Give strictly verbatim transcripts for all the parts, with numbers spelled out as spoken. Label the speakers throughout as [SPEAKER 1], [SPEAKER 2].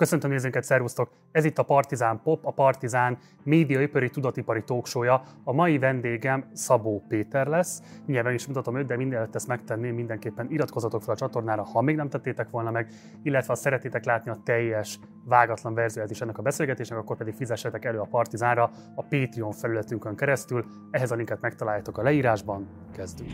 [SPEAKER 1] Köszöntöm nézőinket, szervusztok! Ez itt a Partizán Pop, a Partizán médiaipari tudatipari talkshow-ja. A mai vendégem Szabó Péter lesz. Nyilván is mutatom őt, de mindenezt ezt megtenném, mindenképpen iratkozzatok fel a csatornára, ha még nem tettétek volna meg, illetve ha szeretnétek látni a teljes, vágatlan verzióját is ennek a beszélgetésnek, akkor pedig fizessetek elő a Partizánra a Patreon felületünkön keresztül. Ehhez a linket megtaláljátok a leírásban. Kezdünk!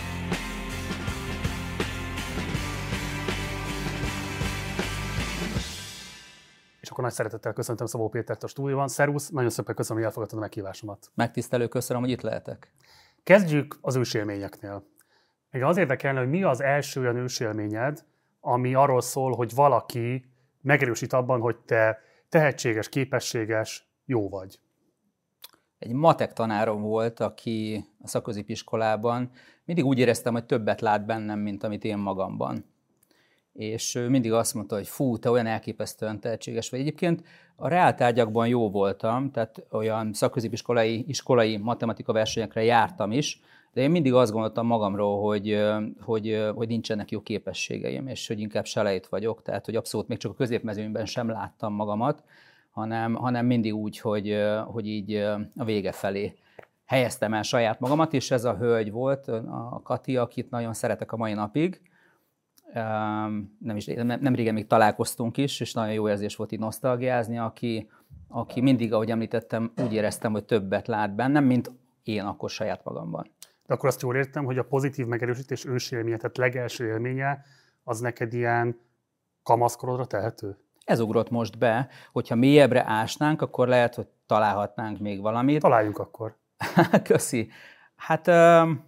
[SPEAKER 1] És akkor nagy szeretettel köszöntöm Szabó Pétert a stúdióban. Szervusz, nagyon szépen köszönöm, hogy elfogadtad a meghívásomat.
[SPEAKER 2] Megtisztelő, köszönöm, hogy itt lehetek.
[SPEAKER 1] Kezdjük az ősélményeknél. Még az érdekelne, hogy mi az első olyan ősélményed, ami arról szól, hogy valaki megerősít abban, hogy te tehetséges, képességes, jó vagy.
[SPEAKER 2] Egy matek tanárom volt, aki a szakközépiskolában mindig úgy éreztem, hogy többet lát bennem, mint amit én magamban. És ő mindig azt mondta, hogy fú, te olyan elképesztően tehetséges vagy. Egyébként a reáltárgyakban jó voltam, tehát olyan szakközépiskolai iskolai matematika versenyekre jártam is, de én mindig azt gondoltam magamról, hogy, hogy, hogy nincsenek jó képességeim, és hogy inkább selejt vagyok, tehát hogy abszolút még csak a középmezőnyben sem láttam magamat, hanem, hanem mindig úgy, hogy, hogy így a vége felé helyeztem el saját magamat, és ez a hölgy volt, a Kati, akit nagyon szeretek a mai napig. Nem, is, nem, nem régen még találkoztunk is, és nagyon jó érzés volt így nosztalgiázni, aki, aki mindig, ahogy említettem, úgy éreztem, hogy többet lát bennem, mint én akkor saját magamban.
[SPEAKER 1] De akkor azt jól értem, hogy a pozitív megerősítés ősélménye, tehát legelső élménye, az neked ilyen kamaszkorodra tehető?
[SPEAKER 2] Ez ugrott most be, hogyha mélyebbre ásnánk, akkor lehet, hogy találhatnánk még valamit.
[SPEAKER 1] Találjunk akkor.
[SPEAKER 2] Köszi. Hát... Um,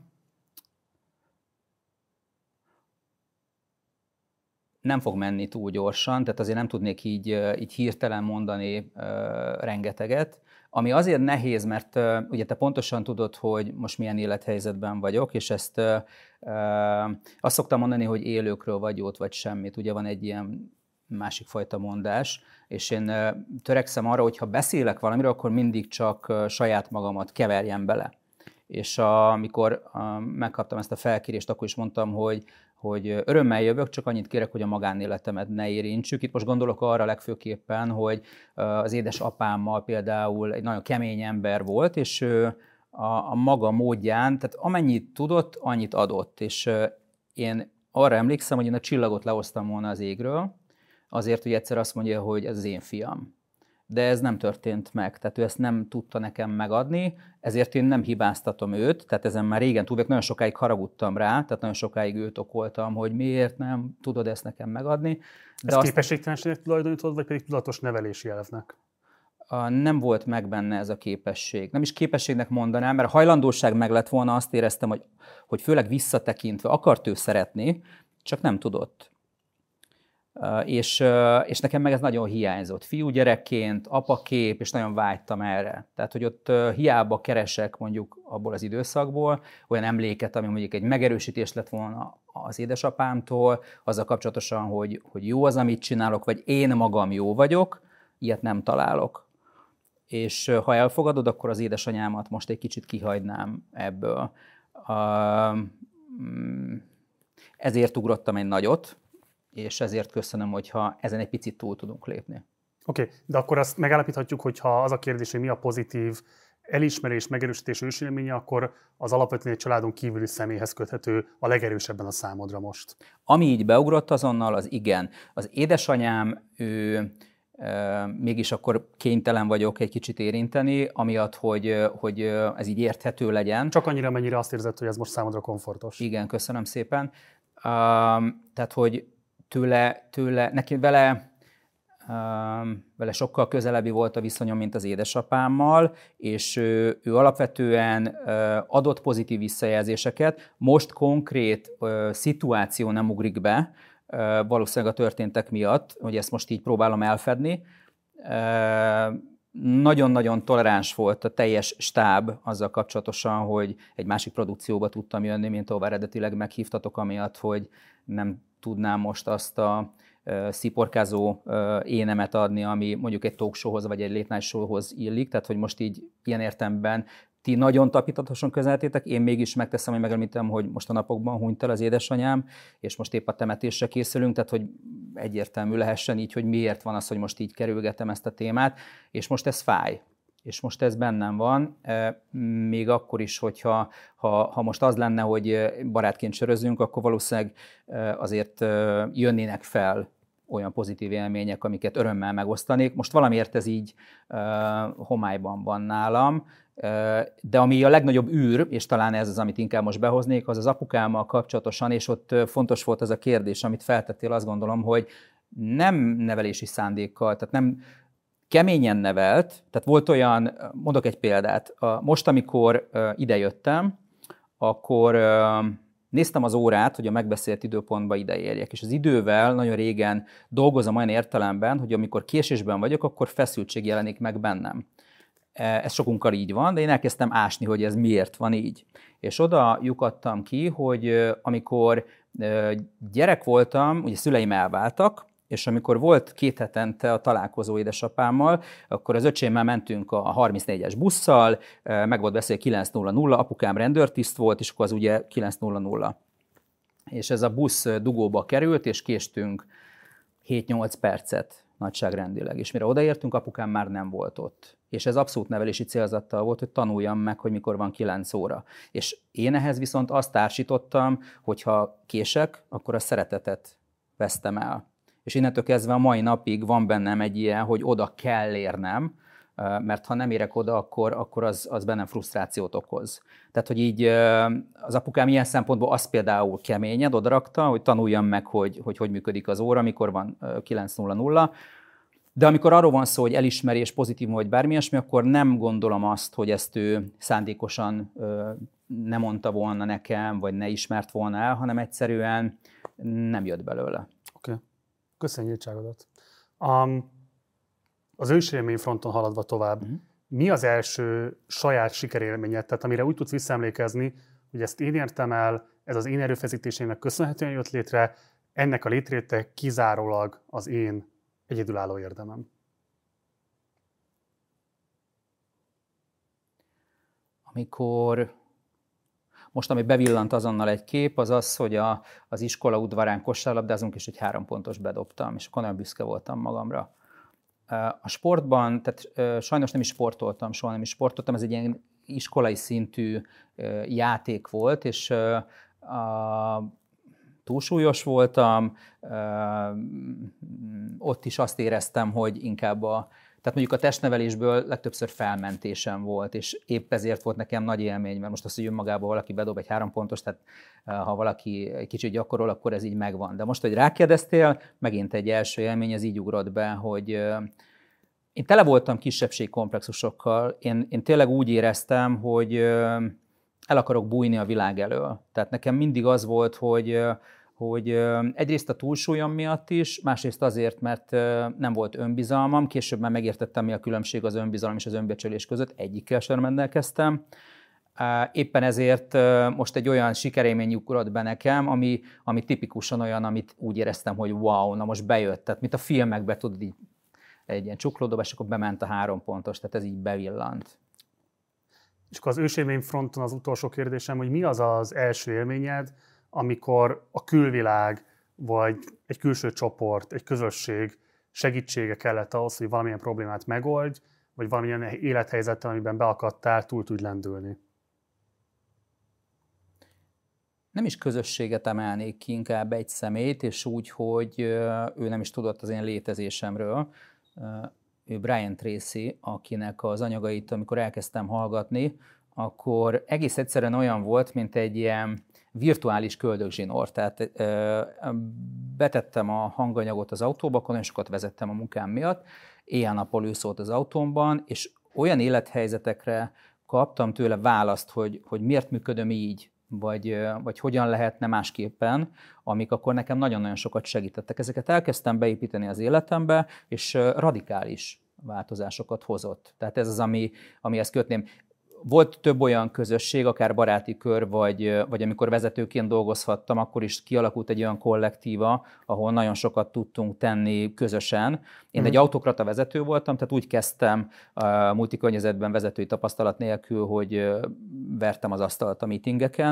[SPEAKER 2] nem fog menni túl gyorsan, tehát azért nem tudnék így, így hirtelen mondani uh, rengeteget. Ami azért nehéz, mert uh, ugye te pontosan tudod, hogy most milyen élethelyzetben vagyok, és ezt uh, uh, azt szoktam mondani, hogy élőkről vagy jót, vagy semmit. Ugye van egy ilyen másik fajta mondás, és én uh, törekszem arra, hogy ha beszélek valamiről, akkor mindig csak uh, saját magamat keverjem bele. És amikor uh, megkaptam ezt a felkérést, akkor is mondtam, hogy hogy örömmel jövök, csak annyit kérek, hogy a magánéletemet ne érintsük. Itt most gondolok arra legfőképpen, hogy az édesapámmal például egy nagyon kemény ember volt, és ő a, a maga módján, tehát amennyit tudott, annyit adott. És én arra emlékszem, hogy én a csillagot lehoztam volna az égről, azért, hogy egyszer azt mondja, hogy ez az én fiam. De ez nem történt meg, tehát ő ezt nem tudta nekem megadni, ezért én nem hibáztatom őt, tehát ezen már régen túl, nagyon sokáig haragudtam rá, tehát nagyon sokáig őt okoltam, hogy miért nem tudod ezt nekem megadni.
[SPEAKER 1] De ezt azt... képességtelenségnek tulajdonítod, vagy pedig tudatos nevelési elvnek?
[SPEAKER 2] Nem volt meg benne ez a képesség. Nem is képességnek mondanám, mert a hajlandóság meg lett volna, azt éreztem, hogy, hogy főleg visszatekintve akart ő szeretni, csak nem tudott. Uh, és, uh, és nekem meg ez nagyon hiányzott. Fiúgyerekként, apakép, és nagyon vágytam erre. Tehát, hogy ott uh, hiába keresek mondjuk abból az időszakból olyan emléket, ami mondjuk egy megerősítés lett volna az édesapámtól, azzal kapcsolatosan, hogy, hogy jó az, amit csinálok, vagy én magam jó vagyok, ilyet nem találok. És uh, ha elfogadod, akkor az édesanyámat most egy kicsit kihagynám ebből. Uh, ezért ugrottam egy nagyot, és ezért köszönöm, hogyha ezen egy picit túl tudunk lépni.
[SPEAKER 1] Oké, okay, de akkor azt megállapíthatjuk, hogy ha az a kérdés, hogy mi a pozitív elismerés, megerősítés ősélménye, akkor az alapvetően egy családon kívüli személyhez köthető a legerősebben a számodra most. Ami
[SPEAKER 2] így beugrott azonnal, az igen. Az édesanyám, ő e, mégis akkor kénytelen vagyok egy kicsit érinteni, amiatt, hogy, hogy ez így érthető legyen.
[SPEAKER 1] Csak annyira, mennyire azt érzed, hogy ez most számodra komfortos.
[SPEAKER 2] Igen, köszönöm szépen. Uh, tehát, hogy Tőle, tőle, neki vele, um, vele sokkal közelebbi volt a viszonyom, mint az édesapámmal, és ő, ő alapvetően uh, adott pozitív visszajelzéseket. Most konkrét uh, szituáció nem ugrik be, uh, valószínűleg a történtek miatt, hogy ezt most így próbálom elfedni. Uh, Nagyon-nagyon toleráns volt a teljes stáb azzal kapcsolatosan, hogy egy másik produkcióba tudtam jönni, mint ahol eredetileg meghívtatok, amiatt, hogy nem tudnám most azt a uh, sziporkázó uh, énemet adni, ami mondjuk egy talk showhoz vagy egy late night showhoz illik, tehát hogy most így ilyen értelemben ti nagyon tapintatosan közelítétek, én mégis megteszem, hogy megemlítem, hogy most a napokban hunyt el az édesanyám, és most épp a temetésre készülünk, tehát hogy egyértelmű lehessen így, hogy miért van az, hogy most így kerülgetem ezt a témát, és most ez fáj. És most ez bennem van, még akkor is, hogyha ha, ha most az lenne, hogy barátként sörözünk, akkor valószínűleg azért jönnének fel olyan pozitív élmények, amiket örömmel megosztanék. Most valamiért ez így homályban van nálam, de ami a legnagyobb űr, és talán ez az, amit inkább most behoznék, az az apukámmal kapcsolatosan, és ott fontos volt ez a kérdés, amit feltettél, azt gondolom, hogy nem nevelési szándékkal, tehát nem keményen nevelt, tehát volt olyan, mondok egy példát, most, amikor idejöttem, akkor néztem az órát, hogy a megbeszélt időpontba ideérjek, és az idővel nagyon régen dolgozom olyan értelemben, hogy amikor késésben vagyok, akkor feszültség jelenik meg bennem. Ez sokunkkal így van, de én elkezdtem ásni, hogy ez miért van így. És oda lyukadtam ki, hogy amikor gyerek voltam, ugye szüleim elváltak, és amikor volt két hetente a találkozó édesapámmal, akkor az öcsémmel mentünk a harmincnégyes busszal, meg volt beszélve kilenc nulla nulla, apukám rendőrtiszt volt, és akkor az ugye kilenc nulla nulla. És ez a busz dugóba került, és késtünk hét-nyolc percet nagyságrendileg. És mire odaértünk, apukám már nem volt ott. És ez abszolút nevelési célzattal volt, hogy tanuljam meg, hogy mikor van kilenc óra. És én ehhez viszont azt társítottam, hogy ha kések, akkor a szeretetet vesztem el. És innentől kezdve a mai napig van bennem egy ilyen, hogy oda kell érnem, mert ha nem érek oda, akkor, akkor az, az bennem frusztrációt okoz. Tehát, hogy így az apukám ilyen szempontból azt például keményed odarakta, hogy tanuljam meg, hogy hogy, hogy működik az óra, mikor van kilenc nulla nulla. De amikor arról van szó, hogy elismerés, pozitív vagy bármi ilyesmi, akkor nem gondolom azt, hogy ezt ő szándékosan nem mondta volna nekem, vagy ne ismert volna el, hanem egyszerűen nem jött belőle.
[SPEAKER 1] Oké. Okay. Köszönjük nyíltságodat. Um, az ősélmény fronton haladva tovább, uh-huh. mi az első saját sikerélményed, tehát amire úgy tudsz visszaemlékezni, hogy ezt én értem el, ez az én erőfeszítésének köszönhetően jött létre, ennek a létréte kizárólag az én egyedülálló érdemem?
[SPEAKER 2] Amikor... Most, ami bevillant azonnal egy kép, az az, hogy a, az iskola udvarán kosárlabdázunk, és egy három pontos bedobtam, és akkor nagyon büszke voltam magamra. A sportban, tehát sajnos nem is sportoltam, soha nem is sportoltam, ez egy ilyen iskolai szintű játék volt, és a, túlsúlyos voltam, ott is azt éreztem, hogy inkább a Tehát mondjuk a testnevelésből legtöbbször felmentésem volt, és épp ezért volt nekem nagy élmény, mert most az, hogy önmagában valaki bedob egy három pontos, tehát ha valaki egy kicsit gyakorol, akkor ez így megvan. De most, hogy rákérdeztél, megint egy első élmény, ez így ugrott be, hogy én tele voltam kisebbségkomplexusokkal, én, én tényleg úgy éreztem, hogy el akarok bújni a világ elől. Tehát nekem mindig az volt, hogy hogy egyrészt a túlsúlyom miatt is, másrészt azért, mert nem volt önbizalmam, később már megértettem, mi a különbség az önbizalom és az önbecsülés között, egyikkel sem rendelkeztem. Éppen ezért most egy olyan sikerélmény ugrott be nekem, ami, ami tipikusan olyan, amit úgy éreztem, hogy wow, na most bejött, tehát mint a filmekben tudod, így egy ilyen csuklódobás, és akkor bement a három pontos, tehát ez így bevillant.
[SPEAKER 1] És akkor az ősélmény fronton az utolsó kérdésem, hogy mi az az első élményed, amikor a külvilág, vagy egy külső csoport, egy közösség segítsége kellett ahhoz, hogy valamilyen problémát megoldj, vagy valamilyen élethelyzettel, amiben beakadtál, túl tudj lendülni?
[SPEAKER 2] Nem is közösséget emelnék ki, inkább egy személyt, és úgy, hogy ő nem is tudott az én létezésemről. Ő Brian Tracy, akinek az anyagait, amikor elkezdtem hallgatni, akkor egész egyszerűen olyan volt, mint egy ilyen virtuális köldögzsinór. Tehát ö, betettem a hanganyagot az autóba, akkor nagyon sokat vezettem a munkám miatt, éjjel-nappal ő szólt az autómban, és olyan élethelyzetekre kaptam tőle választ, hogy, hogy miért működöm így, vagy, vagy hogyan lehetne másképpen, amik akkor nekem nagyon-nagyon sokat segítettek. Ezeket elkezdtem beépíteni az életembe, és radikális változásokat hozott. Tehát ez az, ami, amihez kötném. Volt több olyan közösség, akár baráti kör, vagy, vagy amikor vezetőként dolgozhattam, akkor is kialakult egy olyan kollektíva, ahol nagyon sokat tudtunk tenni közösen. Én mm. egy autokrata vezető voltam, tehát úgy kezdtem a multikörnyezetben vezetői tapasztalat nélkül, hogy vertem az asztalt a meetingeken,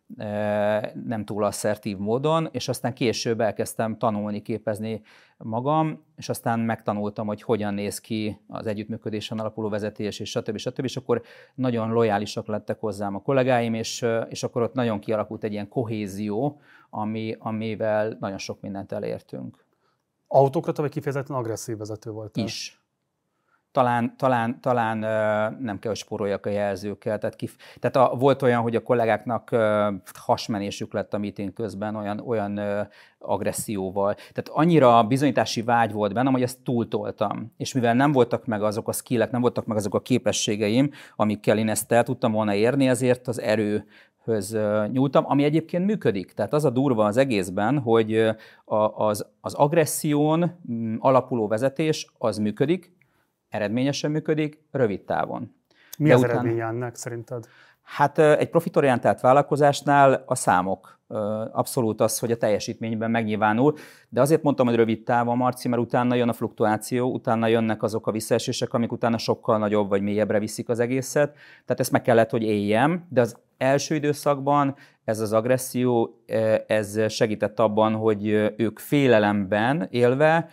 [SPEAKER 2] nem túl asszertív módon, és aztán később elkezdtem tanulni, képezni magam, és aztán megtanultam, hogy hogyan néz ki az együttműködésen alapuló vezetés, és stb. stb. És akkor nagyon lojálisak lettek hozzám a kollégáim, és, és akkor ott nagyon kialakult egy ilyen kohézió, ami, amivel nagyon sok mindent elértünk.
[SPEAKER 1] Autokrata vagy kifejezetten agresszív vezető voltál?
[SPEAKER 2] Is. Talán, talán, talán nem kell, hogy spóroljak a jelzőkkel. Tehát, kif... Tehát a, volt olyan, hogy a kollégáknak hasmenésük lett a meeting közben olyan, olyan agresszióval. Tehát annyira bizonyítási vágy volt bennem, hogy ezt túltoltam. És mivel nem voltak meg azok a skillek, nem voltak meg azok a képességeim, amikkel én ezt el tudtam volna érni, ezért az erő höz nyúltam, ami egyébként működik. Tehát az a durva az egészben, hogy az, az agresszión alapuló vezetés az működik, eredményesen működik, rövid távon.
[SPEAKER 1] Mi De az után... eredménye ennek szerinted?
[SPEAKER 2] Hát egy profitorientált vállalkozásnál a számok. Abszolút az, hogy a teljesítményben megnyilvánul, de azért mondtam, hogy rövid távon, Marci, mert utána jön a fluktuáció, utána jönnek azok a visszaesések, amik utána sokkal nagyobb vagy mélyebbre viszik az egészet. Tehát ezt meg kellett, hogy éljem, de az első időszakban ez az agresszió, ez segített abban, hogy ők félelemben élve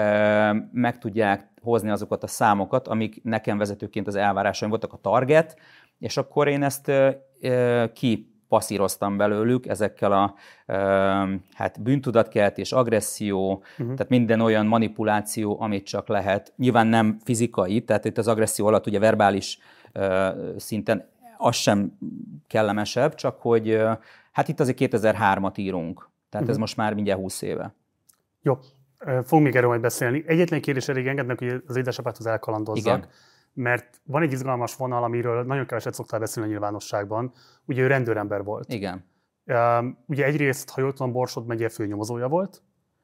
[SPEAKER 2] meg tudják hozni azokat a számokat, amik nekem vezetőként az elvárásaim voltak, a target, és akkor én ezt kipasszíroztam belőlük ezekkel a hát bűntudatkeltés, agresszió, uh-huh. tehát minden olyan manipuláció, amit csak lehet. Nyilván nem fizikai, tehát itt az agresszió alatt ugye verbális szinten az sem kellemesebb, csak hogy hát itt azért kétezer-hármat írunk, tehát uh-huh. ez most már mindjárt húsz éve.
[SPEAKER 1] Jó. Fogunk még erről majd beszélni. Egyetlen kérdés elég engednek, hogy az édesapádhoz elkalandozzak, igen. Mert van egy izgalmas vonal, amiről nagyon keveset szoktál beszélni a nyilvánosságban. Ugye ő rendőrember volt.
[SPEAKER 2] Igen.
[SPEAKER 1] Uh, ugye egyrészt, ha jól tudom, Borsod megye főnyomozója volt.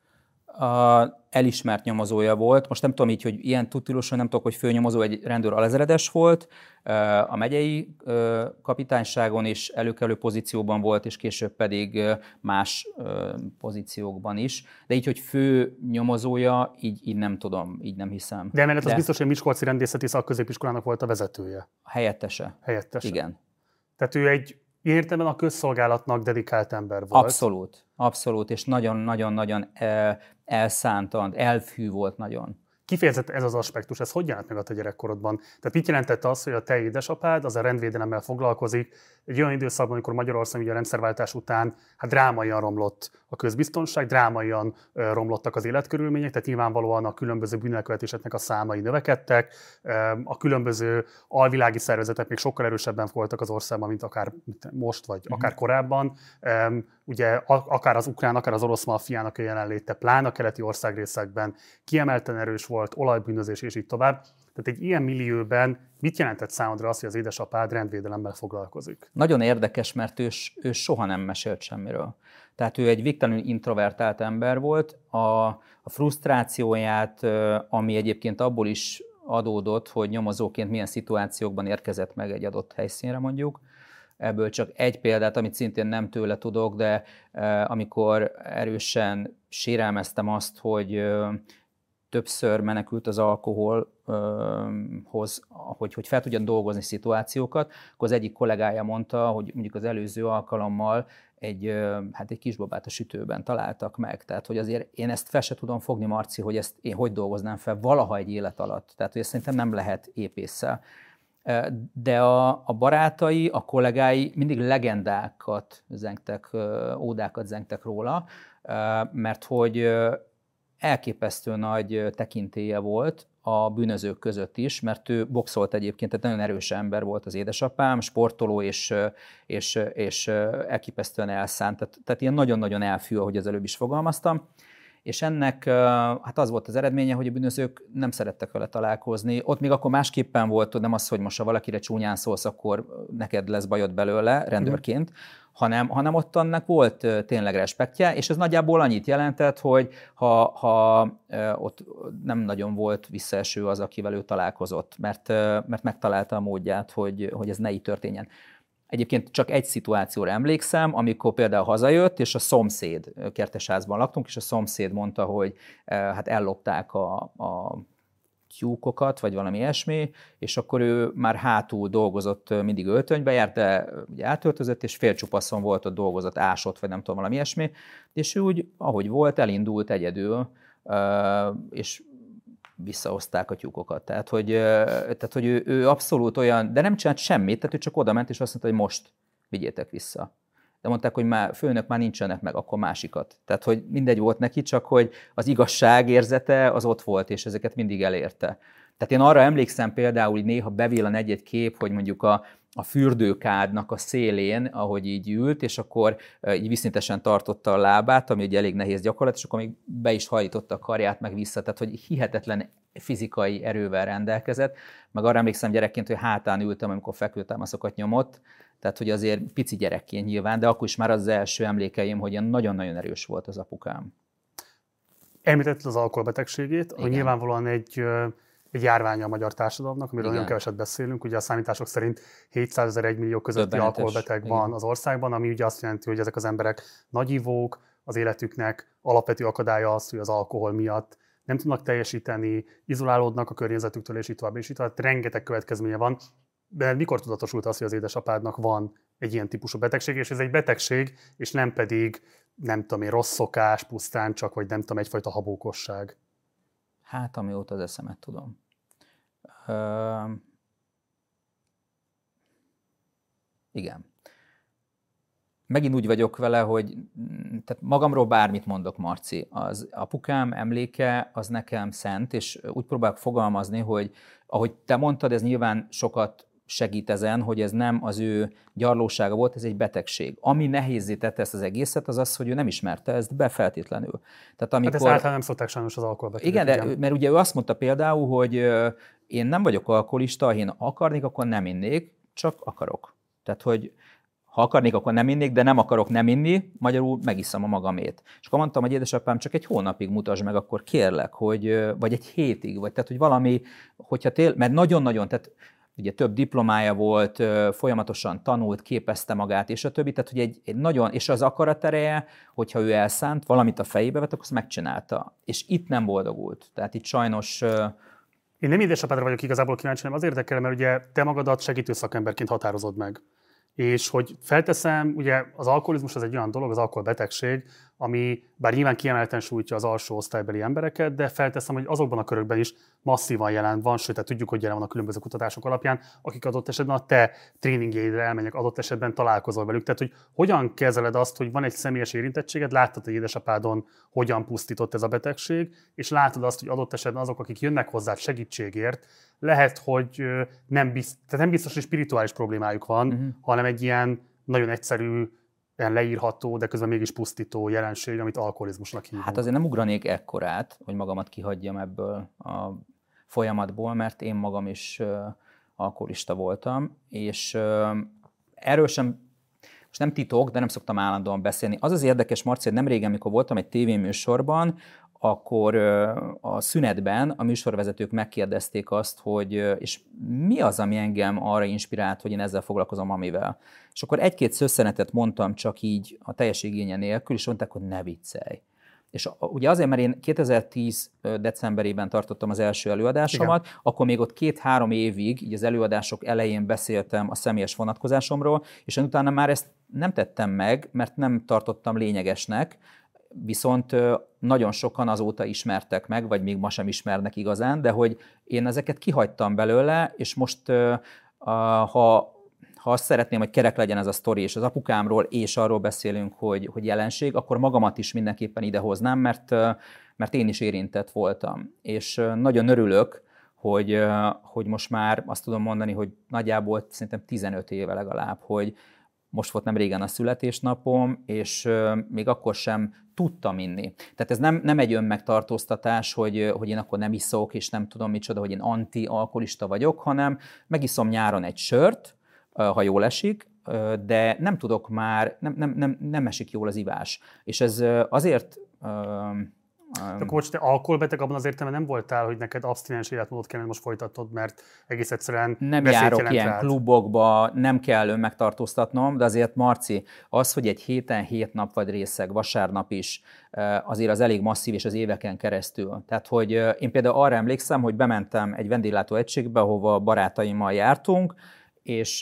[SPEAKER 2] A elismert nyomozója volt. Most nem tudom így, hogy ilyen tudtilosan nem tudok, hogy főnyomozó, egy rendőr alezredes volt. A megyei kapitányságon is előkelő pozícióban volt, és később pedig más pozíciókban is. De így, hogy fő nyomozója, így, így nem tudom, így nem hiszem.
[SPEAKER 1] De emellett az biztos, hogy a Miskolci Rendészeti Szakközépiskolának volt a vezetője.
[SPEAKER 2] Helyettese.
[SPEAKER 1] Helyettese.
[SPEAKER 2] Igen.
[SPEAKER 1] Tehát ő egy értelemben a közszolgálatnak dedikált ember volt.
[SPEAKER 2] Abszolút, abszolút, és nagyon-nagyon-nagyon elszántan, elfű volt nagyon.
[SPEAKER 1] Kifejezett ez az aspektus, ez hogy jelent meg a te gyerekkorodban? Tehát mit jelentett az, hogy a te édesapád az a rendvédelemmel foglalkozik egy olyan időszakban, amikor Magyarország ugye a rendszerváltás után hát drámaian romlott a közbiztonság, drámaian romlottak az életkörülmények, tehát nyilvánvalóan a különböző bűnelkövetéseknek a számai növekedtek, a különböző alvilági szervezetek még sokkal erősebben voltak az országban, mint akár most, vagy mm-hmm. akár korábban. Ugye akár az ukrán, akár az orosz maffiának a jelenléte, pláne a keleti országrészekben kiemelten erős volt, olajbűnözés és így tovább. Tehát egy ilyen millióben mit jelentett számodra az, hogy az édesapád rendvédelemmel foglalkozik?
[SPEAKER 2] Nagyon érdekes, mert ő, ő soha nem mesélt semmiről. Tehát ő egy végtelenül introvertált ember volt. A, a frusztrációját, ami egyébként abból is adódott, hogy nyomozóként milyen szituációkban érkezett meg egy adott helyszínre mondjuk. Ebből csak egy példát, amit szintén nem tőle tudok, de amikor erősen sérelmeztem azt, hogy többször menekült az alkoholhoz, hogy, hogy fel tudjon dolgozni szituációkat, akkor az egyik kollégája mondta, hogy mondjuk az előző alkalommal egy, hát egy kisbabát a sütőben találtak meg. Tehát, hogy azért én ezt fel se tudom fogni, Marci, hogy ezt én hogy dolgoznám fel valaha egy élet alatt. Tehát, hogy ezt szerintem nem lehet épésszel. De a, a barátai, a kollégái mindig legendákat zengtek, ódákat zengtek róla, mert hogy elképesztő nagy tekintélye volt a bűnözők között is, mert ő boxolt egyébként, tehát nagyon erős ember volt az édesapám, sportoló és, és, és elképesztően elszánt, tehát, tehát ilyen nagyon-nagyon elfű, ahogy az előbb is fogalmaztam. És ennek hát az volt az eredménye, hogy a bűnözők nem szerettek vele találkozni. Ott még akkor másképpen volt, nem az, hogy most ha valakire csúnyán szólsz, akkor neked lesz bajod belőle rendőrként, mm. hanem, hanem ott annak volt tényleg respektje, és ez nagyjából annyit jelentett, hogy ha, ha ott nem nagyon volt visszaeső az, akivel ő találkozott, mert, mert megtalálta a módját, hogy, hogy ez ne így történjen. Egyébként csak egy szituációra emlékszem, amikor például hazajött, és a szomszéd, kertesházban laktunk, és a szomszéd mondta, hogy hát ellopták a, a tyúkokat, vagy valami ilyesmi, és akkor ő már hátul dolgozott, mindig öltönybe járt, de ugye átöltözött, és félcsupaszon volt, ott dolgozott, ásott, vagy nem tudom, valami ilyesmi, és ő úgy, ahogy volt, elindult egyedül, és visszahozták a tyúkokat. Tehát, hogy, tehát, hogy ő, ő abszolút olyan, de nem csinált semmit, tehát ő csak oda ment, és azt mondta, hogy most vigyétek vissza. De mondták, hogy már főnök már nincsenek meg, akkor másikat. Tehát, hogy mindegy volt neki, csak hogy az igazság érzete az ott volt, és ezeket mindig elérte. Tehát én arra emlékszem például, hogy néha bevillan egy-egy kép, hogy mondjuk a, a fürdőkádnak a szélén, ahogy így ült, és akkor így viszintesen tartotta a lábát, ami ugye elég nehéz gyakorlat, és akkor még be is hajlította a karját meg vissza. Tehát, hogy hihetetlen fizikai erővel rendelkezett. Meg arra emlékszem gyerekként, hogy hátán ültem, amikor fekvőtámaszokat nyomott. Tehát, hogy azért pici gyerekként nyilván, de akkor is már az, az első emlékeim, hogy ilyen nagyon-nagyon erős volt az apukám.
[SPEAKER 1] Említetted az alkoholbetegségét, ami nyilvánvalóan egy, egy járványa a magyar társadalomnak, amiről Igen. nagyon keveset beszélünk. Ugye a számítások szerint hétszázezer egy millió közötti alkoholbeteg van Igen. az országban, ami ugye azt jelenti, hogy ezek az emberek nagyivók, az életüknek alapvető akadálya az, hogy az alkohol miatt nem tudnak teljesíteni, izolálódnak a környezetüktől, és így tovább, és így tovább. Rengeteg következménye van. De mikor tudatosult az, hogy az édesapádnak van egy ilyen típusú betegség, és ez egy betegség, és nem pedig, nem tudom én, rossz szokás, pusztán csak, vagy nem tudom, egyfajta habókosság?
[SPEAKER 2] Hát, amióta az eszemet tudom. Ö... Igen. Megint úgy vagyok vele, hogy tehát magamról bármit mondok, Marci. Az apukám emléke az nekem szent, és úgy próbálok fogalmazni, hogy ahogy te mondtad, ez nyilván sokat segít ezen, hogy ez nem az ő gyarlósága volt, ez egy betegség. Ami nehézzé tette ezt az egészet, az az, hogy ő nem ismerte ezt be feltétlenül. Tehát amikor... Hát
[SPEAKER 1] ezt általában nem szokták sajnos az alkoholbetegek.
[SPEAKER 2] Igen, de, mert ugye ő azt mondta például, hogy én nem vagyok alkoholista, ha én akarnék, akkor nem innék, csak akarok. Tehát, hogy ha akarnék, akkor nem innék, de nem akarok nem inni, magyarul megiszom a magamét. És akkor mondtam, hogy édesapám, csak egy hónapig mutasd meg, akkor kérlek, hogy, vagy egy hétig, vagy tehát, hogy valami, hogyha tél, mert nagyon-nagyon, tehát ugye több diplomája volt, folyamatosan tanult, képezte magát, és a többi, tehát hogy egy, egy nagyon, és az akaratereje, hogyha ő elszánt, valamit a fejébe vett, akkor azt megcsinálta. És itt nem boldogult. Tehát itt sajnos...
[SPEAKER 1] Én nem édesapádra vagyok igazából kíváncsi, hanem az érdekel, mert ugye te magadat segítő szakemberként határozod meg. És hogy felteszem, ugye az alkoholizmus az egy olyan dolog, az alkoholbetegség, ami bár nyilván kiemelten sújtja az alsó osztálybeli embereket, de felteszem, hogy azokban a körökben is masszívan jelen van, sőt, tudjuk, hogy jelen van a különböző kutatások alapján, akik adott esetben a te tréningjeidre elmennek, adott esetben találkozol velük. Tehát, hogy hogyan kezeled azt, hogy van egy személyes érintettséged, láttad, hogy édesapádon hogyan pusztított ez a betegség, és látod azt, hogy adott esetben azok, akik jönnek hozzá segítségért, lehet, hogy nem biztos, tehát nem biztos, hogy spirituális problémájuk van, uh-huh. hanem egy ilyen nagyon egyszerű, leírható, de közben mégis pusztító jelenség, amit alkoholizmusnak hívunk.
[SPEAKER 2] Hát azért nem ugranék ekkorát, hogy magamat kihagyjam ebből a folyamatból, mert én magam is uh, alkoholista voltam, és uh, erről sem, most nem titok, de nem szoktam állandóan beszélni. Az az érdekes, Marci, hogy nem régen, amikor voltam egy tévéműsorban, akkor a szünetben a műsorvezetők megkérdezték azt, hogy és mi az, ami engem arra inspirált, hogy én ezzel foglalkozom, amivel. És akkor egy-két szösszenetet mondtam csak így a teljes igénye nélkül, és mondták, hogy ne viccelj. És ugye azért, mert én kétezer-tíz decemberében tartottam az első előadásomat, Igen. akkor még ott két-három évig, így az előadások elején beszéltem a személyes vonatkozásomról, és utána már ezt nem tettem meg, mert nem tartottam lényegesnek, viszont nagyon sokan azóta ismertek meg, vagy még ma sem ismernek igazán, de hogy én ezeket kihagytam belőle, és most ha, ha azt szeretném, hogy kerek legyen ez a sztori, és az apukámról, és arról beszélünk, hogy, hogy jelenség, akkor magamat is mindenképpen idehoznám, mert, mert én is érintett voltam. És nagyon örülök, hogy, hogy most már azt tudom mondani, hogy nagyjából szerintem tizenöt éve legalább, hogy most volt nem régen a születésnapom, és uh, még akkor sem tudtam inni. Tehát ez nem, nem egy önmegtartóztatás, hogy, hogy én akkor nem iszok, és nem tudom micsoda, hogy én anti-alkoholista vagyok, hanem megiszom nyáron egy sört, uh, ha jól esik, uh, de nem tudok már, nem, nem, nem, nem esik jól az ivás. És ez uh, azért uh,
[SPEAKER 1] Akkor most te alkoholbeteg abban az értelemben nem voltál, hogy neked abstinens életmódot kellene most folytatnod, mert egész egyszerűen
[SPEAKER 2] nem járok ilyen rád. klubokba, nem kell önmegtartóztatnom, de azért Marci, az, hogy egy héten hét nap vagy részeg, vasárnap is, azért az elég masszív, és az éveken keresztül. Tehát, hogy én például arra emlékszem, hogy bementem egy vendéglátó egységbe, ahova barátaimmal jártunk, és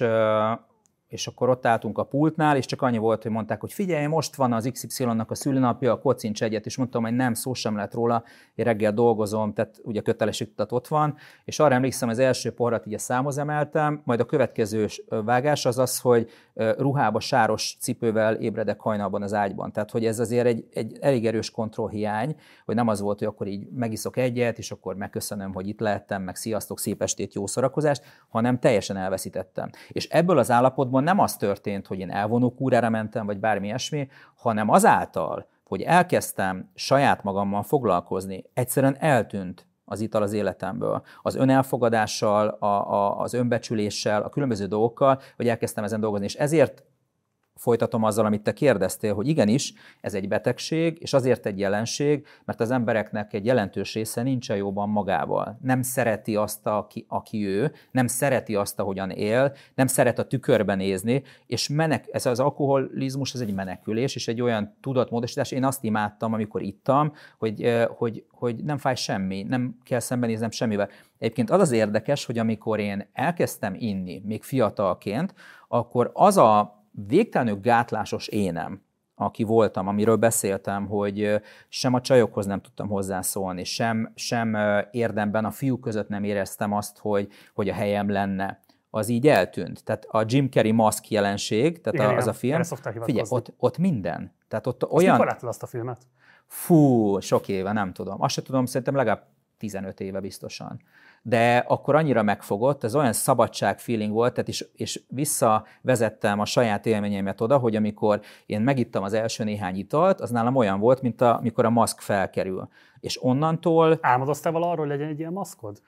[SPEAKER 2] és akkor ott álltunk a pultnál, és csak annyi volt, hogy mondták, hogy figyelj, most van az iksz ipszilonnak a szülinapja, kocincs egyet, és mondtam, hogy nem, szó sem lett róla, én reggel dolgozom, tehát ugye kötelességtudat ott van, és arra emlékszem, az első poharat így a számhoz emeltem, majd a következő vágás az az, hogy ruhába, sáros cipővel ébredek hajnalban az ágyban. Tehát, hogy ez azért egy, egy elég erős kontrollhiány, hogy nem az volt, hogy akkor így megiszok egyet, és akkor megköszönöm, hogy itt lehettem, meg sziasztok, szép estét, jó szórakozást, hanem teljesen elveszítettem. És ebből az állapotból nem az történt, hogy én elvonó kúrára mentem, vagy bármi ilyesmi, hanem azáltal, hogy elkezdtem saját magammal foglalkozni, egyszerűen eltűnt az ital az életemből. Az önelfogadással, a, a, az önbecsüléssel, a különböző dolgokkal, hogy elkezdtem ezen dolgozni. És ezért folytatom azzal, amit te kérdeztél, hogy igenis, ez egy betegség, és azért egy jelenség, mert az embereknek egy jelentős része nincsen jóban magával. Nem szereti azt, aki, aki ő, nem szereti azt, ahogyan él, nem szeret a tükörbe nézni, és menek, ez az alkoholizmus, ez egy menekülés, és egy olyan tudatmódosítás. Én azt imádtam, amikor ittam, hogy, hogy, hogy nem fáj semmi, nem kell szembenéznem semmivel. Egyébként az az érdekes, hogy amikor én elkezdtem inni, még fiatalként, akkor az a végtelenül gátlásos énem, aki voltam, amiről beszéltem, hogy sem a csajokhoz nem tudtam hozzászólni, sem, sem érdemben a fiúk között nem éreztem azt, hogy, hogy a helyem lenne. Az így eltűnt. Tehát a Jim Carrey maszk jelenség, tehát igen, az igen, a film, figyelj, ott, ott minden. Tehát ott olyan...
[SPEAKER 1] Mikor láttad azt a filmet?
[SPEAKER 2] Fú, sok éve, nem tudom. Azt sem tudom, szerintem legalább tizenöt éve biztosan. De akkor annyira megfogott, ez olyan szabadság feeling volt, tehát és, és visszavezettem a saját élményeimet oda, hogy amikor én megittam az első néhány italt, az nálam olyan volt, mint a, amikor a maszk felkerül. És onnantól...
[SPEAKER 1] Álmodoztál vala arról, hogy legyen egy ilyen maszkod?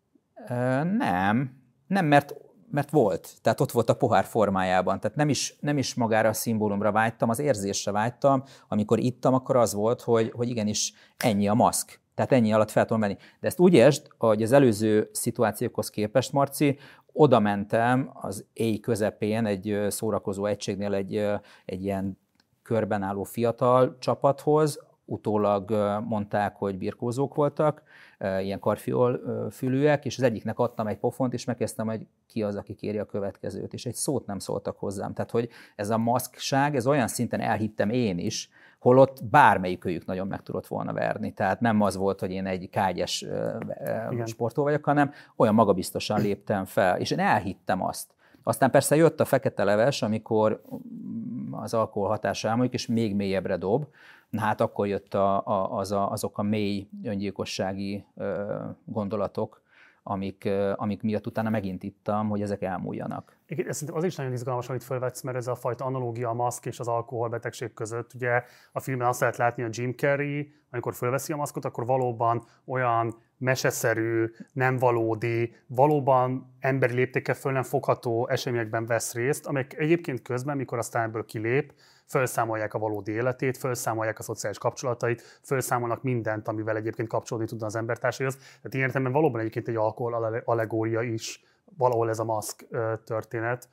[SPEAKER 2] Ö, nem, nem, mert, mert volt. Tehát ott volt a pohár formájában. Tehát nem is, nem is magára a szimbólumra vágytam, az érzésre vágytam. Amikor ittam, akkor az volt, hogy, hogy igenis ennyi a maszk. Tehát ennyi alatt fel tudom venni. De ezt úgy értsd, hogy az előző szituációkhoz képest, Marci, oda mentem az éj közepén egy szórakozó egységnél egy, egy ilyen körben álló fiatal csapathoz, utólag mondták, hogy birkózók voltak, ilyen karfiol fülűek, és az egyiknek adtam egy pofont, és megkezdtem, hogy ki az, aki kéri a következőt, és egy szót nem szóltak hozzám. Tehát, hogy ez a maszkság, ez olyan szinten elhittem én is, holott bármelyikőjük nagyon meg tudott volna verni. Tehát nem az volt, hogy én egy kágyes sportoló vagyok, hanem olyan magabiztosan léptem fel, és én elhittem azt. Aztán persze jött a fekete leves, amikor az alkohol hatása elmúlik, és még mélyebbre dob. Na hát akkor jött a, a, az a, azok a mély öngyilkossági ö, gondolatok, amik, amik miatt utána megint ittam, hogy ezek elmúljanak.
[SPEAKER 1] Ez az is nagyon izgalmas, amit felvetsz, mert ez a fajta analógia a maszk és az alkoholbetegség között. Ugye a filmben azt lehet látni, hogy Jim Carrey, amikor fölveszi a maszkot, akkor valóban olyan meseszerű, nem valódi, valóban emberi léptékkel föl nem fogható eseményekben vesz részt, amelyek egyébként közben, mikor aztán ebből kilép, felszámolják a valódi életét, felszámolják a szociális kapcsolatait, felszámolnak mindent, amivel egyébként kapcsolódni tudna az embertársaihoz. Tehát ilyen értelemben valóban egyébként egy alkohol allegória is, valahol ez a maszk történet.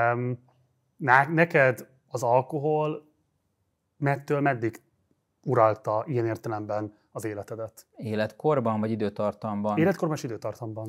[SPEAKER 1] Neked az alkohol mettől meddig uralta ilyen értelemben az életedet?
[SPEAKER 2] Életkorban vagy időtartamban?
[SPEAKER 1] Életkorban és időtartamban.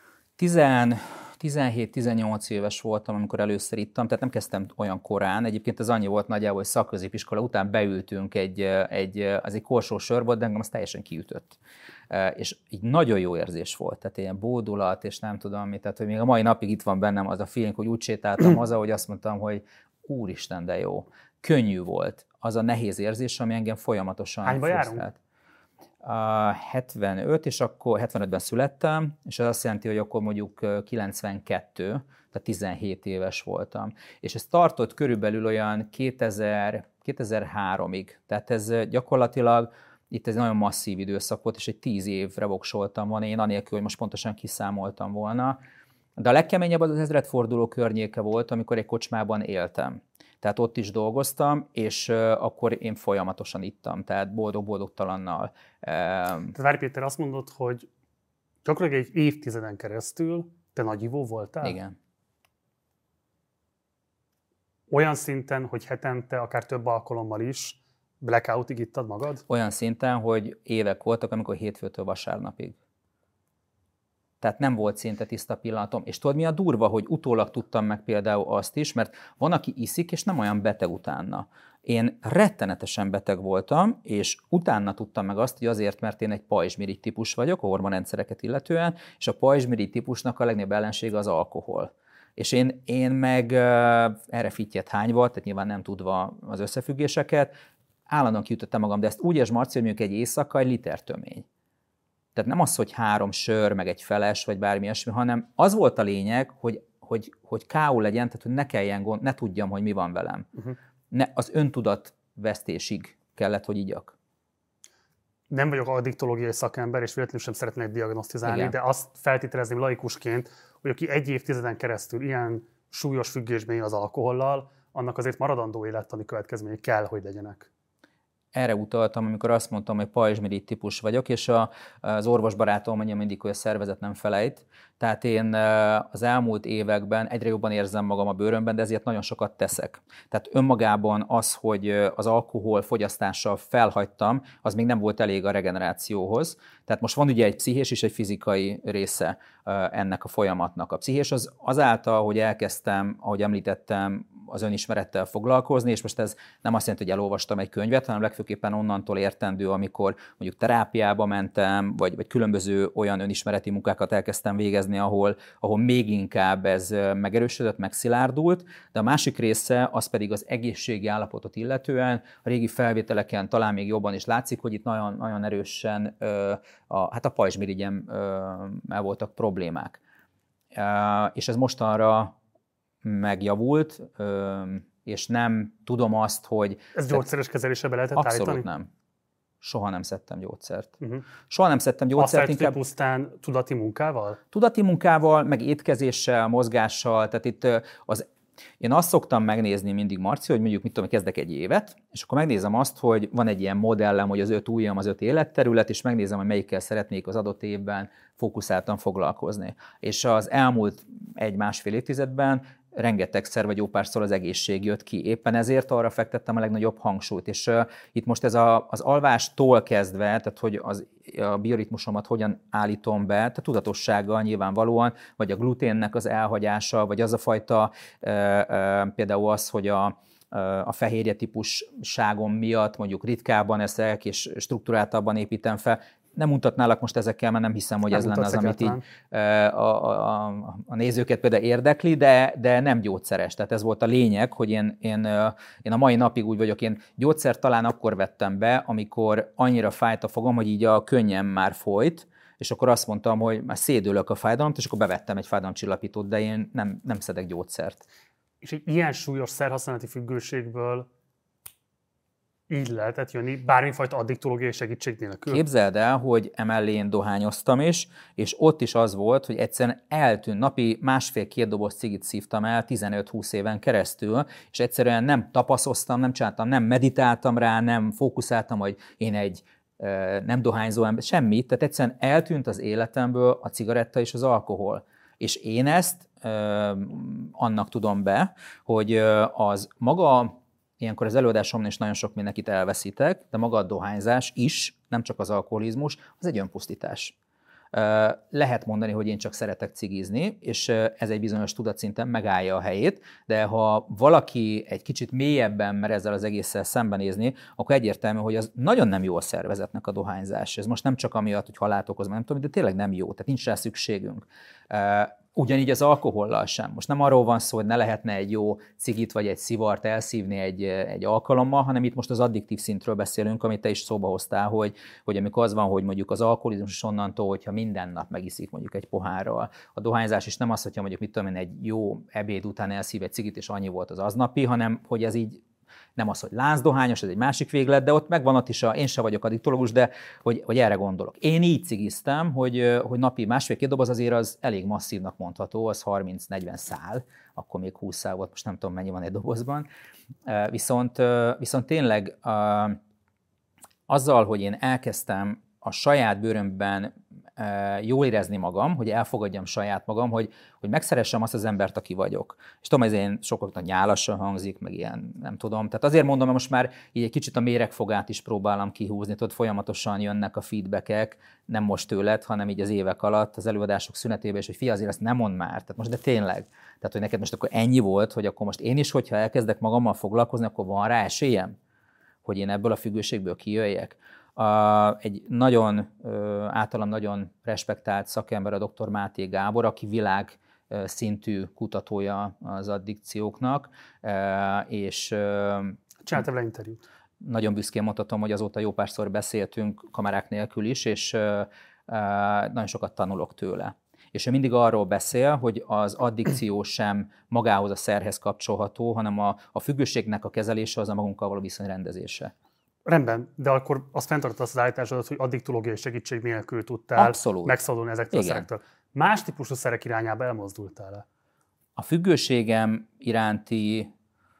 [SPEAKER 2] tizenhét-tizennyolc éves voltam, amikor először ittam, tehát nem kezdtem olyan korán. Egyébként ez annyi volt nagyjából, hogy szakközépiskola után beültünk egy, egy, az egy korsó sör volt, de engem az teljesen kiütött. És így nagyon jó érzés volt, tehát ilyen bódulat, és nem tudom mit, tehát hogy még a mai napig itt van bennem az a feeling, hogy úgy sétáltam haza, hogy azt mondtam, hogy úristen, de jó. Könnyű volt az a nehéz érzés, ami engem folyamatosan
[SPEAKER 1] Hányba járunk?
[SPEAKER 2] A hetvenöt, és akkor hetvenötben születtem, és ez azt jelenti, hogy akkor mondjuk kilencvenkettő, tehát tizenhét éves voltam. És ez tartott körülbelül olyan kétezer, kétezer-háromig. Tehát ez gyakorlatilag itt ez nagyon masszív időszak volt, és egy tíz évre voksoltam volna, én anélkül, hogy most pontosan kiszámoltam volna. De a legkeményebb az az ezredforduló környéke volt, amikor egy kocsmában éltem. Tehát ott is dolgoztam, és akkor én folyamatosan ittam, tehát boldog-boldogtalannal.
[SPEAKER 1] Tehát Várj Péter, azt mondod, hogy gyakorlatilag egy évtizeden keresztül te nagyivó voltál?
[SPEAKER 2] Igen.
[SPEAKER 1] Olyan szinten, hogy hetente, akár több alkalommal is blackoutig ittad magad?
[SPEAKER 2] Olyan szinten, hogy évek voltak, amikor hétfőtől vasárnapig. Tehát nem volt szinte tiszta pillanatom. És tudod, mi a durva, hogy utólag tudtam meg például azt is, mert van, aki iszik, és nem olyan beteg utána. Én rettenetesen beteg voltam, és utána tudtam meg azt, hogy azért, mert én egy pajzsmirigy típus vagyok, a hormonrendszereket illetően, és a pajzsmirigy típusnak a legnagyobb ellensége az alkohol. És én, én meg erre fittyet hányva, tehát nyilván nem tudva az összefüggéseket, állandóan kiütöttem magam, de ezt úgy értsd, Marci, hogy mondjuk egy éjszaka egy liter tömény. Tehát nem az, hogy három sör, meg egy feles, vagy bármi ilyesmi, hanem az volt a lényeg, hogy, hogy, hogy ká ó legyen, tehát hogy ne kelljen gond, ne tudjam, hogy mi van velem. Uh-huh. Ne, az öntudat vesztésig kellett, hogy igyak.
[SPEAKER 1] Nem vagyok addiktológiai szakember, és véletlenül sem szeretnék diagnosztizálni,
[SPEAKER 2] Igen.
[SPEAKER 1] de azt feltételezném laikusként, hogy aki egy évtizeden keresztül ilyen súlyos függésben él az alkohollal, annak azért maradandó élettani következményei kell, hogy legyenek.
[SPEAKER 2] Erre utaltam, amikor azt mondtam, hogy pajzsmirigy típus vagyok, és a, az orvosbarátom mondja mindig, hogy a szervezet nem felejt. Tehát én az elmúlt években egyre jobban érzem magam a bőrömben, de ezért nagyon sokat teszek. Tehát önmagában az, hogy az alkohol fogyasztással felhagytam, az még nem volt elég a regenerációhoz. Tehát most van ugye egy pszichés és egy fizikai része ennek a folyamatnak. A pszichés az azáltal, hogy elkezdtem, ahogy említettem, az önismerettel foglalkozni, és most ez nem azt jelenti, hogy elolvastam egy könyvet, hanem legfőképpen onnantól értendő, amikor mondjuk terápiába mentem, vagy, vagy különböző olyan önismereti munkákat elkezdtem végezni, ahol, ahol még inkább ez megerősödött, megszilárdult, de a másik része az pedig az egészségi állapotot illetően, a régi felvételeken talán még jobban is látszik, hogy itt nagyon, nagyon erősen ö, a, hát a pajzsmirigyemmel voltak problémák. Ö, és ez mostanra megjavult, és nem tudom azt, hogy...
[SPEAKER 1] Ez gyógyszeres kezelésbe lehetett
[SPEAKER 2] abszolút
[SPEAKER 1] állítani?
[SPEAKER 2] nem. Soha nem szedtem gyógyszert.
[SPEAKER 1] Uh-huh.
[SPEAKER 2] Soha nem szedtem gyógyszert.
[SPEAKER 1] Azt inkább pusztán tudati munkával?
[SPEAKER 2] Tudati munkával, meg étkezéssel, mozgással. Tehát itt az... Én azt szoktam megnézni mindig, Marci, hogy mondjuk mit tudom, kezdek egy évet, és akkor megnézem azt, hogy van egy ilyen modellem, hogy az öt ujjam, az öt életterület, és megnézem, hogy melyikkel szeretnék az adott évben fókuszáltan foglalkozni. És az elmúlt egy-másfél évtizedben rengetegszer vagy jó párszor az egészség jött ki. Éppen ezért arra fektettem a legnagyobb hangsúlyt. És uh, itt most ez a, az alvástól kezdve, tehát hogy az, a bioritmusomat hogyan állítom be, tehát tudatossággal nyilvánvalóan, vagy a gluténnek az elhagyása, vagy az a fajta, uh, uh, például az, hogy a a fehérje típusságom miatt mondjuk ritkábban eszek, és struktúráltabban építem fel. Nem mutatnálak most ezekkel, mert nem hiszem, hogy nem ez lenne az, amit így a, a, a, a nézőket például érdekli, de, de nem gyógyszeres. Tehát ez volt a lényeg, hogy én, én, én a mai napig úgy vagyok, én gyógyszert talán akkor vettem be, amikor annyira fájt a fogam, hogy így a könnyem már folyt, és akkor azt mondtam, hogy már szédülök a fájdalmat, és akkor bevettem egy fájdalomcsillapítót, de én nem, nem szedek gyógyszert.
[SPEAKER 1] És egy ilyen súlyos szerhasználati függőségből így lehetett jönni bármifajta addiktológiai segítség nélkül?
[SPEAKER 2] Képzeld el, hogy emellé én dohányoztam is, és ott is az volt, hogy egyszerűen eltűnt. Napi másfél-két doboz cigit szívtam el tizenöt-húsz éven keresztül, és egyszerűen nem tapaszoztam, nem csináltam, nem meditáltam rá, nem fókuszáltam, hogy én egy nem dohányzó ember, semmit. Tehát egyszerűen eltűnt az életemből a cigaretta és az alkohol. És én ezt ö, annak tudom be, hogy az maga, ilyenkor az előadásomon is nagyon sok mindenkit elveszítek, de maga a dohányzás is, nem csak az alkoholizmus, az egy önpusztítás. Lehet mondani, hogy én csak szeretek cigizni, és ez egy bizonyos tudatszinten megállja a helyét, de ha valaki egy kicsit mélyebben mer ezzel az egésszel szembenézni, akkor egyértelmű, hogy az nagyon nem jó a szervezetnek a dohányzás. Ez most nem csak amiatt, hogy halált okoz, nem tudom, de tényleg nem jó, tehát nincs rá szükségünk. Ugyanígy az alkohollal sem. Most nem arról van szó, hogy ne lehetne egy jó cigit vagy egy szivart elszívni egy, egy alkalommal, hanem itt most az addiktív szintről beszélünk, amit te is szóba hoztál, hogy, hogy amikor az van, hogy mondjuk az alkoholizmus is onnantól, hogyha minden nap megiszik mondjuk egy pohárral. A dohányzás is nem az, hogyha mondjuk mit tudom én, egy jó ebéd után elszív egy cigit, és annyi volt az aznapi, hanem hogy ez így Nem az, hogy láncdohányos, ez egy másik véglet, de ott megvan ott is, a, én sem vagyok addiktológus, de hogy, hogy erre gondolok. Én így cigiztem, hogy, hogy napi másfél-két doboz azért az elég masszívnak mondható, az harminc-negyven szál, akkor még húsz szál volt, most nem tudom mennyi van egy dobozban. Viszont, viszont tényleg azzal, hogy én elkezdtem a saját bőrömben jól érezni magam, hogy elfogadjam saját magam, hogy, hogy megszeressem azt az embert, aki vagyok. És tudom, ez én sokaknak nyálasan hangzik, meg ilyen, nem tudom. Tehát azért mondom, hogy most már így egy kicsit a méregfogát is próbálom kihúzni, tudod, folyamatosan jönnek a feedbackek, nem most tőled, hanem így az évek alatt, az előadások szünetében, és hogy fia, azért ezt nem mondd már. Tehát most, de tényleg. Tehát, hogy neked most akkor ennyi volt, hogy akkor most én is, hogyha elkezdek magammal foglalkozni, akkor van rá esélyem, hogy én ebből a függőségből kijöjjek. Uh, egy nagyon, uh, általam nagyon respektált szakember, a doktor Máté Gábor, aki világ uh, szintű kutatója az addikcióknak, uh, és uh,
[SPEAKER 1] csináltam le interjút.
[SPEAKER 2] Nagyon büszkén mondhatom, hogy azóta jó párszor beszéltünk kamerák nélkül is, és uh, uh, nagyon sokat tanulok tőle. És ő mindig arról beszél, hogy az addikció sem magához a szerhez kapcsolható, hanem a, a függőségnek a kezelése az a magunkkal való viszonyrendezése.
[SPEAKER 1] Rendben, de akkor azt fenntartott az állításodat, hogy addiktológiai segítség nélkül tudtál
[SPEAKER 2] Abszolút.
[SPEAKER 1] megszabadulni ezektől
[SPEAKER 2] Igen.
[SPEAKER 1] a szerektől. Más típusú szerek irányába elmozdultál-e?
[SPEAKER 2] A függőségem iránti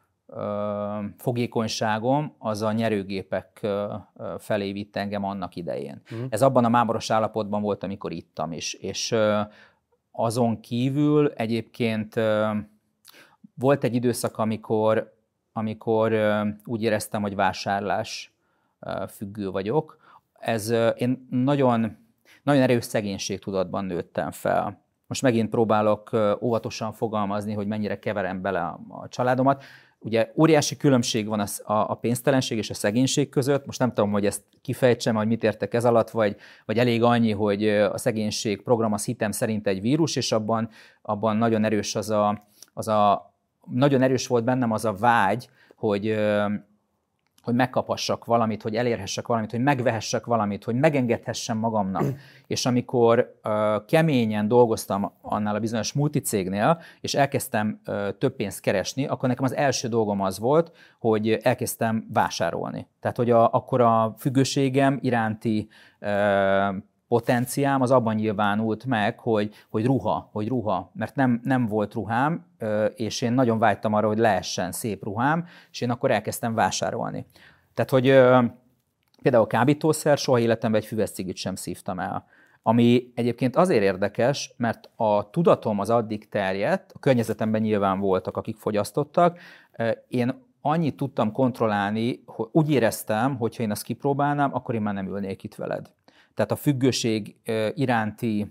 [SPEAKER 2] ö, fogékonyságom az a nyerőgépek ö, felé vitt engem annak idején. Mm. Ez abban a mámoros állapotban volt, amikor ittam is. És ö, azon kívül egyébként ö, volt egy időszak, amikor amikor uh, úgy éreztem, hogy vásárlás uh, függő vagyok. Ez uh, én nagyon, nagyon erős szegénységtudatban nőttem fel. Most megint próbálok uh, óvatosan fogalmazni, hogy mennyire keverem bele a, a családomat. Ugye óriási különbség van a, a pénztelenség és a szegénység között. Most nem tudom, hogy ezt kifejtsem, hogy mit értek ez alatt, vagy, vagy elég annyi, hogy a szegénység program az hitem szerint egy vírus, és abban, abban nagyon erős az a, az a nagyon erős volt bennem az a vágy, hogy, hogy megkaphassak valamit, hogy elérhessek valamit, hogy megvehessek valamit, hogy megengedhessem magamnak. És amikor uh, keményen dolgoztam annál a bizonyos multicégnél, és elkezdtem uh, több pénzt keresni, akkor nekem az első dolgom az volt, hogy elkezdtem vásárolni. Tehát, hogy a, akkor a függőségem iránti uh, potenciám az abban nyilvánult meg, hogy, hogy ruha, hogy ruha, mert nem, nem volt ruhám, és én nagyon vágytam arra, hogy lehessen szép ruhám, és én akkor elkezdtem vásárolni. Tehát, hogy például a kábítószer, soha életemben egy füves cigit sem szívtam el. Ami egyébként azért érdekes, mert a tudatom az addig terjedt, a környezetemben nyilván voltak, akik fogyasztottak, én annyit tudtam kontrollálni, hogy úgy éreztem, hogy ha én ezt kipróbálnám, akkor én már nem ülnék itt veled. Tehát a függőség iránti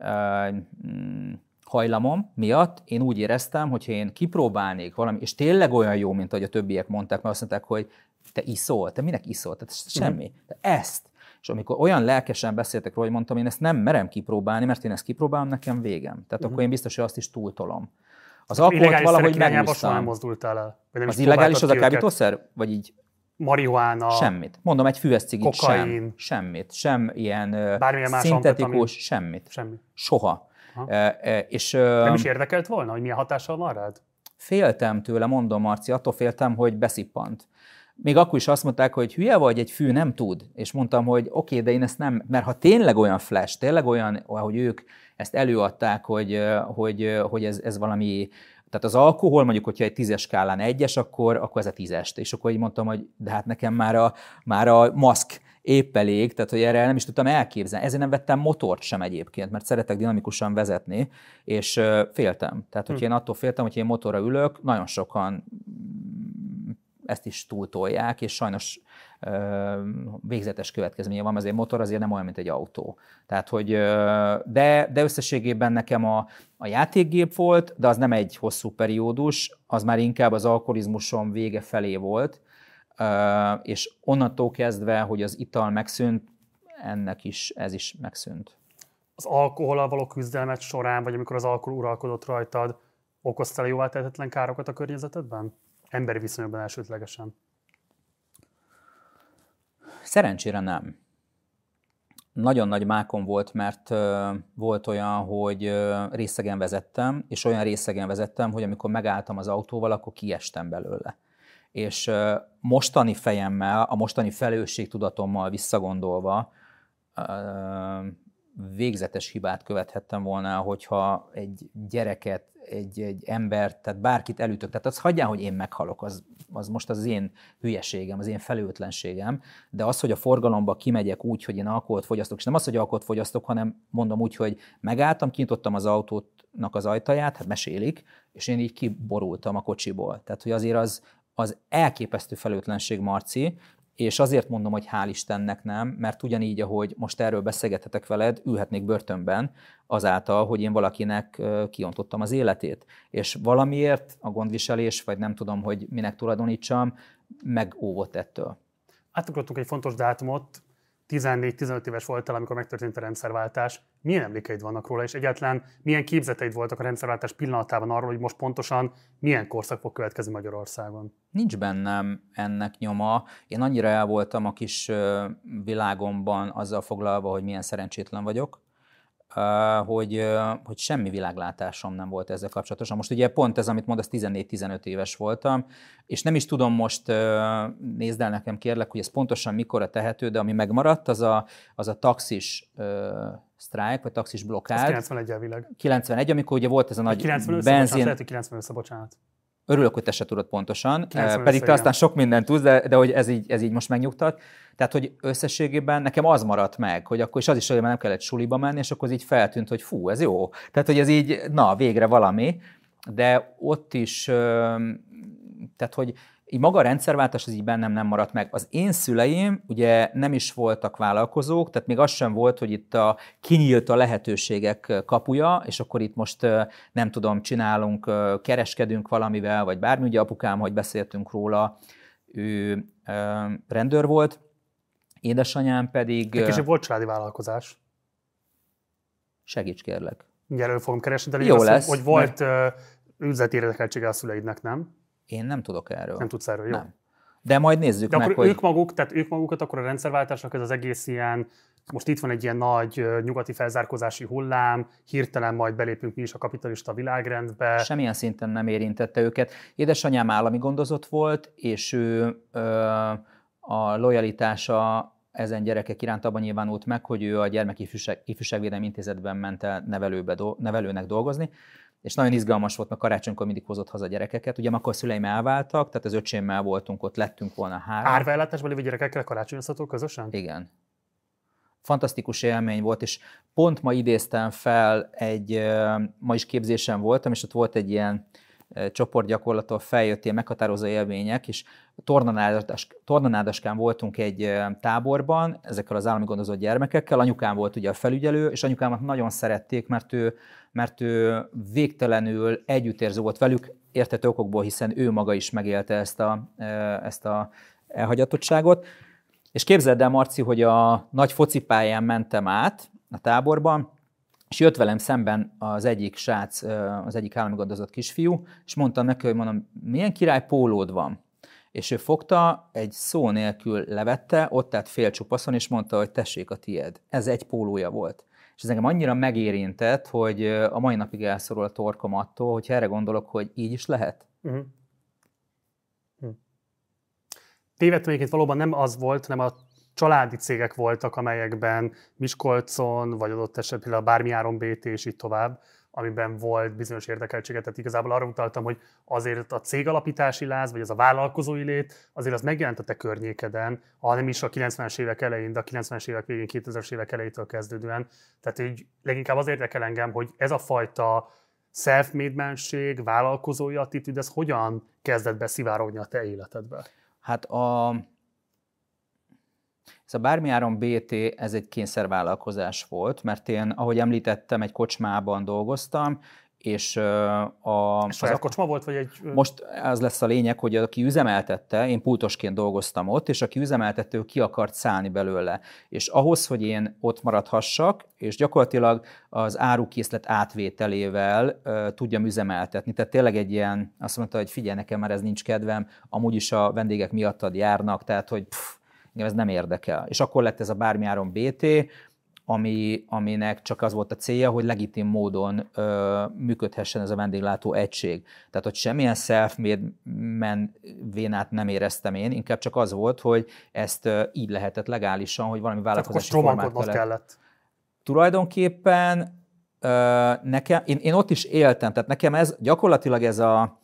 [SPEAKER 2] hajlamom miatt én úgy éreztem, hogyha én kipróbálnék valami, és tényleg olyan jó, mint ahogy a többiek mondták, mert azt mondták, hogy te iszol, te minek iszol? Tehát semmi. De ezt. És amikor olyan lelkesen beszéltek róla, hogy mondtam, én ezt nem merem kipróbálni, mert én ezt kipróbálom, nekem végem. Tehát uh-huh. akkor én biztos, hogy azt is túltolom. Az alkoholt valahogy megúsztam.
[SPEAKER 1] El,
[SPEAKER 2] az illegális az a kábítószer? Vagy így?
[SPEAKER 1] Marihuána.
[SPEAKER 2] Semmit. Mondom, egy füves cigit
[SPEAKER 1] kokain,
[SPEAKER 2] sem. Semmit. Sem ilyen
[SPEAKER 1] más
[SPEAKER 2] szintetikus, semmit.
[SPEAKER 1] Semmi.
[SPEAKER 2] Soha. E, e, és,
[SPEAKER 1] nem is érdekelt volna, hogy milyen hatással van rád?
[SPEAKER 2] Féltem tőle, mondom, Marci, attól féltem, hogy beszippant. Még akkor is azt mondták, hogy hülye vagy, egy fű nem tud. És mondtam, hogy oké, okay, de én ezt nem, mert ha tényleg olyan flash, tényleg olyan, hogy ők ezt előadták, hogy, hogy, hogy ez, ez valami. Tehát az alkohol, mondjuk, hogyha egy tízes skálán egyes, akkor, akkor ez a tízest. És akkor így mondtam, hogy de hát nekem már a, már a maszk épp elég, tehát hogy erre nem is tudtam elképzelni. Ezért nem vettem motort sem egyébként, mert szeretek dinamikusan vezetni, és féltem. Tehát, hogy hm. én attól féltem, hogy én motorra ülök, nagyon sokan ezt is túltolják, és sajnos végzetes következménye van, azért motor azért nem olyan, mint egy autó. Tehát, hogy, de, de összességében nekem a, a játékgép volt, de az nem egy hosszú periódus, az már inkább az alkoholizmusom vége felé volt, és onnantól kezdve, hogy az ital megszűnt, ennek is, ez is megszűnt.
[SPEAKER 1] Az alkohollal való küzdelmet során, vagy amikor az alkohol uralkodott rajtad, okoztál jóvá tehetetlen károkat a környezetedben? Emberi viszonyokban elsődlegesen.
[SPEAKER 2] Szerencsére nem. Nagyon nagy mákom volt, mert uh, volt olyan, hogy uh, részegen vezettem, és olyan részegen vezettem, hogy amikor megálltam az autóval, akkor kiestem belőle. És mostani fejemmel, a mostani felelősségtudatommal visszagondolva végzetes hibát követhettem volna, hogyha egy gyereket, egy, egy embert, tehát bárkit elütök. Tehát azt hagyjál, hogy én meghalok, az, az most az én hülyeségem, az én felelőtlenségem, de az, hogy a forgalomba kimegyek úgy, hogy én alkoholt fogyasztok, és nem az, hogy alkoholt fogyasztok, hanem mondom úgy, hogy megálltam, kinyitottam az autónak az ajtaját, hát mesélik, és én így kiborultam a kocsiból. Tehát, hogy azért az, az elképesztő felelőtlenség, Marci, és azért mondom, hogy hál' Istennek nem, mert ugyanígy, ahogy most erről beszélgethetek veled, ülhetnék börtönben azáltal, hogy én valakinek kiontottam az életét. És valamiért a gondviselés, vagy nem tudom, hogy minek tulajdonítsam, megóvott ettől.
[SPEAKER 1] Átugrottunk egy fontos dátumot, tizennégy-tizenöt éves voltál, amikor megtörtént a rendszerváltás. Milyen emlékeid vannak róla, és egyáltalán milyen képzeteid voltak a rendszerváltás pillanatában arról, hogy most pontosan milyen korszak fog következni Magyarországon?
[SPEAKER 2] Nincs bennem ennek nyoma. Én annyira el voltam a kis világomban azzal foglalva, hogy milyen szerencsétlen vagyok, hogy, hogy semmi világlátásom nem volt ezzel kapcsolatosan. Most ugye pont ez, amit mondasz, tizennégy-tizenöt éves voltam, és nem is tudom most, nézd el nekem kérlek, hogy ez pontosan mikorra tehető, de ami megmaradt, az a, az a taxis sztrájk, vagy taxis blokkád. Ez
[SPEAKER 1] kilencvenegy elvileg.
[SPEAKER 2] kilencvenegy, amikor ugye volt ez a nagy
[SPEAKER 1] kilencvenöt,
[SPEAKER 2] benzin...
[SPEAKER 1] Lehet, hogy kilencvenöt, bocsánat.
[SPEAKER 2] Örülök, hogy te se tudod pontosan, pedig te aztán sok mindent tudsz, de, de hogy ez így, ez így most megnyugtat. Tehát, hogy összességében nekem az maradt meg, hogy akkor is az is, hogy nem kellett suliba menni, és akkor az így feltűnt, hogy fú, ez jó. Tehát, hogy ez így, na, végre valami. De ott is, tehát, hogy így maga a rendszerváltás az így bennem nem maradt meg. Az én szüleim ugye nem is voltak vállalkozók, tehát még az sem volt, hogy itt a, kinyílt a lehetőségek kapuja, és akkor itt most nem tudom, csinálunk, kereskedünk valamivel, vagy bármi. Ugye apukám, hogy beszéltünk róla, ő rendőr volt, édesanyám pedig...
[SPEAKER 1] Egy kicsit volt családi vállalkozás.
[SPEAKER 2] Segíts kérlek.
[SPEAKER 1] Mindjárt elő fogom keresni, de
[SPEAKER 2] jó
[SPEAKER 1] azt,
[SPEAKER 2] lesz,
[SPEAKER 1] hogy volt mert... üzleti érdekeltsége a szüleidnek, nem?
[SPEAKER 2] Én nem tudok erről.
[SPEAKER 1] Nem tudsz erről, jó?
[SPEAKER 2] Nem. De majd nézzük
[SPEAKER 1] De
[SPEAKER 2] meg,
[SPEAKER 1] akkor
[SPEAKER 2] hogy...
[SPEAKER 1] ők maguk, tehát ők magukat akkor a rendszerváltásnak ez az egész ilyen, most itt van egy ilyen nagy nyugati felzárkózási hullám, hirtelen majd belépünk mi is a kapitalista világrendbe.
[SPEAKER 2] Semmilyen szinten nem érintette őket. Édesanyám állami gondozott volt, és ő ö, a lojalitása ezen gyerekek iránt abban nyilvánult meg, hogy ő a Gyermekifjúság, Ifjúságvédelmi Intézetben ment el nevelőbe, do, nevelőnek dolgozni, és nagyon izgalmas volt, mert karácsonykor mindig hozott haza gyerekeket. Ugye akkor a szüleim elváltak, tehát az öcsémmel voltunk ott, lettünk volna három.
[SPEAKER 1] Árvaellátásban lévő gyerekekkel karácsonyoztatok közösen?
[SPEAKER 2] Igen. Fantasztikus élmény volt, és pont ma idéztem fel egy, ma is képzésen voltam, és ott volt egy ilyen csoportgyakorlattól feljött ilyen meghatározó élmények, és tornanádas, tornanádaskán voltunk egy táborban, ezekkel az állami gondozott gyermekekkel, anyukám volt ugye a felügyelő, és anyukámat nagyon szerették, mert ő, mert ő végtelenül együttérző volt velük, érthető okokból, hiszen ő maga is megélte ezt a, ezt a elhagyatottságot. És képzeld el, Marci, hogy a nagy focipályán mentem át a táborban, és jött velem szemben az egyik srác, az egyik állami gondozott kisfiú, és mondtam neki, hogy mondom, milyen király pólód van? És ő fogta, egy szó nélkül levette, ott állt fél csupaszon, és mondta, hogy tessék a tied. Ez egy pólója volt. És ez engem annyira megérintett, hogy a mai napig elszorul a torkom attól, hogy erre gondolok, hogy így is lehet. Uh-huh.
[SPEAKER 1] Uh-huh. Tévedtem egyébként, valóban nem az volt, hanem a családi cégek voltak, amelyekben Miskolcon, vagy adott esetben a Bármi áron bé té és így tovább, amiben volt bizonyos érdekeltséget. Tehát igazából arra utaltam, hogy azért a cégalapítási láz, vagy az a vállalkozói lét, azért az megjelent a te környékeden, ha nem is a kilencvenes évek elején, de a kilencvenes évek végén, kétezres évek elejétől kezdődően. Tehát így leginkább az érdekel engem, hogy ez a fajta self-made-menség, vállalkozói attitűd, ez hogyan kezdett be szivárogni a te életedbe?
[SPEAKER 2] Hát a... Ez a Bármi áron bé té, ez egy kényszervállalkozás volt, mert én, ahogy említettem, egy kocsmában dolgoztam, és a...
[SPEAKER 1] És saját kocsma volt, vagy egy...
[SPEAKER 2] Most az lesz a lényeg, hogy aki üzemeltette, én pultosként dolgoztam ott, és aki üzemeltette, ő ki akart szállni belőle. És ahhoz, hogy én ott maradhassak, és gyakorlatilag az árukészlet átvételével uh, tudjam üzemeltetni. Tehát tényleg egy ilyen, azt mondta, hogy figyelj nekem, mert ez nincs kedvem, amúgy is a vendégek miattad járnak, tehát hogy pff, engem ez nem érdekel. És akkor lett ez a Bármi áron bé té, ami, aminek csak az volt a célja, hogy legitim módon ö, működhessen ez a vendéglátó egység. Tehát, hogy semmilyen self-made man vénát nem éreztem én, inkább csak az volt, hogy ezt ö, így lehetett legálisan, hogy valami vállalkozási formát kellett. kellett. Tulajdonképpen ö, nekem, én, én ott is éltem, tehát nekem ez gyakorlatilag ez a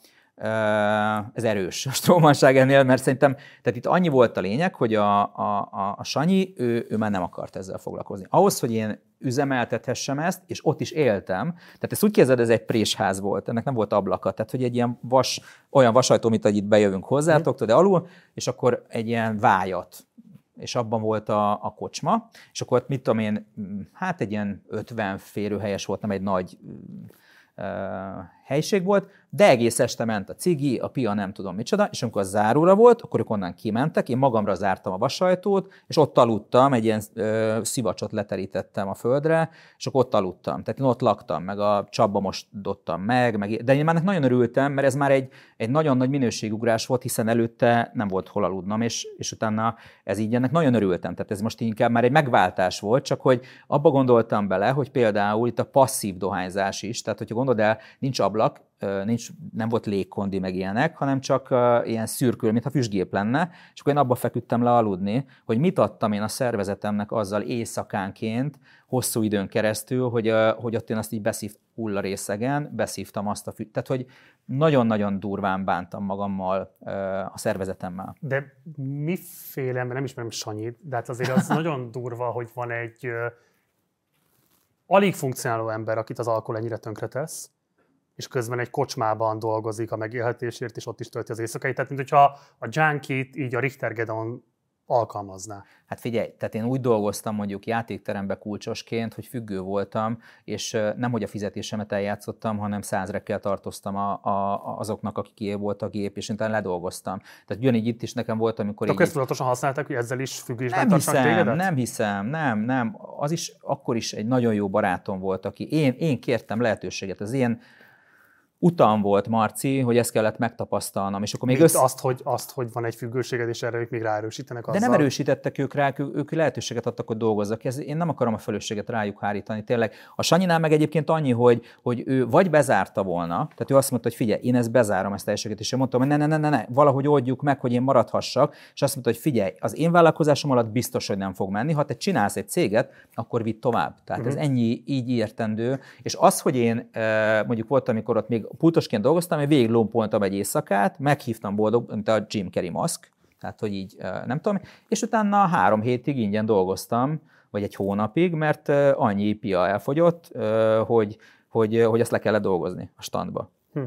[SPEAKER 2] ez erős a strómanság ennél, mert szerintem, tehát itt annyi volt a lényeg, hogy a, a, a, a Sanyi, ő, ő már nem akart ezzel foglalkozni. Ahhoz, hogy én üzemeltethessem ezt, és ott is éltem, tehát ezt úgy képzeld, ez egy présház volt, ennek nem volt ablaka, tehát hogy egy ilyen vas, olyan vasajtó, mint hogy itt bejövünk hozzátok, de alul, és akkor egy ilyen vájat, és abban volt a, a kocsma, és akkor mit tudom én, hát egy ilyen ötven férőhelyes volt, nem egy nagy uh, helység volt, de egész este ment a cigi, a pia, nem tudom micsoda, és amikor az záróra volt, akkor ők onnan kimentek, én magamra zártam a vasajtót, és ott aludtam, egy ilyen ö, szivacsot leterítettem a földre, és akkor ott aludtam. Tehát én ott laktam, meg a csapba mosdottam meg, meg, de én már nagyon örültem, mert ez már egy, egy nagyon nagy minőségugrás volt, hiszen előtte nem volt hol aludnom, és, és utána ez így ennek nagyon örültem. Tehát ez most inkább már egy megváltás volt, csak hogy abba gondoltam bele, hogy például itt a passzív dohányzás is, tehát hogyha gondolod el, nincs ablak, Nincs, nem volt légkondi meg ilyenek, hanem csak uh, ilyen szürkül, mintha füstgép lenne, és akkor én abba feküdtem le aludni, hogy mit adtam én a szervezetemnek azzal éjszakánként, hosszú időn keresztül, hogy, uh, hogy ott én azt így beszív hullarészegen, beszívtam azt a füst, tehát hogy nagyon-nagyon durván bántam magammal, uh, a szervezetemmel.
[SPEAKER 1] De miféle, nem ismerem Sanyit, de hát azért az nagyon durva, hogy van egy uh, alig funkcionáló ember, akit az alkohol ennyire tönkretesz, és közben egy kocsmában dolgozik a megélhetésért, és ott is tölti az éjszakáit. Tehát, mint hogyha a junkie-t így a Richter Gedeon alkalmazná.
[SPEAKER 2] Hát figyelj, tehát én úgy dolgoztam mondjuk játékterembe kulcsosként, hogy függő voltam, és nem hogy a fizetésemet eljátszottam, hanem százrekkel tartoztam a, a, azoknak, akiké volt a gép, és utána ledolgoztam. Tehát ugyanígy itt is nekem volt, amikor...
[SPEAKER 1] Akkor ezt tudatosan használták, hogy ezzel is függésben
[SPEAKER 2] nem
[SPEAKER 1] tartsanak
[SPEAKER 2] hiszem,
[SPEAKER 1] tégedet?
[SPEAKER 2] Nem hiszem, nem, nem. Az is, akkor is egy nagyon jó barátom volt, aki én, én kértem lehetőséget. Az én utam volt, Marci, hogy ezt kellett megtapasztalnom. És akkor még
[SPEAKER 1] össze... azt, hogy, azt, hogy van egy függőséged, és erre ők még ráerősítenek azzal.
[SPEAKER 2] De nem erősítettek ők rá, ők lehetőséget adtak, hogy dolgozzak. Ez, én nem akarom a felelősséget rájuk hárítani. Tényleg a Sanyinál meg egyébként annyi, hogy, hogy ő vagy bezárta volna, tehát ő azt mondta, hogy figyelj, én ezt bezárom, ezt a helységet, és én mondtam, hogy ne, ne, ne, ne, ne, valahogy oldjuk meg, hogy én maradhassak, és azt mondta, hogy figyelj, az én vállalkozásom alatt biztos, hogy nem fog menni, ha te csinálsz egy céget, akkor vidd tovább. Tehát uh-huh. ez ennyi így értendő. És az, hogy én mondjuk volt, amikor ott még pultosként dolgoztam, én végig lompoltam egy éjszakát, meghívtam boldog, mint a Jim Carrey maszk, tehát hogy így nem tudom, és utána három hétig ingyen dolgoztam, vagy egy hónapig, mert annyi pia elfogyott, hogy, hogy, hogy azt le kellett dolgozni a standba. Hm.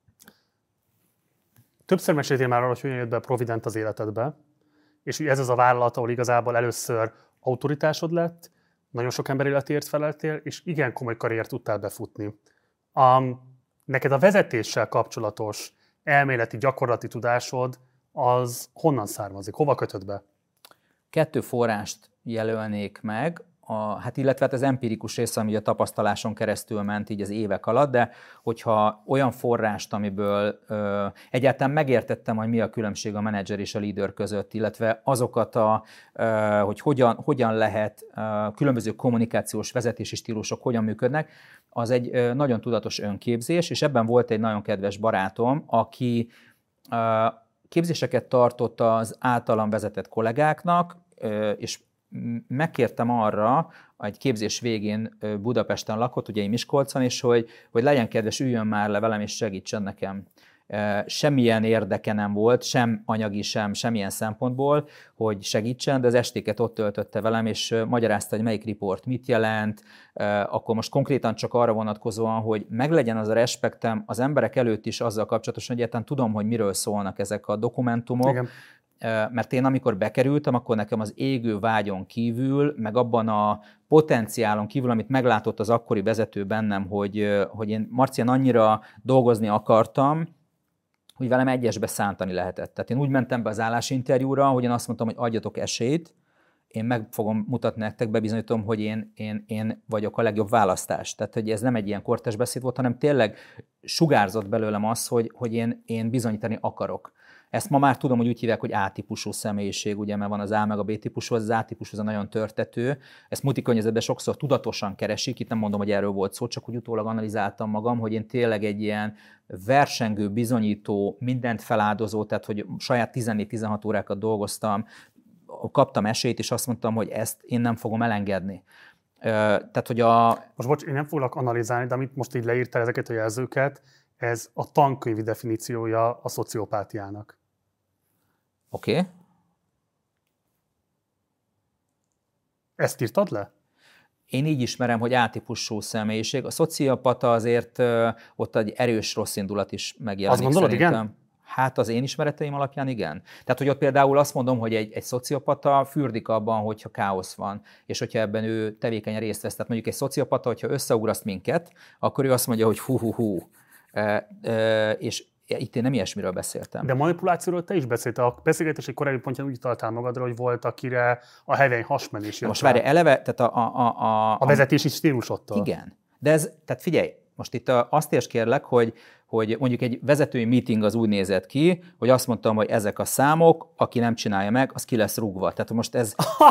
[SPEAKER 1] Többször meséltél már arról, hogy hogyan jött be a Provident az életedbe, és ez az a vállalat, ahol igazából először autoritásod lett, nagyon sok ember életéért feleltél, és igen komoly karriert tudtál befutni. Um, Neked a vezetéssel kapcsolatos elméleti, gyakorlati tudásod az honnan származik? Hova kötöd be?
[SPEAKER 2] Kettő forrást jelölnék meg, a, hát illetve hát az empirikus része, ami a tapasztaláson keresztül ment így az évek alatt, de hogyha olyan forrást, amiből ö, egyáltalán megértettem, hogy mi a különbség a menedzser és a líder között, illetve azokat, a, ö, hogy hogyan, hogyan lehet ö, különböző kommunikációs vezetési stílusok hogyan működnek, az egy ö, nagyon tudatos önképzés, és ebben volt egy nagyon kedves barátom, aki ö, képzéseket tartott az általam vezetett kollégáknak, ö, és megkértem arra, egy képzés végén Budapesten lakott, ugye én Miskolcon, és hogy, hogy legyen kedves, üljön már le velem, és segítsen nekem. Semmilyen érdeke nem volt, sem anyagi, sem semmilyen szempontból, hogy segítsen, de az estéket ott töltötte velem, és magyarázta, hogy melyik riport mit jelent, akkor most konkrétan csak arra vonatkozóan, hogy meglegyen az a respektem az emberek előtt is azzal kapcsolatosan, hogy egyáltalán tudom, hogy miről szólnak ezek a dokumentumok. Igen. Mert én amikor bekerültem, akkor nekem az égő vágyon kívül, meg abban a potenciálon kívül, amit meglátott az akkori vezető bennem, hogy, hogy én Marcián annyira dolgozni akartam, hogy velem egyesbe szántani lehetett. Tehát én úgy mentem be az állásinterjúra, hogy én azt mondtam, hogy adjatok esélyt, én meg fogom mutatni nektek, bebizonyítom, hogy én, én, én vagyok a legjobb választás. Tehát, hogy ez nem egy ilyen kortes beszéd volt, hanem tényleg sugárzott belőlem az, hogy, hogy én, én bizonyítani akarok. Ezt ma már tudom, hogy úgy hívják, hogy A-típusú személyiség, ugye, mert van az A meg a B-típusú, az A-típusú az a nagyon törtető. Ezt multikörnyezetben sokszor tudatosan keresik, itt nem mondom, hogy erről volt szó, csak úgy utólag analizáltam magam, hogy én tényleg egy ilyen versengő, bizonyító, mindent feláldozó, tehát hogy saját tizennégy-tizenhat órákat dolgoztam, kaptam esélyt, és azt mondtam, hogy ezt én nem fogom elengedni. Tehát, hogy a...
[SPEAKER 1] Most bocs, én nem foglak analizálni, de amit most így leírtál ezeket a jelzőket, ez a tankönyvi definíciója a szociopátiának.
[SPEAKER 2] Oké. Okay.
[SPEAKER 1] Ezt írtad le?
[SPEAKER 2] Én így ismerem, hogy A-típusú személyiség. A szociopata azért uh, ott egy erős rossz indulat is megjelenik.
[SPEAKER 1] Azt gondolod,
[SPEAKER 2] szerintem.
[SPEAKER 1] igen?
[SPEAKER 2] Hát az én ismereteim alapján igen. Tehát, hogy ott például azt mondom, hogy egy, egy szociopata fürdik abban, hogyha káosz van, és hogyha ebben ő tevékenyen részt vesz. Tehát mondjuk egy szociopata, hogyha összeugraszt minket, akkor ő azt mondja, hogy hú-hú-hú. E, e, és itt én nem ilyesmiről beszéltem.
[SPEAKER 1] De manipulációról te is beszéltél. A beszélgetés egy korábbi pontján úgy utaltál magadra, hogy volt, akire a heveny hasmenés jött.
[SPEAKER 2] Most várj, eleve, tehát a... A, a, a,
[SPEAKER 1] a vezetési stílusottól.
[SPEAKER 2] Igen. De ez, tehát figyelj, most itt azt érts kérlek, hogy, hogy mondjuk egy vezetői meeting az úgy nézett ki, hogy azt mondtam, hogy ezek a számok, aki nem csinálja meg, az ki lesz rúgva. Tehát most ez...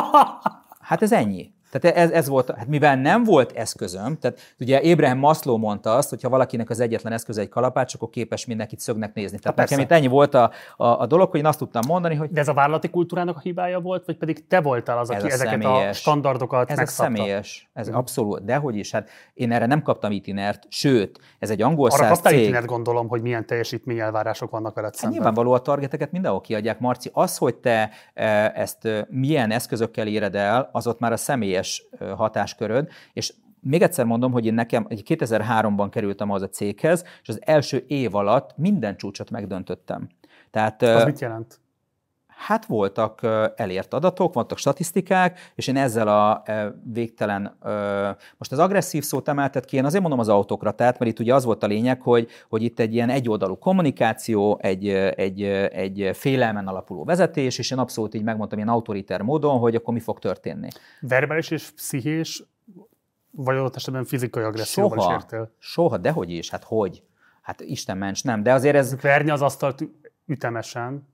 [SPEAKER 2] Hát ez ennyi. Tehát ez, ez volt, hát mivel nem volt eszközöm, tehát ugye Abraham Maslow mondta azt, hogy ha valakinek az egyetlen eszköze egy kalapács, akkor képes mindenkit szögnek nézni. Tehát nekem itt ennyi volt a, a, a dolog, hogy én azt tudtam mondani, hogy...
[SPEAKER 1] De ez a vállalati kultúrának a hibája volt, vagy pedig te voltál az, aki ezeket személyes, a standardokat
[SPEAKER 2] ez
[SPEAKER 1] megszabta?
[SPEAKER 2] Ez személyes, ez hmm. abszolút, dehogy is. Hát én erre nem kaptam itinert, sőt, ez egy angol
[SPEAKER 1] száz
[SPEAKER 2] cég... Arra
[SPEAKER 1] kaptál itinert, gondolom, hogy milyen teljesítményelvárások vannak veled
[SPEAKER 2] hát
[SPEAKER 1] szemben.
[SPEAKER 2] Nyilvánvaló a targeteket mindenhol kiadják, Marci. Az, hogy te ezt milyen eszközökkel éred el, az ott már a személyes hatásköröd, és még egyszer mondom, hogy én nekem kétezer-háromban kerültem az a céghez, és az első év alatt minden csúcsot megdöntöttem. Tehát,
[SPEAKER 1] az mit jelent?
[SPEAKER 2] Hát voltak elért adatok, voltak statisztikák, és én ezzel a végtelen, most az agresszív szót emeltet ki, én azért mondom az autokratát, mert itt ugye az volt a lényeg, hogy, hogy itt egy ilyen egyoldalú kommunikáció, egy, egy, egy félelmen alapuló vezetés, és én abszolút így megmondtam ilyen autoriter módon, hogy akkor mi fog történni.
[SPEAKER 1] Verbális és pszichés, vagy adott esetben fizikai agresszióval is értél?
[SPEAKER 2] Soha, dehogy is, hát hogy? Hát Isten ments, nem, de azért ez...
[SPEAKER 1] Verni az asztalt ütemesen.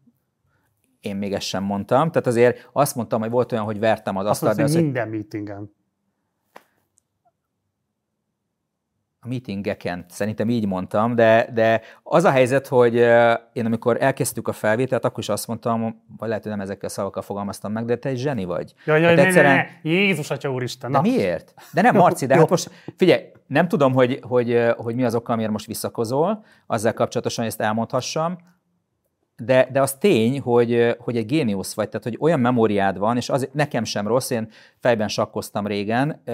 [SPEAKER 2] Én még ezt sem mondtam. Tehát azért azt mondtam, hogy volt olyan, hogy vertem az asztalt.
[SPEAKER 1] Azt mondtam, hogy minden meetingen.
[SPEAKER 2] A meetingeken, szerintem így mondtam, de, de az a helyzet, hogy én amikor elkezdtük a felvételt, akkor is azt mondtam, vagy lehet, hogy nem ezekkel a szavakkal fogalmaztam meg, de te egy zseni vagy.
[SPEAKER 1] Jaj, jaj, ne, egyszerűen... ne, ne, Jézus Atya Úristen.
[SPEAKER 2] De
[SPEAKER 1] na.
[SPEAKER 2] miért? De nem, Marci, de hát most figyelj, nem tudom, hogy, hogy, hogy mi az oka, amiért most visszakozol, azzal kapcsolatosan, hogy ezt elmondhassam, De, de az tény, hogy, hogy egy géniusz vagy, tehát hogy olyan memóriád van, és az nekem sem rossz, én fejben sakkoztam régen,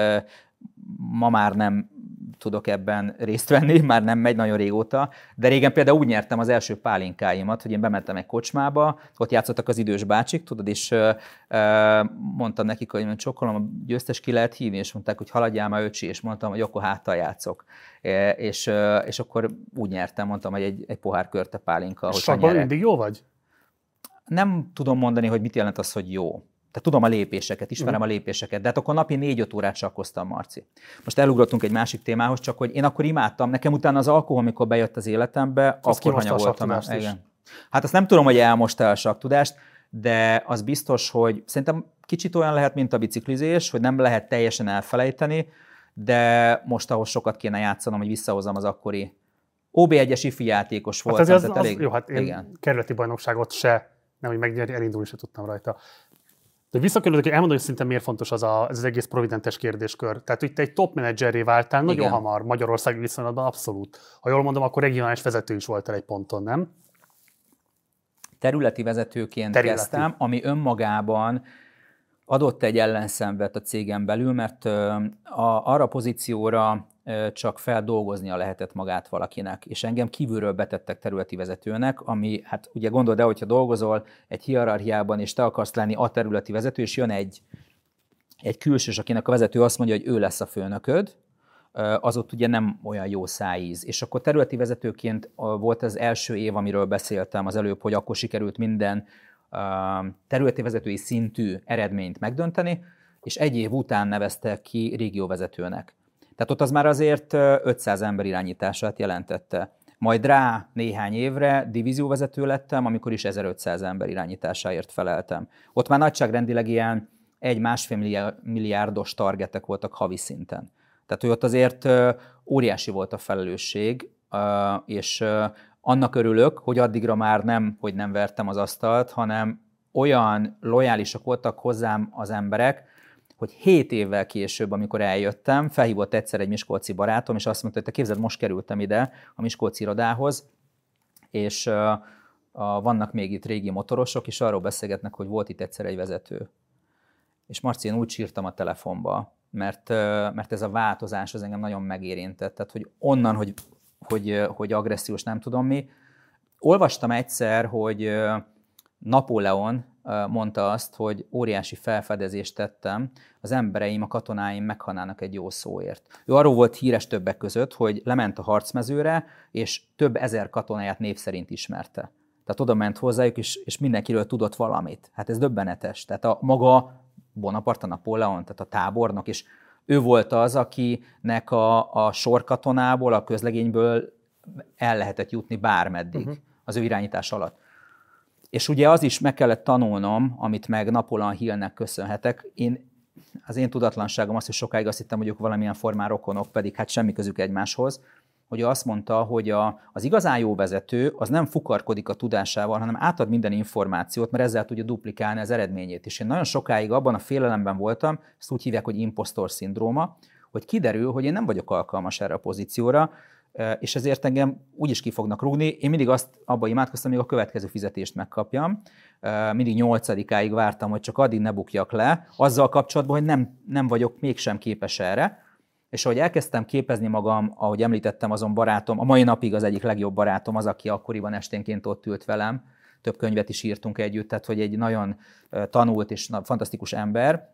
[SPEAKER 2] ma már nem tudok ebben részt venni, már nem megy nagyon régóta, de régen például úgy nyertem az első pálinkáimat, hogy én bementem egy kocsmába, ott játszottak az idős bácsik, tudod, és mondtam nekik, hogy csokolom, a győztes ki lehet hívni, és mondták, hogy haladjál már öcsi, és mondtam, hogy akkor háttal játszok. És, és akkor úgy nyertem, mondtam, hogy egy, egy pohár körte pálinka.
[SPEAKER 1] És sakban mindig jó vagy?
[SPEAKER 2] Nem tudom mondani, hogy mit jelent az, hogy jó. Tehát tudom a lépéseket, ismerem uh. a lépéseket, de hát akkor napi négy-öt órát sakkoztam, Marci. Most elugrottunk egy másik témához, csak hogy én akkor imádtam. Nekem utána az alkohol, amikor bejött az életembe,
[SPEAKER 1] azt
[SPEAKER 2] akkor hanyagoltam el. Igen. Hát azt nem tudom, hogy elmosta a saktudást, de az biztos, hogy szerintem kicsit olyan lehet, mint a biciklizés, hogy nem lehet teljesen elfelejteni, de most ahhoz sokat kéne játszanom, hogy visszahozzam az akkori ó bé egyes ifi játékos voltam.
[SPEAKER 1] Hát az, az, elég... Jó, hát én igen. Kerületi bajnokságot se, nem, hogy megnyerni, elindulni se tudtam rajta. De visszakerülök, hogy elmondom, hogy szinte miért fontos az, a, ez az egész providentes kérdéskör. Tehát, hogy te egy top menedzserré váltál, igen. Nagyon hamar Magyarországi viszonylatban abszolút. Ha jól mondom, akkor regionális vezető is voltál egy ponton, nem?
[SPEAKER 2] Területi vezetőként Területi. kezdtem, ami önmagában adott egy ellenszenvet a cégen belül, mert a, arra a pozícióra csak feldolgoznia lehetett magát valakinek, és engem kívülről betettek területi vezetőnek, ami, hát ugye gondold el, hogyha dolgozol egy hierarchiában, és te akarsz lenni a területi vezető, és jön egy, egy külsős, akinek a vezető azt mondja, hogy ő lesz a főnököd, az ott ugye nem olyan jó szájíz. És akkor területi vezetőként volt az első év, amiről beszéltem az előbb, hogy akkor sikerült minden területi vezetői szintű eredményt megdönteni, és egy év után neveztek ki régióvezetőnek. Tehát ott az már azért ötszáz ember irányítását jelentette. Majd rá néhány évre divízióvezető lettem, amikor is ezerötszáz ember irányításáért feleltem. Ott már nagyságrendileg ilyen egy-másfél milliárdos targetek voltak havi szinten. Tehát, hogy ott azért óriási volt a felelősség, és annak örülök, hogy addigra már nem, hogy nem vertem az asztalt, hanem olyan lojálisak voltak hozzám az emberek, hogy hét évvel később, amikor eljöttem, felhívott egyszer egy miskolci barátom, és azt mondta, hogy te képzeld, most kerültem ide a miskolci irodához, és uh, uh, vannak még itt régi motorosok, és arról beszélgetnek, hogy volt itt egyszer egy vezető. És Marci, én úgy sírtam a telefonba, mert, uh, mert ez a változás az engem nagyon megérintett. Tehát, hogy onnan, hogy, hogy, uh, hogy agressziós, nem tudom mi. Olvastam egyszer, hogy uh, Napóleon mondta azt, hogy óriási felfedezést tettem, az embereim, a katonáim meghalnának egy jó szóért. Ő arról volt híres többek között, hogy lement a harcmezőre, és több ezer katonáját név szerint ismerte. Tehát oda ment hozzájuk, és, és mindenkiről tudott valamit. Hát ez döbbenetes. Tehát a maga Bonaparte, Napóleon, tehát a tábornok, és ő volt az, akinek a, a sorkatonából, a közlegényből el lehetett jutni bármeddig uh-huh. az ő irányítás alatt. És ugye az is meg kellett tanulnom, amit meg Napoleon Hillnek köszönhetek. Én, az én tudatlanságom az, hogy sokáig azt hittem, hogy ők valamilyen formán rokonok, pedig hát semmi közük egymáshoz, hogy azt mondta, hogy a, az igazán jó vezető az nem fukarkodik a tudásával, hanem átad minden információt, mert ezzel tudja duplikálni az eredményét. És én nagyon sokáig abban a félelemben voltam, ezt úgy hívják, hogy impostor szindróma, hogy kiderül, hogy én nem vagyok alkalmas erre a pozícióra, és ezért engem úgy is ki fognak rúgni. Én mindig azt abba imádkoztam, még a következő fizetést megkapjam. Mindig nyolcadikáig vártam, hogy csak addig ne bukjak le, azzal kapcsolatban, hogy nem, nem vagyok mégsem képes erre. És ahogy elkezdtem képezni magam, ahogy említettem, azon barátom, a mai napig az egyik legjobb barátom az, aki akkoriban esténként ott ült velem. Több könyvet is írtunk együtt, tehát hogy egy nagyon tanult és fantasztikus ember.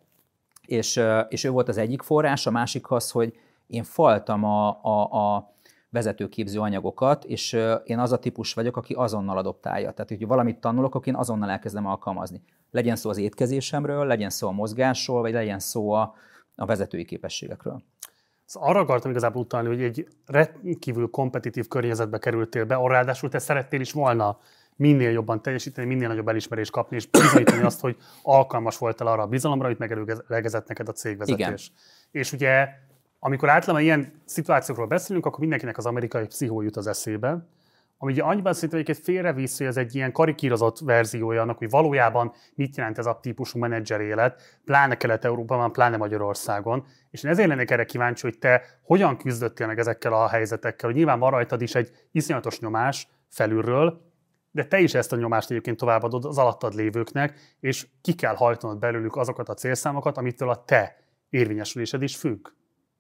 [SPEAKER 2] És, és ő volt az egyik forrás, a másik az, hogy én faltam a, a, a vezetőképző anyagokat, és én az a típus vagyok, aki azonnal adoptálja. Tehát, hogy valamit tanulok, akkor én azonnal elkezdem alkalmazni. Legyen szó az étkezésemről, legyen szó a mozgásról, vagy legyen szó a, a vezetői képességekről.
[SPEAKER 1] Szóval arra akartam igazából utalni, hogy egy rendkívül kompetitív környezetbe kerültél be, arra ráadásul te szerettél is volna minél jobban teljesíteni, minél nagyobb elismerést kapni, és bizonyítani azt, hogy alkalmas voltál arra a bizalomra, amit megelőlegezett neked a cégvezetés. Igen. És ugye amikor általában ilyen szituációkról beszélünk, akkor mindenkinek az amerikai pszichó jut az eszébe, ami ugye annyiban szerintem egy félrevisz, hogy ez egy ilyen karikírozott verziója annak, hogy valójában mit jelent ez a típusú menedzser élet, pláne Kelet-Európában, pláne Magyarországon. És én ezért lennék erre kíváncsi, hogy te hogyan küzdöttél meg ezekkel a helyzetekkel, hogy nyilván van rajtad is egy iszonyatos nyomás felülről, de te is ezt a nyomást egyébként továbbadod az alattad lévőknek, és ki kell hajtanod belőlük azokat a célszámokat, amitől a te érvényesülésed is függ.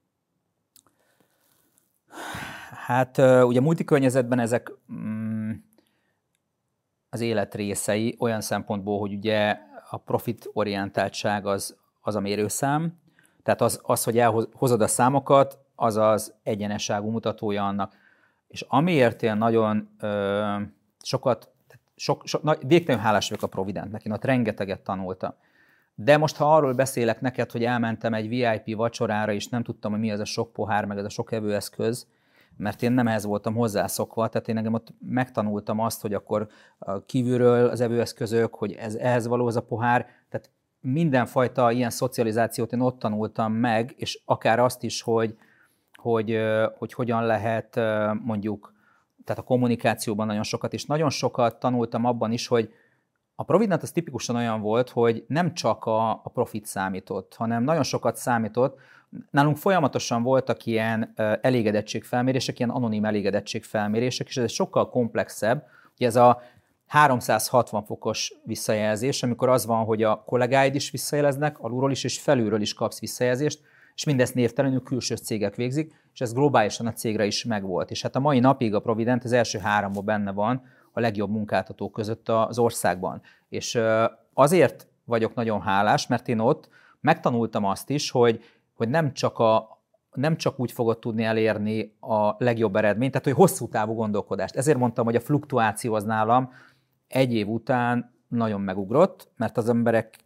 [SPEAKER 2] Hát ugye multikörnyezetben ezek mm, az élet részei olyan szempontból, hogy ugye a profitorientáltság az, az a mérőszám, tehát az, az, hogy elhozod a számokat, az az egyenesságú mutatója annak. És amiért én nagyon ö, sokat, sok, sok, nagy, végtelenül hálás vagyok a Providentnek, én ott rengeteget tanultam. De most, ha arról beszélek neked, hogy elmentem egy vé i pé vacsorára, és nem tudtam, hogy mi ez a sok pohár, meg ez a sok evőeszköz, mert én nem ehhez voltam hozzászokva, tehát én engem ott megtanultam azt, hogy akkor kívülről az evőeszközök, hogy ez, ehhez való az a pohár, tehát mindenfajta ilyen szocializációt én ott tanultam meg, és akár azt is, hogy, hogy, hogy hogyan lehet mondjuk, tehát a kommunikációban nagyon sokat, és nagyon sokat tanultam abban is, hogy a Provident az tipikusan olyan volt, hogy nem csak a, a profit számított, hanem nagyon sokat számított. Nálunk folyamatosan voltak ilyen elégedettségfelmérések, ilyen anonim elégedettségfelmérések, és ez sokkal komplexebb. Ugye ez a háromszázhatvan fokos visszajelzés, amikor az van, hogy a kollégáid is visszajeleznek, alulról is és felülről is kapsz visszajelzést, és mindezt névtelenül külső cégek végzik, és ez globálisan a cégre is megvolt. És hát a mai napig a Provident az első háromban benne van a legjobb munkáltatók között az országban. És azért vagyok nagyon hálás, mert én ott megtanultam azt is, hogy, hogy nem, csak a, nem csak úgy fogod tudni elérni a legjobb eredményt, tehát hogy hosszú távú gondolkodást. Ezért mondtam, hogy a fluktuáció az nálam egy év után nagyon megugrott, mert az emberek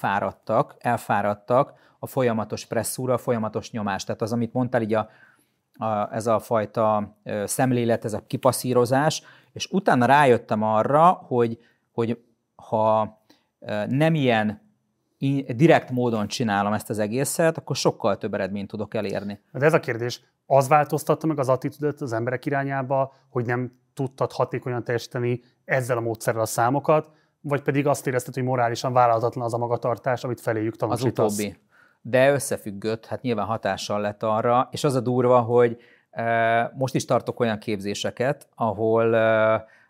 [SPEAKER 2] kifáradtak, elfáradtak a folyamatos presszúra, a folyamatos nyomás. Tehát az, amit mondtál, így a, a, ez a fajta szemlélet, ez a kipasszírozás, és utána rájöttem arra, hogy, hogy ha nem ilyen direkt módon csinálom ezt az egészet, akkor sokkal több eredményt tudok elérni.
[SPEAKER 1] De ez a kérdés, az változtatta meg az attitűdöt az emberek irányába, hogy nem tudtad hatékonyan teljesíteni ezzel a módszerrel a számokat, vagy pedig azt érezted, hogy morálisan vállalhatatlan az a magatartás, amit feléjük tanúsítasz?
[SPEAKER 2] Az utóbbi. De összefüggött, hát nyilván hatással lett arra, és az a durva, hogy e, most is tartok olyan képzéseket, ahol e,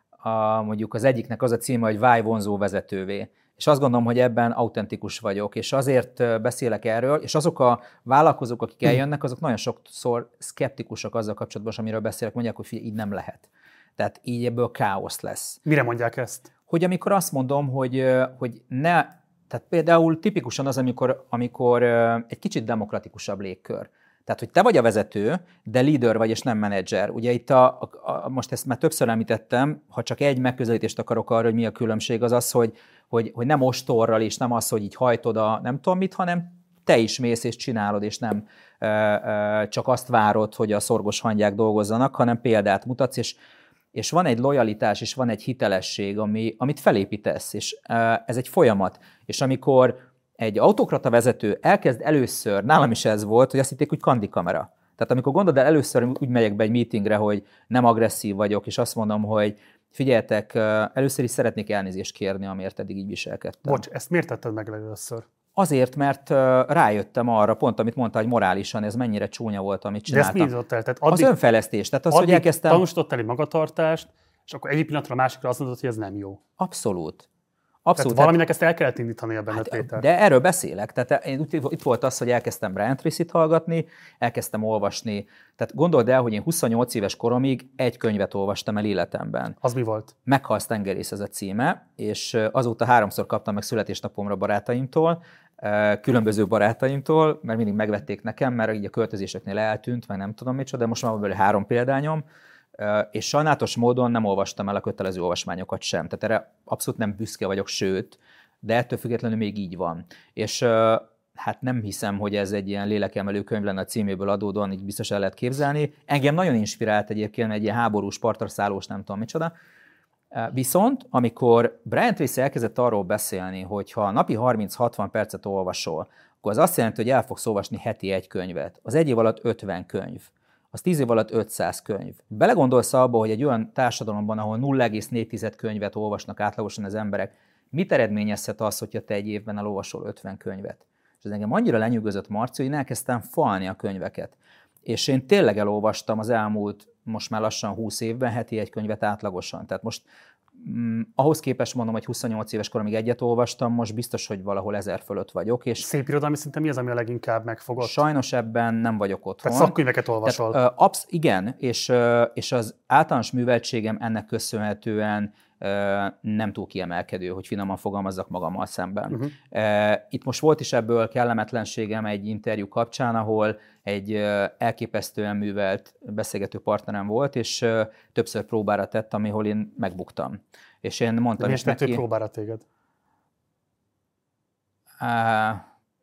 [SPEAKER 2] a, mondjuk az egyiknek az a címe, hogy válj vonzó vezetővé. És azt gondolom, hogy ebben autentikus vagyok, és azért beszélek erről, és azok a vállalkozók, akik eljönnek, azok nagyon sokszor szkeptikusak azzal kapcsolatban, amiről beszélek, mondják, hogy figyelj, így nem lehet. Tehát így ebből káosz lesz.
[SPEAKER 1] Mire mondják ezt?
[SPEAKER 2] Hogy amikor azt mondom, hogy, hogy ne, tehát például tipikusan az, amikor, amikor egy kicsit demokratikusabb légkör. Tehát, hogy te vagy a vezető, de leader vagy, és nem menedzser. Ugye itt a, a, a, most ezt már többször említettem, ha csak egy megközelítést akarok arra, hogy mi a különbség, az az, hogy, hogy, hogy nem ostorral, és nem az, hogy így hajtod a nem tudom mit, hanem te is mész és csinálod, és nem ö, ö, csak azt várod, hogy a szorgos hangyák dolgozzanak, hanem példát mutatsz, és, és van egy lojalitás, és van egy hitelesség, ami, amit felépítesz, és ö, ez egy folyamat. És amikor egy autokrata vezető elkezd először, nálam is ez volt, hogy azt hitték, hogy kandikamera. Tehát amikor gondolod el, először úgy megyek be egy meetingre, hogy nem agresszív vagyok, és azt mondom, hogy figyeljetek, először is szeretnék elnézést kérni, amiért eddig így viselkedtem.
[SPEAKER 1] Bocs, ezt miért tetted meg először?
[SPEAKER 2] Azért, mert rájöttem arra, pont amit mondta, hogy morálisan ez mennyire csúnya volt, amit csináltam.
[SPEAKER 1] De ezt mi jutott el? Tehát addig,
[SPEAKER 2] az önfejlesztés. Tehát az, hogy elkezdtem...
[SPEAKER 1] tanúsítottál egy magatartást, és akkor egyik pillanatra a másikra azt mondod, hogy ez nem jó.
[SPEAKER 2] Abszolút. Abszolút.
[SPEAKER 1] Tehát valaminek ezt el kellett indítani ebben, hát, Péter.
[SPEAKER 2] De erről beszélek. Tehát én, itt volt az, hogy elkezdtem Brian Tracyt hallgatni, elkezdtem olvasni. Tehát gondold el, hogy én huszonnyolc éves koromig egy könyvet olvastam el életemben.
[SPEAKER 1] Az mi volt?
[SPEAKER 2] Meghalsz tengerész ez a címe, és azóta háromszor kaptam meg születésnapomra barátaimtól, különböző barátaimtól, mert mindig megvették nekem, mert így a költözéseknél eltűnt, meg nem tudom micsoda, de most már van belőle három példányom, és sajnálatos módon nem olvastam el a kötelező olvasmányokat sem. Tehát erre abszolút nem büszke vagyok, sőt, de ettől függetlenül még így van. És hát nem hiszem, hogy ez egy ilyen lélekemelő könyv lenne a címéből adódóan, így biztos el lehet képzelni. Engem nagyon inspirált egyébként egy ilyen háborús, partraszállós, nem tudom micsoda. Viszont, amikor Brian Tracy elkezdett arról beszélni, hogy ha napi harminc-hatvan percet olvasol, akkor az azt jelenti, hogy el fogsz olvasni heti egy könyvet. Az egy év alatt ötven könyv. Az tíz év alatt ötszáz könyv. Belegondolsz abba, hogy egy olyan társadalomban, ahol nulla egész négy könyvet olvasnak átlagosan az emberek, mit eredményezhet az, hogyha te egy évben elolvasol ötven könyvet? És ez engem annyira lenyűgözött, Marci, hogy én elkezdtem falni a könyveket. És én tényleg elolvastam az elmúlt, most már lassan húsz évben heti egy könyvet átlagosan. Tehát most mm, ahhoz képest mondom, hogy huszonnyolc éves koromig egyet olvastam, most biztos, hogy valahol ezer fölött vagyok. És
[SPEAKER 1] szép irodalmi szinten mi az, ami a leginkább megfogott?
[SPEAKER 2] Sajnos ebben nem vagyok otthon.
[SPEAKER 1] Tehát szakkönyveket olvasol.
[SPEAKER 2] Tehát, uh, absz- igen, és, uh, és az általános műveltségem ennek köszönhetően uh, nem túl kiemelkedő, hogy finoman fogalmazzak magammal szemben. Uh-huh. Uh, itt most volt is ebből kellemetlenségem egy interjú kapcsán, ahol egy uh, elképesztően művelt beszélgető partnerem volt, és uh, többször próbára tett, amihol én megbuktam. És én mondtam is neki...
[SPEAKER 1] Miért próbára téged?
[SPEAKER 2] Uh,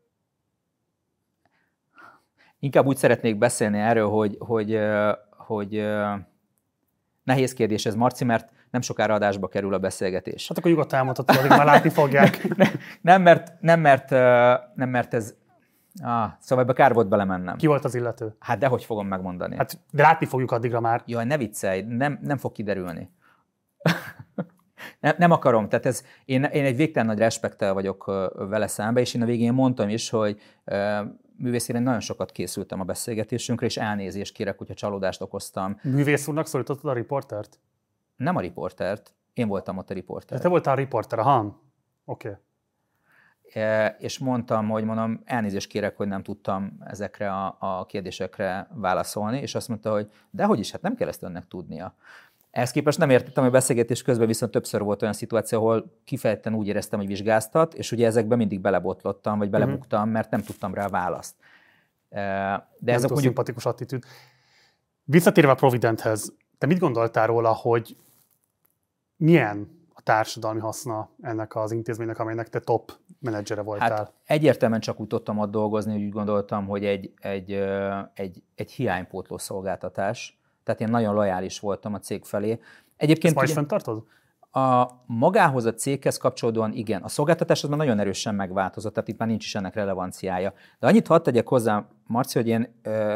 [SPEAKER 2] inkább úgy szeretnék beszélni erről, hogy, hogy, hogy nehéz kérdés ez, Marci, mert nem sokára adásba kerül a beszélgetés.
[SPEAKER 1] Hát akkor nyugodtan elmondhatod, addig már látni fogják.
[SPEAKER 2] nem, mert, nem, mert, nem, mert ez... Ah, szóval ebbe kár volt belemennem.
[SPEAKER 1] Ki volt az illető?
[SPEAKER 2] Hát dehogy fogom megmondani.
[SPEAKER 1] Hát, de látni fogjuk addigra már.
[SPEAKER 2] Jaj, ne viccelj, nem, nem fog kiderülni. Nem, nem akarom, tehát ez, én, én egy végtelen nagy respekttel vagyok vele szembe, és én a végén mondtam is, hogy művészére nagyon sokat készültem a beszélgetésünkre, és elnézést kérek, hogyha csalódást okoztam.
[SPEAKER 1] Művész úrnak szólítottad a riportert?
[SPEAKER 2] Nem a riportert, én voltam ott a riporter.
[SPEAKER 1] De te voltál a riporter, aha. Oké.
[SPEAKER 2] Okay. És mondtam, hogy mondom, elnézést kérek, hogy nem tudtam ezekre a, a kérdésekre válaszolni, és azt mondta, hogy dehogy is, hát nem kell ezt önnek tudnia. Ehhez képest nem értettem, hogy beszélgetés közben viszont többször volt olyan szituáció, ahol kifejezetten úgy éreztem, hogy vizsgáztat, és ugye ezekben mindig belebotlottam, vagy belebuktam, mert nem tudtam rá választ. De
[SPEAKER 1] nem
[SPEAKER 2] ez a mondjuk...
[SPEAKER 1] szimpatikus attitűd. Visszatérve a Providenthez, te mit gondoltál róla, hogy milyen a társadalmi haszna ennek az intézménynek, amelynek te top menedzsere voltál.
[SPEAKER 2] Hát egyértelműen csak úgy tudtam ott dolgozni, hogy úgy gondoltam, hogy egy, egy, egy, egy hiánypótló szolgáltatás. Tehát én nagyon lojális voltam a cég felé. Egyébként
[SPEAKER 1] ezt ma is fenntartod?
[SPEAKER 2] A magához a céghez kapcsolódóan igen. A szolgáltatás az már nagyon erősen megváltozott, tehát itt már nincs is ennek relevanciája. De annyit hadd tegyek hozzá, Marci, hogy én, ö,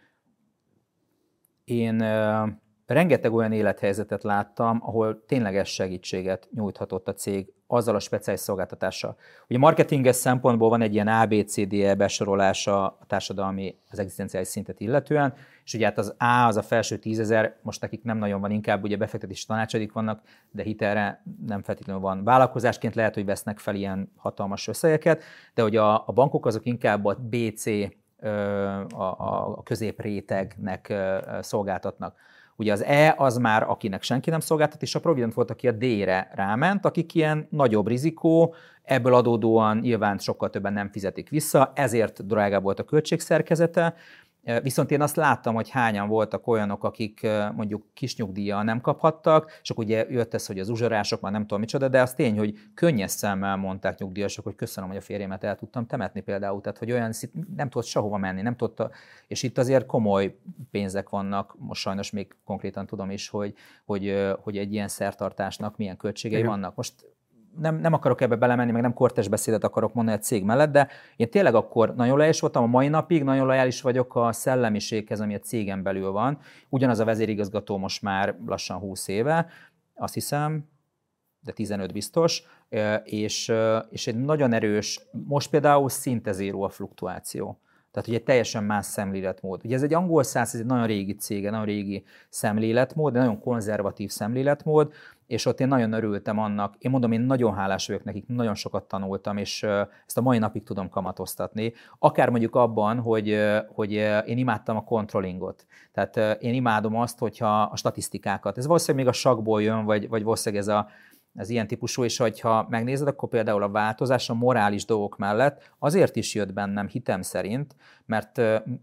[SPEAKER 2] én ö, rengeteg olyan élethelyzetet láttam, ahol tényleges segítséget nyújthatott a cég azzal a speciális szolgáltatással. Ugye marketinges szempontból van egy ilyen á bé cé dé e besorolása a társadalmi, az egzisztenciális szintet illetően, és ugye hát az A, az a felső tízezer, most nekik nem nagyon van, inkább ugye befektetési tanácsadik vannak, de hitelre nem feltétlenül van. Vállalkozásként lehet, hogy vesznek fel ilyen hatalmas összegeket, de hogy a, a bankok azok inkább a bé cé, a, a középrétegnek szolgáltatnak. Ugye az E az már, akinek senki nem szolgáltat, és a Provident volt, aki a D-re ráment, akik ilyen nagyobb rizikó, ebből adódóan nyilván sokkal többen nem fizetik vissza, ezért drágább volt a költségszerkezete. Viszont én azt láttam, hogy hányan voltak olyanok, akik mondjuk kis nyugdíjjal nem kaphattak, és akkor ugye jött ez, hogy az uzsorások, már nem tudom micsoda, de az tény, hogy könnyes szemmel mondták nyugdíjasok, hogy köszönöm, hogy a férjemet el tudtam temetni például, tehát hogy olyan nem tudott sehova menni, nem tudta, és itt azért komoly pénzek vannak, most sajnos még konkrétan tudom is, hogy, hogy, hogy egy ilyen szertartásnak milyen költségei Igen. vannak. Most Nem, nem akarok ebbe belemenni, meg nem kortes beszédet akarok mondani a cég mellett, de én tényleg akkor nagyon lojális voltam, a mai napig nagyon lojális vagyok a szellemiséghez, ami a cégen belül van. Ugyanaz a vezérigazgató most már lassan húsz éve, azt hiszem, de tizenöt biztos, és, és egy nagyon erős, most például szinte zéró a fluktuáció. Tehát ugye egy teljesen más szemléletmód. Ugye ez egy angol száz, ez egy nagyon régi cége, nagyon régi szemléletmód, de nagyon konzervatív szemléletmód, és ott én nagyon örültem annak. Én mondom, én nagyon hálás vagyok nekik, nagyon sokat tanultam, és ezt a mai napig tudom kamatoztatni. Akár mondjuk abban, hogy, hogy én imádtam a controllingot. Tehát én imádom azt, hogyha a statisztikákat, ez valószínűleg még a sakkból jön, vagy, vagy valószínűleg ez a ez ilyen típusú, és ha megnézed, akkor például a változás a morális dolgok mellett azért is jött bennem hitem szerint, mert,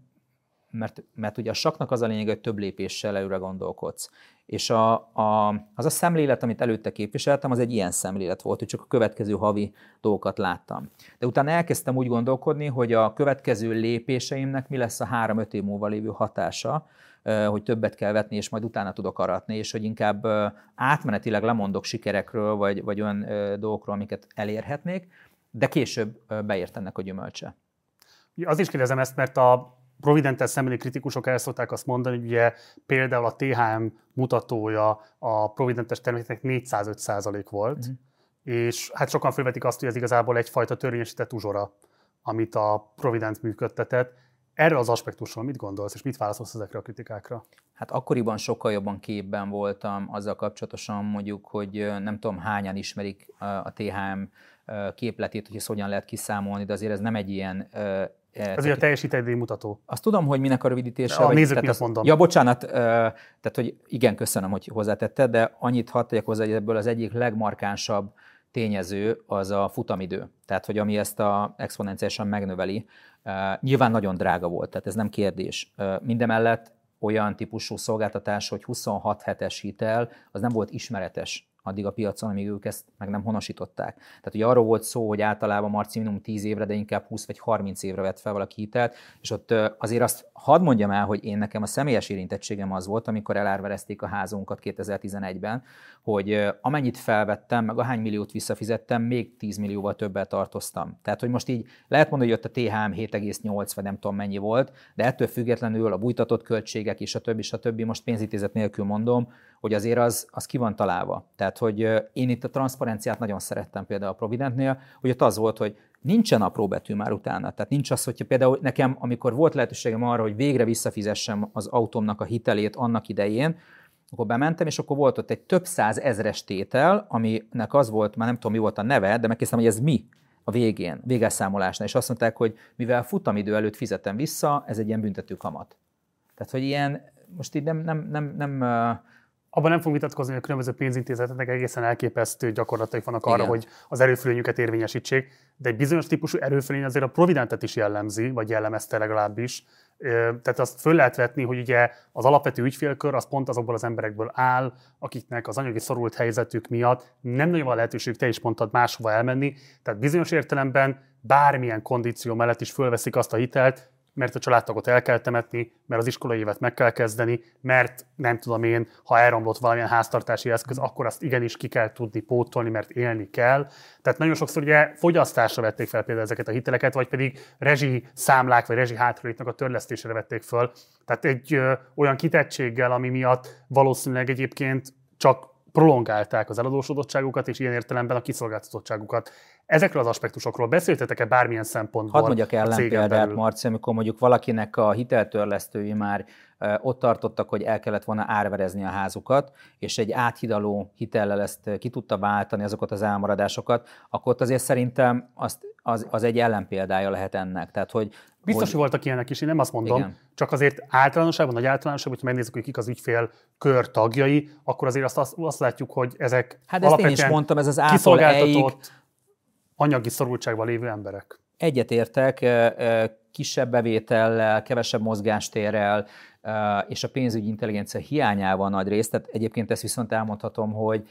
[SPEAKER 2] mert, mert ugye a sakknak az a lényeg, hogy több lépéssel előre gondolkodsz. És a, a, az a szemlélet, amit előtte képviseltem, az egy ilyen szemlélet volt, hogy csak a következő havi dolgokat láttam. De utána elkezdtem úgy gondolkodni, hogy a következő lépéseimnek mi lesz a három-öt év múlva lévő hatása, hogy többet kell vetni, és majd utána tudok aratni, és hogy inkább átmenetileg lemondok sikerekről, vagy, vagy olyan dolgokról, amiket elérhetnék, de később beért ennek a gyümölcse.
[SPEAKER 1] Az is kérdezem ezt, mert a Providenttel szembeni kritikusok el szokták azt mondani, hogy ugye például a té há em mutatója a Providentes termékeknek négyszázöt százalék volt, uh-huh. és hát sokan felvetik azt, hogy ez igazából egyfajta törvényesített uzsora, amit a Provident működtetett. Erről az aspektusról mit gondolsz, és mit válaszolsz ezekre a kritikákra?
[SPEAKER 2] Hát akkoriban sokkal jobban képben voltam azzal kapcsolatosan, mondjuk, hogy nem tudom hányan ismerik a té há em képletét, hogy ezt hogyan lehet kiszámolni, de azért ez nem egy ilyen...
[SPEAKER 1] Ez ugye a teljesítmény mutató.
[SPEAKER 2] Azt tudom, hogy minek a rövidítése.
[SPEAKER 1] A
[SPEAKER 2] vagy,
[SPEAKER 1] nézők miatt mondom.
[SPEAKER 2] Ja, bocsánat, tehát hogy igen, köszönöm, hogy hozzátetted, de annyit hadd tegyek hozzá, hogy ebből az egyik legmarkánsabb tényező az a futamidő. Tehát, hogy ami ezt a exponenciálisan megnöveli, nyilván nagyon drága volt, tehát ez nem kérdés. Mindemellett olyan típusú szolgáltatás, hogy huszonhat hetes hitel, az nem volt ismeretes addig a piacon, amíg ők ezt meg nem honosították. Tehát ugye arról volt szó, hogy általában Marci minimum tíz évre, de inkább húsz vagy harminc évre vett fel valaki hitelt, és ott azért azt hadd mondjam el, hogy én nekem a személyes érintettségem az volt, amikor elárverezték a házunkat kétezer-tizenegyben, hogy amennyit felvettem, meg ahány milliót visszafizettem, még tíz millióval többel tartoztam. Tehát, hogy most így lehet mondani, hogy jött a té há em hét egész nyolc, vagy nem tudom mennyi volt, de ettől függetlenül a bújtatott költségek és a többi, és a többi, most pénzintézet nélkül mondom, hogy azért az, az ki van találva. Tehát, hogy én itt a transzparenciát nagyon szerettem például a Providentnél, hogy ott az volt, hogy nincsen apró betű már utána. Tehát nincs az, hogyha például nekem, amikor volt lehetőségem arra, hogy végre visszafizessem az autómnak a hitelét annak idején, akkor bementem, és akkor volt ott egy több száz ezres tétel, aminek az volt, már nem tudom, mi volt a neve, de megkérdeztem, hogy ez mi a végén, végelszámolásnál, és azt mondták, hogy mivel futamidő előtt fizetem vissza, ez egy ilyen büntető kamat. Tehát, hogy ilyen, most így nem, nem, nem, nem
[SPEAKER 1] Abban nem fogunk vitatkozni, hogy a különböző pénzintézeteknek egészen elképesztő gyakorlataik vannak arra,
[SPEAKER 2] Igen.
[SPEAKER 1] hogy az erőfölényüket érvényesítsék, de egy bizonyos típusú erőfölény azért a Providentet is jellemzi, vagy jellemezte legalábbis. Tehát azt föl lehet vetni, hogy ugye az alapvető ügyfélkör az pont azokból az emberekből áll, akiknek az anyagi szorult helyzetük miatt nem nagyon van lehetőség, te is mondtad, máshova elmenni. Tehát bizonyos értelemben bármilyen kondíció mellett is fölveszik azt a hitelt, mert a családtagot el kell temetni, mert az iskolai évet meg kell kezdeni, mert nem tudom én, ha elromlott valamilyen háztartási eszköz, akkor azt igenis ki kell tudni pótolni, mert élni kell. Tehát nagyon sokszor ugye fogyasztásra vették fel például ezeket a hiteleket, vagy pedig rezsi számlák, vagy rezsi hátraléknak a törlesztésére vették föl. Tehát egy ö, olyan kitettséggel, ami miatt valószínűleg egyébként csak prolongálták az eladósodottságukat, és ilyen értelemben a kiszolgáltatottságukat. Ezekről az aspektusokról beszéltetek-e bármilyen szempontból?
[SPEAKER 2] Hadd mondjak ellenpéldát, Marci, amikor mondjuk valakinek a hiteltörlesztői már uh, ott tartottak, hogy el kellett volna árverezni a házukat, és egy áthidaló hitellel ezt ki tudta váltani azokat az elmaradásokat, akkor ott azért szerintem azt, az, az egy ellenpéldája lehet ennek. Tehát, hogy,
[SPEAKER 1] Biztos, hogy, hogy voltak ilyenek is, én nem azt mondom, igen. Csak azért általánosságban, nagy általánosságban, hogyha megnézzük, hogy kik az ügyfél kör tagjai, akkor azért azt, azt, azt látjuk, hogy ezek
[SPEAKER 2] hát alapvetően én is mondtam, ez az
[SPEAKER 1] kiszolgáltatott anyagi szorultságban lévő emberek.
[SPEAKER 2] Egyetértek, kisebb bevétellel, kevesebb mozgástérrel, és a pénzügyi intelligencia hiányával nagy részt. Tehát egyébként ezt viszont elmondhatom, hogy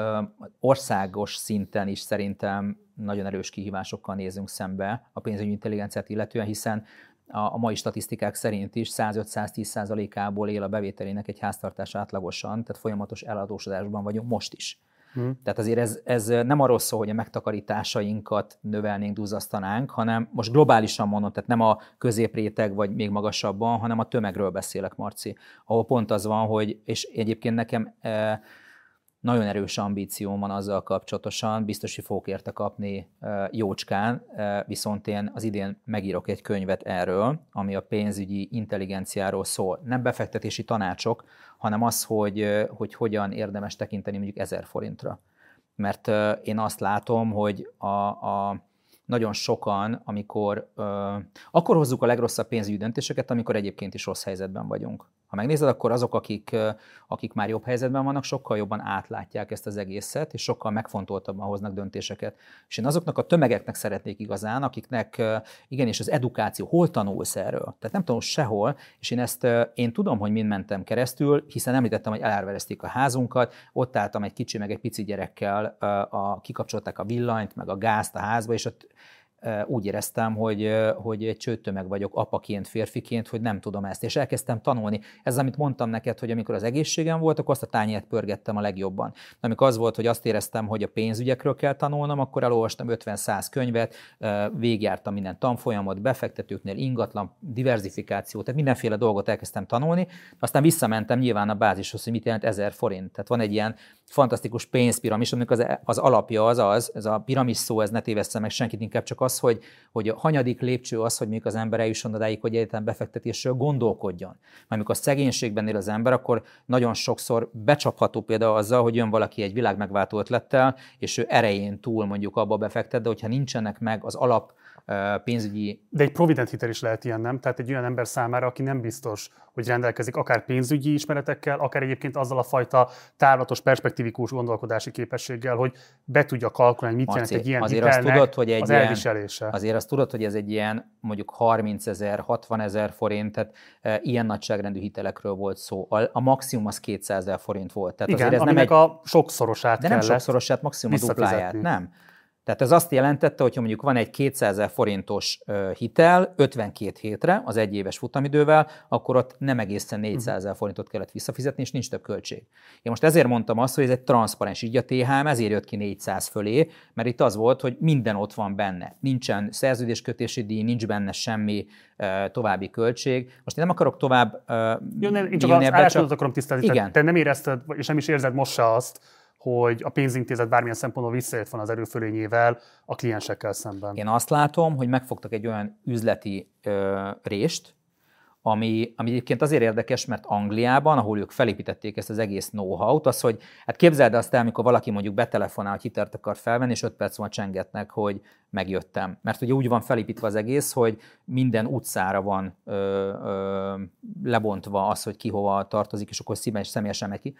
[SPEAKER 2] országos szinten is szerintem nagyon erős kihívásokkal nézünk szembe a pénzügyi intelligenciát illetően, hiszen a mai statisztikák szerint is százöt-száztíz százalékából él a bevételének egy háztartás átlagosan, tehát folyamatos eladósodásban vagyunk most is. Hmm. Tehát azért ez, ez nem arról szól, hogy a megtakarításainkat növelnénk, duzzasztanánk, hanem most globálisan mondom, tehát nem a középréteg vagy még magasabban, hanem a tömegről beszélek, Marci, ahol pont az van, hogy, és egyébként nekem e, nagyon erős ambícióm van azzal kapcsolatosan, biztos, hogy fogok érte kapni e, jócskán, e, viszont én az idén megírok egy könyvet erről, ami a pénzügyi intelligenciáról szól. Nem befektetési tanácsok, hanem az, hogy, hogy hogyan érdemes tekinteni mondjuk ezer forintra. Mert én azt látom, hogy a, a nagyon sokan, amikor uh, akkor hozzuk a legrosszabb pénzügyi döntéseket, amikor egyébként is rossz helyzetben vagyunk. Ha megnézed, akkor azok, akik, uh, akik már jobb helyzetben vannak, sokkal jobban átlátják ezt az egészet, és sokkal megfontoltabban hoznak döntéseket. És én azoknak a tömegeknek szeretnék igazán, akiknek uh, igenis az edukáció, hol tanulsz erről? Tehát nem tanulsz sehol, és én ezt uh, én tudom, hogy mind mentem keresztül, hiszen említettem, hogy elárverezték a házunkat, ott álltam egy kicsi, meg egy pici gyerekkel, uh, a, kikapcsolták a villanyt, meg a gázt a házba, és ott úgy éreztem, hogy, hogy egy csőttömeg vagyok apaként, férfiként, hogy nem tudom ezt, és elkezdtem tanulni. Ez, amit mondtam neked, hogy amikor az egészségem volt, akkor azt a tányért pörgettem a legjobban. De amikor az volt, hogy azt éreztem, hogy a pénzügyekről kell tanulnom, akkor elolvastam ötven-száz könyvet, végigjártam minden tanfolyamot, befektetőknél, ingatlan, diverzifikáció, tehát mindenféle dolgot elkezdtem tanulni, aztán visszamentem nyilván a bázishoz, hogy mit jelent ezer forint. Tehát van egy ilyen fantasztikus pénzpiramis, amikor az, az alapja az az, ez a piramis szó, ez ne tévesszen meg senkit, inkább csak az, hogy, hogy a hanyadik lépcső az, hogy mondjuk az ember eljusson odáig, hogy egyáltalán befektetésről gondolkodjon. Mert amikor a szegénységben él az ember, akkor nagyon sokszor becsapható például azzal, hogy jön valaki egy világmegváltó ötlettel, és ő erején túl mondjuk abba befektet, de hogyha nincsenek meg az alap pénzügyi...
[SPEAKER 1] De egy provident hitel is lehet ilyen, nem? Tehát egy olyan ember számára, aki nem biztos, hogy rendelkezik akár pénzügyi ismeretekkel, akár egyébként azzal a fajta távlatos, perspektívikus gondolkodási képességgel, hogy be tudja kalkulálni, mit
[SPEAKER 2] Marci,
[SPEAKER 1] jelent egy ilyen
[SPEAKER 2] azért
[SPEAKER 1] hitelnek
[SPEAKER 2] azt tudod, hogy egy
[SPEAKER 1] az
[SPEAKER 2] ilyen,
[SPEAKER 1] elviselése.
[SPEAKER 2] Azért azt tudod, hogy ez egy ilyen mondjuk harmincezer, hatvanezer forint, tehát e, ilyen nagyságrendű hitelekről volt szó. A, a maximum az kétszázezer forint volt. Tehát
[SPEAKER 1] igen,
[SPEAKER 2] azért ez
[SPEAKER 1] aminek
[SPEAKER 2] nem egy,
[SPEAKER 1] a sokszorosát
[SPEAKER 2] de nem
[SPEAKER 1] kellett
[SPEAKER 2] sokszorosát, maximum a dupláját. Nem. Tehát ez azt jelentette, hogy mondjuk van egy kétszázezer forintos hitel ötvenkét hétre az egyéves futamidővel, akkor ott nem egészen négyszázezer forintot kellett visszafizetni, és nincs több költség. Én most ezért mondtam azt, hogy ez egy transzparens, így a té há em ezért jött ki négyszáz fölé, mert itt az volt, hogy minden ott van benne. Nincsen szerződéskötési díj, nincs benne semmi uh, további költség. Most én nem akarok tovább uh,
[SPEAKER 1] Jó, nem, én csak az álláspontot akarom tisztázni.
[SPEAKER 2] Igen.
[SPEAKER 1] Te nem érezted, és nem is érzed most se azt, hogy a pénzintézet bármilyen szempontból visszaért van az erőfölényével a kliensekkel szemben.
[SPEAKER 2] Én azt látom, hogy megfogtak egy olyan üzleti ö, rést, ami, ami egyébként azért érdekes, mert Angliában, ahol ők felépítették ezt az egész know-how-t, az, hogy hát képzeld azt el, amikor valaki mondjuk betelefonál, hogy hitelt akar felvenni, és öt perc múlva csengetnek, hogy megjöttem. Mert ugye úgy van felépítve az egész, hogy minden utcára van ö, ö, lebontva az, hogy ki hova tartozik, és akkor személyesen megy ki.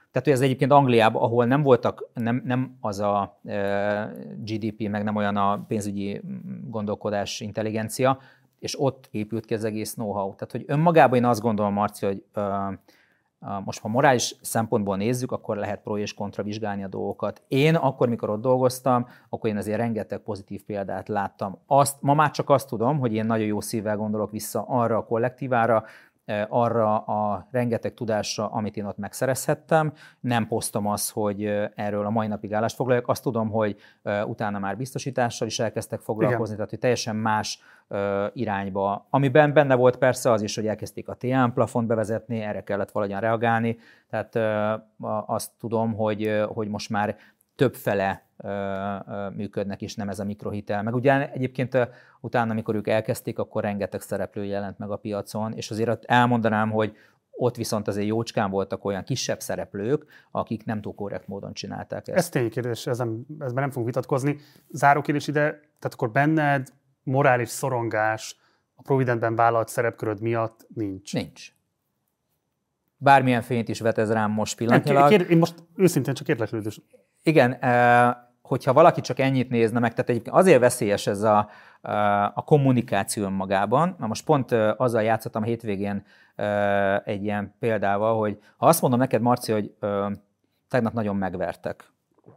[SPEAKER 2] Tehát, hogy ez egyébként Angliában, ahol nem voltak, nem, nem az a gé dé pé, meg nem olyan a pénzügyi gondolkodás, intelligencia, és ott épült ki az egész know-how. Tehát, hogy önmagában én azt gondolom, Marci, hogy most, ha morális szempontból nézzük, akkor lehet pro és kontra vizsgálni a dolgokat. Én akkor, mikor ott dolgoztam, akkor én azért rengeteg pozitív példát láttam. Azt, ma már csak azt tudom, hogy én nagyon jó szívvel gondolok vissza arra a kollektívára, arra a rengeteg tudásra, amit én ott megszerezhettem. Nem posztom azt, hogy erről a mai napig állást foglaljak. Azt tudom, hogy utána már biztosítással is elkezdtek foglalkozni, Igen. tehát hogy teljesen más irányba. Amiben benne volt persze az is, hogy elkezdték a té em plafont bevezetni, erre kellett valahogyan reagálni. Tehát azt tudom, hogy, hogy most már többfele működnek, és nem ez a mikrohitel. Meg ugye egyébként utána, amikor ők elkezdték, akkor rengeteg szereplő jelent meg a piacon, és azért elmondanám, hogy ott viszont azért jócskán voltak olyan kisebb szereplők, akik nem túl korrekt módon csinálták ezt.
[SPEAKER 1] Ez tényleg kérdés, ezben, ezben nem fogunk vitatkozni. Záró kérdés ide, tehát akkor benned morális szorongás a Providentben vállalt szerepköröd miatt nincs?
[SPEAKER 2] Nincs. Bármilyen fényt is vet ez rám most pillanatnyilag.
[SPEAKER 1] Nem, kér, én most őszintén csak érdeklődés.
[SPEAKER 2] Igen, hogyha valaki csak ennyit nézne meg, tehát egyébként azért veszélyes ez a, a kommunikáció önmagában. Na most pont azzal játszottam a hétvégén egy ilyen példával, hogy ha azt mondom neked, Marci, hogy tegnap nagyon megvertek,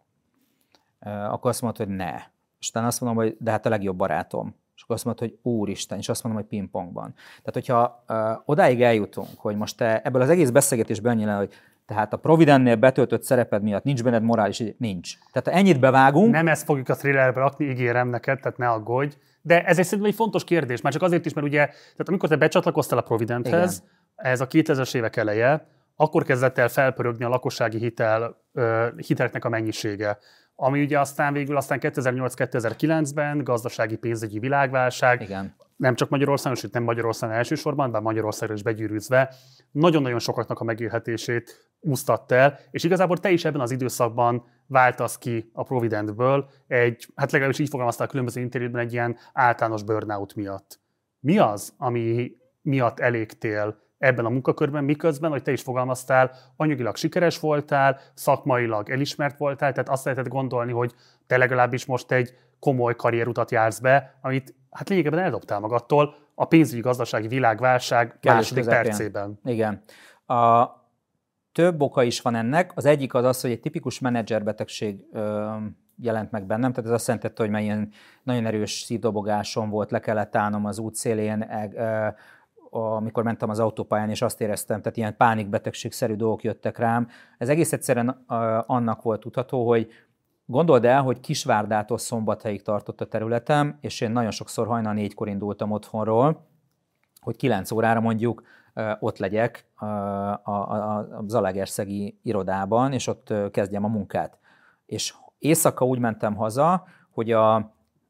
[SPEAKER 2] akkor azt mondod, hogy ne. És utána azt mondom, hogy de hát a legjobb barátom. És akkor azt mondod, hogy úristen, és azt mondom, hogy pingpongban. Tehát, hogyha odáig eljutunk, hogy most te ebből az egész beszélgetésből annyi lenne, hogy tehát a Providentnél betöltött szereped miatt nincs benned morális, nincs. Tehát ha ennyit bevágunk...
[SPEAKER 1] Nem ezt fogjuk a thrillerbe rakni, ígérem neked, tehát ne aggódj. De ez egy szerintem egy fontos kérdés, már csak azért is, mert ugye, tehát amikor te becsatlakoztál a Providenthez, Igen. ez a kétezres évek eleje, akkor kezdett el felpörögni a lakossági hitel, hiteleknek a mennyisége. Ami ugye aztán végül aztán kétezer-nyolc-kétezer-kilencben gazdasági pénzügyi világválság,
[SPEAKER 2] Igen.
[SPEAKER 1] nem csak Magyarországon, sőt nem Magyarországon elsősorban, bár Magyarországra is begyűrűzve, nagyon-nagyon sokaknak a megélhetését úsztatta el, és igazából te is ebben az időszakban váltasz ki a Providentből egy, hát legalábbis így fogalmaztál a különböző interjúban, egy ilyen általános burnout miatt. Mi az, ami miatt elégtél ebben a munkakörben, miközben, hogy te is fogalmaztál, anyagilag sikeres voltál, szakmailag elismert voltál, tehát azt lehetett gondolni, hogy te legalábbis most egy komoly karrierutat jársz be, amit hát lényegében eldobtál magadtól a pénzügyi gazdasági világválság második percében.
[SPEAKER 2] Igen. A több oka is van ennek. Az egyik az az, hogy egy tipikus menedzserbetegség ö, jelent meg bennem, tehát ez azt jelentette, hogy már ilyen nagyon erős szívdobogásom volt, le kellett állnom az útszélén, ö, amikor mentem az autópályán, és azt éreztem, tehát ilyen pánikbetegségszerű dolgok jöttek rám. Ez egész egyszerűen annak volt tudható, hogy gondold el, hogy Kisvárdától Szombathelyig tartott a területem, és én nagyon sokszor hajnal négykor indultam otthonról, hogy kilenc órára mondjuk ott legyek a, a, a zalaegerszegi irodában, és ott kezdjem a munkát. És éjszaka úgy mentem haza, hogy a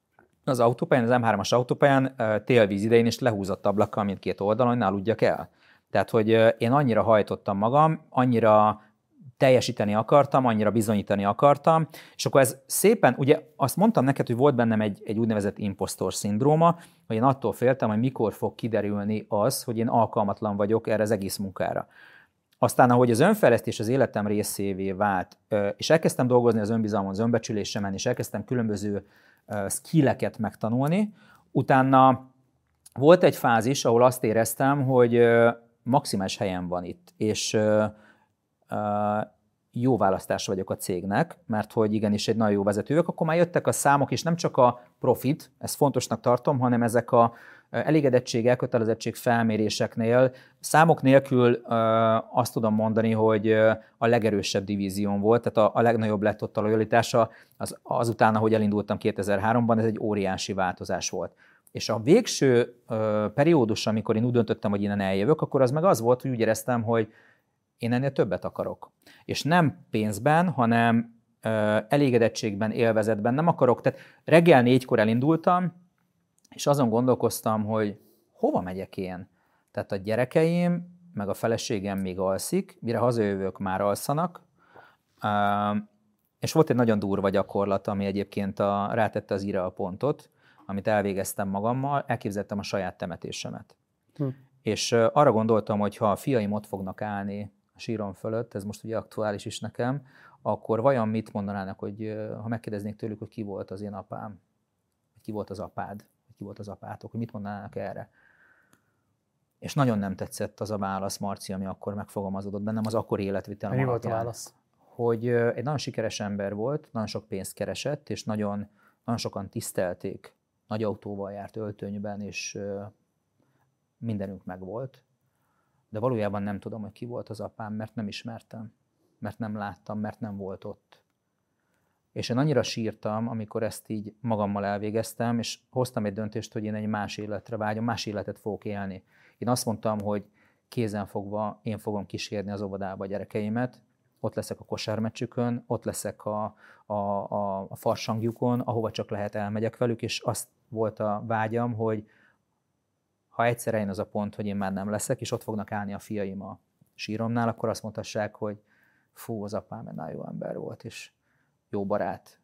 [SPEAKER 2] az autópályán, az em hármas autópályán télvíz idején is lehúzott ablakkal mindkét oldalon, hogy ne aludjak el. Tehát, hogy én annyira hajtottam magam, annyira teljesíteni akartam, annyira bizonyítani akartam, és akkor ez szépen, ugye azt mondtam neked, hogy volt bennem egy, egy úgynevezett impostor szindróma, hogy én attól féltem, hogy mikor fog kiderülni az, hogy én alkalmatlan vagyok erre az egész munkára. Aztán, ahogy az önfejlesztés az életem részévé vált, és elkezdtem dolgozni az önbizalmon, az önbecsülésemen, és elkezdtem különböző skilleket megtanulni. Utána volt egy fázis, ahol azt éreztem, hogy maximális helyen van itt, és jó választás vagyok a cégnek, mert hogy igenis egy nagyon jó vezető vagyok, akkor már jöttek a számok, és nem csak a profit, ezt fontosnak tartom, hanem ezek a elégedettség, elkötelezettség felméréseknél, számok nélkül azt tudom mondani, hogy a legerősebb divízión volt, tehát a, a legnagyobb lett ott a lojalitása, az, azután, ahogy elindultam kétezer-háromban, ez egy óriási változás volt. És a végső uh, periódus, amikor én úgy döntöttem, hogy innen eljövök, akkor az meg az volt, hogy úgy éreztem, hogy én ennél többet akarok. És nem pénzben, hanem uh, elégedettségben, élvezetben nem akarok. Tehát reggel négykor elindultam, és azon gondolkoztam, hogy hova megyek én? Tehát a gyerekeim, meg a feleségem még alszik, mire hazajövök, már alszanak. Uh, és volt egy nagyon durva gyakorlat, ami egyébként a, rátette az íre a pontot, amit elvégeztem magammal, elképzeltem a saját temetésemet. Hm. És uh, arra gondoltam, hogy ha a fiaim ott fognak állni a sírom fölött, ez most ugye aktuális is nekem, akkor vajon mit mondanának, hogy ha megkérdeznék tőlük, hogy ki volt az én apám, vagy ki volt az apád, vagy ki volt az apátok, hogy mit mondanának erre. És nagyon nem tetszett az a válasz, Marci, ami akkor megfogalmazódott bennem, az akkori életvitelem
[SPEAKER 1] Mi
[SPEAKER 2] alapján.
[SPEAKER 1] volt a válasz?
[SPEAKER 2] Hogy egy nagyon sikeres ember volt, nagyon sok pénzt keresett, és nagyon, nagyon sokan tisztelték, nagy autóval járt öltönyben, és mindenünk megvolt. De valójában nem tudom, hogy ki volt az apám, mert nem ismertem, mert nem láttam, mert nem volt ott. És én annyira sírtam, amikor ezt így magammal elvégeztem, és hoztam egy döntést, hogy én egy más életre vágyom, más életet fogok élni. Én azt mondtam, hogy kézenfogva én fogom kísérni az óvodába a gyerekeimet, ott leszek a kosármeccsükön, ott leszek a, a, a, a farsangjukon, ahova csak lehet elmegyek velük, és azt volt a vágyam, hogy ha egyszer eljön az a pont, hogy én már nem leszek, és ott fognak állni a fiaim a síromnál, akkor azt mondhassák, hogy fú, az apám egy nagyon jó ember volt, és jó barát.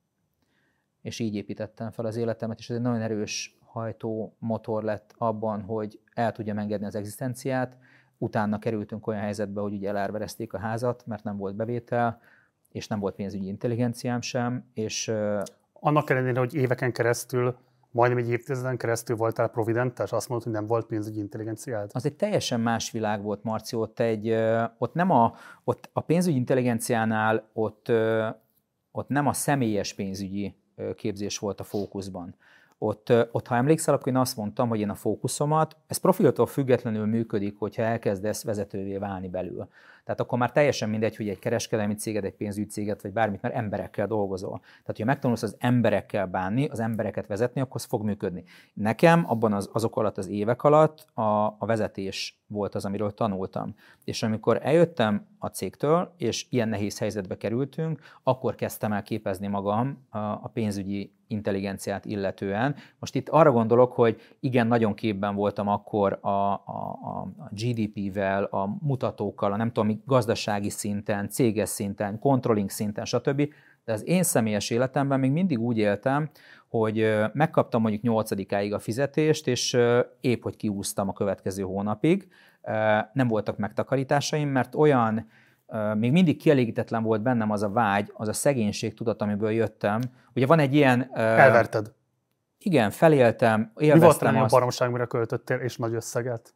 [SPEAKER 2] És így építettem fel az életemet, és ez egy nagyon erős hajtó motor lett abban, hogy el tudjam engedni az egzisztenciát. Utána kerültünk olyan helyzetbe, hogy ugye elárverezték a házat, mert nem volt bevétel, és nem volt pénzügyi intelligenciám sem. És
[SPEAKER 1] annak ellenére, hogy éveken keresztül, majdnem egy évtizeden keresztül voltál providentes, azt mondod, hogy nem volt pénzügyi intelligenciád?
[SPEAKER 2] Az egy teljesen más világ volt, Marci. Ott, egy, ott, nem a, ott a pénzügyi intelligenciánál ott, ott nem a személyes pénzügyi képzés volt a fókuszban. Ott, ott, ha emlékszel, akkor én azt mondtam, hogy én a fókuszomat, ez profiltól függetlenül működik, hogyha elkezdesz vezetővé válni belül. Tehát akkor már teljesen mindegy, hogy egy kereskedelmi céget, egy pénzügyi céget, vagy bármit, mert emberekkel dolgozol. Tehát, hogyha megtanulsz az emberekkel bánni, az embereket vezetni, akkor az fog működni. Nekem abban az, azok alatt, az évek alatt a, a vezetés volt az, amiről tanultam. És amikor eljöttem a cégtől, és ilyen nehéz helyzetbe kerültünk, akkor kezdtem el képezni magam a, a pénzügyi intelligenciát illetően. Most itt arra gondolok, hogy igen, nagyon képben voltam akkor a, a, a gé dé pé-vel, a mutatókkal, a nem tudom, gazdasági szinten, céges szinten, controlling szinten, stb. De az én személyes életemben még mindig úgy éltem, hogy megkaptam mondjuk nyolcadikáig a fizetést, és épp, hogy kiúztam a következő hónapig. Nem voltak megtakarításaim, mert olyan, még mindig kielégítetlen volt bennem az a vágy, az a szegénység tudat, amiből jöttem. Ugye van egy ilyen...
[SPEAKER 1] Elverted.
[SPEAKER 2] Igen, feléltem, élveztem.
[SPEAKER 1] Mi volt a legnagyobb baromság, mire költöttél, és nagy összeget?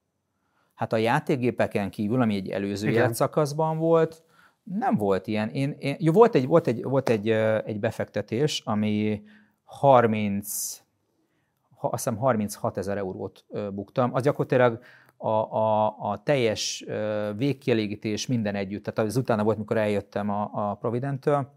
[SPEAKER 2] Hát a játékgépeken kívül, ami egy előző
[SPEAKER 1] Igen.
[SPEAKER 2] életszakaszban volt, nem volt ilyen. Én, én, jó, volt egy, volt egy, volt egy, egy befektetés, ami harminc, azt hiszem harminchat ezer eurót buktam. Az gyakorlatilag a, a, a teljes végkielégítés minden együtt. Tehát az utána volt, mikor eljöttem a, a Providenttől,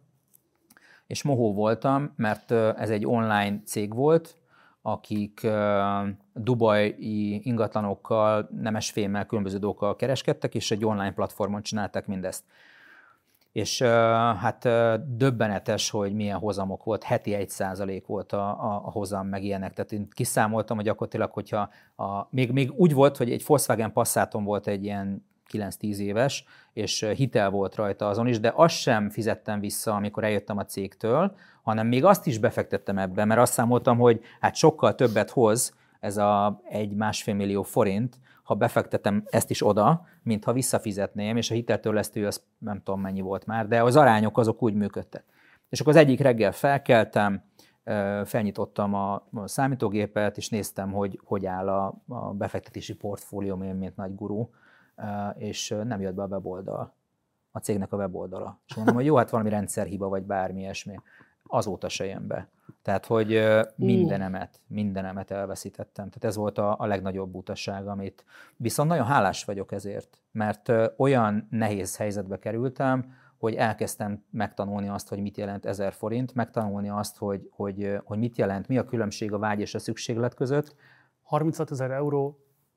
[SPEAKER 2] és mohó voltam, mert ez egy online cég volt, akik uh, dubai ingatlanokkal, nemesfémmel, különböző dolgokkal kereskedtek, és egy online platformon csinálták mindezt. És uh, hát uh, döbbenetes, hogy milyen hozamok volt, heti egy százalék volt a, a, a hozam, meg ilyenek. Tehát én kiszámoltam, hogy gyakorlatilag, hogyha a, még, még úgy volt, hogy egy Volkswagen Passaton volt egy ilyen kilenc-tíz éves, és hitel volt rajta azon is, de azt sem fizettem vissza, amikor eljöttem a cégtől, hanem még azt is befektettem ebbe, mert azt számoltam, hogy hát sokkal többet hoz ez a egy-másfél millió forint, ha befektetem ezt is oda, mint ha visszafizetném, és a hiteltörlesztő az nem tudom mennyi volt már, de az arányok azok úgy működtek. És akkor az egyik reggel felkeltem, felnyitottam a számítógépet, és néztem, hogy hogy áll a, a befektetési portfólióm, én, mint nagy guru, és nem jött be a weboldal, a cégnek a weboldala. És mondom, hogy jó, hát valami rendszerhiba, vagy bármi ilyesmi. Azóta se jön be. Tehát, hogy mindenemet, mindenemet elveszítettem. Tehát ez volt a, a legnagyobb butaság, amit viszont nagyon hálás vagyok ezért, mert olyan nehéz helyzetbe kerültem, hogy elkezdtem megtanulni azt, hogy mit jelent ezer forint, megtanulni azt, hogy, hogy, hogy mit jelent, mi a különbség a vágy és a szükséglet között.
[SPEAKER 1] harminchat ezer euró.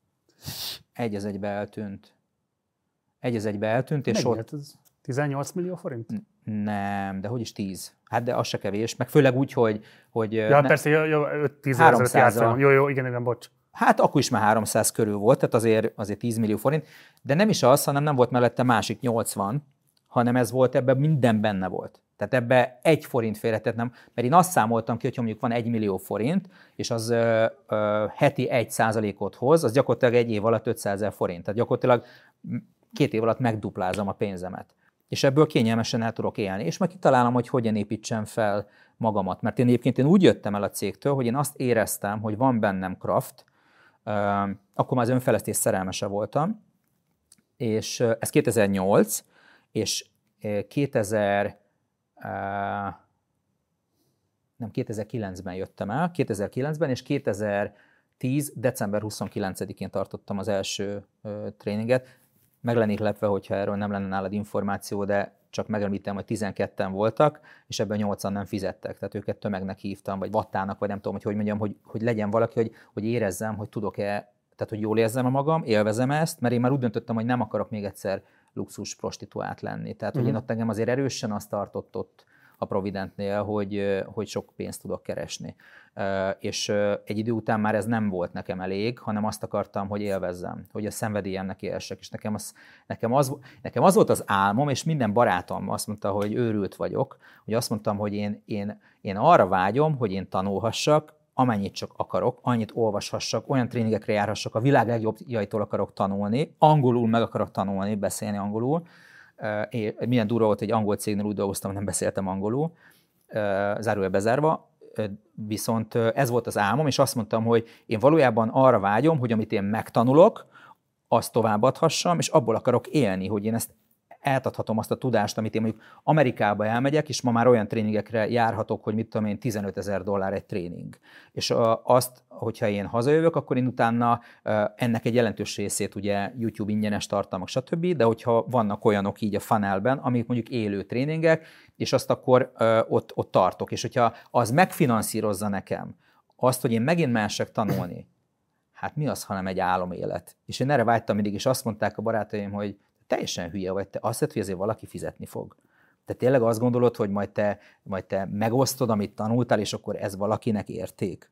[SPEAKER 2] Egy az egybe eltűnt. Egy az egybe eltűnt, és
[SPEAKER 1] ott... Ez tizennyolc millió forint?
[SPEAKER 2] Nem, de hogy is tíz? Hát de az se kevés, meg főleg úgy, hogy... hogy
[SPEAKER 1] ja,
[SPEAKER 2] ne...
[SPEAKER 1] persze, öt-tíz ezer játszom. Jó, jó, igen, igen, bocs.
[SPEAKER 2] Hát akkor is már háromszáz körül volt, tehát azért, azért tíz millió forint, de nem is az, hanem nem volt mellette másik nyolcvan, hanem ez volt, ebben minden benne volt. Tehát ebbe egy forint félretett nem, mert én azt számoltam ki, hogy mondjuk van egy millió forint, és az ö, ö, heti egy százalékot hoz, az gyakorlatilag egy év alatt ötszázezer forint. Tehát gyakorlatilag két év alatt megduplázom a pénzemet. És ebből kényelmesen el tudok élni. És meg kitalálom, hogy hogyan építsem fel magamat. Mert én egyébként én úgy jöttem el a cégtől, hogy én azt éreztem, hogy van bennem craft, akkor már az önfejlesztés szerelmese voltam, és ez kétezer-nyolc, és kétezer, nem, kétezer-kilencben jöttem el, kétezer-kilencben, és kétezer-tíz. december huszonkilencedikén tartottam az első tréninget. Meg lennék lepve, hogyha erről nem lenne nálad információ, de csak megemlítem, hogy tizenketten voltak, és ebben nyolcan nem fizettek. Tehát őket tömegnek hívtam, vagy vattának, vagy nem tudom, hogy hogy mondjam, hogy, hogy legyen valaki, hogy, hogy érezzem, hogy tudok-e, tehát hogy jól érzem a magam, élvezem ezt, mert én már úgy döntöttem, hogy nem akarok még egyszer luxus prostituált lenni. Tehát, hogy uh-huh. én ott engem azért erősen azt tartott ott a Providentnél, hogy, hogy sok pénzt tudok keresni. És egy idő után már ez nem volt nekem elég, hanem azt akartam, hogy élvezzem, hogy a szenvedélyemnek élsek. És nekem az, nekem, az, nekem az volt az álmom, és minden barátom azt mondta, hogy őrült vagyok, hogy azt mondtam, hogy én, én, én arra vágyom, hogy én tanulhassak, amennyit csak akarok, annyit olvashassak, olyan tréningekre járhassak, a világ legjobbjaitól akarok tanulni, angolul meg akarok tanulni, beszélni angolul. Én, milyen durva volt, hogy egy angol cégnél úgy dolgoztam, nem beszéltem angolul, zárójel bezárva, viszont ez volt az álmom, és azt mondtam, hogy én valójában arra vágyom, hogy amit én megtanulok, azt továbbadhassam, és abból akarok élni, hogy én ezt átadhatom azt a tudást, amit én mondjuk Amerikába elmegyek, és ma már olyan tréningekre járhatok, hogy mit tudom én, tizenötezer dollár egy tréning. És azt, hogyha én hazajövök, akkor én utána ennek egy jelentős részét ugye YouTube ingyenes tartalmak, stb., de hogyha vannak olyanok így a funnelben, amik mondjuk élő tréningek, és azt akkor ott, ott tartok. És hogyha az megfinanszírozza nekem azt, hogy én megint mások tanulni, hát mi az, hanem egy álomélet. És én erre vágytam mindig, és azt mondták a barátaim, hogy teljesen hülye vagy, te azt hiszed, hogy azért valaki fizetni fog. Te tényleg azt gondolod, hogy majd te, majd te megosztod, amit tanultál, és akkor ez valakinek érték?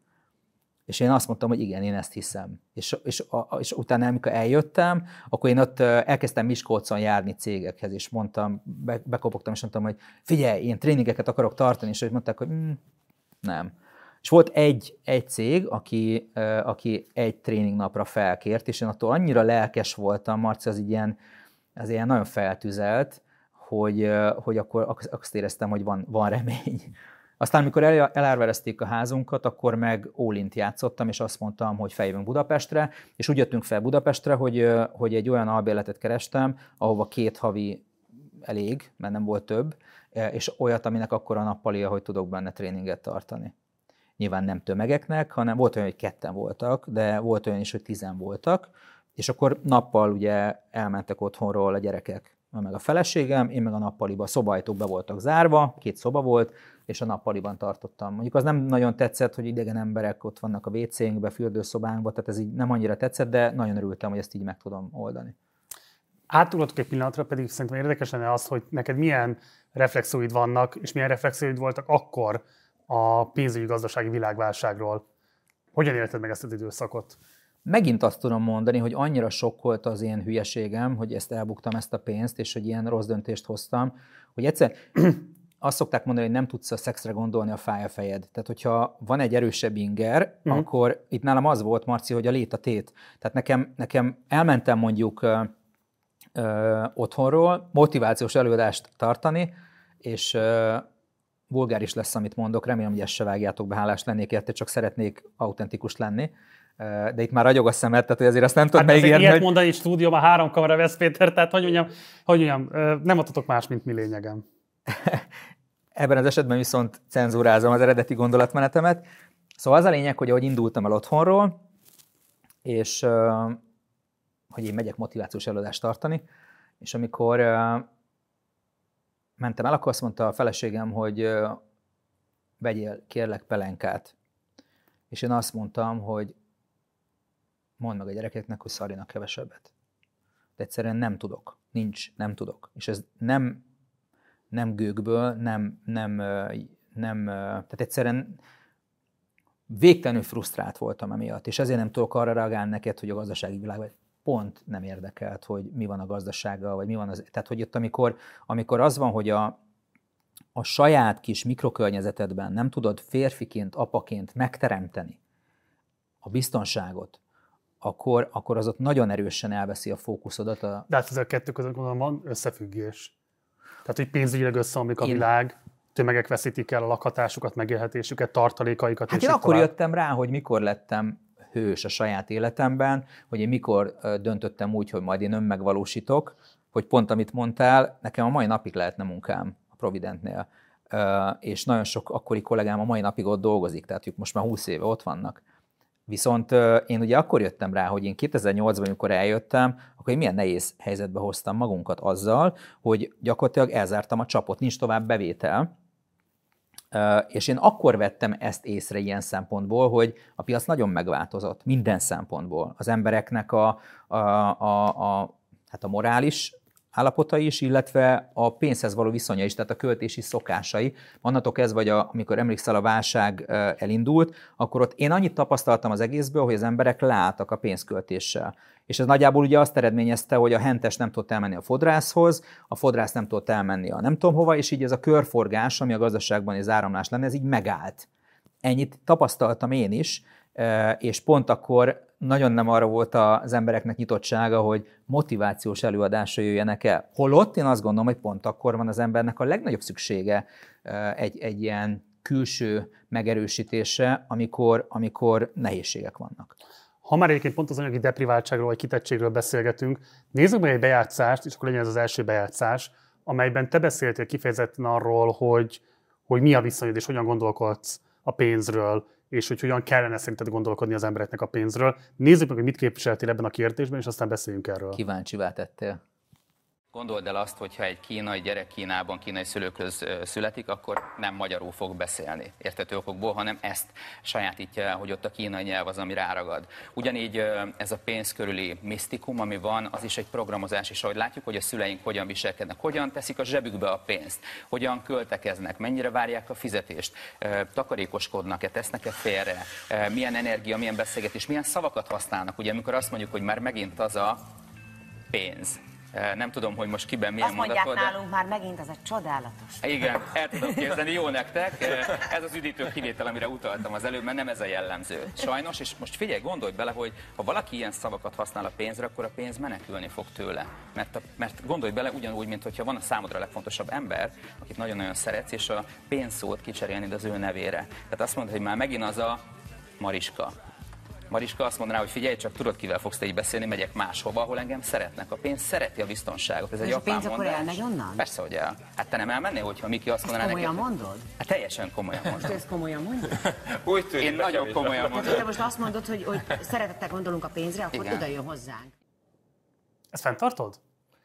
[SPEAKER 2] És én azt mondtam, hogy igen, én ezt hiszem. És, és, és utána, amikor eljöttem, akkor én ott elkezdtem Miskolcon járni cégekhez, és mondtam, be, bekopogtam, és mondtam, hogy figyelj, én tréningeket akarok tartani, és ők mondták, hogy mm, nem. És volt egy, egy cég, aki, aki egy tréningnapra felkért, és én attól annyira lelkes voltam, Marci, az így ilyen, az ilyen nagyon feltüzelt, hogy, hogy akkor azt éreztem, hogy van, van remény. Aztán, amikor el, elárverezték a házunkat, akkor meg all-int játszottam, és azt mondtam, hogy feljövünk Budapestre, és úgy jöttünk fel Budapestre, hogy, hogy egy olyan albérletet kerestem, ahova két havi elég, mert nem volt több, és olyat, aminek akkor a nappalia, hogy tudok benne tréninget tartani. Nyilván nem tömegeknek, hanem volt olyan, hogy ketten voltak, de volt olyan is, hogy tizen voltak, és akkor nappal ugye elmentek otthonról a gyerekek, meg a feleségem, én meg a nappaliba, a szobajtók be voltak zárva, két szoba volt, és a nappaliban tartottam. Mondjuk az nem nagyon tetszett, hogy idegen emberek ott vannak a vécénkbe, fürdőszobánkba, tehát ez így nem annyira tetszett, de nagyon örültem, hogy ezt így meg tudom oldani.
[SPEAKER 1] Átugrottuk egy pillanatra, pedig szerintem érdekes lenne az, hogy neked milyen reflexióid vannak, és milyen reflexióid voltak akkor a pénzügyi gazdasági világválságról. Hogyan élted meg ezt az időszakot?
[SPEAKER 2] Megint azt tudom mondani, hogy annyira sokkolt az én hülyeségem, hogy ezt elbuktam, ezt a pénzt, és hogy ilyen rossz döntést hoztam, hogy egyszer azt szokták mondani, hogy nem tudsz a szexre gondolni, a fáj a fejed. Tehát, hogyha van egy erősebb inger, uh-huh. akkor itt nálam az volt, Marci, hogy a lét a tét. Tehát nekem, nekem elmentem mondjuk ö, ö, otthonról motivációs előadást tartani, és ö, vulgáris lesz, amit mondok, remélem, hogy ezt se vágjátok be, hálás lennék érte, csak szeretnék autentikus lenni. De itt már ragyog a szemed, tehát hogy azért azt nem tudod
[SPEAKER 1] hát
[SPEAKER 2] megírni.
[SPEAKER 1] Ilyet
[SPEAKER 2] hogy...
[SPEAKER 1] mondani is stúdióban három kamera vesz, Péter, tehát hogy mondjam, hogy mondjam, nem adhatok más, mint mi lényegem.
[SPEAKER 2] Ebben az esetben viszont cenzúrázom az eredeti gondolatmenetemet. Szóval az a lényeg, hogy ahogy indultam el otthonról, és hogy én megyek motivációs előadást tartani, és amikor mentem el, akkor azt mondta a feleségem, hogy vegyél kérlek pelenkát. És én azt mondtam, hogy mondd meg a gyerekeknek, hogy szarjanak kevesebbet. De egyszerűen nem tudok. Nincs, nem tudok. És ez nem, nem gőgből, nem, nem, nem, tehát egyszerűen végtelenül frusztrált voltam emiatt, és ezért nem tudok arra reagálni neked, hogy a gazdasági világban pont nem érdekelt, hogy mi van a gazdasággal, vagy mi van az... Tehát, hogy ott amikor, amikor az van, hogy a, a saját kis mikrokörnyezetedben nem tudod férfiként, apaként megteremteni a biztonságot, akkor, akkor az ott nagyon erősen elveszi a fókuszodat. A...
[SPEAKER 1] De hát ezzel a kettő között gondolom van összefüggés. Tehát, hogy pénzügyileg összeomlik a
[SPEAKER 2] Én...
[SPEAKER 1] világ, tömegek veszítik el a lakhatásukat, megélhetésüket, tartalékaikat.
[SPEAKER 2] Hát
[SPEAKER 1] és
[SPEAKER 2] én akkor
[SPEAKER 1] tovább.
[SPEAKER 2] jöttem rá, hogy mikor lettem hős a saját életemben, hogy én mikor döntöttem úgy, hogy majd én önmegvalósítok, hogy pont amit mondtál, nekem a mai napig lehetne munkám a Providentnél. És nagyon sok akkori kollégám a mai napig ott dolgozik, tehát ők most már húsz éve ott vannak. Viszont én ugye akkor jöttem rá, hogy én kétezer-nyolcban, amikor eljöttem, akkor én milyen nehéz helyzetbe hoztam magunkat azzal, hogy gyakorlatilag elzártam a csapot, nincs tovább bevétel, és én akkor vettem ezt észre ilyen szempontból, hogy a piac nagyon megváltozott, minden szempontból. Az embereknek a, a, a, a, hát a morális állapotai is, illetve a pénzhez való viszonya is, tehát a költési szokásai. Onnantól kezdve, vagy a, amikor emlékszel, a válság elindult, akkor ott én annyit tapasztaltam az egészből, hogy az emberek leálltak a pénzköltéssel. És ez nagyjából ugye azt eredményezte, hogy a hentes nem tudott elmenni a fodrászhoz, a fodrász nem tudott elmenni a nem tudom hova, és így ez a körforgás, ami a gazdaságban az áramlás lenne, ez így megállt. Ennyit tapasztaltam én is, és pont akkor nagyon nem arra volt az embereknek nyitottsága, hogy motivációs előadásra jöjjenek el. Holott én azt gondolom, hogy pont akkor van az embernek a legnagyobb szüksége egy, egy ilyen külső megerősítésre, amikor, amikor nehézségek vannak.
[SPEAKER 1] Ha már egyébként pont az anyagi depriváltságról vagy kitettségről beszélgetünk, nézzük meg egy bejátszást, és akkor legyen ez az első bejátszás, amelyben te beszéltél kifejezetten arról, hogy, hogy mi a viszonyod és hogyan gondolkodsz a pénzről, és hogy hogyan kellene szerinted gondolkodni az embereknek a pénzről. Nézzük meg, hogy mit képviseltél ebben a kérdésben, és aztán beszéljünk erről.
[SPEAKER 2] Kíváncsivá tettél.
[SPEAKER 3] Gondold el azt, hogy ha egy kínai gyerek Kínában, kínai szülőkhöz születik, akkor nem magyarul fog beszélni érthető okokból, hanem ezt sajátítja el, hogy ott a kínai nyelv az, ami ráragad. Ugyanígy ez a pénz körüli misztikum, ami van, az is egy programozás, és ahogy látjuk, hogy a szüleink hogyan viselkednek, hogyan teszik a zsebükbe a pénzt, hogyan költekeznek, mennyire várják a fizetést, takarékoskodnak-e, tesznek-e félre, milyen energia, milyen beszélgetés, milyen szavakat használnak. Ugye amikor azt mondjuk, hogy már megint az a pénz. Nem tudom, hogy most kiben milyen mondat
[SPEAKER 4] volt. Azt mondják nálunk, de... már megint az egy csodálatos.
[SPEAKER 3] Igen, el tudom képzelni, jó nektek. Ez az üdítő kivétel, amire utaltam az előbb, mert nem ez a jellemző. Sajnos, és most figyelj, gondolj bele, hogy ha valaki ilyen szavakat használ a pénzre, akkor a pénz menekülni fog tőle. Mert, a, mert gondolj bele ugyanúgy, mint hogyha van a számodra legfontosabb ember, akit nagyon-nagyon szeretsz, és a pénzszót kicserélni az ő nevére. Tehát azt mondod, hogy már megint az a Mariska. Mariska azt mondaná, hogy figyelj, csak tudod, kivel fogsz te így beszélni, megyek máshova, ahol engem szeretnek. A pénz szereti a biztonságot. Ez egy
[SPEAKER 4] és a pénz
[SPEAKER 3] mondás.
[SPEAKER 4] akkor elmegy onnan?
[SPEAKER 3] Persze, hogy el. Hát te nem elmennél, hogyha Miki azt mondaná
[SPEAKER 4] neked?
[SPEAKER 3] Komolyan
[SPEAKER 4] mondod?
[SPEAKER 3] Hát teljesen komolyan mondom.
[SPEAKER 4] Most ezt komolyan mondod?
[SPEAKER 3] Úgy tűnik, én nagyon komolyan mondom.
[SPEAKER 4] Tehát, te most azt mondod, hogy, hogy szeretettel gondolunk a pénzre, akkor igen, oda jön hozzánk.
[SPEAKER 1] Ezt fenntartod?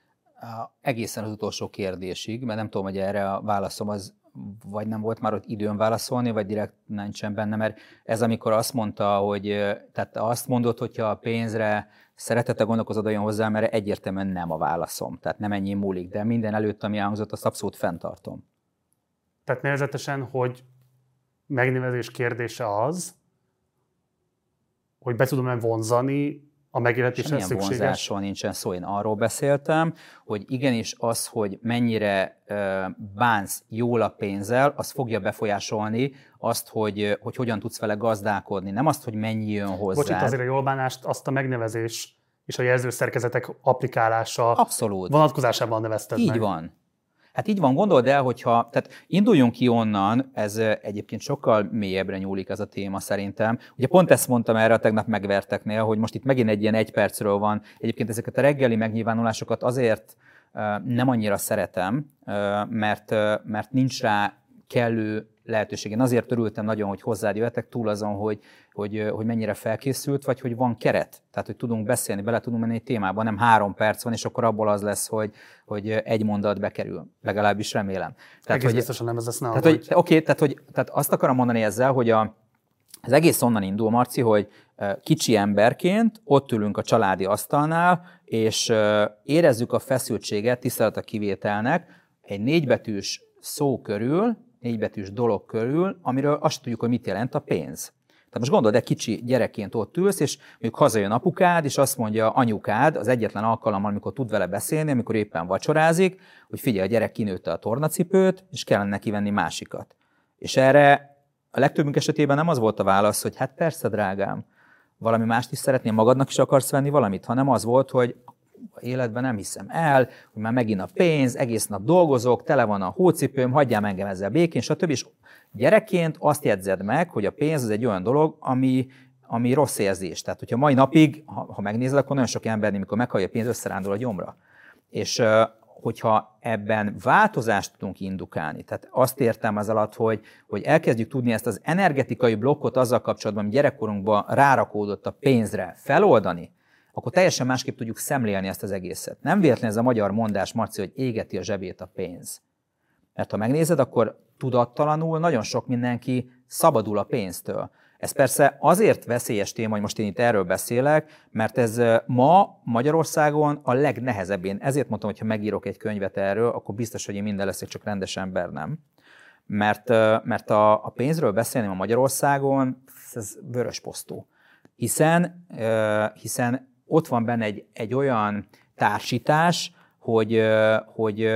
[SPEAKER 2] Egészen az utolsó kérdésig, mert nem tudom, hogy erre a válaszom az vagy nem volt már ott időn válaszolni, vagy direkt nincsen benne, mert ez amikor azt mondta, hogy tehát azt mondod, hogyha a pénzre szeretettel gondolkozod, olyan hozzá, mert egyértelműen nem a válaszom. Tehát nem ennyi múlik, de minden előtt, ami elhangzott, azt abszolút fenntartom.
[SPEAKER 1] Tehát nevezetesen, hogy megnevezés kérdése az, hogy be tudom-e vonzani a megélhetéshez szükséges...
[SPEAKER 2] Semmilyen vonzásról nincsen szó. Én arról beszéltem, hogy igenis az, hogy mennyire uh, bánsz jól a pénzzel, az fogja befolyásolni azt, hogy, hogy hogyan tudsz vele gazdálkodni. Nem azt, hogy mennyi jön hozzá.
[SPEAKER 1] Bocs, itt azért a jól bánást azt a megnevezés és a jelzőszerkezetek applikálása
[SPEAKER 2] abszolút
[SPEAKER 1] vonatkozásában nevezted
[SPEAKER 2] így
[SPEAKER 1] meg.
[SPEAKER 2] Van. Hát így van, gondold el, hogyha, tehát induljunk ki onnan, ez egyébként sokkal mélyebbre nyúlik ez a téma szerintem. Ugye pont ezt mondtam erre a tegnap megverteknél, hogy most itt megint egy ilyen egy percről van. Egyébként ezeket a reggeli megnyilvánulásokat azért nem annyira szeretem, mert, mert nincs rá kellő lehetőség. Én azért örültem nagyon, hogy hozzád jöhetek, túl azon, hogy, hogy, hogy mennyire felkészült, vagy hogy van keret. Tehát, hogy tudunk beszélni, bele tudunk menni egy témába, nem három perc van, és akkor abból az lesz, hogy, hogy egy mondat bekerül. Legalábbis remélem. Tehát,
[SPEAKER 1] Egész
[SPEAKER 2] hogy,
[SPEAKER 1] biztosan nem ez lesz
[SPEAKER 2] tehát, hogy, Oké, okay, tehát, hogy, tehát azt akarom mondani ezzel, hogy a, az egész onnan indul, Marci, hogy kicsi emberként ott ülünk a családi asztalnál, és érezzük a feszültséget, tisztelet a kivételnek, egy négybetűs szó körül, négybetűs dolog körül, amiről azt tudjuk, hogy mit jelent a pénz. Tehát most gondold, egy kicsi gyerekként ott ülsz, és mondjuk hazajön apukád, és azt mondja anyukád az egyetlen alkalommal, amikor tud vele beszélni, amikor éppen vacsorázik, hogy figyelj, a gyerek kinőtte a tornacipőt, és kellene neki venni másikat. És erre a legtöbbünk esetében nem az volt a válasz, hogy hát persze, drágám, Valami mást is szeretnél, magadnak is akarsz venni valamit, hanem az volt, hogy életben nem hiszem el, hogy már megint a pénz, egész nap dolgozok, tele van a hócipőm, hagyjál engem ezzel békén, stb. És gyerekként azt jegyzed meg, hogy a pénz az egy olyan dolog, ami, ami rossz érzés. Tehát, hogyha mai napig, ha, ha megnézed, akkor nagyon sok ember, amikor meghallja a pénz, összerándul a gyomra. És hogyha ebben változást tudunk indukálni, tehát azt értem az alatt, hogy, hogy elkezdjük tudni ezt az energetikai blokkot azzal kapcsolatban, ami gyerekkorunkban rárakódott a pénzre, feloldani, akkor teljesen másképp tudjuk szemlélni ezt az egészet. Nem véletlen ez a magyar mondás, Marci, hogy égeti a zsebét a pénz. Mert ha megnézed, akkor tudattalanul nagyon sok mindenki szabadul a pénztől. Ez persze azért veszélyes téma, hogy most én itt erről beszélek, mert ez ma Magyarországon a legnehezebb. Én ezért mondtam, hogy ha megírok egy könyvet erről, akkor biztos, hogy én minden leszek, csak rendes ember nem. Mert, mert a, a pénzről beszélni ma Magyarországon, ez vörös posztó. Hiszen, hiszen ott van benne egy, egy olyan társítás, hogy, hogy,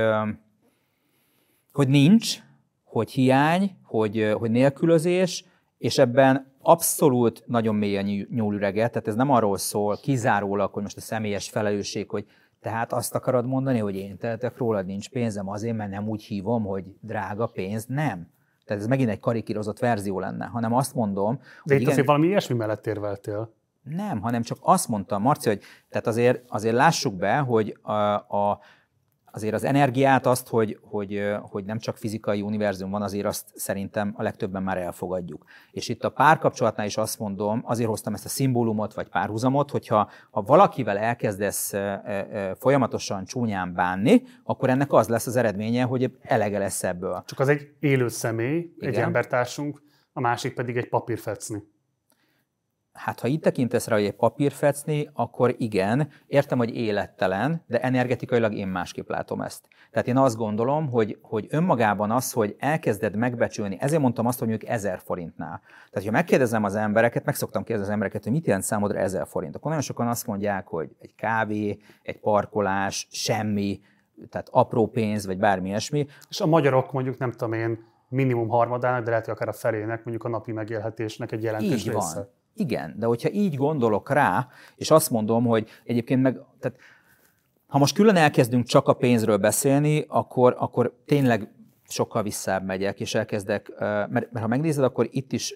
[SPEAKER 2] hogy nincs, hogy hiány, hogy, hogy nélkülözés, és ebben abszolút nagyon mélyen nyúl üreget, tehát ez nem arról szól kizárólag, hogy most a személyes felelősség, hogy tehát azt akarod mondani, hogy én tehetek rólad, nincs pénzem azért, mert nem úgy hívom, hogy drága pénz, nem. Tehát ez megint egy karikírozott verzió lenne, hanem azt mondom...
[SPEAKER 1] De itt igen, azért valami ilyesmi mellett érveltél.
[SPEAKER 2] Nem, hanem csak azt mondtam, Marci, hogy tehát azért, azért lássuk be, hogy a, a, azért az energiát, azt, hogy, hogy, hogy nem csak fizikai univerzum van, azért azt szerintem a legtöbben már elfogadjuk. És itt a párkapcsolatnál is azt mondom, azért hoztam ezt a szimbólumot vagy párhuzamot, hogyha ha valakivel elkezdesz folyamatosan csúnyán bánni, akkor ennek az lesz az eredménye, hogy elege lesz ebből.
[SPEAKER 1] Csak az egy élő személy,
[SPEAKER 2] igen,
[SPEAKER 1] egy embertársunk, a másik pedig egy papírfecni.
[SPEAKER 2] Hát, ha így tekintesz rá, hogy egy papírfecni, akkor igen, értem, hogy élettelen, de energetikailag én másképp látom ezt. Tehát én azt gondolom, hogy, hogy önmagában az, hogy elkezded megbecsülni, ezért mondtam azt, hogy mondjuk ezer forintnál. Tehát, ha megkérdezem az embereket, meg szoktam kérdezni az embereket, hogy mit jelent számodra ezer forint, akkor nagyon sokan azt mondják, hogy egy kávé, egy parkolás, semmi, tehát apró pénz, vagy bármi ilyesmi.
[SPEAKER 1] És a magyarok mondjuk, nem tudom én, minimum harmadának, de lehet, hogy akár a felének, mondjuk a napi megélhetésnek egy jelentős
[SPEAKER 2] így
[SPEAKER 1] része.
[SPEAKER 2] Van. Igen, de hogyha így gondolok rá, és azt mondom, hogy egyébként meg, tehát, ha most külön elkezdünk csak a pénzről beszélni, akkor, akkor tényleg sokkal visszább megyek, és elkezdek, mert, mert ha megnézed, akkor itt is,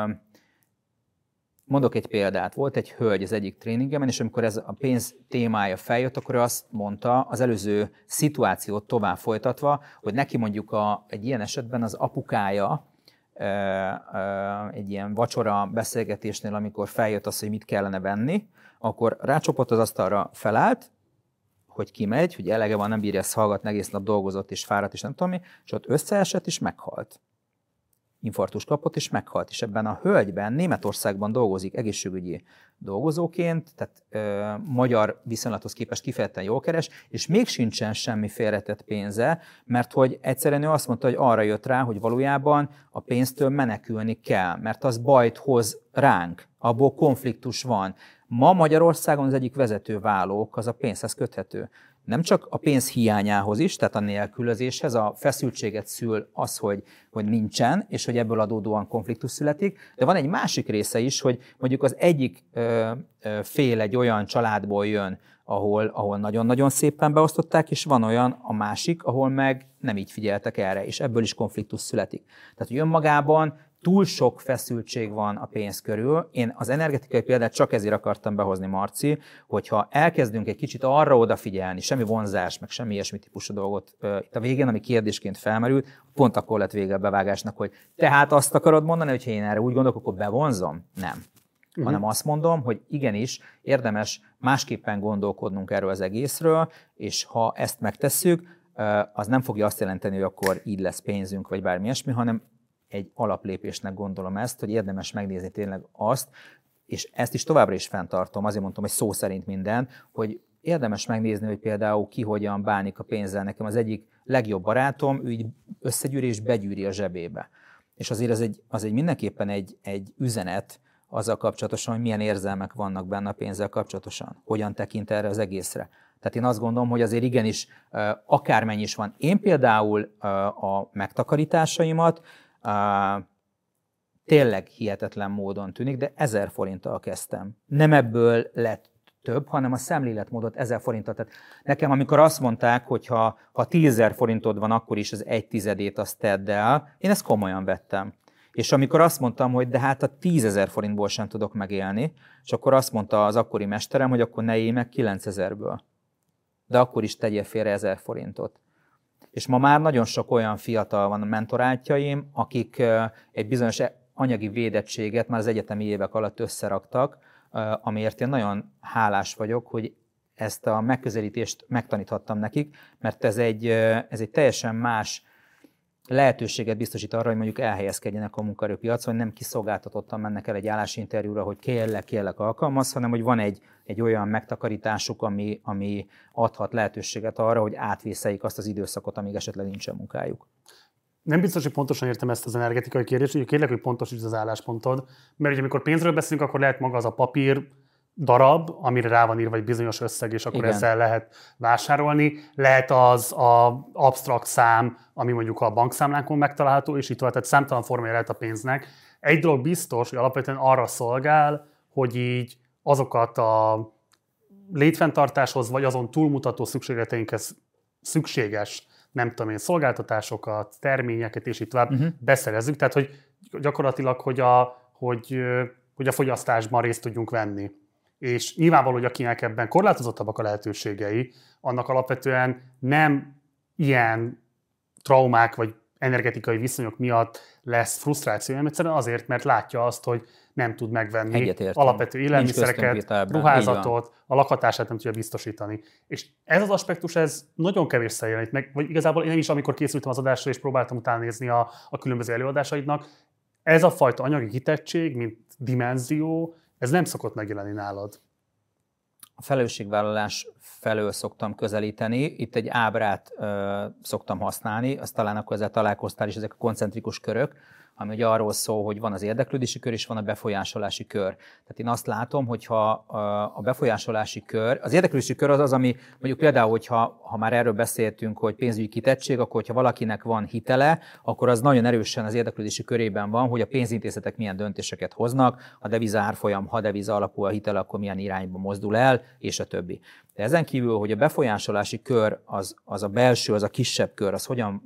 [SPEAKER 2] mondok egy példát, volt egy hölgy az egyik tréningemen, és amikor ez a pénz témája feljött, akkor ő azt mondta, az előző szituációt tovább folytatva, hogy neki mondjuk a, egy ilyen esetben az apukája, egy ilyen vacsora beszélgetésnél, amikor feljött az, hogy mit kellene venni, akkor rácsopott az asztalra, felállt, hogy kimegy, hogy elege van, nem bírja ezt hallgatni, egész nap dolgozott és fáradt, és nem tudom mi, és ott összeesett és meghalt. Infarktus kapott és meghalt. És ebben a hölgyben Németországban dolgozik egészségügyi dolgozóként, tehát ö, magyar viszonylathoz képest kifejezetten jól keres, és még sincsen semmi félretett pénze, mert hogy egyszerűen ő azt mondta, hogy arra jött rá, hogy valójában a pénztől menekülni kell, mert az bajt hoz ránk, abból konfliktus van. Ma Magyarországon az egyik vezető vállók az a pénzhez köthető. Nem csak a pénz hiányához is, tehát a nélkülözéshez, a feszültséget szül az, hogy, hogy nincsen, és hogy ebből adódóan konfliktus születik, de van egy másik része is, hogy mondjuk az egyik ö, ö, fél egy olyan családból jön, ahol, ahol nagyon-nagyon szépen beosztották, és van olyan a másik, ahol meg nem így figyeltek erre, és ebből is konfliktus születik. Tehát, hogy önmagában túl sok feszültség van a pénz körül. Én az energetikai példát csak ezért akartam behozni, Marci, hogyha elkezdünk egy kicsit arra odafigyelni, semmi vonzás, meg semmi ilyesmi típusú dolgot itt a végén, ami kérdésként felmerült, pont akkor lett vége a bevágásnak, hogy tehát azt akarod mondani, hogy ha én erre úgy gondolok, akkor bevonzom? Nem. Uh-huh. Hanem azt mondom, hogy igenis érdemes másképpen gondolkodnunk erről az egészről, és ha ezt megtesszük, az nem fogja azt jelenteni, hogy akkor így lesz pénzünk, vagy bármi ilyesmi, hanem egy alaplépésnek gondolom ezt, hogy érdemes megnézni tényleg azt, és ezt is továbbra is fenntartom, azért mondtam, hogy szó szerint minden, hogy érdemes megnézni, hogy például ki hogyan bánik a pénzzel. Nekem az egyik legjobb barátom, ő így összegyűri és begyűri a zsebébe. És azért az egy, az egy mindenképpen egy, egy üzenet azzal kapcsolatosan, hogy milyen érzelmek vannak benne a pénzzel kapcsolatosan, hogyan tekint erre az egészre. Tehát én azt gondolom, hogy azért igenis akármennyi is van. Én például a megtakarításaimat tényleg hihetetlen módon tűnik, de ezer forinttal kezdtem. Nem ebből lett több, hanem a szemléletmódot ezer forinttal. Tehát nekem, amikor azt mondták, hogy ha, ha tízezer forintod van, akkor is az egy tizedét azt tedd el, én ezt komolyan vettem. És amikor azt mondtam, hogy de hát a tízezer forintból sem tudok megélni, és akkor azt mondta az akkori mesterem, hogy akkor ne élj meg kilencezerből. De akkor is tegyél félre ezer forintot. És ma már nagyon sok olyan fiatal van a mentorátjaim, akik egy bizonyos anyagi védettséget már az egyetemi évek alatt összeraktak, amiért én nagyon hálás vagyok, hogy ezt a megközelítést megtaníthattam nekik, mert ez egy, ez egy teljesen más lehetőséget biztosít arra, hogy mondjuk elhelyezkedjenek a munkaerőpiacon, hogy nem kiszolgáltatottan mennek el egy állásinterjúra, hogy kérlek, kérlek alkalmaz, hanem hogy van egy, egy olyan megtakarításuk, ami, ami adhat lehetőséget arra, hogy átvészeljék azt az időszakot, amíg esetleg nincsen munkájuk.
[SPEAKER 1] Nem biztos, hogy pontosan értem ezt az energetikai kérdést, úgyhogy kérlek, hogy pontos az álláspontod, mert ugye amikor pénzről beszélünk, akkor lehet maga az a papír darab, amire rá van írva egy bizonyos összeg, és akkor igen, ezzel lehet vásárolni. Lehet az az absztrakt szám, ami mondjuk a bankszámlánkon megtalálható, és így tovább, tehát számtalan formája lehet a pénznek. Egy dolog biztos, hogy alapvetően arra szolgál, hogy így azokat a létfenntartáshoz, vagy azon túlmutató szükségleteinkhez szükséges, nem tudom én, szolgáltatásokat, terményeket, és így tovább uh-huh. beszerezzük. Tehát, hogy gyakorlatilag, hogy a, hogy, hogy a fogyasztásban részt tudjunk venni. És nyilvánvaló, hogy akinek ebben korlátozottabbak a lehetőségei, annak alapvetően nem ilyen traumák vagy energetikai viszonyok miatt lesz frusztráció, hanem egyszerűen azért, mert látja azt, hogy nem tud megvenni
[SPEAKER 2] Egyetértem.
[SPEAKER 1] alapvető élelmiszereket, ruházatot, a lakhatását nem tudja biztosítani. És ez az aspektus, ez nagyon kevésszer jelenik meg, vagy igazából én is, amikor készültem az adásra, és próbáltam utána nézni a, a különböző előadásaidnak, ez a fajta anyagi kitettség, mint dimenzió, ez nem szokott megjelenni nálad.
[SPEAKER 2] A felelősségvállalás felől szoktam közelíteni. Itt egy ábrát ö, szoktam használni, azt talán akkor ezzel találkoztál is, ezek a koncentrikus körök, ami ugye arról szól, hogy van az érdeklődési kör és van a befolyásolási kör. Tehát én azt látom, hogyha a befolyásolási kör, az érdeklődési kör az az, ami mondjuk például, hogyha ha már erről beszéltünk, hogy pénzügyi kitettség, akkor hogyha valakinek van hitele, akkor az nagyon erősen az érdeklődési körében van, hogy a pénzintézetek milyen döntéseket hoznak, a deviza árfolyam, ha deviza alapú a hitele, akkor milyen irányba mozdul el, és a többi. De ezen kívül, hogy a befolyásolási kör, az, az a belső, az a kisebb kör, az hogyan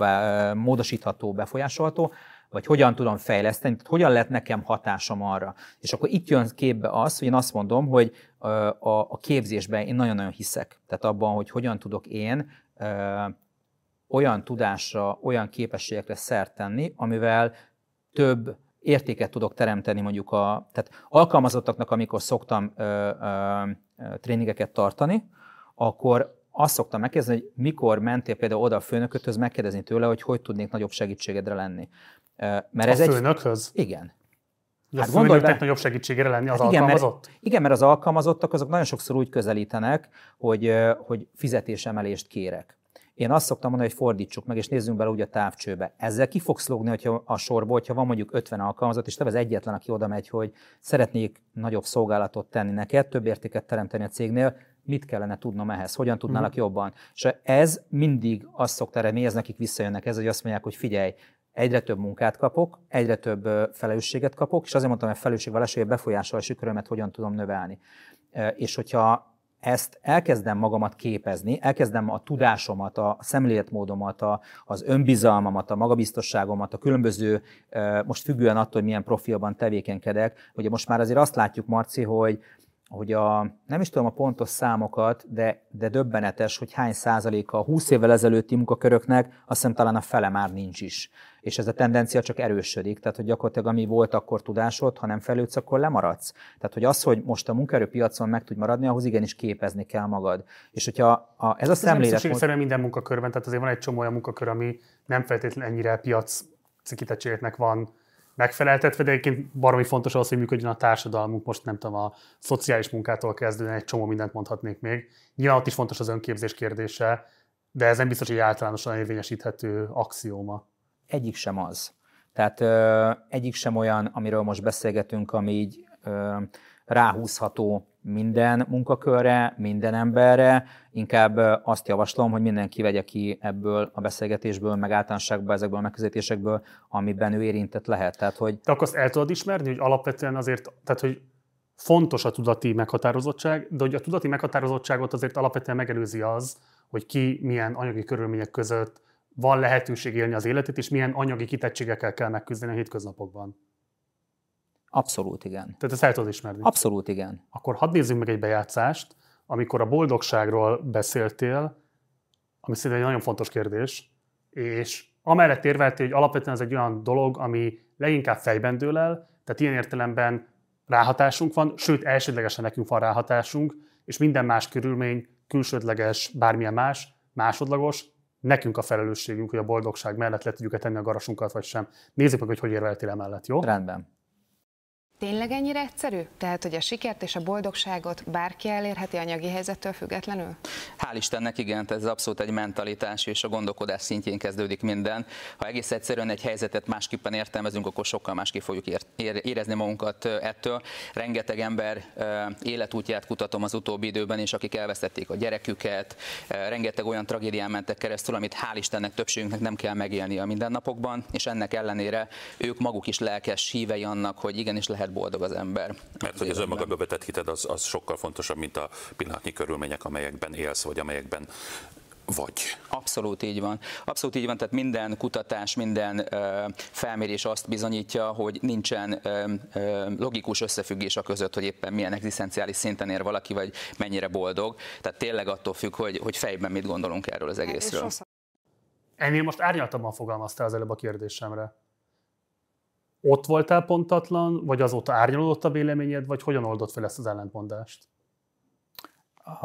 [SPEAKER 2] módosítható, befolyásolható, vagy hogyan tudom fejleszteni, tehát hogyan lehet nekem hatásom arra. És akkor itt jön képbe az, hogy én azt mondom, hogy a, a képzésben én nagyon-nagyon hiszek. Tehát abban, hogy hogyan tudok én ö, olyan tudásra, olyan képességekre szert tenni, amivel több értéket tudok teremteni mondjuk a... Tehát alkalmazottaknak, amikor szoktam ö, ö, tréningeket tartani, akkor azt szoktam megkérdezni, hogy mikor mentél például oda a főnököthöz, megkérdezni tőle, hogy hogy tudnék nagyobb segítségedre lenni. Mert ez
[SPEAKER 1] a főnökhöz?
[SPEAKER 2] Egy... Igen.
[SPEAKER 1] De hát a főnöknek nagyobb segítségére lenni az hát igen, alkalmazott?
[SPEAKER 2] Mert, igen, mert az alkalmazottak azok nagyon sokszor úgy közelítenek, hogy, hogy fizetésemelést kérek. Én azt szoktam mondani, hogy fordítsuk meg, és nézzünk bele úgy a távcsőbe. Ezzel ki fogsz lógni, hogyha a sorból, hogyha van mondjuk ötven alkalmazott, és te az egyetlen, aki oda megy, hogy szeretnék nagyobb szolgálatot tenni neked, több értéket teremteni a cégnél, mit kellene tudnom ehhez, hogyan tudnálak mm. jobban. És ez mindig azt szokta eredményezni, nekik visszajönnek ez, hogy azt mondják, hogy figyelj, egyre több munkát kapok, egyre több felelősséget kapok, és azért mondtam, hogy a felelősségvállalás, hogy a befolyásolási körömet hogyan tudom növelni. És hogyha ezt elkezdem magamat képezni, elkezdem a tudásomat, a szemléletmódomat, a, az önbizalmamat, a magabiztosságomat, a különböző, most függően attól, hogy milyen profilban tevékenykedek, ugye most már azért azt látjuk, Marci, hogy hogy a, nem is tudom a pontos számokat, de, de döbbenetes, hogy hány százaléka a húsz évvel ezelőtti munkaköröknek, azt hiszem talán a fele már nincs is. És ez a tendencia csak erősödik, tehát hogy gyakorlatilag ami volt akkor tudásod, ha nem fejlődsz, akkor lemaradsz. Tehát hogy az, hogy most a munkaerőpiacon meg tudj maradni, ahhoz igenis képezni kell magad. És hogyha a, ez a ez szemlélet... Ez
[SPEAKER 1] szükségszerűen minden munkakörben, tehát azért van egy csomó olyan munkakör, ami nem feltétlenül ennyire piac kitettségeknek van megfeleltetve, de egyébként baromi fontos az, hogy működjön a társadalmunk, most nem tudom, a szociális munkától kezdően egy csomó mindent mondhatnék még. Nyilván ott is fontos az önképzés kérdése, de ez nem biztos, hogy általánosan érvényesíthető axióma.
[SPEAKER 2] Egyik sem az. Tehát ö, egyik sem olyan, amiről most beszélgetünk, ami így ö, ráhúzható minden munkakörre, minden emberre. Inkább azt javaslom, hogy mindenki vegye ki ebből a beszélgetésből, meg általánosságban ezekből a megközelítésekből, amiben ő érintett lehet. Tehát, hogy...
[SPEAKER 1] Te akkor azt el tudod ismerni, hogy alapvetően azért, tehát hogy fontos a tudati meghatározottság, de hogy a tudati meghatározottságot azért alapvetően megelőzi az, hogy ki milyen anyagi körülmények között van lehetőség élni az életét, és milyen anyagi kitettségekkel kell megküzdeni a hétköznapokban.
[SPEAKER 2] Abszolút igen.
[SPEAKER 1] Tehát ezt el tudod ismerni.
[SPEAKER 2] Abszolút igen.
[SPEAKER 1] Akkor hadd nézzünk meg egy bejátszást, amikor a boldogságról beszéltél, ami szerintem egy nagyon fontos kérdés, és amellett érveltél, hogy alapvetően ez egy olyan dolog, ami leginkább fejben dől el, tehát ilyen értelemben ráhatásunk van, sőt, elsődlegesen nekünk van ráhatásunk, és minden más körülmény, külsődleges, bármilyen más, másodlagos, nekünk a felelősségünk, hogy a boldogság mellett le tudjuk-e tenni a garasunkat, vagy sem. Nézzük meg, hogy hogy érveltél emellett, jó?
[SPEAKER 2] Rendben.
[SPEAKER 5] Tényleg ennyire egyszerű? Tehát, hogy a sikert és a boldogságot bárki elérheti anyagi helyzettől függetlenül?
[SPEAKER 3] Hál' Istennek igen, ez abszolút egy mentalitás és a gondolkodás szintjén kezdődik minden. Ha egész egyszerűen egy helyzetet másképpen értelmezünk, akkor sokkal másképp fogjuk érezni magunkat ettől. Rengeteg ember életútját kutatom az utóbbi időben, és akik elvesztették a gyereküket, rengeteg olyan tragédián mentek keresztül, amit hál' Istennek többségünknek nem kell megélni a mindennapokban, és ennek ellenére ők maguk is lelkes hívei annak, hogy igenis lehet boldog az ember.
[SPEAKER 6] Mert hogy az önmagadba vetett hited az, az sokkal fontosabb, mint a pillanatnyi körülmények, amelyekben élsz, vagy amelyekben vagy.
[SPEAKER 3] Abszolút így van. Abszolút így van, tehát minden kutatás, minden ö, felmérés azt bizonyítja, hogy nincsen ö, ö, logikus összefüggés a között, hogy éppen milyen egzisztenciális szinten ér valaki, vagy mennyire boldog. Tehát tényleg attól függ, hogy, hogy fejben mit gondolunk erről az egészről.
[SPEAKER 1] Ennél most árnyaltabban fogalmaztál az előbb a kérdésemre. Ott voltál pontatlan, vagy azóta árnyalódott a véleményed, vagy hogyan oldott fel ezt az ellentmondást?
[SPEAKER 2] A,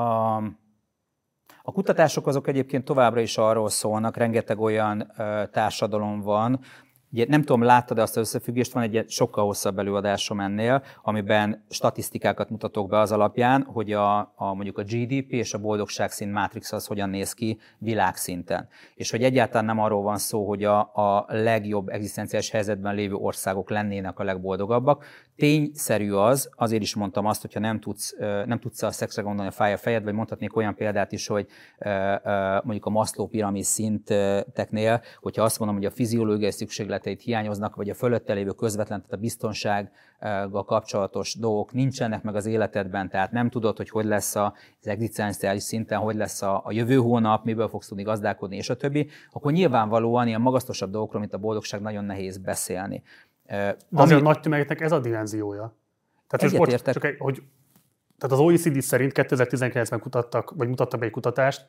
[SPEAKER 2] a kutatások azok egyébként továbbra is arról szólnak, rengeteg olyan ö, társadalom van, ugye nem tudom, láttad azt az összefüggést, van egy sokkal hosszabb előadásom ennél, amiben statisztikákat mutatok be az alapján, hogy a, a mondjuk a gé dé pé és a boldogságszint mátrix az hogyan néz ki világszinten. És hogy egyáltalán nem arról van szó, hogy a, a legjobb egzisztenciális helyzetben lévő országok lennének a legboldogabbak. Tényszerű az, azért is mondtam azt, hogyha nem tudsz, nem tudsz a szexre gondolni, a fáj a fejed, vagy mondhatnék olyan példát is, hogy mondjuk a Maslow piramis szinteknél, hogyha azt mondom, hogy a fiziológiai szükségleteit hiányoznak, vagy a fölötte lévő közvetlen, tehát a biztonsággal kapcsolatos dolgok nincsenek meg az életedben, tehát nem tudod, hogy hogy lesz az egzisztenciális szinten, hogy lesz a, a jövő hónap, miből fogsz tudni gazdálkodni, és a többi, akkor nyilvánvalóan ilyen magasztosabb dolgokról, mint a boldogság, nagyon nehéz beszélni.
[SPEAKER 1] De azért ami... a nagy tömegeknek ez a dimenziója. Tehát, most, csak egy, hogy, tehát az o e cé dé szerint kétezer-tizenkilencben kutattak, vagy mutattak be egy kutatást,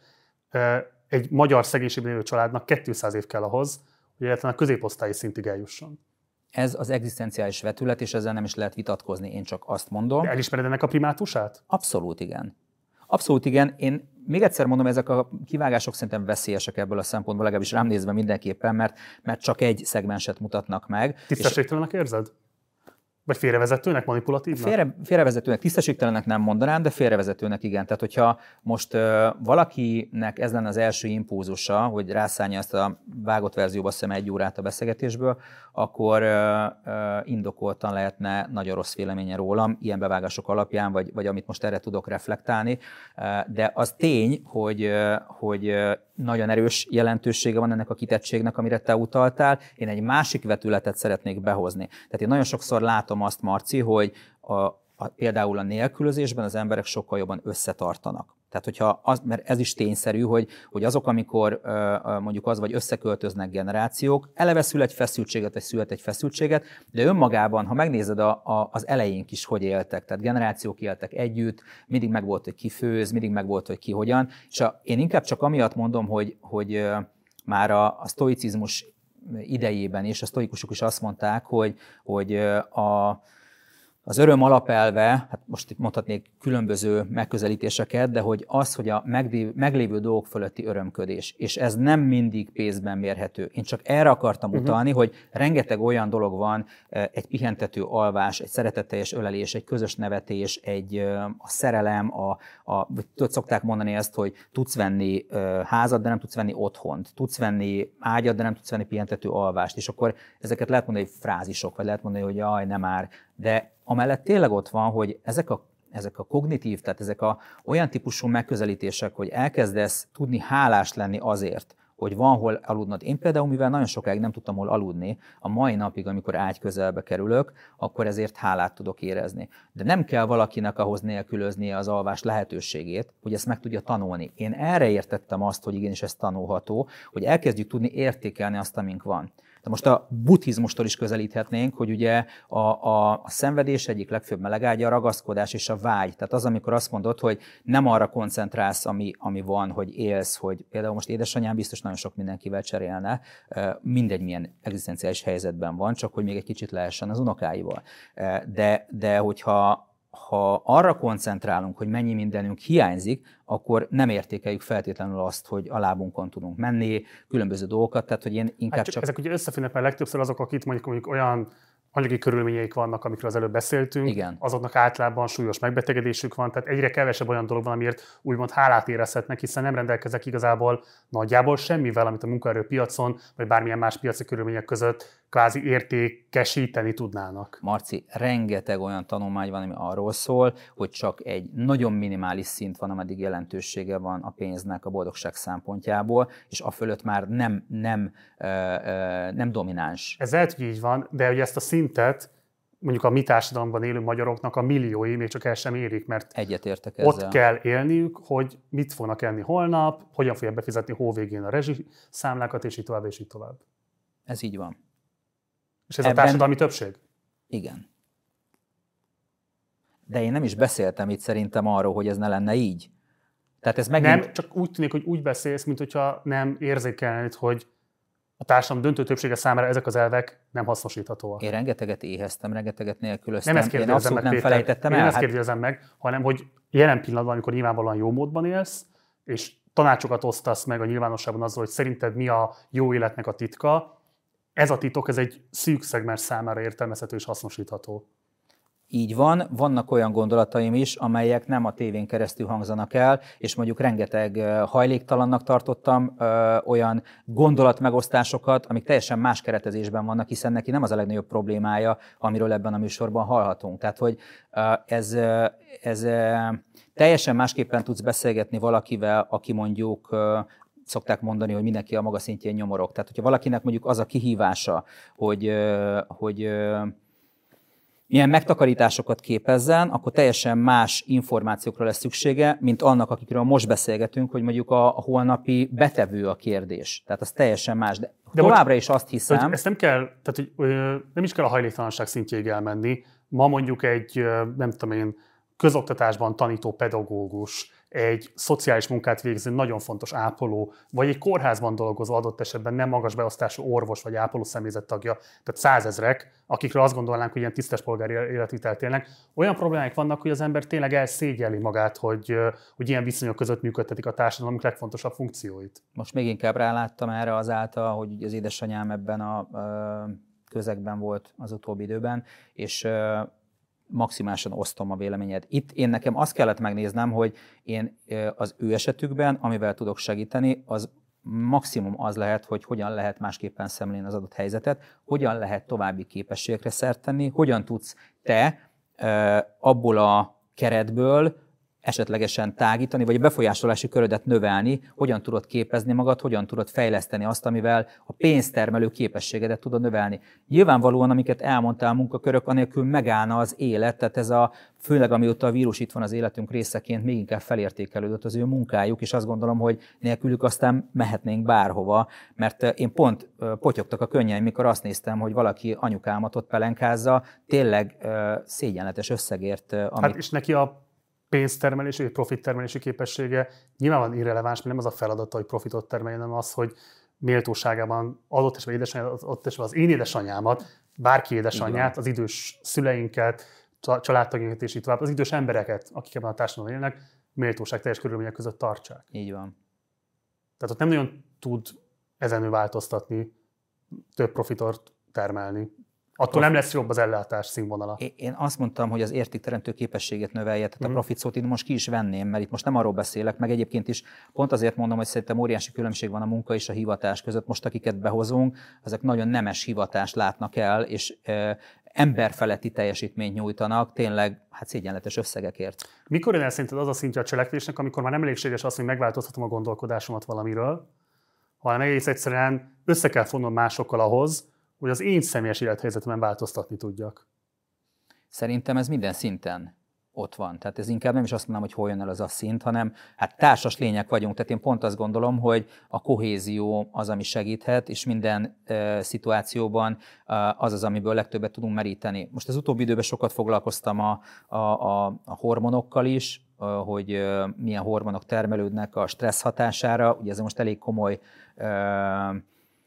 [SPEAKER 1] egy magyar szegénységben élő családnak kétszáz év kell ahhoz, hogy egyáltalán a középosztályi szintig eljusson.
[SPEAKER 2] Ez az egzisztenciális vetület, és ezzel nem is lehet vitatkozni, én csak azt mondom.
[SPEAKER 1] De elismered ennek a primátusát?
[SPEAKER 2] Abszolút igen. Abszolút igen. Én még egyszer mondom, ezek a kivágások szerintem veszélyesek ebből a szempontból, legalábbis rám nézve mindenképpen, mert, mert csak egy szegmenset mutatnak meg.
[SPEAKER 1] Tisztességtelenek érzed? Vagy félrevezetőnek, manipulatívnak?
[SPEAKER 2] Félre, félrevezetőnek, tisztességtelenek nem mondanám, de félrevezetőnek igen. Tehát, hogyha most uh, valakinek ez lenne az első impulzusa, hogy rászállja ezt a vágott verzióba szem egy órát a beszélgetésből, akkor uh, uh, indokoltan lehetne nagyon rossz véleménye rólam, ilyen bevágások alapján, vagy, vagy amit most erre tudok reflektálni. Uh, de az tény, hogy, uh, hogy uh, nagyon erős jelentősége van ennek a kitettségnek, amire te utaltál. Én egy másik vetületet szeretnék behozni. Tehát én nagyon sokszor látom azt, Marci, hogy a, a, például a nélkülözésben az emberek sokkal jobban összetartanak. Tehát, hogyha az, mert ez is tényszerű, hogy, hogy azok, amikor mondjuk az, vagy összeköltöznek generációk, eleve szül egy feszültséget, vagy szület egy feszültséget, de önmagában, ha megnézed a, a, az elején is, hogy éltek, tehát generációk éltek együtt, mindig megvolt, hogy ki főz, mindig megvolt, hogy ki hogyan, és a, én inkább csak amiatt mondom, hogy, hogy már a, a sztoicizmus idejében is, a sztoikusok is azt mondták, hogy, hogy a Az öröm alapelve, hát most itt mondhatnék különböző megközelítéseket, de hogy az, hogy a meglévő dolgok fölötti örömködés, és ez nem mindig pénzben mérhető. Én csak erre akartam uh-huh. utalni, hogy rengeteg olyan dolog van, egy pihentető alvás, egy szeretetteljes ölelés, egy közös nevetés, egy a szerelem, a, a, tudod, szokták mondani ezt, hogy tudsz venni házat, de nem tudsz venni otthont, tudsz venni ágyat, de nem tudsz venni pihentető alvást, és akkor ezeket lehet mondani, hogy frázisok, vagy lehet mondani, hogy jaj, nem már, De amellett tényleg ott van, hogy ezek a ezek a kognitív, tehát ezek a olyan típusú megközelítések, hogy elkezdesz tudni hálás lenni azért, hogy van hol aludnod. Én például, mivel nagyon sokáig nem tudtam hol aludni, a mai napig, amikor ágy közelbe kerülök, akkor ezért hálát tudok érezni. De nem kell valakinek ahhoz nélkülöznie az alvás lehetőségét, hogy ezt meg tudja tanulni. Én erre értettem azt, hogy igenis ez tanulható, hogy elkezdjük tudni értékelni azt, amink van. De most a buddhizmustól is közelíthetnénk, hogy ugye a, a, a szenvedés egyik legfőbb melegágya a ragaszkodás és a vágy. Tehát az, amikor azt mondod, hogy nem arra koncentrálsz, ami, ami van, hogy élsz, hogy például most édesanyám biztos nagyon sok mindenkivel cserélne, mindegy milyen egzisztenciális helyzetben van, csak hogy még egy kicsit lehessen az unokáival. De, de hogyha ha arra koncentrálunk, hogy mennyi mindenünk hiányzik, akkor nem értékeljük feltétlenül azt, hogy a lábunkon tudunk menni, különböző dolgokat, tehát hogy én inkább
[SPEAKER 1] hát csak...
[SPEAKER 2] csak...
[SPEAKER 1] Ezek ugye összefüggnek, mert legtöbbször azok, akik mondjuk, mondjuk olyan anyagi körülményeik vannak, amikről az előbb beszéltünk,
[SPEAKER 2] Igen.
[SPEAKER 1] azoknak általában súlyos megbetegedésük van, tehát egyre kevesebb olyan dolog van, amiért úgymond hálát érezhetnek, hiszen nem rendelkeznek igazából nagyjából semmivel, amit a munkaerőpiacon, vagy bármilyen más piaci körülmények között kvázi értékesíteni tudnának.
[SPEAKER 2] Marci, rengeteg olyan tanulmány van, ami arról szól, hogy csak egy nagyon minimális szint van, ameddig jelentősége van a pénznek a boldogság szempontjából, és a fölött már nem, nem, nem domináns.
[SPEAKER 1] Ez lehet, hogy így van, de ugye ezt a szintet mondjuk a mi társadalomban élő magyaroknak a milliói még csak el sem érik, mert
[SPEAKER 2] egyetértek ezzel.
[SPEAKER 1] Ott kell élniük, hogy mit fognak enni holnap, hogyan fogják befizetni hóvégén a rezsiszámlákat, és így tovább, és így tovább.
[SPEAKER 2] Ez így van.
[SPEAKER 1] És ez
[SPEAKER 2] Ebben...
[SPEAKER 1] a társadalmi többség?
[SPEAKER 2] Igen. De én nem is beszéltem itt szerintem arról, hogy ez ne lenne így. Tehát ez megint...
[SPEAKER 1] Nem, csak úgy tűnik, hogy úgy beszélsz, mint hogyha nem érzékelnéd, hogy a társadalom döntő többsége számára ezek az elvek nem hasznosíthatóak.
[SPEAKER 2] Én rengeteget éheztem, rengeteget nélkülöztem.
[SPEAKER 1] Nem ezt
[SPEAKER 2] én abszolút
[SPEAKER 1] meg,
[SPEAKER 2] nem
[SPEAKER 1] Péter.
[SPEAKER 2] felejtettem
[SPEAKER 1] én
[SPEAKER 2] el.
[SPEAKER 1] nem ezt
[SPEAKER 2] hát...
[SPEAKER 1] kérdezem meg, hanem hogy jelen pillanatban, amikor nyilvánvalóan jó módban élsz, és tanácsokat osztasz meg a nyilvánosságban azzal, hogy szerinted mi a jó életnek a titka, ez a titok, ez egy szűk szegmens számára értelmezhető és hasznosítható.
[SPEAKER 2] Így van, vannak olyan gondolataim is, amelyek nem a tévén keresztül hangzanak el, és mondjuk rengeteg hajléktalannak tartottam ö, olyan gondolatmegosztásokat, amik teljesen más keretezésben vannak, hiszen neki nem az a legnagyobb problémája, amiről ebben a műsorban hallhatunk. Tehát, hogy ö, ez, ez ö, teljesen másképpen tudsz beszélgetni valakivel, aki mondjuk ö, szokták mondani, hogy mindenki a maga szintjén nyomorog. Tehát, hogyha valakinek mondjuk az a kihívása, hogy, ö, hogy ö, milyen megtakarításokat képezzen, akkor teljesen más információkra lesz szüksége, mint annak, akikről most beszélgetünk, hogy mondjuk a, a holnapi betevő a kérdés. Tehát az teljesen más. De, De továbbra is azt hiszem...
[SPEAKER 1] Hogy ezt nem kell, tehát hogy nem is kell a hajléktalanság szintjéig elmenni. Ma mondjuk egy, nem tudom én, közoktatásban tanító pedagógus, egy szociális munkát végző nagyon fontos ápoló, vagy egy kórházban dolgozó adott esetben nem magas beosztású orvos vagy ápoló személyzet tagja, tehát százezrek, akikről azt gondolnánk, hogy ilyen tisztes polgári életvitelt élnek, olyan problémák vannak, hogy az ember tényleg elszégyelli magát, hogy, hogy ilyen viszonyok között működtetik a társadalom legfontosabb funkcióit.
[SPEAKER 2] Most még inkább ráláttam erre azáltal, hogy az édesanyám ebben a közegben volt az utóbbi időben, és maximálisan osztom a véleményed. Itt én nekem azt kellett megnéznem, hogy én az ő esetükben, amivel tudok segíteni, az maximum az lehet, hogy hogyan lehet másképpen szemlélni az adott helyzetet, hogyan lehet további képességekre szert tenni, hogyan tudsz te abból a keretből esetlegesen tágítani, vagy a befolyásolási körödet növelni, hogyan tudod képezni magad, hogyan tudod fejleszteni azt, amivel a pénztermelő képességedet tudod növelni. Nyilvánvalóan, amiket elmondtál, munkakörök, anélkül megállna az élet, tehát ez a, főleg amióta a vírus itt van az életünk részeként, még inkább felértékelődött az ő munkájuk, és azt gondolom, hogy nélkülük aztán mehetnénk bárhova, mert én pont potyogtak a könnyeim, mikor azt néztem, hogy valaki anyukámat ott pelenkázza, tényleg szégyenletes összegért. Amit...
[SPEAKER 1] Hát és neki a pénztermelési, vagy profittermelési képessége nyilvánvalóan irreleváns, mert nem az a feladata, hogy profitot termeljen, hanem az, hogy méltóságában adott esetben édesanyját, adott esetben az én édesanyámat, bárki édesanyját, az idős szüleinket, családtagjainkat és így tovább, az idős embereket, akik ebben a társadalomban élnek, méltóság teljes körülmények között tartsák.
[SPEAKER 2] Így van.
[SPEAKER 1] Tehát ott nem nagyon tud ezen változtatni, több profitot termelni. Attól nem lesz jobb az ellátás színvonala.
[SPEAKER 2] Én azt mondtam, hogy az értékteremtő képességet növelje, tehát mm. a profit szót én most ki is venném, mert itt most nem arról beszélek, meg egyébként is pont azért mondom, hogy szerintem óriási különbség van a munka és a hivatás között. Most akiket behozunk, ezek nagyon nemes hivatást látnak el, és emberfeletti teljesítményt nyújtanak, tényleg hát szégyenletes összegekért.
[SPEAKER 1] Mikor jön el szerinted az a szintje a cselekvésnek, amikor már nem elégséges az, hogy megváltoztatom a gondolkodásomat valamiről, hanem egész egyszerűen össze kell fonnom másokkal ahhoz, hogy az én személyes élethelyzetemben változtatni tudjak?
[SPEAKER 2] Szerintem ez minden szinten ott van. Tehát ez inkább nem is azt mondom, hogy hol jön el az a szint, hanem hát társas lények vagyunk. Tehát én pont azt gondolom, hogy a kohézió az, ami segíthet, és minden e, szituációban e, az az, amiből legtöbbet tudunk meríteni. Most az utóbbi időben sokat foglalkoztam a, a, a, a hormonokkal is, a, hogy e, milyen hormonok termelődnek a stressz hatására. Ugye ez most elég komoly e,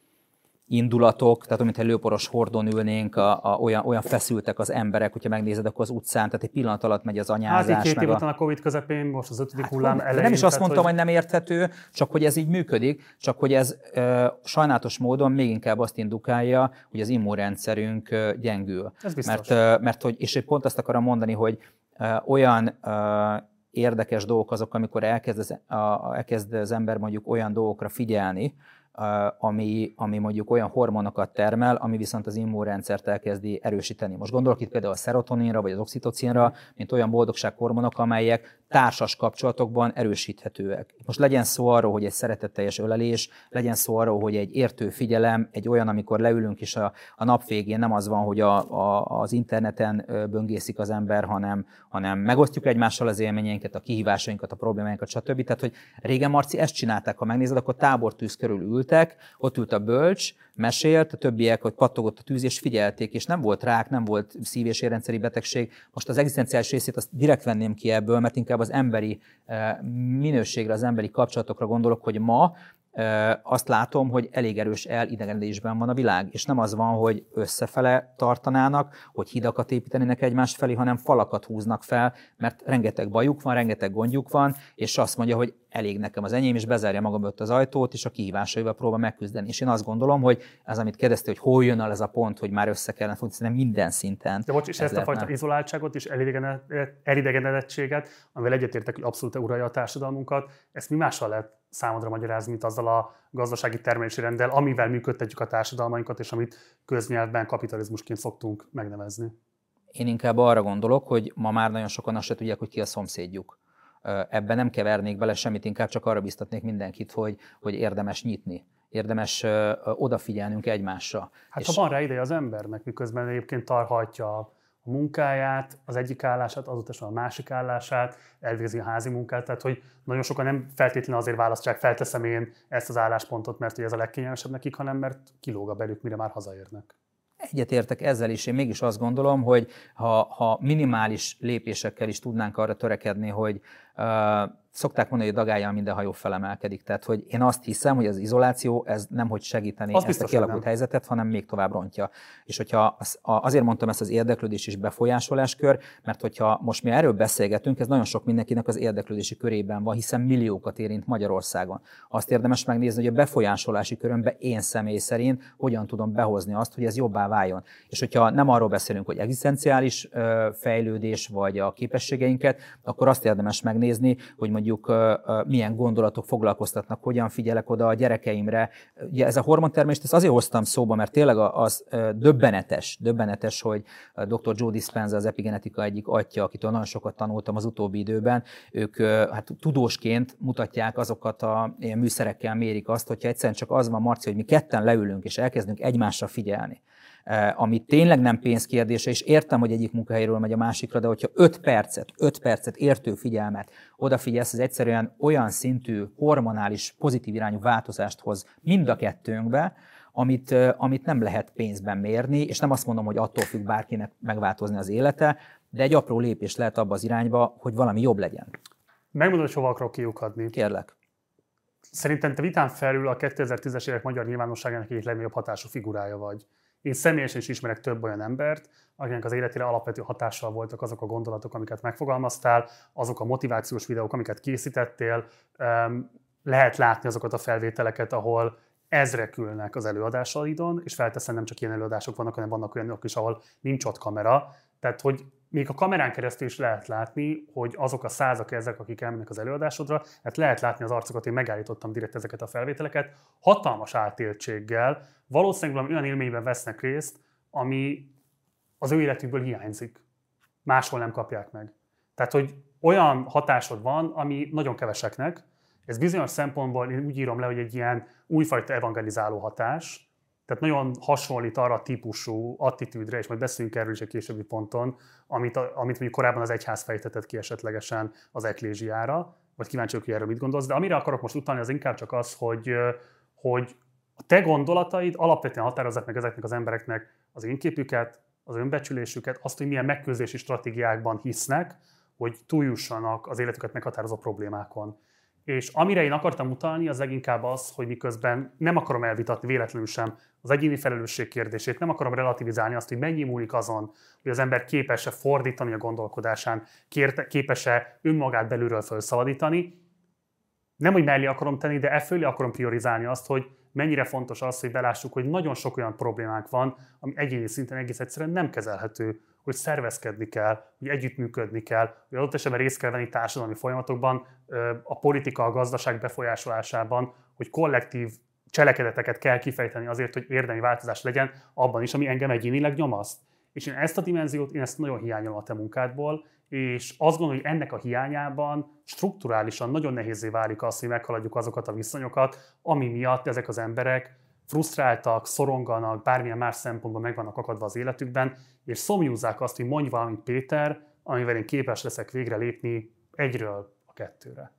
[SPEAKER 2] indulatok, tehát mintha lőporos hordon ülnénk, a, a, olyan, olyan feszültek az emberek, hogyha megnézed, akkor az utcán, tehát egy pillanat alatt megy az anyázás.
[SPEAKER 1] Hát két év után a Covid közepén, most az ötödik hát, hullám elején.
[SPEAKER 2] Nem is azt mondtam,
[SPEAKER 1] hogy...
[SPEAKER 2] hogy nem érthető, csak hogy ez így működik, csak hogy ez e, sajnálatos módon még inkább azt indukálja, hogy az immunrendszerünk e, gyengül.
[SPEAKER 1] Ez biztos.
[SPEAKER 2] Mert, e, mert hogy, és pont azt akarom mondani, hogy e, olyan e, érdekes dolgok azok, amikor elkezd az, a, elkezd az ember mondjuk olyan dolgokra figyelni, Ami, ami mondjuk olyan hormonokat termel, ami viszont az immunrendszert elkezdi erősíteni. Most gondolok itt például a szerotoninra, vagy az oxitocinra, mint olyan boldogsághormonok, amelyek társas kapcsolatokban erősíthetőek. Most legyen szó arról, hogy egy szeretetteljes ölelés, legyen szó arról, hogy egy értő figyelem, egy olyan, amikor leülünk, és a, a nap végén nem az van, hogy a, a, az interneten böngészik az ember, hanem, hanem megosztjuk egymással az élményeinket, a kihívásainkat, a problémáinkat, stb. Tehát, hogy régen, Marci, ezt csinálták, ha megnézed, akkor tábortűz körül ültek, ott ült a bölcs, mesélt, a többiek, hogy pattogott a tűz, és figyelték, és nem volt rák, nem volt szív- és érrendszeri betegség. Most az egzisztenciális részét azt direkt venném ki ebből, mert inkább az emberi minőségre, az emberi kapcsolatokra gondolok, hogy ma azt látom, hogy elég erős elidegenedésben van a világ, és nem az van, hogy összefele tartanának, hogy hidakat építenének egymás felé, hanem falakat húznak fel, mert rengeteg bajuk van, rengeteg gondjuk van, és azt mondja, hogy elég nekem az enyém, és bezárja magam előtt az ajtót, és a kihívásaival próbál megküzdeni. És én azt gondolom, hogy az, amit kérdeztél, hogy hol jön el ez a pont, hogy már össze kellene fogni, szerintem minden szinten.
[SPEAKER 1] De bocs, és ezt lehetne. A fajta izoláltságot és elidegenedettséget, amivel egyetértek, hogy abszolút uralja a társadalmunkat, ezt mi mással lehet számodra magyarázni, mint azzal a gazdasági termelési renddel, amivel működtetjük a társadalmainkat, és amit köznyelvben kapitalizmusként szoktunk megnevezni?
[SPEAKER 2] Én inkább arra gondolok, hogy ma már nagyon sokan azt se tudják, hogy ki a szomszédjuk. Ebben nem kevernék bele semmit, inkább csak arra biztatnék mindenkit, hogy, hogy érdemes nyitni. Érdemes uh, odafigyelnünk egymásra.
[SPEAKER 1] Hát
[SPEAKER 2] és
[SPEAKER 1] ha van rá ideje az embernek, miközben egyébként tarhatja a munkáját, az egyik állását, azután a másik állását, elvégzi a házi munkát, tehát hogy nagyon sokan nem feltétlenül azért választják, felteszem én ezt az álláspontot, mert ez a legkényelmesebb nekik, hanem mert kilóg a belük, mire már hazaérnek.
[SPEAKER 2] Egyetértek ezzel is, én mégis azt gondolom, hogy ha, ha minimális lépésekkel is tudnánk arra törekedni, hogy uh, szokták mondani, hogy dagályjal minden hajó felemelkedik. Tehát, hogy én azt hiszem, hogy az izoláció ez nem hogy segíteni azt ezt a kialakult helyzetet, hanem még tovább rontja. És hogyha az, azért mondtam ezt az érdeklődés és befolyásoláskör, mert hogyha most mi erről beszélgetünk, ez nagyon sok mindenkinek az érdeklődési körében van, hiszen milliókat érint Magyarországon. Azt érdemes megnézni, hogy a befolyásolási körömbe én személy szerint hogyan tudom behozni azt, hogy ez jobbá váljon. És hogyha nem arról beszélünk, hogy egzisztenciális fejlődés vagy a képességeinket, akkor azt érdemes megnézni, hogy mondjuk milyen gondolatok foglalkoztatnak, hogyan figyelek oda a gyerekeimre. Ugye ez a hormontermelést, ezt azért hoztam szóba, mert tényleg az döbbenetes, döbbenetes, hogy doktor Joe Dispenza, az epigenetika egyik atya, akitől nagyon sokat tanultam az utóbbi időben, ők hát tudósként mutatják azokat a ilyen műszerekkel mérik azt, hogyha egyszerűen csak az van, Marci, hogy mi ketten leülünk és elkezdünk egymásra figyelni, ami tényleg nem pénzkérdése, és értem, hogy egyik munkahelyről megy a másikra, de hogyha öt percet, öt percet értő figyelmet odafigyelsz, ez egyszerűen olyan szintű hormonális pozitív irányú változást hoz mind a kettőnkbe, amit, amit nem lehet pénzben mérni, és nem azt mondom, hogy attól függ bárkinek megváltozni az élete, de egy apró lépés lehet abba az irányba, hogy valami jobb legyen.
[SPEAKER 1] Megmondod, hogy hova akarok kiukadni.
[SPEAKER 2] Kérlek.
[SPEAKER 1] Szerintem te vitán felül a kétezer-tízes évek magyar nyilvánosságának egyik legnagyobb hatású figurája vagy. Én személyesen is ismerek több olyan embert, akinek az életére alapvető hatással voltak azok a gondolatok, amiket megfogalmaztál, azok a motivációs videók, amiket készítettél. Lehet látni azokat a felvételeket, ahol ezrek ülnek az előadásaidon, és felteszem, nem csak ilyen előadások vannak, hanem vannak olyanok is, ahol nincs ott kamera. Tehát, hogy még a kamerán keresztül is lehet látni, hogy azok a százak, ezek, akik elmennek az előadásodra, hát lehet látni az arcokat, én megállítottam direkt ezeket a felvételeket, hatalmas átéltséggel, valószínűleg valami olyan élményben vesznek részt, ami az ő életükből hiányzik. Máshol nem kapják meg. Tehát, hogy olyan hatásod van, ami nagyon keveseknek. Ez bizonyos szempontból én úgy írom le, hogy egy ilyen újfajta evangelizáló hatás. Tehát nagyon hasonlít arra a típusú attitűdre, és majd beszélünk erről is egy későbbi ponton, amit, amit mondjuk korábban az egyház fejtetett ki esetlegesen az eklézsiára, vagy kíváncsi vagyok, hogy erről mit gondolsz. De amire akarok most utalni, az inkább csak az, hogy, hogy a te gondolataid alapvetően határozzák meg ezeknek az embereknek az önképüket, az önbecsülésüket, azt, hogy milyen megküzdési stratégiákban hisznek, hogy túljussanak az életüket meghatározó problémákon. És amire én akartam utalni, az leginkább az, hogy miközben nem akarom elvitatni véletlenül sem az egyéni felelősség kérdését, nem akarom relativizálni azt, hogy mennyi múlik azon, hogy az ember képes-e fordítani a gondolkodásán, képes-e önmagát belülről felszabadítani. Nem, hogy mellé akarom tenni, de e fölé akarom priorizálni azt, hogy mennyire fontos az, hogy belássuk, hogy nagyon sok olyan problémánk van, ami egyéni szinten egész egyszerűen nem kezelhető, hogy szervezkedni kell, hogy együttműködni kell, hogy adott esetben részt kell venni társadalmi folyamatokban, a politika, a gazdaság befolyásolásában, hogy kollektív cselekedeteket kell kifejteni azért, hogy érdemi változás legyen abban is, ami engem egyénileg nyomaszt. És én ezt a dimenziót, én ezt nagyon hiányolom a te munkádból, és azt gondolom, hogy ennek a hiányában strukturálisan nagyon nehézzé válik az, hogy meghaladjuk azokat a viszonyokat, ami miatt ezek az emberek frusztráltak, szoronganak, bármilyen más szempontból meg vannak akadva az életükben, és szomjúzzák azt, hogy mondj valamit, Péter, amivel én képes leszek végre lépni egyről a kettőre.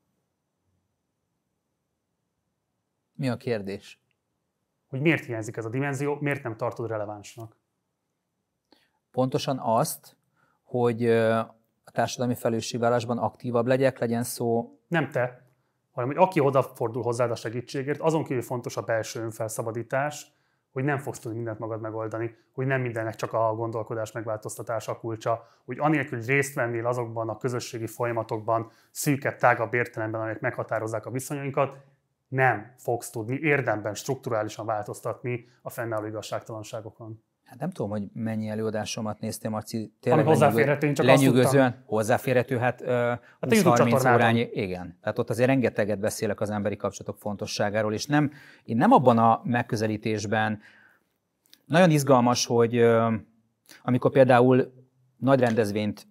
[SPEAKER 2] Mi a kérdés?
[SPEAKER 1] Hogy miért hiányzik ez a dimenzió, miért nem tartod relevánsnak?
[SPEAKER 2] Pontosan azt, hogy a társadalmi felelősségvállalásban aktívabb legyek, legyen szó...
[SPEAKER 1] Nem te, hanem hogy aki odafordul hozzád a segítségért, azon kívül fontos a belső önfelszabadítás, hogy nem fogsz tudni mindent magad megoldani, hogy nem mindennek csak a gondolkodás megváltoztatása a kulcsa, hogy anélkül, hogy részt vennél azokban a közösségi folyamatokban, szűkebb, tágabb értelemben, amelyek meghatározzák a viszonyainkat, nem fogsz tudni érdemben, strukturálisan változtatni a fennálló igazságtalanságokon.
[SPEAKER 2] Hát nem tudom, hogy mennyi előadásomat néztél, Marci. Tényleg
[SPEAKER 1] ami hozzáférhető, én csak
[SPEAKER 2] lenyűgözően hozzáférhető, hát, hát húsz-harminc órányi, igen. Tehát ott azért rengeteget beszélek az emberi kapcsolatok fontosságáról, és nem, én nem abban a megközelítésben, nagyon izgalmas, hogy amikor például nagy rendezvényt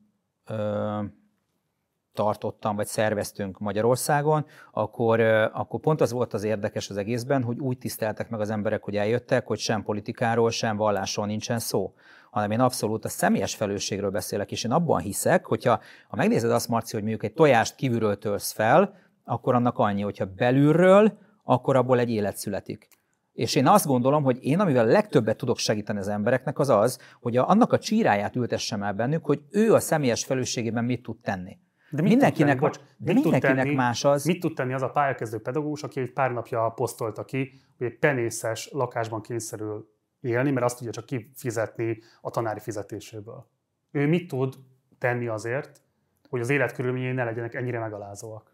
[SPEAKER 2] tartottam, vagy szerveztünk Magyarországon, akkor, akkor pont az volt az érdekes az egészben, hogy úgy tiszteltek meg az emberek, hogy eljöttek, hogy sem politikáról, sem vallásról nincsen szó, hanem én abszolút a személyes felelősségről beszélek, és én abban hiszek, hogyha ha megnézed azt, Marci, hogy mondjuk egy tojást kívülről törsz fel, akkor annak annyi, hogyha belülről, akkor abból egy élet születik. És én azt gondolom, hogy én, amivel legtöbbet tudok segíteni az embereknek, az az, hogy a, annak a csíráját ültessem el bennük, hogy ő a személyes felelősségében mit tud tenni.
[SPEAKER 1] De mit
[SPEAKER 2] mindenkinek,
[SPEAKER 1] tud tenni, bocs,
[SPEAKER 2] de
[SPEAKER 1] mit
[SPEAKER 2] mindenkinek
[SPEAKER 1] tenni,
[SPEAKER 2] más az.
[SPEAKER 1] Mit tud tenni az a pályakezdő pedagógus, aki egy pár napja posztolta ki, hogy egy penészes lakásban kényszerül élni, mert azt tudja csak kifizetni a tanári fizetéséből. Ő mit tud tenni azért, hogy az életkörülményei ne legyenek ennyire megalázóak?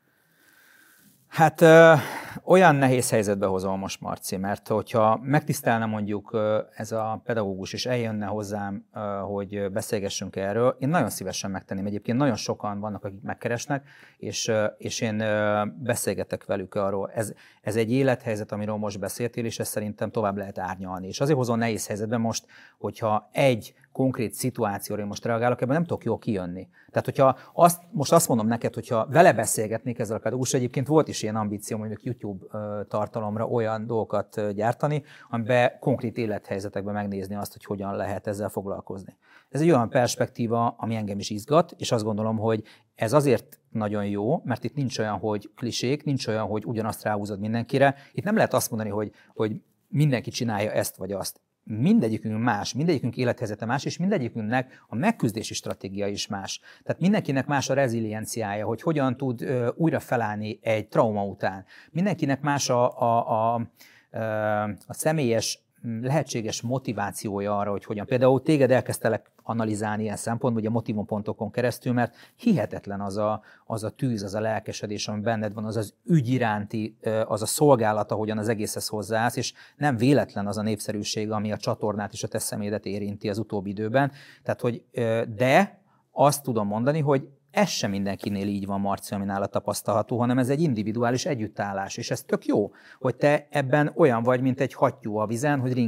[SPEAKER 2] Hát ö, olyan nehéz helyzetbe hozom most, Marci, mert hogyha megtisztelne mondjuk ö, ez a pedagógus, és eljönne hozzám, ö, hogy beszélgessünk erről, én nagyon szívesen megtenném. Egyébként nagyon sokan vannak, akik megkeresnek, és, ö, és én ö, beszélgetek velük arról. Ez, ez egy élethelyzet, amiről most beszéltél, és ezt szerintem tovább lehet árnyalni. És azért hozom nehéz helyzetbe most, hogyha egy konkrét szituációra én most reagálok, ebben nem tudok jól kijönni. Tehát, hogyha azt, most azt mondom neked, hogyha vele beszélgetnék ezzel a pedagógus, egyébként volt is ilyen ambícióm, hogy YouTube tartalomra olyan dolgokat gyártani, amiben konkrét élethelyzetekben megnézni azt, hogy hogyan lehet ezzel foglalkozni. Ez egy olyan perspektíva, ami engem is izgat, és azt gondolom, hogy ez azért nagyon jó, mert itt nincs olyan, hogy klisék, nincs olyan, hogy ugyanazt ráhúzod mindenkire. Itt nem lehet azt mondani, hogy, hogy mindenki csinálja ezt vagy azt. Mindegyikünk más, mindegyikünk élethelyzete más, és mindegyikünknek a megküzdési stratégia is más. Tehát mindenkinek más a rezilienciája, hogy hogyan tud uh, újra felállni egy trauma után. Mindenkinek más a, a, a, a személyes lehetséges motivációja arra, hogy hogyan. Például téged elkezdtelek analizálni ilyen szempontból, ugye a motivumpontokon keresztül, mert hihetetlen az a, az a tűz, az a lelkesedés, ami benned van, az az ügy iránti, az a szolgálat, ahogyan az egészhez hozzáállsz, és nem véletlen az a népszerűség, ami a csatornát és a te személyedet érinti az utóbbi időben. Tehát, hogy de azt tudom mondani, hogy ez sem mindenkinél így van, Marci, ami nála tapasztalható, hanem ez egy individuális együttállás, és ez tök jó, hogy te ebben olyan vagy, mint egy hattyú a vizen, hogy ring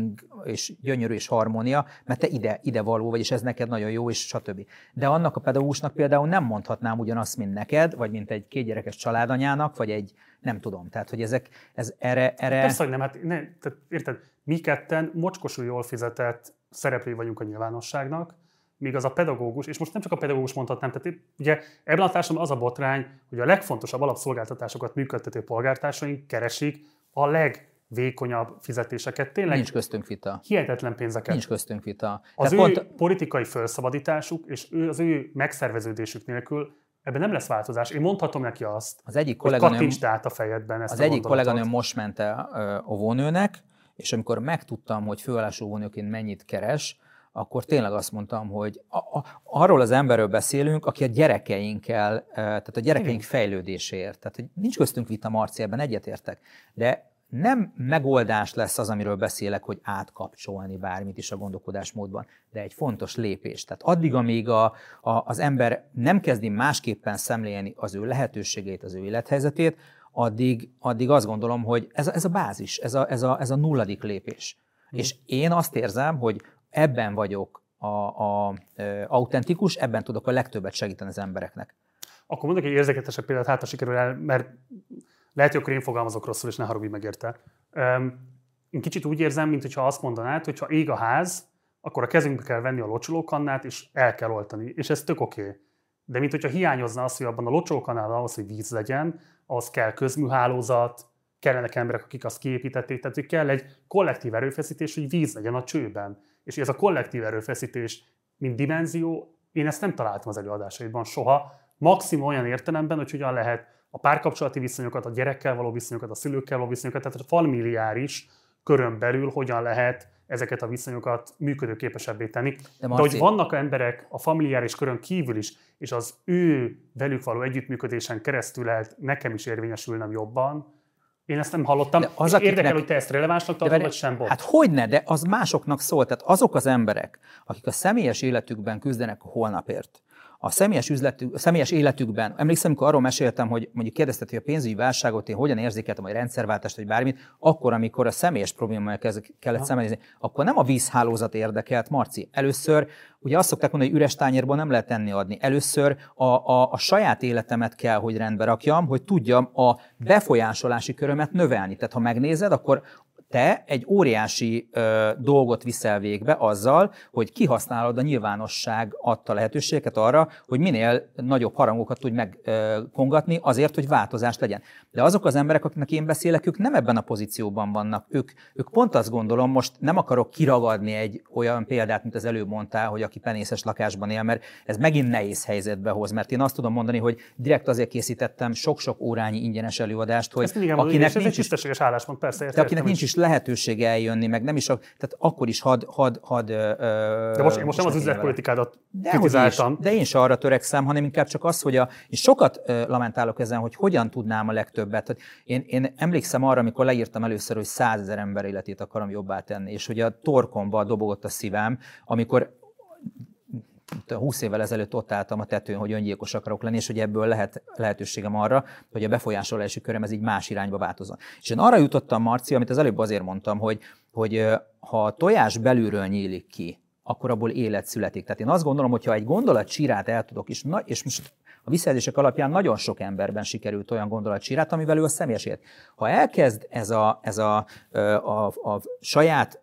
[SPEAKER 2] és gyönyörű és harmónia, mert te ide, ide való vagy, és ez neked nagyon jó, és stb. De annak a pedagógusnak például nem mondhatnám ugyanazt, mint neked, vagy mint egy kétgyerekes családanyának, vagy egy, nem tudom, tehát hogy ezek, ez erre... erre...
[SPEAKER 1] Persze, hogy nem, hát ne, tehát, érted, mi ketten mocskosul jól fizetett szereplői vagyunk a nyilvánosságnak, míg az a pedagógus, és most nem csak a pedagógus mondhatnám, tehát ugye ebben a társadalomban az a botrány, hogy a legfontosabb alapszolgáltatásokat működtető polgártársaink keresik a legvékonyabb fizetéseket. Tényleg
[SPEAKER 2] nincs köztünk vita.
[SPEAKER 1] Hihetetlen pénzeket.
[SPEAKER 2] Nincs köztünk vita.
[SPEAKER 1] Az
[SPEAKER 2] Tehát
[SPEAKER 1] ő
[SPEAKER 2] pont...
[SPEAKER 1] politikai felszabadításuk és ő, az ő megszerveződésük nélkül ebben nem lesz változás. Én mondhatom neki azt,
[SPEAKER 2] az egyik
[SPEAKER 1] hogy
[SPEAKER 2] kolléganőm,
[SPEAKER 1] kattintsd át a fejedben ezt
[SPEAKER 2] az
[SPEAKER 1] a
[SPEAKER 2] egyik
[SPEAKER 1] gondolatot.
[SPEAKER 2] kolléganőm most ment el óvónőnek, és amikor megtudtam, hogy főállású óvónőként mennyit keres, akkor tényleg azt mondtam, hogy a, a, arról az emberről beszélünk, aki a gyerekeinkkel, tehát a gyerekeink fejlődéséért. Tehát, hogy nincs köztünk vita, Marci, ebben egyetértek. De nem megoldás lesz az, amiről beszélek, hogy átkapcsolni bármit is a gondolkodásmódban, de egy fontos lépés. Tehát addig, amíg a, a, az ember nem kezdi másképpen szemlélni az ő lehetőségét, az ő élethelyzetét, addig, addig azt gondolom, hogy ez, ez a bázis, ez a, ez a, ez a nulladik lépés. Hmm. És én azt érzem, hogy ebben vagyok a, a, a, autentikus, ebben tudok a legtöbbet segíteni az embereknek.
[SPEAKER 1] Akkor mondok egy érzéketesebb példát, hát ha sikerül el, mert lehet, hogy akkor én fogalmazok rosszul, és ne haragudj meg érte. Én kicsit úgy érzem, mintha azt mondanád, hogy ha ég a ház, akkor a kezünkbe kell venni a locsolókannát, és el kell oltani. És ez tök oké. Okay. De mint hogyha hiányozna az, hogy abban a locsolókannál ahhoz, hogy víz legyen, ahhoz kell közműhálózat, kellenek emberek, akik azt kiépítették, tehát hogy kell egy kollektív erőfeszítés, hogy víz legyen a csőben. És ez a kollektív erőfeszítés, mint dimenzió, én ezt nem találtam az előadásaidban soha. Maximum olyan értelemben, hogy hogyan lehet a párkapcsolati viszonyokat, a gyerekkel való viszonyokat, a szülőkkel való viszonyokat, tehát a familiáris körön belül hogyan lehet ezeket a viszonyokat működőképesebbé tenni. De, De hogy vannak emberek a familiáris körön kívül is, és az ő velük való együttműködésen keresztül lehet nekem is érvényesülnem jobban, én ezt nem hallottam. Az, érdekel, nek... hogy te ezt relevánsnak tartod, vagy sem volt.
[SPEAKER 2] Hát hogyne, de az másoknak szól. Tehát azok az emberek, akik a személyes életükben küzdenek a holnapért, a személyes, üzletük, a személyes életükben, emlékszem, amikor arról meséltem, hogy mondjuk kérdezted, hogy a pénzügyi válságot én hogyan érzékeltem, vagy rendszerváltást, vagy bármit, akkor, amikor a személyes problémákkal kellett szembenézni, akkor nem a vízhálózat érdekelt, Marci. Először, ugye azt szokták mondani, hogy üres tányérból nem lehet enni adni. Először a, a, a saját életemet kell, hogy rendbe rakjam, hogy tudjam a befolyásolási körömet növelni. Tehát ha megnézed, akkor te egy óriási ö, dolgot viszel végbe azzal, hogy kihasználod a nyilvánosság adta lehetőségeket arra, hogy minél nagyobb harangokat tudj megkongatni azért, hogy változás legyen. De azok az emberek, akiknek én beszélek, ők nem ebben a pozícióban vannak. Ők, ők pont azt gondolom, most nem akarok kiragadni egy olyan példát, mint az előbb mondtál, hogy aki penészes lakásban él, mert ez megint nehéz helyzetbe hoz, mert én azt tudom mondani, hogy direkt azért készítettem sok-sok órányi ingyenes előadást, hogy
[SPEAKER 1] akinek mondani, nincs ez egy tisztességes álláspont, persze,
[SPEAKER 2] értem, akinek nincs is lehetősége eljönni, meg nem is, a, tehát akkor is had, had, had ö,
[SPEAKER 1] de most, én most nem az üzletpolitikádat kritizáltam.
[SPEAKER 2] De én sem arra törekszem, hanem inkább csak az, hogy a, én sokat ö, lamentálok ezen, hogy hogyan tudnám a legtöbbet. Én, én emlékszem arra, amikor leírtam először, hogy százezer ember életét akarom jobbá tenni, és hogy a torkomba dobogott a szívem, amikor húsz évvel ezelőtt ott álltam a tetőn, hogy öngyilkos akarok lenni, és hogy ebből lehet lehetőségem arra, hogy a befolyásolási köröm ez így más irányba változzon. És én arra jutottam, Marci, amit az előbb azért mondtam, hogy, hogy ha a tojás belülről nyílik ki, akkor abból élet születik. Tehát én azt gondolom, hogy ha egy gondolatcsírát el tudok, és, na, és most a visszajelzések alapján nagyon sok emberben sikerült olyan gondolatcsírát, amivel ő a személyes élet. Ha elkezd ez a, ez a, a, a, a saját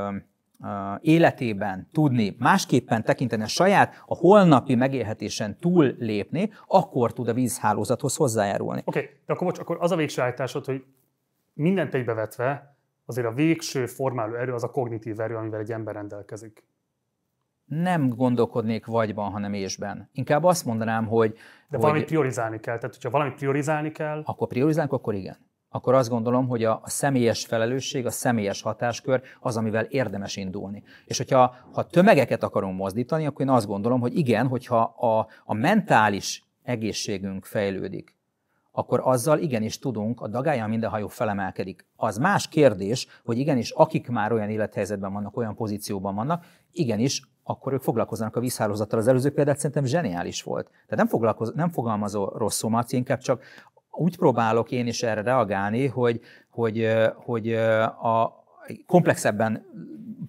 [SPEAKER 2] életében tudni, másképpen tekinteni a saját, a holnapi megélhetésen túl lépni, akkor tud a vízhálózathoz hozzájárulni.
[SPEAKER 1] Oké, okay, de akkor, bocs, akkor az a végső állításod, hogy mindent egybevetve, azért a végső formáló erő az a kognitív erő, amivel egy ember rendelkezik.
[SPEAKER 2] Nem gondolkodnék vagyban, hanem ésben. Inkább azt mondanám, hogy...
[SPEAKER 1] De
[SPEAKER 2] hogy
[SPEAKER 1] valamit priorizálni kell. Tehát, hogyha valamit priorizálni kell...
[SPEAKER 2] Akkor priorizálunk, akkor igen. Akkor azt gondolom, hogy a, a személyes felelősség, a személyes hatáskör az, amivel érdemes indulni. És hogyha ha tömegeket akarunk mozdítani, akkor én azt gondolom, hogy igen, hogyha a, a mentális egészségünk fejlődik, akkor azzal igenis tudunk, a dagályán minden hajó felemelkedik. Az más kérdés, hogy igenis, akik már olyan élethelyzetben vannak, olyan pozícióban vannak, igenis, akkor ők foglalkoznak a vízhálózattal. Az előző példát szerintem zseniális volt. Tehát nem, nem fogalmazol rosszul, Marci, inkább csak úgy próbálok én is erre reagálni, hogy, hogy, hogy a komplexebben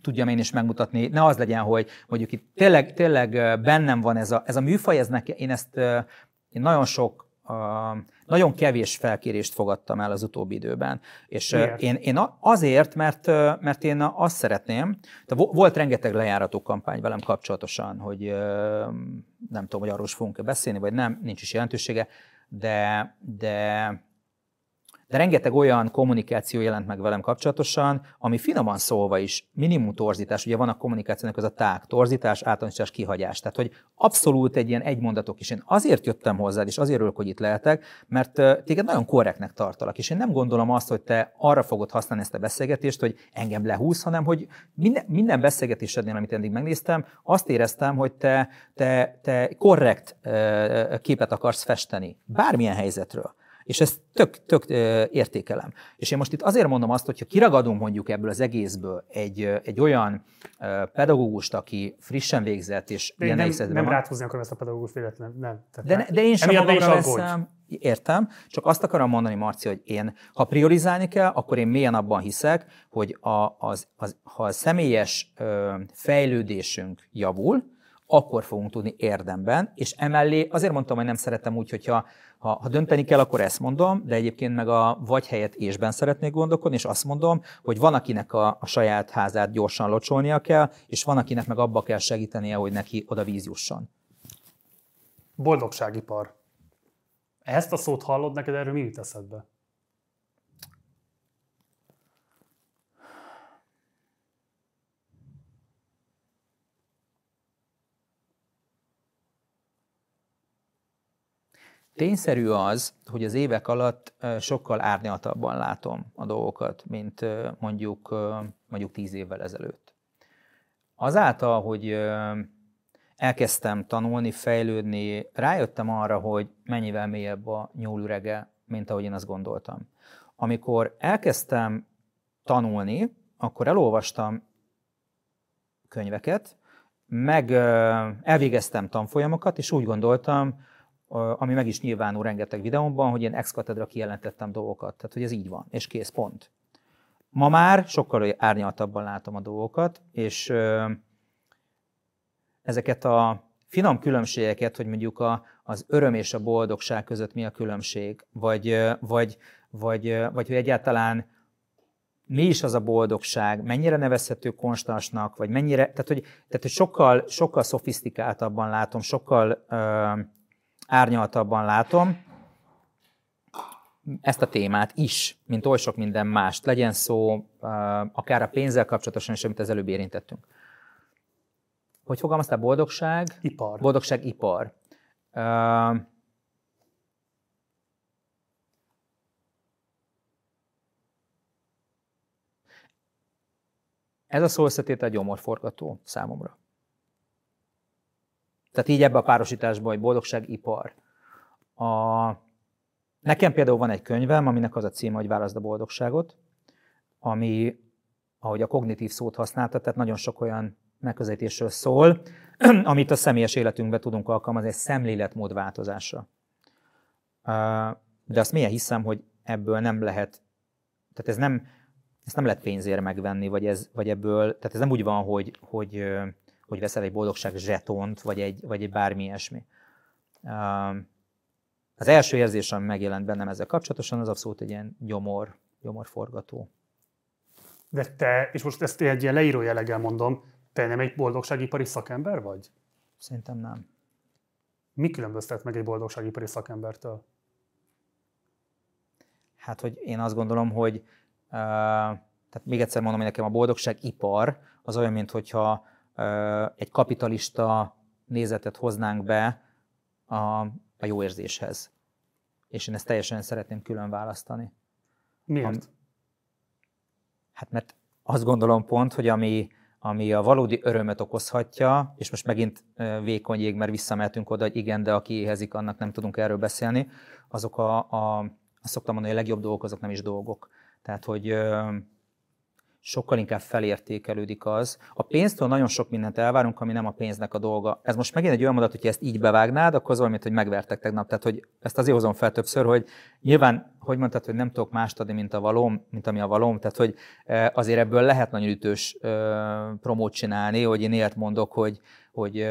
[SPEAKER 2] tudjam én is megmutatni. Ne az legyen, hogy mondjuk itt tényleg, tényleg bennem van ez a, ez a műfaj, ez neki, én ezt én nagyon sok, nagyon kevés felkérést fogadtam el az utóbbi időben. És én, én azért, mert, mert én azt szeretném, volt rengeteg lejárató kampány velem kapcsolatosan, hogy nem tudom, hogy arról is fogunk-e beszélni, vagy nem, nincs is jelentősége, de, de De rengeteg olyan kommunikáció jelent meg velem kapcsolatosan, ami finoman szólva is minimum torzítás, ugye van a kommunikációnak az a tág, torzítás, általánosítás, kihagyás. Tehát, hogy abszolút egy ilyen egymondatok is. Én azért jöttem hozzád, és azért örülök, hogy itt lehetek, mert téged nagyon korrektnek tartalak, és én nem gondolom azt, hogy te arra fogod használni ezt a beszélgetést, hogy engem lehúz, hanem hogy minden, minden beszélgetésednél, amit eddig megnéztem, azt éreztem, hogy te, te, te korrekt képet akarsz festeni bármilyen helyzetről. És ezt tök, tök értékelem. És én most itt azért mondom azt, hogyha kiragadunk mondjuk ebből az egészből egy, egy olyan pedagógust, aki frissen végzett, és
[SPEAKER 1] de
[SPEAKER 2] ilyen
[SPEAKER 1] nem,
[SPEAKER 2] helyzetben
[SPEAKER 1] nem
[SPEAKER 2] van.
[SPEAKER 1] ráthúzni akarom ezt a pedagógust véletlenül, nem.
[SPEAKER 2] De, de én sem magamra veszem, értem, csak azt akarom mondani, Marci, hogy én, ha priorizálni kell, akkor én mélyen abban hiszek, hogy a, az, az, ha a személyes ö, fejlődésünk javul, akkor fogunk tudni érdemben, és emellé azért mondtam, hogy nem szeretem úgy, hogyha ha, ha dönteni kell, akkor ezt mondom, de egyébként meg a vagy helyett ésben szeretnék gondolkodni, és azt mondom, hogy van, akinek a, a saját házát gyorsan locsolnia kell, és van, akinek meg abba kell segítenie, hogy neki oda víz jusson.
[SPEAKER 1] Boldogságipar. Ezt a szót hallod, neked erről mi jut eszedbe?
[SPEAKER 2] Tényszerű az, hogy az évek alatt sokkal árnyaltabban látom a dolgokat, mint mondjuk, mondjuk tíz évvel ezelőtt. Azáltal, hogy elkezdtem tanulni, fejlődni, rájöttem arra, hogy mennyivel mélyebb a nyúlürege, mint ahogy én azt gondoltam. Amikor elkezdtem tanulni, akkor elolvastam könyveket, meg elvégeztem tanfolyamokat, és úgy gondoltam, ami meg is nyilvánul rengeteg videómban, hogy én ex-katedra kijelentettem dolgokat. Tehát, hogy ez így van, és kész, pont. Ma már sokkal árnyaltabban látom a dolgokat, és ö, ezeket a finom különbségeket, hogy mondjuk a, az öröm és a boldogság között mi a különbség, vagy, vagy, vagy, vagy hogy egyáltalán mi is az a boldogság, mennyire nevezhető konstansnak, vagy mennyire, tehát, hogy, tehát, hogy sokkal, sokkal szofisztikáltabban látom, sokkal ö, árnyaltabban látom ezt a témát is, mint oly sok minden mást. Legyen szó akár a pénzzel kapcsolatosan is, amit az előbb érintettünk. Hogy fogalmaztál? Boldogság?
[SPEAKER 1] Ipar.
[SPEAKER 2] Boldogság, ipar. Ez a szó összetétel gyomorforgató számomra. Tehát így ebbe a párosításban, hogy boldogság, ipar. A... Nekem például van egy könyvem, aminek az a címe, hogy Válaszd a boldogságot, ami, ahogy a kognitív szót használta, tehát nagyon sok olyan megközelítésről szól, amit a személyes életünkben tudunk alkalmazni, egy szemléletmód változásra. De azt mélyen hiszem, hogy ebből nem lehet, tehát ez nem, ezt nem lehet pénzért megvenni, vagy, ez, vagy ebből, tehát ez nem úgy van, hogy, hogy hogy veszel egy boldogság zsetont, vagy egy, vagy egy bármi ilyesmi. Az első érzés, ami megjelent bennem ezzel kapcsolatosan, az abszolút egy ilyen gyomor, gyomorforgató.
[SPEAKER 1] De te, és most ezt egy ilyen leíró jelleggel mondom, te nem egy boldogságipari szakember vagy?
[SPEAKER 2] Szerintem nem.
[SPEAKER 1] Mi különböztet meg egy boldogságipari szakembertől?
[SPEAKER 2] Hát, hogy én azt gondolom, hogy, uh, tehát még egyszer mondom, hogy nekem a boldogságipar az olyan, mint hogyha egy kapitalista nézetet hoznánk be a, a jó érzéshez. És én ezt teljesen szeretném külön választani.
[SPEAKER 1] Miért?
[SPEAKER 2] Am, hát mert azt gondolom pont, hogy ami, ami a valódi örömet okozhatja, és most megint vékony jég, mert visszamehetünk oda, hogy igen, de aki éhezik, annak nem tudunk erről beszélni, azok a, a azt szoktam mondani, hogy a legjobb dolgok, azok nem is dolgok. Tehát, hogy sokkal inkább felértékelődik az. A pénztől nagyon sok mindent elvárunk, ami nem a pénznek a dolga. Ez most megint egy olyan mondat, hogyha ezt így bevágnád, akkor az olyan, mint hogy megvertek tegnap. Tehát, hogy ezt azért hozom fel többször, hogy nyilván, hogy mondtad, hogy nem tudok mást adni, mint a valóm, mint ami a valóm. Tehát, hogy azért ebből lehet nagyon ütős promót csinálni, hogy én ilyet mondok, hogy, hogy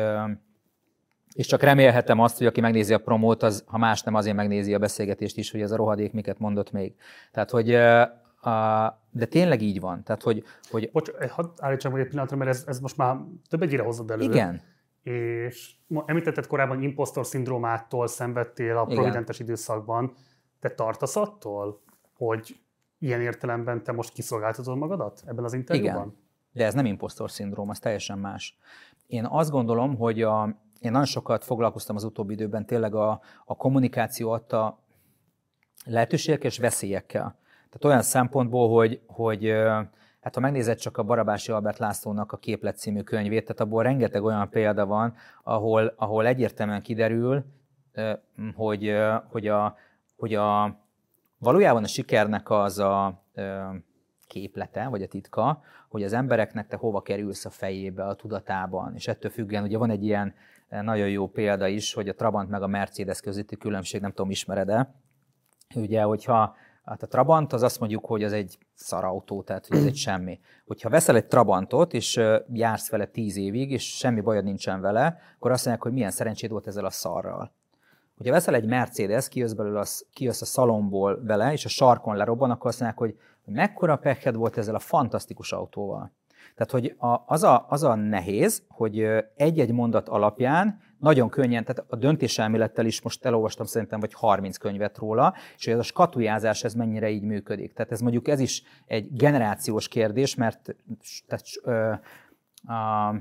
[SPEAKER 2] és csak remélhetem azt, hogy aki megnézi a promót, az, ha más nem, azért megnézi a beszélgetést is, hogy ez a rohadék miket mondott még. Tehát, hogy Uh, de tényleg így van. Tehát, hogy, hogy...
[SPEAKER 1] Bocs, hadd állítsam meg egy pillanatra, mert ez, ez most már több egyre hozod elő.
[SPEAKER 2] Igen.
[SPEAKER 1] És említetted korábban, hogy impostor szindrómától szenvedtél a providentes időszakban. Te tartasz attól, hogy ilyen értelemben te most kiszolgáltatod magadat ebben az interjúban?
[SPEAKER 2] Igen, de ez nem impostor szindróm, ez teljesen más. Én azt gondolom, hogy a, én nagyon sokat foglalkoztam az utóbbi időben tényleg a, a kommunikáció adta lehetőségekkel és veszélyekkel. Tehát olyan szempontból, hogy, hogy hát ha megnézed csak a Barabási Albert Lászlónak a Képlet című könyvét, tehát abból rengeteg olyan példa van, ahol, ahol egyértelműen kiderül, hogy, hogy, a, hogy a, valójában a sikernek az a képlete, vagy a titka, hogy az embereknek te hova kerülsz a fejébe, a tudatában. És ettől függően ugye van egy ilyen nagyon jó példa is, hogy a Trabant meg a Mercedes közötti különbség, nem tudom, ismered-e. Ugye, hogyha hát a Trabant, az azt mondjuk, hogy az egy szarautó, tehát hogy ez egy semmi. Hogyha veszel egy Trabantot, és jársz vele tíz évig, és semmi bajod nincsen vele, akkor azt mondják, hogy milyen szerencséd volt ezzel a szarral. Hogyha veszel egy Mercedes, kijössz, belőle a, kijössz a szalomból vele, és a sarkon lerobban, akkor azt mondják, hogy mekkora pekhed volt ezzel a fantasztikus autóval. Tehát, hogy a, az, a, az a nehéz, hogy egy-egy mondat alapján nagyon könnyen, tehát a döntéselmélettel is most elolvastam szerintem vagy harminc könyvet róla, és hogy ez a skatujázás ez mennyire így működik. Tehát ez mondjuk ez is egy generációs kérdés, mert tehát, ö, a,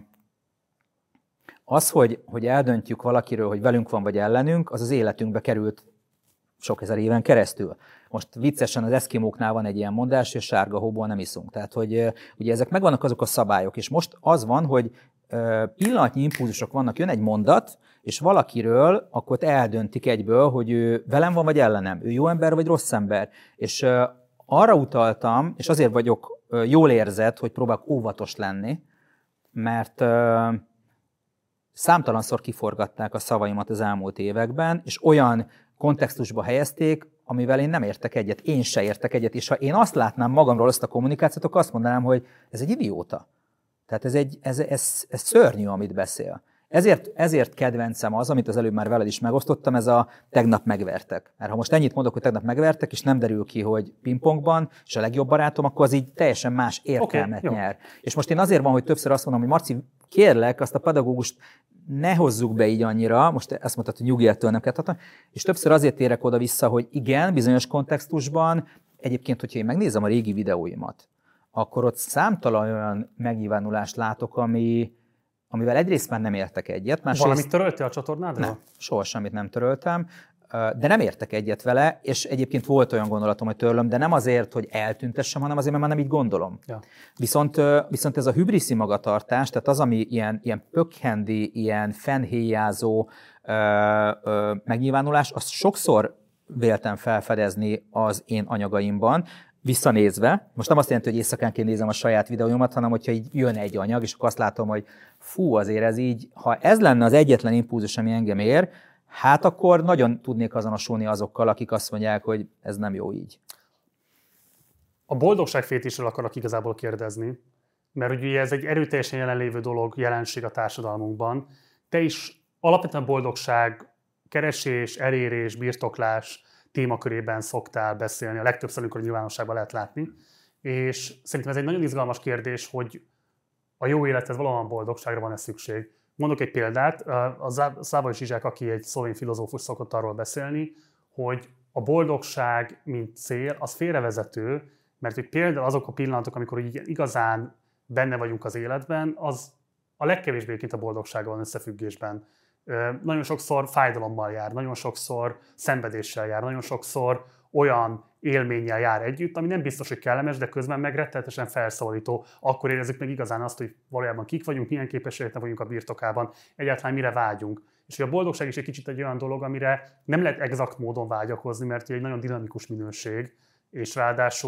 [SPEAKER 2] az, hogy, hogy eldöntjük valakiről, hogy velünk van vagy ellenünk, az az életünkbe került sok ezer éven keresztül. Most viccesen az eszkimóknál van egy ilyen mondás, hogy sárga hóból nem iszunk. Tehát, hogy ugye ezek megvannak azok a szabályok, és most az van, hogy pillanatnyi impulzusok vannak, jön egy mondat, és valakiről akkor eldöntik egyből, hogy ő velem van, vagy ellenem, ő jó ember, vagy rossz ember. És arra utaltam, és azért vagyok jól érzett, hogy próbálok óvatos lenni, mert számtalanszor kiforgatták a szavaimat az elmúlt években, és olyan kontextusba helyezték, amivel én nem értek egyet, én se értek egyet, és ha én azt látnám magamról azt a kommunikációt, akkor azt mondanám, hogy ez egy idióta. Tehát ez, egy, ez, ez, ez szörnyű, amit beszél. Ezért, ezért kedvencem az, amit az előbb már veled is megosztottam, ez a tegnap megvertek. Mert ha most ennyit mondok, hogy tegnap megvertek, és nem derül ki, hogy pingpongban, és a legjobb barátom, akkor az így teljesen más értelmet okay, nyer. És most én azért van, hogy többször azt mondom, hogy Marci, kérlek, azt a pedagógust ne hozzuk be így annyira, most ezt mondtad, hogy nyugi, nem kell tartani, és többször azért térek oda-vissza, hogy igen, bizonyos kontextusban, egyébként, hogyha én megnézem a régi videóimat, akkor ott számtalan olyan megnyilvánulást látok, ami, amivel egyrészt már nem értek egyet. Másrészt...
[SPEAKER 1] Valamit töröltél a csatornádra?
[SPEAKER 2] Nem, soha semmit nem töröltem, de nem értek egyet vele, és egyébként volt olyan gondolatom, hogy törlöm, de nem azért, hogy eltüntessem, hanem azért, mert már nem így gondolom. Ja. Viszont, viszont ez a hübriszi magatartás, tehát az, ami ilyen, ilyen pökhendi, ilyen fennhéjázó ö, ö, megnyilvánulás, azt sokszor véltem felfedezni az én anyagaimban, visszanézve, most nem azt jelenti, hogy éjszakánként nézem a saját videóimat, hanem hogyha így jön egy anyag, és akkor azt látom, hogy fú, azért ez így, ha ez lenne az egyetlen impulzus, ami engem ér, hát akkor nagyon tudnék azonosulni azokkal, akik azt mondják, hogy ez nem jó így.
[SPEAKER 1] A boldogságfétisről akarok igazából kérdezni, mert ugye ez egy erőteljesen jelenlévő dolog, jelenség a társadalmunkban. Te is alapvetően boldogság, keresés, elérés, birtoklás témakörében szoktál beszélni, a legtöbbször, amikor a nyilvánosságban lehet látni. És szerintem ez egy nagyon izgalmas kérdés, hogy a jó élethez valóban boldogságra van-e szükség. Mondok egy példát, a Slavoj Žižek, aki egy szlovén filozófus, szokott arról beszélni, hogy a boldogság, mint cél, az félrevezető, mert hogy például azok a pillanatok, amikor igazán benne vagyunk az életben, az a legkevésbé a boldogsággal van összefüggésben. Nagyon sokszor fájdalommal jár, nagyon sokszor szenvedéssel jár, nagyon sokszor olyan élménnyel jár együtt, ami nem biztos, hogy kellemes, de közben meg rettenetesen felszabadító. Akkor érezzük meg igazán azt, hogy valójában kik vagyunk, milyen képességeknek vagyunk a birtokában, egyáltalán mire vágyunk. És hogy a boldogság is egy kicsit egy olyan dolog, amire nem lehet exakt módon vágyakozni, mert egy nagyon dinamikus minőség, és ráadásul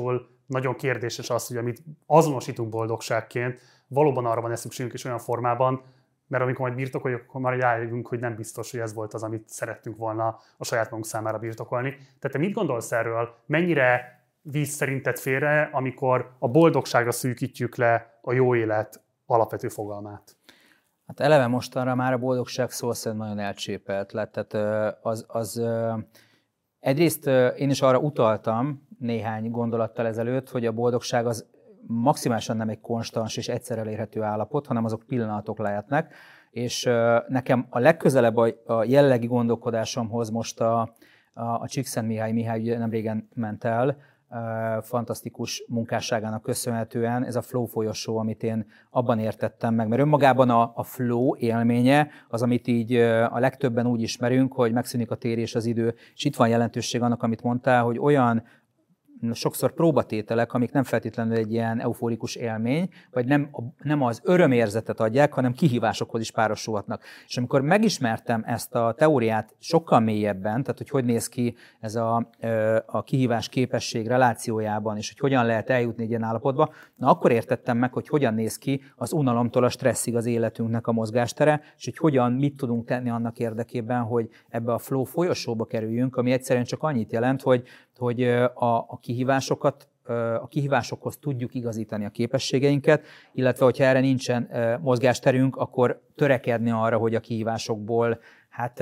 [SPEAKER 1] nagyon kérdéses az, hogy amit azonosítunk boldogságként, valóban arra van szükségünk is olyan formában, mert amikor majd birtokoljuk, akkor már rájövünk, hogy nem biztos, hogy ez volt az, amit szerettünk volna a saját magunk számára birtokolni. Tehát te mit gondolsz erről? Mennyire víz szerinted félre, amikor a boldogságra szűkítjük le a jó élet alapvető fogalmát?
[SPEAKER 2] Hát eleve mostanra már a boldogság szó szerint nagyon elcsépelt lett. Tehát az, az, egyrészt én is arra utaltam néhány gondolattal ezelőtt, hogy a boldogság az maximálisan nem egy konstans és egyszer elérhető állapot, hanem azok pillanatok lehetnek. És nekem a legközelebb a jellegi gondolkodásomhoz most a, a, a Csíkszentmihalyi Mihály ugye nem régen ment el, fantasztikus munkásságának köszönhetően ez a flow folyosó, amit én abban értettem meg, mert önmagában a, a flow élménye az, amit így a legtöbben úgy ismerünk, hogy megszűnik a tér és az idő, és itt van jelentőség annak, amit mondtál, hogy olyan sokszor próbatételek, amik nem feltétlenül egy ilyen euforikus élmény, vagy nem, nem az örömérzetet adják, hanem kihívásokhoz is párosulhatnak. És amikor megismertem ezt a teóriát sokkal mélyebben, tehát hogy hogy néz ki ez a, a kihívás képesség relációjában, és hogy hogyan lehet eljutni egy ilyen állapotba, na akkor értettem meg, hogy hogyan néz ki az unalomtól a stresszig az életünknek a mozgástere, és hogy hogyan, mit tudunk tenni annak érdekében, hogy ebbe a flow folyosóba kerüljünk, ami egyszerűen csak annyit jelent, hogy hogy a, a kihívásokat, a kihívásokhoz tudjuk igazítani a képességeinket, illetve hogyha erre nincsen mozgásterünk, akkor törekedni arra, hogy a kihívásokból, hát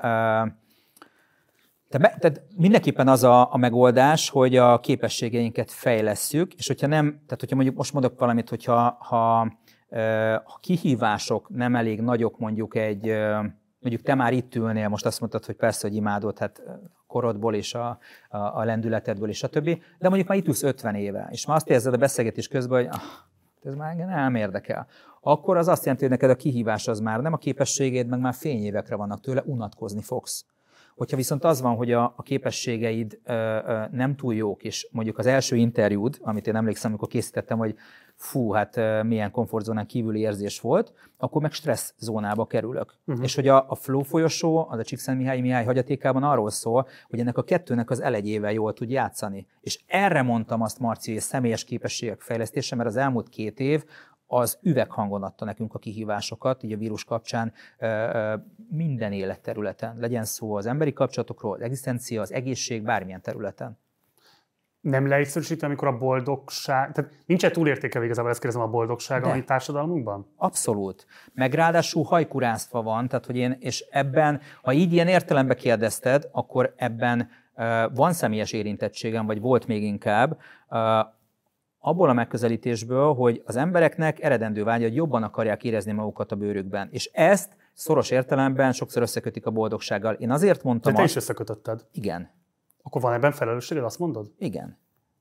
[SPEAKER 2] tehát mindenképpen az a, a megoldás, hogy a képességeinket fejlesszük, és hogyha nem, tehát hogyha mondjuk most mondok valamit, hogyha ha, ha kihívások nem elég nagyok, mondjuk egy, mondjuk te már itt ülnél, most azt mondtad, hogy persze, hogy imádod, hát korodból és a, a, a lendületedből és a többi, de mondjuk már itt ülsz ötven éve, és már azt érzed a beszélgetés közben, hogy ah, ez már engem nem érdekel. Akkor az azt jelenti, hogy neked a kihívás az már nem a képességed, meg már fényévekre vannak tőle, unatkozni fogsz. Hogyha viszont az van, hogy a, a képességeid ö, ö, nem túl jók, és mondjuk az első interjúd, amit én emlékszem, amikor készítettem, hogy fú, hát ö, milyen komfortzónán kívüli érzés volt, akkor meg stressz zónába kerülök. Uh-huh. És hogy a, a flow folyosó, az a Csíkszentmihályi Mihály hagyatékában arról szól, hogy ennek a kettőnek az elegyével jól tud játszani. És erre mondtam azt, Marci, hogy személyes képességek fejlesztése, mert az elmúlt két év az üveghangon adta nekünk a kihívásokat, így a vírus kapcsán minden életterületen. Legyen szó az emberi kapcsolatokról, az egzisztencia, az egészség, bármilyen területen.
[SPEAKER 1] Nem leegyszerűsítve, amikor a boldogság... Tehát nincs-e túlértékelve igazából, ezt kérdezem, a boldogság a mi társadalmunkban?
[SPEAKER 2] Abszolút. Meg ráadásul hajkuráztva van, tehát hogy én, és ebben, ha így ilyen értelembe kérdezted, akkor ebben uh, van személyes érintettségem, vagy volt még inkább, uh, abból a megközelítésből, hogy az embereknek eredendő vágya, hogy jobban akarják érezni magukat a bőrükben. És ezt szoros értelemben sokszor összekötik a boldogsággal. Én azért mondtam.
[SPEAKER 1] De te
[SPEAKER 2] azt,
[SPEAKER 1] is összekötötted.
[SPEAKER 2] Igen.
[SPEAKER 1] Akkor van ebben felelősséged, azt mondod?
[SPEAKER 2] Igen.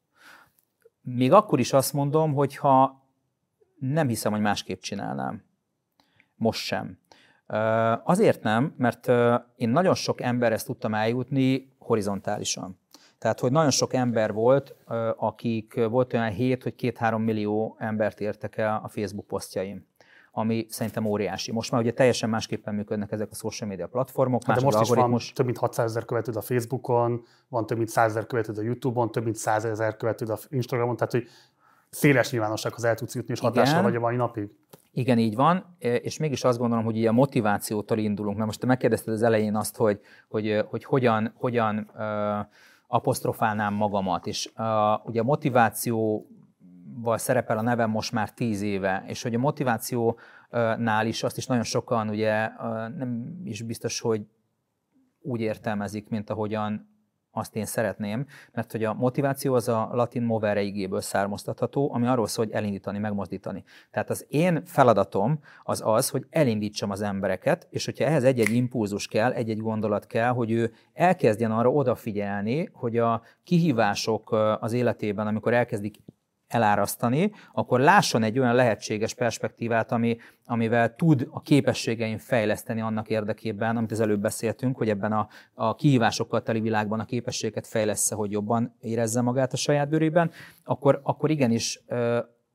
[SPEAKER 2] Még akkor is azt mondom, hogy ha nem hiszem, hogy másképp csinálnám. Most sem. Azért nem, mert én nagyon sok emberhez tudtam eljutni horizontálisan. Tehát, hogy nagyon sok ember volt, akik volt olyan hét, hogy két-három millió embert értek el a Facebook posztjaim, ami szerintem óriási. Most már ugye teljesen másképpen működnek ezek a social media platformok.
[SPEAKER 1] Hát de most is van több mint hatszázezer követőd a Facebookon, van több mint százezer követőd a YouTube-on, több mint százezer követőd a Instagramon, tehát hogy széles nyilvánossághoz el tudsz jutni, és hatással vagy a mai napig.
[SPEAKER 2] Igen, így van, és mégis azt gondolom, hogy a motivációtól indulunk. Mert most te megkérdezted az elején azt, hogy, hogy, hogy hogyan, hogyan uh, apostrofálnám magamat, és uh, ugye a motivációval szerepel a nevem most már tíz éve, és hogy a motivációnál is azt is nagyon sokan ugye uh, nem is biztos, hogy úgy értelmezik, mint ahogyan azt én szeretném, mert hogy a motiváció az a latin movere igéből származtatható, ami arról szól, hogy elindítani, megmozdítani. Tehát az én feladatom az az, hogy elindítsam az embereket, és hogyha ehhez egy-egy impulzus kell, egy-egy gondolat kell, hogy ő elkezdjen arra odafigyelni, hogy a kihívások az életében, amikor elkezdik elárasztani, akkor lásson egy olyan lehetséges perspektívát, ami, amivel tud a képességein fejleszteni annak érdekében, amit az előbb beszéltünk, hogy ebben a, a kihívásokkal teli világban a képességet fejlessze, hogy jobban érezze magát a saját bőrében, akkor, akkor igenis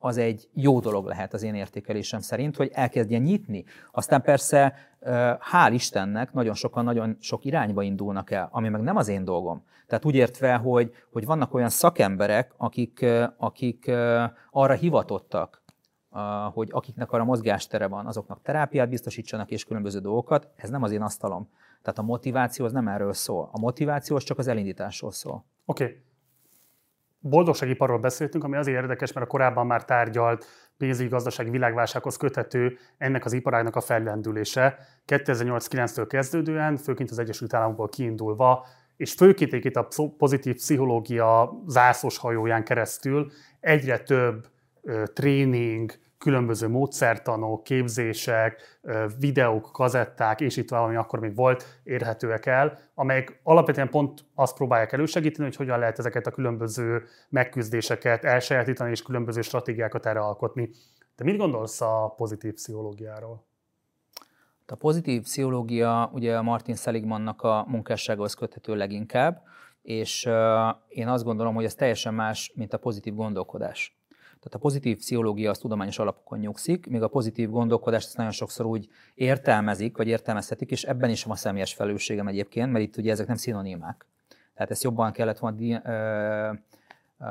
[SPEAKER 2] az egy jó dolog lehet az én értékelésem szerint, hogy elkezdjen nyitni. Aztán persze, hál' Istennek, nagyon sokan nagyon sok irányba indulnak el, ami meg nem az én dolgom. Tehát úgy értve, hogy, hogy vannak olyan szakemberek, akik, akik arra hivatottak, hogy akiknek arra mozgástere van, azoknak terápiát biztosítsanak és különböző dolgokat, ez nem az én asztalom. Tehát a motiváció az nem erről szól. A motiváció az csak az elindításról szól.
[SPEAKER 1] Oké. Okay. Boldogságiparról beszéltünk, ami azért érdekes, mert a korábban már tárgyalt pénzügyi gazdasági világválsághoz köthető ennek az iparágnak a fellendülése. kétezer-nyolc-kilenctől kezdődően, főként az Egyesült Államokból kiindulva, és főként itt a pozitív pszichológia zászlós hajóján keresztül egyre több ö, tréning, különböző módszertanok, képzések, videók, kazetták, és itt valami akkor még volt, érhetőek el, amelyek alapvetően pont azt próbálják elősegíteni, hogy hogyan lehet ezeket a különböző megküzdéseket elsajátítani, és különböző stratégiákat erre alkotni. Te mit gondolsz a pozitív pszichológiáról?
[SPEAKER 2] A pozitív pszichológia ugye a Martin Seligmannak a munkásságához köthető leginkább, és én azt gondolom, hogy ez teljesen más, mint a pozitív gondolkodás. Tehát a pozitív pszichológia az tudományos alapokon nyugszik, míg a pozitív gondolkodást ezt nagyon sokszor úgy értelmezik, vagy értelmezhetik, és ebben is van személyes felelősségem egyébként, mert itt ugye ezek nem szinonimák. Tehát ezt jobban kellett volna di- ö, ö,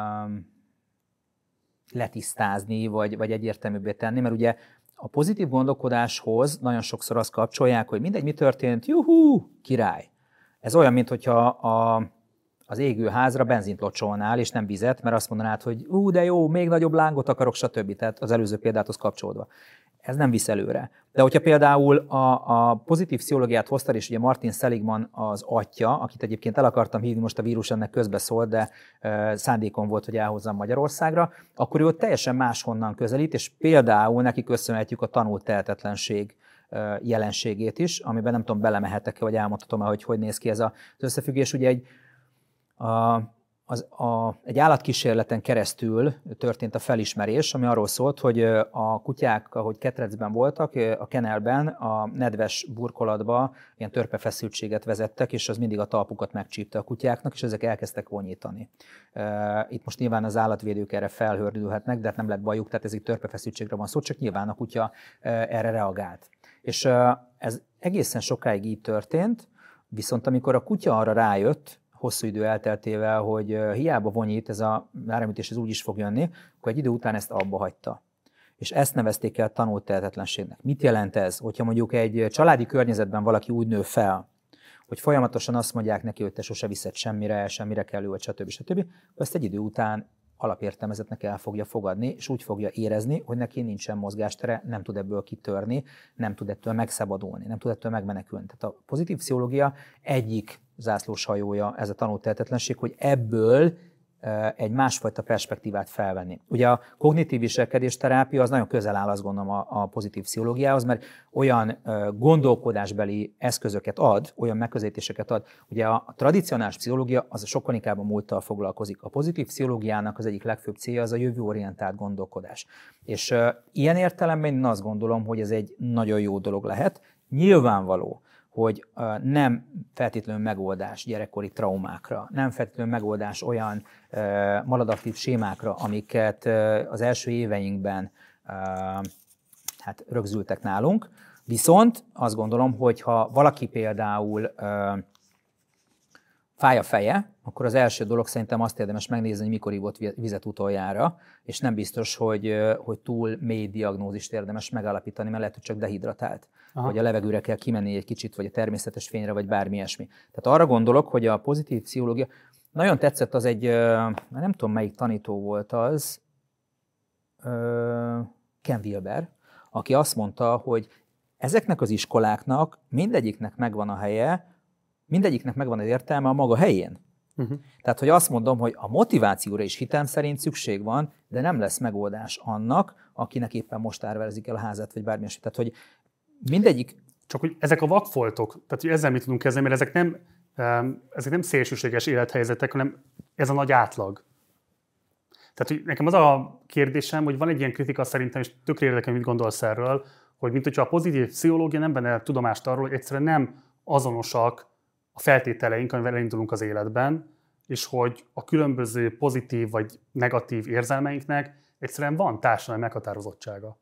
[SPEAKER 2] letisztázni, vagy, vagy egyértelműbbé tenni, mert ugye a pozitív gondolkodáshoz nagyon sokszor azt kapcsolják, hogy mindegy, mi történt, juhú, király. Ez olyan, mintha a az égő házra benzint locsolnál, és nem vizet, mert azt mondanád, hogy ú, de jó, még nagyobb lángot akarok, stb. Tehát az előző példáthoz kapcsolódva. Ez nem visz előre. De hogyha például a, a pozitív pszichológiát hoztad, és ugye Martin Seligman az atya, akit egyébként el akartam hívni, most a vírus ennek közbeszólt, de e, szándékom volt, hogy elhozzam Magyarországra, akkor ő ott teljesen máshonnan közelít, és például neki köszönhetjük a tanult tehetetlenség e, jelenségét is, amiben nem tudom, belemehetek-e, vagy elmondhatom-e, hogy hogy néz ki ez az összefüggés. Ugye egy A, az, a, egy állatkísérleten keresztül történt a felismerés, ami arról szólt, hogy a kutyák, ahogy ketrecben voltak, a kenelben, a nedves burkolatba ilyen törpefeszültséget vezettek, és az mindig a talpukat megcsípte a kutyáknak, és ezek elkezdtek vonyítani. Itt most nyilván az állatvédők erre felhördülhetnek, de hát nem lett bajuk, tehát ez egy törpefeszültségre van szó, csak nyilván a kutya erre reagált. És ez egészen sokáig így történt, viszont amikor a kutya arra rájött, hosszú idő elteltével, hogy hiába vonyít, ez a áramütés ez úgy is fog jönni, akkor egy idő után ezt abba hagyta. És ezt nevezték el tanult tehetetlenségnek. Mit jelent ez? Hogyha mondjuk egy családi környezetben valaki úgy nő fel, hogy folyamatosan azt mondják neki, hogy te sose viszed semmire, semmire kellő, vagy stb. stb., akkor ezt egy idő után alapértelmezetnek el fogja fogadni, és úgy fogja érezni, hogy neki nincsen mozgástere, nem tud ebből kitörni, nem tud ettől megszabadulni, nem tud ettől megmenekülni. Tehát a pozitív pszichológia egyik zászlós hajója ez a tanult tehetetlenség, hogy ebből egy másfajta perspektívát felvenni. Ugye a kognitív viselkedésterápia az nagyon közel áll, azt gondolom, a, a pozitív pszichológiához, mert olyan gondolkodásbeli eszközöket ad, olyan megközelítéseket ad. Ugye a, a tradicionális pszichológia az sokkal inkább a múlttal foglalkozik. A pozitív pszichológiának az egyik legfőbb célja az a jövőorientált gondolkodás. És uh, ilyen értelemben én azt gondolom, hogy ez egy nagyon jó dolog lehet. Nyilvánvaló, hogy nem feltétlenül megoldás gyerekkori traumákra, nem feltétlenül megoldás olyan maladaptív sémákra, amiket az első éveinkben hát rögzültek nálunk. Viszont azt gondolom, hogy ha valaki például fáj a feje, akkor az első dolog szerintem azt érdemes megnézni, hogy mikor ivott vizet utoljára, és nem biztos, hogy, hogy túl mély diagnózist érdemes megállapítani, mert lehet, hogy csak dehidratált. Aha. Vagy a levegőre kell kimenni egy kicsit, vagy a természetes fényre, vagy bármi ilyesmi. Tehát arra gondolok, hogy a pozitív pszichológia, nagyon tetszett az egy, nem tudom melyik tanító volt az, Ken Wilber, aki azt mondta, hogy ezeknek az iskoláknak mindegyiknek megvan a helye, mindegyiknek megvan az értelme a maga helyén. Uh-huh. Tehát, hogy azt mondom, hogy a motivációra is hitem szerint szükség van, de nem lesz megoldás annak, akinek éppen most árverzik el a házát, vagy bármi. Tehát, hogy mindegyik...
[SPEAKER 1] Csak hogy ezek a vakfoltok, tehát hogy ezzel mit tudunk kezdeni, mert ezek nem, ezek nem szélsőséges élethelyzetek, hanem ez a nagy átlag. Tehát, hogy nekem az a kérdésem, hogy van egy ilyen kritika szerintem, és tökre érdekel, mit gondolsz erről, hogy mint hogyha a pozitív pszichológia nem benne tudomást arról, hogy egyszerűen nem azonosak a feltételeink, amivel elindulunk az életben, és hogy a különböző pozitív vagy negatív érzelmeinknek egyszerűen van társadalmi meghatározottsága.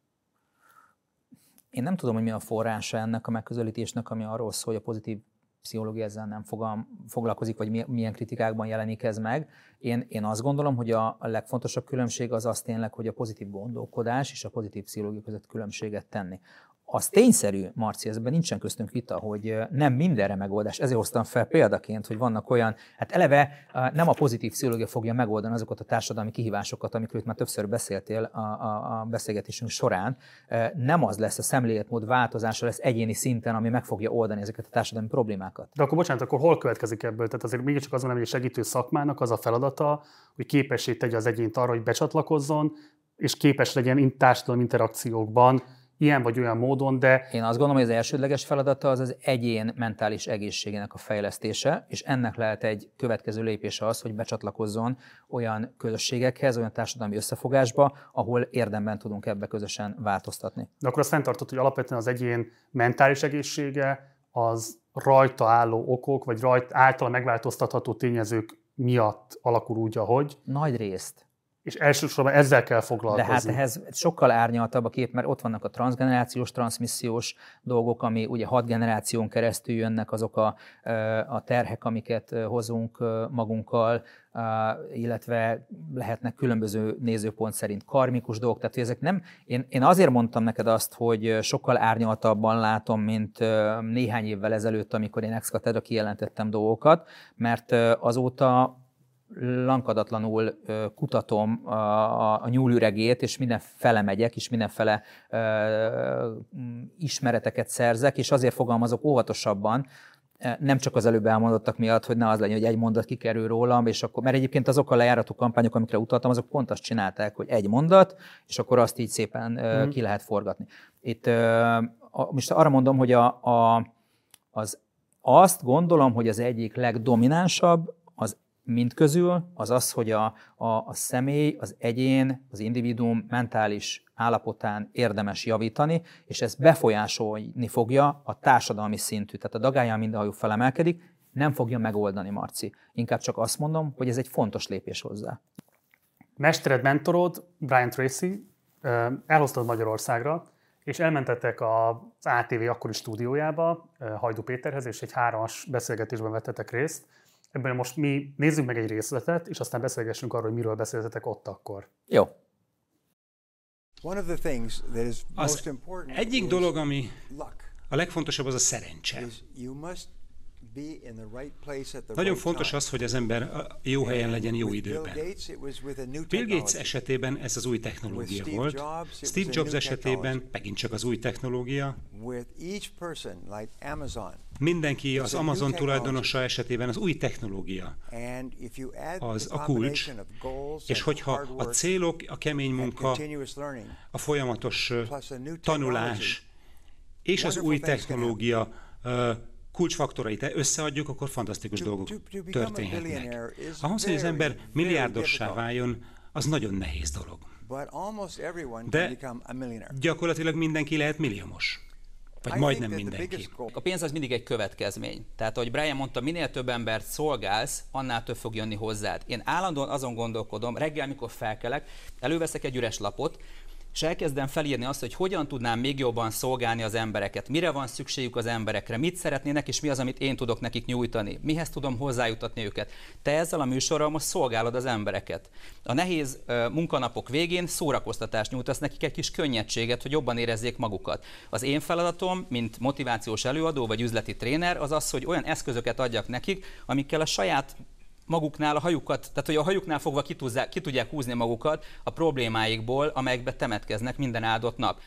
[SPEAKER 2] Én nem tudom, hogy mi a forrása ennek a megközelítésnek, ami arról szól, hogy a pozitív pszichológia ezzel nem foglalkozik, vagy milyen kritikákban jelenik ez meg. Én, én azt gondolom, hogy a, a legfontosabb különbség az az tényleg, hogy a pozitív gondolkodás és a pozitív pszichológia között különbséget tenni. Az tényszerű, Marci, ezben nincsen köztünk vita, hogy nem mindenre megoldás. Ezért hoztam fel példaként, hogy vannak olyan, hát eleve nem a pozitív pszichológia fogja megoldani azokat a társadalmi kihívásokat, amikről itt már többször beszéltél a, a, a beszélgetésünk során. Nem az lesz a szemléletmód változása lesz egyéni szinten, ami meg fogja oldani ezeket a társadalmi problémákat.
[SPEAKER 1] De akkor bocsánat, akkor hol következik ebből? Tehát azért mégiscsak az van, hogy egy segítő szakmának az a feladata, hogy képessé tegye az egyént arra, hogy becsatlakozzon, és képes legyen társadalmi interakciókban, ilyen vagy olyan módon, de...
[SPEAKER 2] Én azt gondolom, hogy az elsődleges feladata az az egyén mentális egészségének a fejlesztése, és ennek lehet egy következő lépése az, hogy becsatlakozzon olyan közösségekhez, olyan társadalmi összefogásba, ahol érdemben tudunk ebbe közösen változtatni.
[SPEAKER 1] De akkor azt fenntartott, hogy alapvetően az egyén mentális egészsége az rajta álló okok, vagy rajta által megváltoztatható tényezők miatt alakul úgy, ahogy?
[SPEAKER 2] Nagy részt.
[SPEAKER 1] És elsősorban ezzel kell foglalkozni.
[SPEAKER 2] De hát ehhez sokkal árnyaltabb a kép, mert ott vannak a transzgenerációs, transzmissziós dolgok, ami ugye hat generáción keresztül jönnek azok a, a terhek, amiket hozunk magunkkal, illetve lehetnek különböző nézőpont szerint karmikus dolgok. Tehát ezek nem, én, én azért mondtam neked azt, hogy sokkal árnyaltabban látom, mint néhány évvel ezelőtt, amikor én ex cathedra kijelentettem dolgokat, mert azóta lankadatlanul kutatom a, a, a nyúlüregét, és mindenfele megyek, és mindenfele ö, ismereteket szerzek, és azért fogalmazok óvatosabban, nem csak az előbb elmondottak miatt, hogy ne az legyen, hogy egy mondat kikerül rólam, és akkor, mert egyébként azok a lejárató kampányok, amikre utaltam, azok pont azt csinálták, hogy egy mondat, és akkor azt így szépen mm. ki lehet forgatni. Itt a, most arra mondom, hogy a, a, az, azt gondolom, hogy az egyik legdominánsabb, az mindközül az az, hogy a, a, a személy, az egyén, az individuum mentális állapotán érdemes javítani, és ez befolyásolni fogja a társadalmi szintű. Tehát a dagályán mindenhajú felemelkedik, nem fogja megoldani, Marci. Inkább csak azt mondom, hogy ez egy fontos lépés hozzá.
[SPEAKER 1] Mestered, mentorod, Brian Tracy, elhoztad Magyarországra, és elmentettek az á té vé akkori stúdiójába, Hajdú Péterhez, és egy hármas beszélgetésben vettetek részt. Ebben most mi nézzük meg egy részletet, és aztán beszélgessünk arról, hogy miről beszéltetek ott akkor.
[SPEAKER 2] Jó.
[SPEAKER 7] Az egyik dolog, ami a legfontosabb, az a szerencse. Nagyon fontos az, hogy az ember jó helyen legyen jó időben. Bill Gates esetében ez az új technológia volt, Steve Jobs esetében megint csak az új technológia. Mindenki, az Amazon tulajdonosa esetében az új technológia az a kulcs, és hogyha a célok, a kemény munka, a folyamatos tanulás és az új technológia kulcsfaktorait összeadjuk, akkor fantasztikus dolgok történhetnek. Ahhoz, hogy az ember milliárdossá váljon, az nagyon nehéz dolog. De gyakorlatilag mindenki lehet milliómos. Vagy majdnem mindenki.
[SPEAKER 3] A pénz az mindig egy következmény. Tehát, ahogy Brian mondta, minél több embert szolgálsz, annál több fog jönni hozzád. Én állandóan azon gondolkodom, reggel, mikor felkelek, előveszek egy üres lapot, és elkezdem felírni azt, hogy hogyan tudnám még jobban szolgálni az embereket, mire van szükségük az emberekre, mit szeretnének, és mi az, amit én tudok nekik nyújtani, mihez tudom hozzájutatni őket. Te ezzel a műsorral most szolgálod az embereket. A nehéz uh, munkanapok végén szórakoztatást nyújtasz nekik, egy kis könnyedséget, hogy jobban érezzék magukat. Az én feladatom, mint motivációs előadó vagy üzleti tréner, az az, hogy olyan eszközöket adjak nekik, amikkel a saját maguknál a hajukat, tehát hogy a hajuknál fogva ki, tuzzák, ki tudják húzni magukat a problémáikból, amelyekbe temetkeznek minden áldott nap.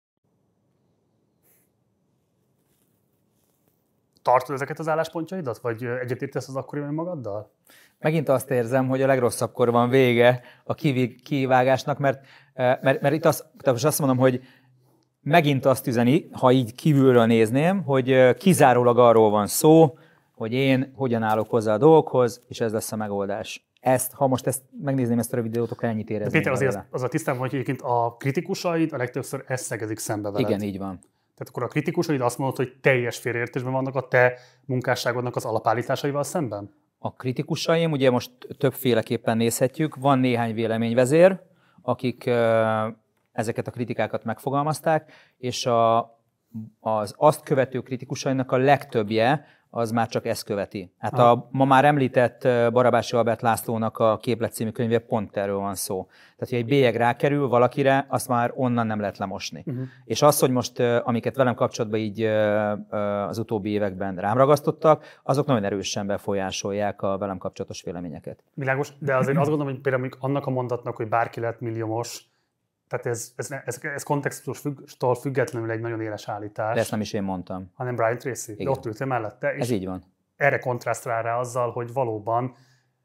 [SPEAKER 1] Tartod ezeket az álláspontjaidat, vagy egyetértesz az akkori magaddal?
[SPEAKER 2] Megint azt érzem, hogy a legrosszabbkor van vége a kivágásnak, mert, mert, mert itt azt, most azt mondom, hogy megint azt üzeni, ha így kívülről nézném, hogy kizárólag arról van szó, hogy én hogyan állok hozzá a dolgokhoz, és ez lesz a megoldás. Ezt, ha most ezt megnézném ezt a rövid videót, akkor ennyit érezném.
[SPEAKER 1] Péter, azért az a tisztán van, hogy egyébként a kritikusaid a legtöbbször ezt szegezik szembe veled.
[SPEAKER 2] Igen, így van.
[SPEAKER 1] Tehát akkor a kritikusaid azt mondod, hogy teljes félreértésben vannak a te munkásságodnak az alapállításaival szemben?
[SPEAKER 2] A kritikusaim, ugye most többféleképpen nézhetjük, van néhány véleményvezér, akik ezeket a kritikákat megfogalmazták, és a, az azt követő kritikusainak a legtöbbje az már csak ezt követi. Hát a ma már említett Barabási Albert Lászlónak a Képlet című könyve pont erről van szó. Tehát, hogy egy bélyeg rákerül valakire, azt már onnan nem lehet lemosni. Uh-huh. És az, hogy most, amiket velem kapcsolatban így az utóbbi években rám ragasztottak, azok nagyon erősen befolyásolják a velem kapcsolatos véleményeket.
[SPEAKER 1] Világos, de azért azt gondolom, hogy például annak a mondatnak, hogy bárki lehet milliómos, tehát ez, ez, ez, ez kontextustól függetlenül egy nagyon éles állítás.
[SPEAKER 2] De ezt nem is én mondtam.
[SPEAKER 1] Hanem Brian Tracy. De ott ültél mellette. És
[SPEAKER 2] ez így van.
[SPEAKER 1] Erre kontrasztrál rá azzal, hogy valóban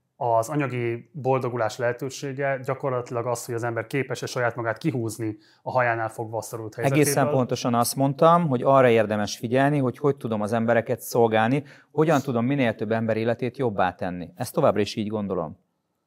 [SPEAKER 1] az anyagi boldogulás lehetősége gyakorlatilag az, hogy az ember képes-e saját magát kihúzni a hajánál fogva a szorult helyzetéből.
[SPEAKER 2] Egészen pontosan azt mondtam, hogy arra érdemes figyelni, hogy hogy tudom az embereket szolgálni, hogyan tudom minél több ember életét jobbá tenni. Ezt továbbra is így gondolom.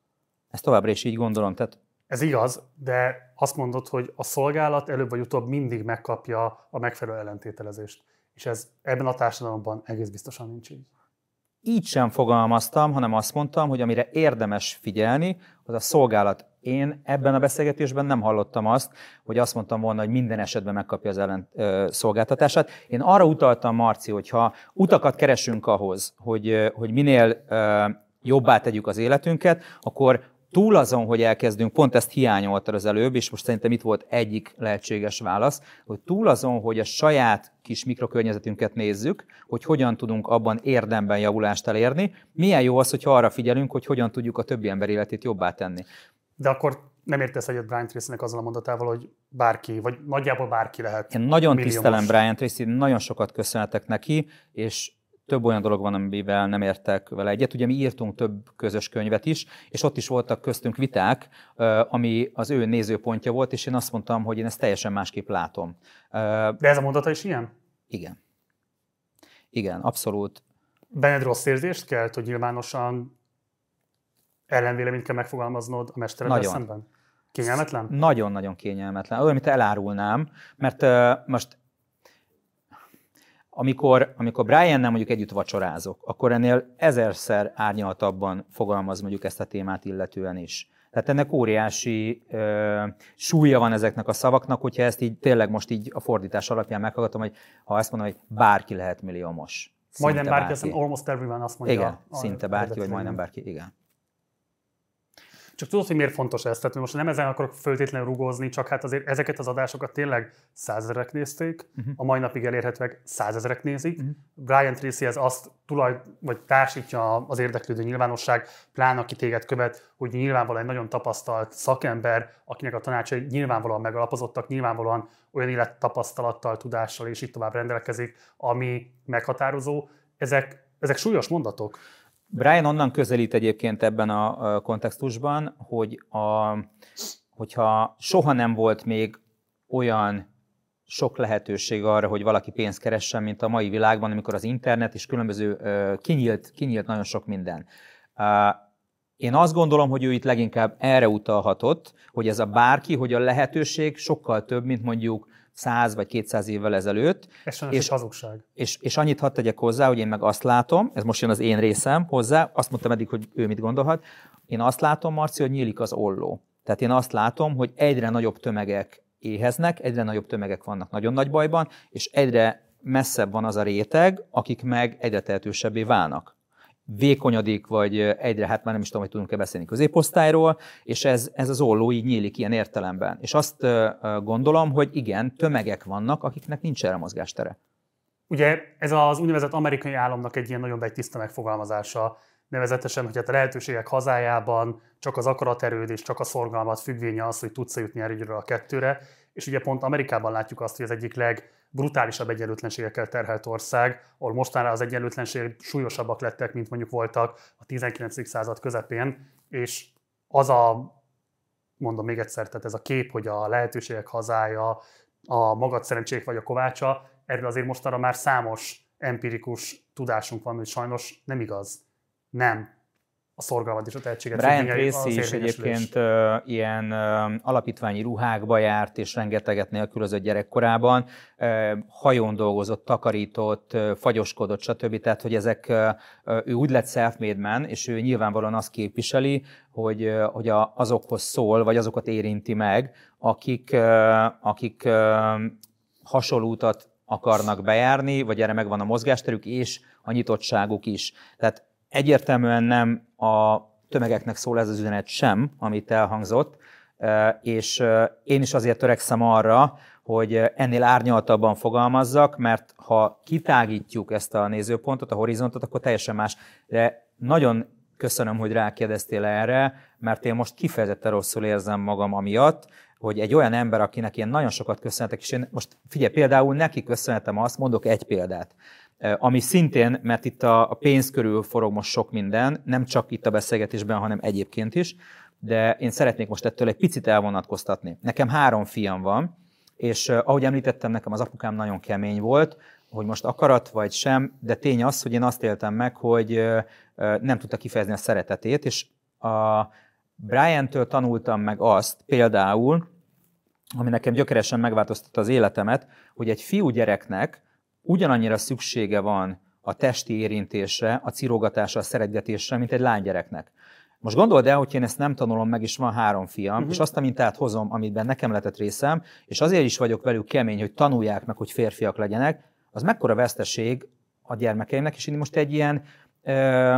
[SPEAKER 2] Ezt továbbra is így gondolom. Tehát
[SPEAKER 1] ez igaz, de azt mondod, hogy a szolgálat előbb vagy utóbb mindig megkapja a megfelelő ellentételezést. És ez ebben a társadalomban egész biztosan nincs így.
[SPEAKER 2] Így sem fogalmaztam, hanem azt mondtam, hogy amire érdemes figyelni, az a szolgálat. Én ebben a beszélgetésben nem hallottam azt, hogy azt mondtam volna, hogy minden esetben megkapja az ellen ö, szolgáltatását. Én arra utaltam, Marci, hogy ha utakat keresünk ahhoz, hogy, hogy minél ö, jobbá tegyük az életünket, akkor túl azon, hogy elkezdünk, pont ezt hiányoltad az előbb, és most szerintem itt volt egyik lehetséges válasz, hogy túl azon, hogy a saját kis mikrokörnyezetünket nézzük, hogy hogyan tudunk abban érdemben javulást elérni, milyen jó az, hogyha arra figyelünk, hogy hogyan tudjuk a többi ember életét jobbá tenni.
[SPEAKER 1] De akkor nem értesz egyet Brian Tracynek azzal a mondatával, hogy bárki, vagy nagyjából bárki lehet.
[SPEAKER 2] Én nagyon milliómos. Tisztelem Brian Tracy, nagyon sokat köszönhetek neki, és több olyan dolog van, amivel nem értek vele egyet. Ugye mi írtunk több közös könyvet is, és ott is voltak köztünk viták, ami az ő nézőpontja volt, és én azt mondtam, hogy én ezt teljesen másképp látom.
[SPEAKER 1] De ez a mondata is ilyen?
[SPEAKER 2] Igen. Igen, abszolút.
[SPEAKER 1] Benned rossz érzést kelt, hogy nyilvánosan ellenvéleményt kell megfogalmaznod a mestereddel szemben? Kényelmetlen?
[SPEAKER 2] Nagyon-nagyon kényelmetlen. Olyan, amit elárulnám, mert uh, most Amikor, amikor Briannel mondjuk együtt vacsorázok, akkor ennél ezerszer árnyaltabban fogalmaz mondjuk ezt a témát illetően is. Tehát ennek óriási ö, súlya van ezeknek a szavaknak, hogyha ezt így tényleg most így a fordítás alapján meghallgatom, hogy ha azt mondom, hogy bárki lehet milliómos.
[SPEAKER 1] Majdnem bárki, bárki. Azt almost everyone azt mondja.
[SPEAKER 2] Igen, a, szinte bárki, vagy majdnem bárki, igen.
[SPEAKER 1] Csak tudod, hogy miért fontos ez? Tehát most nem ezen akarok föltétlenül rugózni, csak hát azért ezeket az adásokat tényleg százezerek nézték, uh-huh. a mai napig elérhetőek százezerek nézik. Uh-huh. Brian Tracyhez azt tulaj, vagy társítja az érdeklődő nyilvánosság, pláne aki téged követ, hogy nyilvánvalóan egy nagyon tapasztalt szakember, akinek a tanácsai nyilvánvalóan megalapozottak, nyilvánvalóan olyan élettapasztalattal, tudással és így tovább rendelkezik, ami meghatározó. Ezek, ezek súlyos mondatok.
[SPEAKER 2] Brian onnan közelít egyébként ebben a kontextusban, hogy a, hogyha soha nem volt még olyan sok lehetőség arra, hogy valaki pénzt keressen, mint a mai világban, amikor az internet és különböző kinyílt, kinyílt nagyon sok minden. Én azt gondolom, hogy ő itt leginkább erre utalhatott, hogy ez a bárki, hogy a lehetőség sokkal több, mint mondjuk száz vagy kétszáz évvel ezelőtt.
[SPEAKER 1] Ez sajnos és, hazugság.
[SPEAKER 2] És, és annyit hadd tegyek hozzá, hogy én meg azt látom, ez most jön az én részem hozzá, azt mondtam eddig, hogy ő mit gondolhat, én azt látom, Marci, hogy nyílik az olló. Tehát én azt látom, hogy egyre nagyobb tömegek éheznek, egyre nagyobb tömegek vannak nagyon nagy bajban, és egyre messzebb van az a réteg, akik meg egyre tehetősebbé válnak. Vékonyadik, vagy egyre, hát már nem is tudom, hogy tudunk-e beszélni középosztályról, és ez, ez az olló így nyílik ilyen értelemben. És azt gondolom, hogy igen, tömegek vannak, akiknek nincs erre mozgástere.
[SPEAKER 1] Ugye ez az úgynevezett amerikai államnak egy ilyen nagyon begytiszta megfogalmazása, nevezetesen, hogy hát a lehetőségek hazájában csak az akaraterőd és csak a szorgalmat függvénye az, hogy tudsz jutni egyről a kettőre, és ugye pont Amerikában látjuk azt, hogy az egyik legbrutálisabb egyenlőtlenségekkel terhelt ország, ahol mostanra az egyenlőtlenségek súlyosabbak lettek, mint mondjuk voltak a tizenkilencedik század közepén, és az a, mondom még egyszer, tehát ez a kép, hogy a lehetőségek hazája, a magad szerencsék vagy a kovácsa, erről azért mostanra már számos empirikus tudásunk van, hogy sajnos nem igaz. Nem a szorgalmat és a tehetséget.
[SPEAKER 2] Brian Tracy is egyébként uh, ilyen uh, alapítványi ruhákba járt, és rengeteget nélkülözött gyerekkorában, uh, hajón dolgozott, takarított, uh, fagyoskodott, stb. Tehát, hogy ezek, uh, ő úgy lett self-made man, és ő nyilvánvalóan azt képviseli, hogy, uh, hogy a, azokhoz szól, vagy azokat érinti meg, akik, uh, akik uh, hasonló utat akarnak bejárni, vagy erre megvan a mozgásterük, és a nyitottságuk is. Tehát egyértelműen nem a tömegeknek szól ez az üzenet sem, amit elhangzott, és én is azért törekszem arra, hogy ennél árnyaltabban fogalmazzak, mert ha kitágítjuk ezt a nézőpontot, a horizontot, akkor teljesen más. De nagyon köszönöm, hogy rákérdeztél erre, mert én most kifejezetten rosszul érzem magam amiatt, hogy egy olyan ember, akinek ilyen nagyon sokat köszönhetek, és én most figyelj, például neki köszönhetem azt, mondok egy példát, ami szintén, mert itt a pénz körül forog most sok minden, nem csak itt a beszélgetésben, hanem egyébként is, de én szeretnék most ettől egy picit elvonatkoztatni. Nekem három fiam van, és ahogy említettem, nekem az apukám nagyon kemény volt, hogy most akarat vagy sem, de tény az, hogy én azt éltem meg, hogy nem tudta kifejezni a szeretetét, és a Brian-től tanultam meg azt például, ami nekem gyökeresen megváltoztatta az életemet, hogy egy fiúgyereknek ugyanannyira szüksége van a testi érintésre, a cirógatásra, a szeretgetésre, mint egy lánygyereknek. Most gondold el, hogy én ezt nem tanulom meg, és van három fiam, uh-huh. és azt a mintát hozom, amiben nekem lehetett részem, és azért is vagyok velük kemény, hogy tanulják meg, hogy férfiak legyenek, az mekkora veszteség a gyermekeimnek, és én most egy ilyen ö,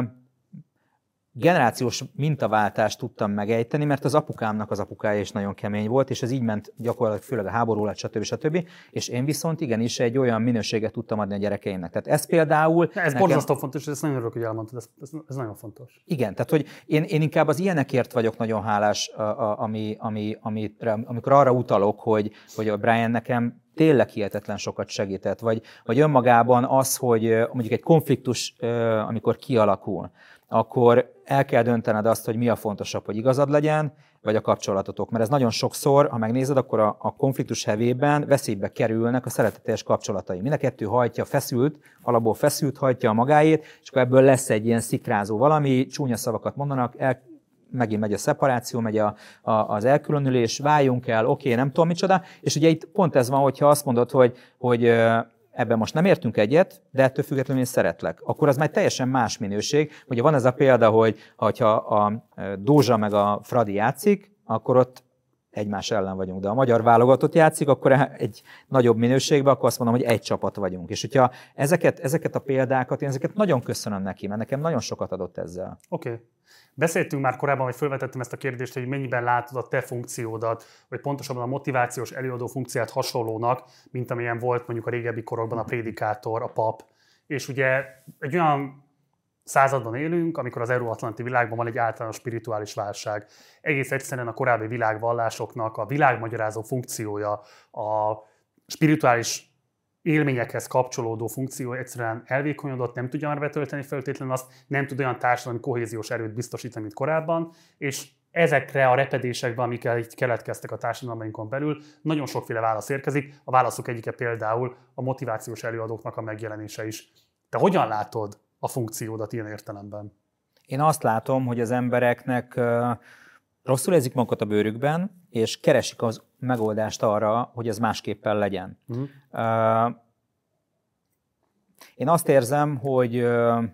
[SPEAKER 2] generációs mintaváltást tudtam megejteni, mert az apukámnak az apukája is nagyon kemény volt, és ez így ment gyakorlatilag főleg a háború lett, stb. stb. És én viszont igenis egy olyan minőséget tudtam adni a gyerekeimnek. Tehát ez például...
[SPEAKER 1] Ez nekem... borzasztó fontos, és ezt nagyon örülök, hogy elmondtad, ez, ez, ez nagyon fontos.
[SPEAKER 2] Igen, tehát hogy én, én inkább az ilyenekért vagyok nagyon hálás, a, a, ami, ami, ami, amikor arra utalok, hogy, hogy a Brian nekem tényleg hihetetlen sokat segített, vagy, vagy önmagában az, hogy mondjuk egy konfliktus, amikor kialakul, akkor el kell döntened azt, hogy mi a fontosabb, hogy igazad legyen, vagy a kapcsolatotok. Mert ez nagyon sokszor, ha megnézed, akkor a, a konfliktus hevében veszélybe kerülnek a szereteteljes kapcsolatai. Mind a kettő hajtja feszült, alapból feszült, hajtja a magáét, és akkor ebből lesz egy ilyen szikrázó valami, csúnya szavakat mondanak, el, megint megy a szeparáció, megy a, a, az elkülönülés, váljunk el, oké, okay, nem tudom micsoda, és ugye itt pont ez van, hogyha azt mondod, hogy, hogy ebben most nem értünk egyet, de ettől függetlenül én szeretlek. Akkor az már teljesen más minőség. Ugye van ez a példa, hogy ha a Dózsa meg a Fradi játszik, akkor ott egymás ellen vagyunk. De a magyar válogatott játszik, akkor egy nagyobb minőségben, akkor azt mondom, hogy egy csapat vagyunk. És hogyha ezeket, ezeket a példákat, én ezeket nagyon köszönöm neki, mert nekem nagyon sokat adott ezzel.
[SPEAKER 1] Oké. Okay. Beszéltünk már korábban, hogy felvetettem ezt a kérdést, hogy mennyiben látod a te funkciódat, vagy pontosabban a motivációs előadó funkciót hasonlónak, mint amilyen volt mondjuk a régebbi korokban a prédikátor, a pap. És ugye egy olyan században élünk, amikor az euróatlanti világban van egy általános spirituális válság. Egész egyszerűen a korábbi világvallásoknak a világmagyarázó funkciója, a spirituális élményekhez kapcsolódó funkció egyszerűen elvékonyodott, nem tudja már betölteni feltétlenül azt, nem tud olyan társadalmi kohéziós erőt biztosítani, mint korábban, és ezekre a repedésekben, amikkel így keletkeztek a társadalmainkon belül, nagyon sokféle válasz érkezik. A válaszok egyike például a motivációs előadóknak a megjelenése is. Te hogyan látod a funkciódat ilyen értelemben?
[SPEAKER 2] Én azt látom, hogy az embereknek rosszul érzik magukat a bőrükben, és keresik az megoldást arra, hogy ez másképpen legyen. Uh-huh. Uh, én azt érzem, hogy uh,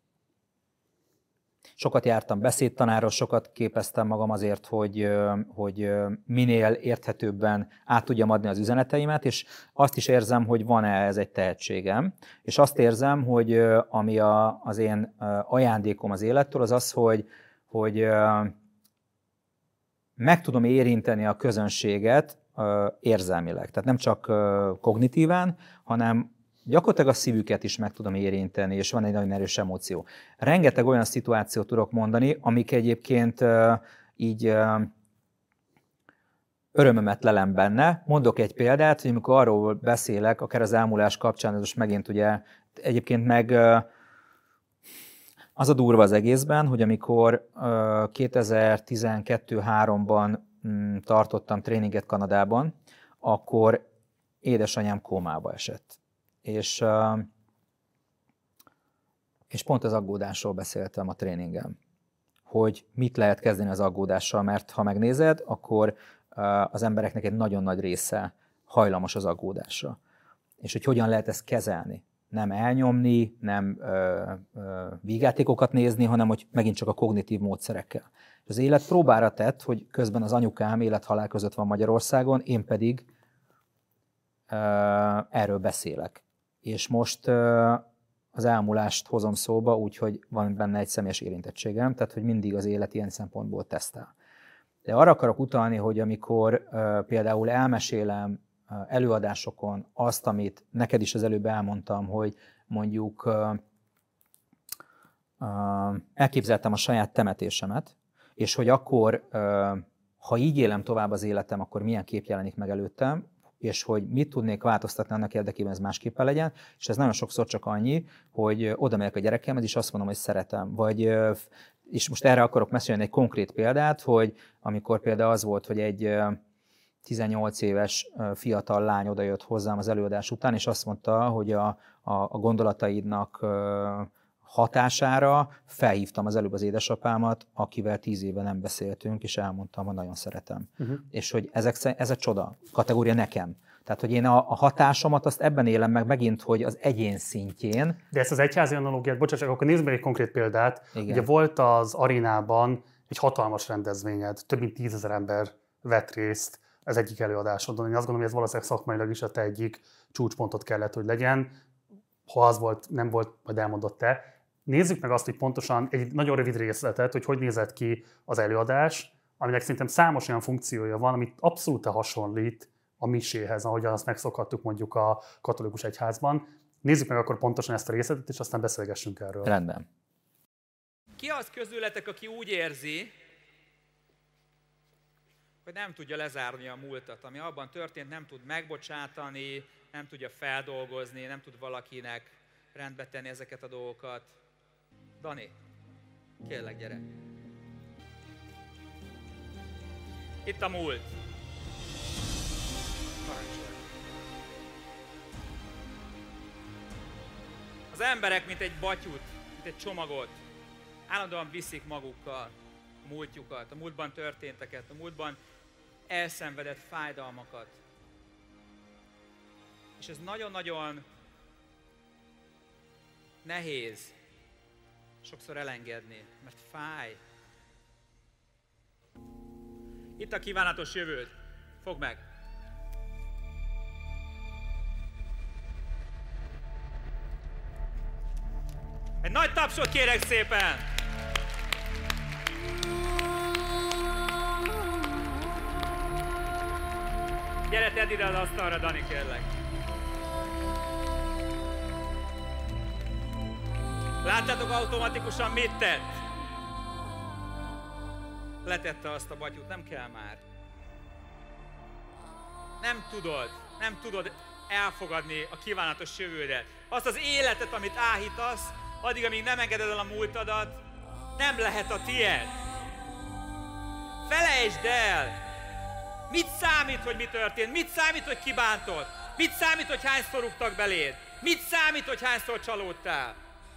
[SPEAKER 2] sokat jártam beszédtanáros, sokat képeztem magam azért, hogy, uh, hogy uh, minél érthetőbben át tudjam adni az üzeneteimet, és azt is érzem, hogy van-e ez egy tehetségem. És azt érzem, hogy uh, ami a, az én uh, ajándékom az élettől, az az, hogy, hogy uh, meg tudom érinteni a közönséget uh, érzelmileg. Tehát nem csak uh, kognitíven, hanem gyakorlatilag a szívüket is meg tudom érinteni, és van egy nagyon erős emóció. Rengeteg olyan szituációt tudok mondani, amik egyébként uh, így uh, örömömet lelem benne. Mondok egy példát, hogy amikor arról beszélek, akár az elmúlás kapcsán, ez most megint ugye egyébként meg uh, az a durva az egészben, hogy amikor uh, kétezer-tizenkettő-háromban mm, tartottam tréninget Kanadában, akkor édesanyám kómába esett. És, uh, és pont az aggódásról beszéltem a tréningen. hogy mit lehet kezdeni az aggódással, mert ha megnézed, akkor az embereknek egy nagyon nagy része hajlamos az aggódásra. És hogy hogyan lehet ezt kezelni. Nem elnyomni, nem ö, ö, vígjátékokat nézni, hanem hogy megint csak a kognitív módszerekkel. És az élet próbára tett, hogy közben az anyukám élet-halál között van Magyarországon, én pedig ö, erről beszélek. És most ö, az elmúlást hozom szóba, úgyhogy van benne egy személyes érintettségem, tehát hogy mindig az élet ilyen szempontból tesztel. De arra akarok utalni, hogy amikor ö, például elmesélem előadásokon azt, amit neked is az előbb elmondtam, hogy mondjuk uh, uh, elképzeltem a saját temetésemet, és hogy akkor, uh, ha így élem tovább az életem, akkor milyen kép jelenik meg előttem, és hogy mit tudnék változtatni annak érdekében, ez másképpen legyen, és ez nagyon sokszor csak annyi, hogy oda megyek a gyerekemhez, és azt mondom, hogy szeretem. Vagy, uh, és most erre akarok mesélni egy konkrét példát, hogy amikor például az volt, hogy egy uh, tizennyolc éves fiatal lány odajött hozzám az előadás után, és azt mondta, hogy a, a, a gondolataidnak hatására felhívtam az előbb az édesapámat, akivel tíz éve nem beszéltünk, és elmondtam, hogy nagyon szeretem. Uh-huh. És hogy ezek, ez egy csoda kategória nekem. Tehát, hogy én a, a hatásomat azt ebben élem meg megint, hogy az egyén szintjén.
[SPEAKER 1] De ezt az egyházi analógiát, bocsánat, akkor nézzük meg egy konkrét példát. Igen. Ugye volt az arénában egy hatalmas rendezvényed, több mint tízezer ember vett részt az egyik előadásodon. Én azt gondolom, hogy ez valószínűleg szakmailag is a te egyik csúcspontot kellett, hogy legyen. Ha az volt, nem volt, majd elmondott te. Nézzük meg azt, hogy pontosan egy nagyon rövid részletet, hogy hogy nézett ki az előadás, aminek szerintem számos olyan funkciója van, amit abszolút hasonlít a miséhez, ahogyan azt megszokhattuk mondjuk a katolikus egyházban. Nézzük meg akkor pontosan ezt a részletet, és aztán beszélgessünk erről.
[SPEAKER 2] Rendben.
[SPEAKER 8] Ki az közületek, aki úgy érzi, hogy nem tudja lezárni a múltat, ami abban történt, nem tud megbocsátani, nem tudja feldolgozni, nem tud valakinek rendbe tenni ezeket a dolgokat. Dani, kérlek, gyere. Itt a múlt. Parancsolj. Az emberek, mint egy batyut, mint egy csomagot, állandóan viszik magukkal a múltjukat, a múltban történteket, a múltban elszenvedett fájdalmakat. És ez nagyon-nagyon nehéz sokszor elengedni, mert fáj. Itt a kívánatos jövőd. Fogd meg! Egy nagy tapsot kérek szépen! Gyere, tedd ide az asztalra, Dani, kérlek. Látjátok automatikusan mit tett? Letette azt a batyút, nem kell már. Nem tudod, nem tudod elfogadni a kívánatos jövődet. Azt az életet, amit áhítasz, addig, amíg nem engeded el a múltadat, nem lehet a tied. Felejtsd el! Mit számít, hogy mi történt? Mit számít, hogy kibántott? Mit számít, hogy hányszor rúgtak beléd? Mit számít, hogy hányszor csalódtál?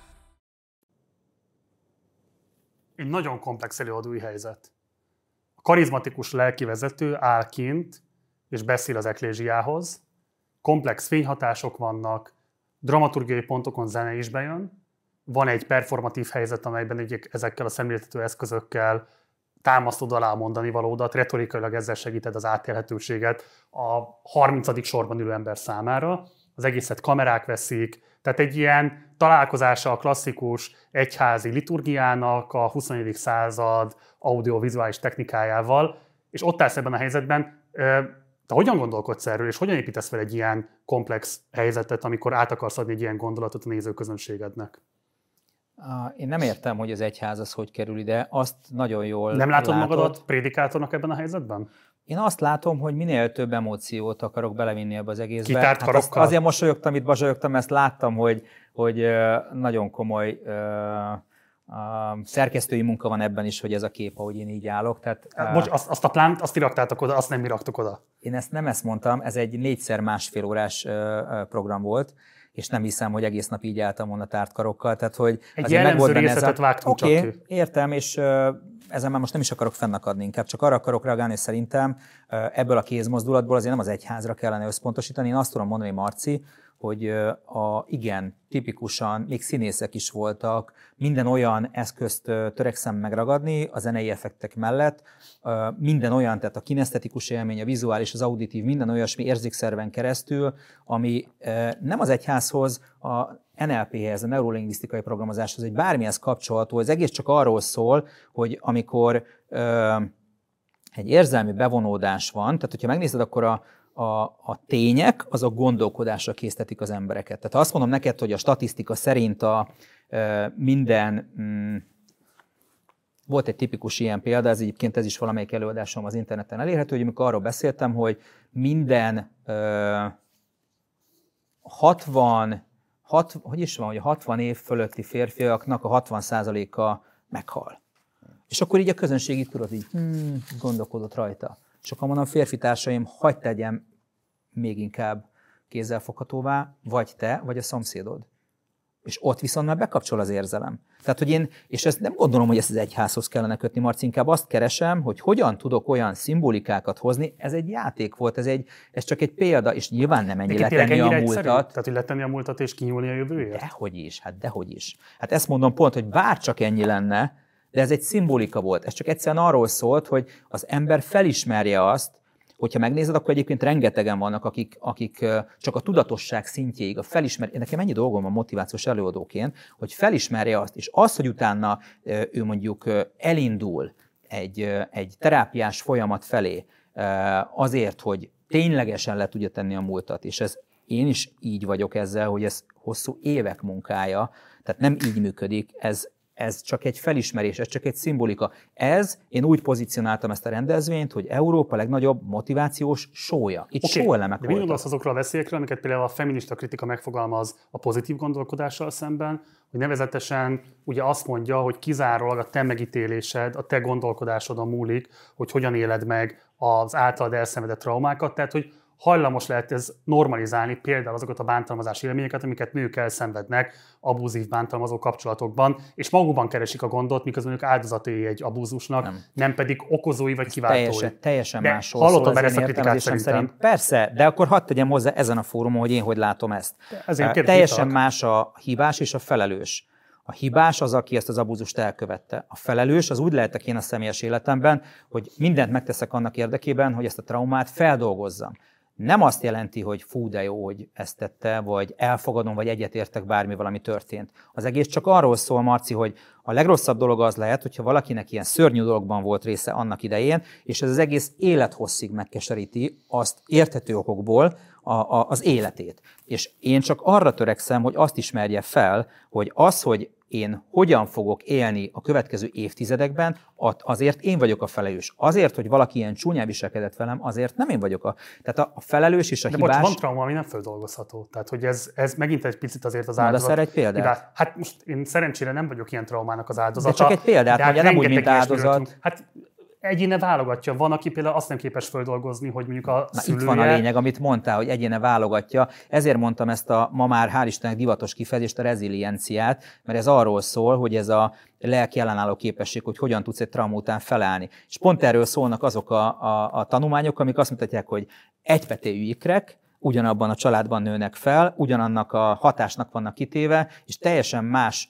[SPEAKER 1] Egy nagyon komplex előadói helyzet. A karizmatikus lelkivezető áll kint, és beszél az eklézsiához. Komplex fényhatások vannak, dramaturgiai pontokon zene is bejön. Van egy performatív helyzet, amelyben egy, ezekkel a szemléltető eszközökkel támasztod alá mondani valódat, retorikailag ezzel segíted az átélhetőséget a harmincadik sorban ülő ember számára. Az egészet kamerák veszik, tehát egy ilyen találkozása a klasszikus egyházi liturgiának, a huszonegyedik század audiovizuális technikájával, és ott állsz ebben a helyzetben, te hogyan gondolkodsz erről, és hogyan építesz fel egy ilyen komplex helyzetet, amikor át akarsz adni egy ilyen gondolatot a nézőközönségednek?
[SPEAKER 2] Én nem értem, hogy az egyház az hogy kerül ide, azt nagyon jól
[SPEAKER 1] Nem látod, látod magadat prédikátornak ebben a helyzetben?
[SPEAKER 2] Én azt látom, hogy minél több emóciót akarok belevinni ebbe az egészbe.
[SPEAKER 1] Kitárt
[SPEAKER 2] hát
[SPEAKER 1] karokkal?
[SPEAKER 2] Azért mosolyogtam, itt bazsolyogtam, ezt láttam, hogy, hogy nagyon komoly uh, uh, szerkesztői munka van ebben is, hogy ez a kép, ahogy én így állok. Tehát,
[SPEAKER 1] uh, Bocs, azt, azt a plánt, azt iraktátok oda, azt nem mi raktok oda.
[SPEAKER 2] Én ezt nem ezt mondtam, ez egy négyszer másfél órás uh, program volt, és nem hiszem, hogy egész nap így álltam volna tárt karokkal. Tehát, hogy
[SPEAKER 1] egy jellemző részletet vágtunk
[SPEAKER 2] okay,
[SPEAKER 1] csak ki.
[SPEAKER 2] Értem, és ezen már most nem is akarok fennakadni, inkább csak arra akarok reagálni, hogy szerintem ebből a kézmozdulatból azért nem az egyházra kellene összpontosítani. Én azt tudom mondani, Marci, hogy a, igen, tipikusan még színészek is voltak, minden olyan eszközt törekszem megragadni a zenei effektek mellett, minden olyan, tehát a kinesztetikus élmény, a vizuális, az auditív, minden olyasmi érzékszerven keresztül, ami nem az egyházhoz, a en el pé-hez, a neurolingvisztikai programozáshoz, hogy bármihez kapcsolható, ez egész csak arról szól, hogy amikor egy érzelmi bevonódás van, tehát hogyha megnézed, akkor a A, a tények, azok gondolkodásra késztetik az embereket. Tehát ha azt mondom neked, hogy a statisztika szerint a e, minden, mm, volt egy tipikus ilyen példa, ez egyébként ez is valamelyik előadásom az interneten elérhető, hogy amikor arról beszéltem, hogy minden e, hatvan, hat, hogy is van, hogy a hatvan év fölötti férfiaknak a hatvan százaléka meghal. És akkor így a közönség itt tudod, így hmm, gondolkodott rajta. Sokan mondom, férfi társaim, hagyd tegyem még inkább kézzelfoghatóvá, vagy te, vagy a szomszédod. És ott viszont már bekapcsol az érzelem. Tehát, hogy én, és ezt nem gondolom, hogy ezt az egyházhoz kellene kötni, Marci, inkább azt keresem, hogy hogyan tudok olyan szimbolikákat hozni. Ez egy játék volt, ez, egy, ez csak egy példa, és nyilván nem ennyi letenni a múltat.
[SPEAKER 1] Tehát, hogy letenni a múltat és kinyúlni a jövőért?
[SPEAKER 2] Dehogy is, hát dehogy is. Hát ezt mondom pont, hogy bárcsak ennyi lenne, de ez egy szimbolika volt. Ez csak egyszerűen arról szólt, hogy az ember felismerje azt, hogyha megnézed, akkor egyébként rengetegen vannak, akik, akik csak a tudatosság szintjéig, a felismerje, nekem ennyi dolgom van motivációs előadóként, hogy felismerje azt, és az, hogy utána ő mondjuk elindul egy, egy terápiás folyamat felé azért, hogy ténylegesen le tudja tenni a múltat, és ez én is így vagyok ezzel, hogy ez hosszú évek munkája, tehát nem így működik, ez Ez csak egy felismerés, ez csak egy szimbolika. Ez, én úgy pozícionáltam ezt a rendezvényt, hogy Európa legnagyobb motivációs sója. Itt okay, sóelemek voltak.
[SPEAKER 1] De mi gondolsz azokról a veszélyekről, amiket például a feminista kritika megfogalmaz a pozitív gondolkodással szemben, hogy nevezetesen ugye azt mondja, hogy kizárólag a te megítélésed, a te gondolkodásodon múlik, hogy hogyan éled meg az általad elszenvedett traumákat, tehát hogy hajlamos lehet ez normalizálni például azokat a bántalmazási élményeket, amiket nők elszenvednek abúzív bántalmazó kapcsolatokban, és magukban keresik a gondot, miközben ők áldozatai egy abúzusnak, nem, nem pedig okozói vagy kiváltói.
[SPEAKER 2] Teljesen, teljesen
[SPEAKER 1] de
[SPEAKER 2] másról
[SPEAKER 1] hallottam
[SPEAKER 2] szól,
[SPEAKER 1] ezt a kritikát
[SPEAKER 2] szerint. Persze, de akkor hadd tegyem hozzá ezen a fórumon, hogy én hogy látom ezt. Teljesen más a hibás és a felelős. A hibás az, aki ezt az abúzust elkövette. A felelős az úgy lehetek én a személyes életemben, hogy mindent megteszek annak érdekében, hogy ezt a traumát feldolgozzam. Nem azt jelenti, hogy fú, de jó, hogy ezt tette, vagy elfogadom, vagy egyetértek bármi valami történt. Az egész csak arról szól, Marci, hogy a legrosszabb dolog az lehet, hogyha valakinek ilyen szörnyű dologban volt része annak idején, és ez az egész élethosszig megkeseríti azt érthető okokból a, a, az életét. És én csak arra törekszem, hogy azt ismerje fel, hogy az, hogy én hogyan fogok élni a következő évtizedekben, azért én vagyok a felelős. Azért, hogy valaki ilyen csúnyán viselkedett velem, azért nem én vagyok a... Tehát a felelős és a
[SPEAKER 1] de
[SPEAKER 2] hibás...
[SPEAKER 1] De bocs, van trauma, ami nem földolgozható. Tehát, hogy ez, ez megint egy picit azért az áldozat...
[SPEAKER 2] Mondasz erre egy példát?
[SPEAKER 1] Hibás. Hát most én szerencsére nem vagyok ilyen traumának az áldozata.
[SPEAKER 2] De csak egy példát,
[SPEAKER 1] hát
[SPEAKER 2] mondja, nem úgy, mint áldozat.
[SPEAKER 1] Hát egyéne válogatja. Van, aki például azt nem képes földolgozni, hogy mondjuk a
[SPEAKER 2] Na,
[SPEAKER 1] szülője...
[SPEAKER 2] itt van a lényeg, amit mondtál, hogy egyéne válogatja. Ezért mondtam ezt a ma már hál' Istennek divatos kifejezést, a rezilienciát, mert ez arról szól, hogy ez a lelki ellenálló képesség, hogy hogyan tudsz egy trauma után felállni. És pont erről szólnak azok a, a, a tanulmányok, amik azt mutatják, hogy egypetéjű ikrek ugyanabban a családban nőnek fel, ugyanannak a hatásnak vannak kitéve, és teljesen más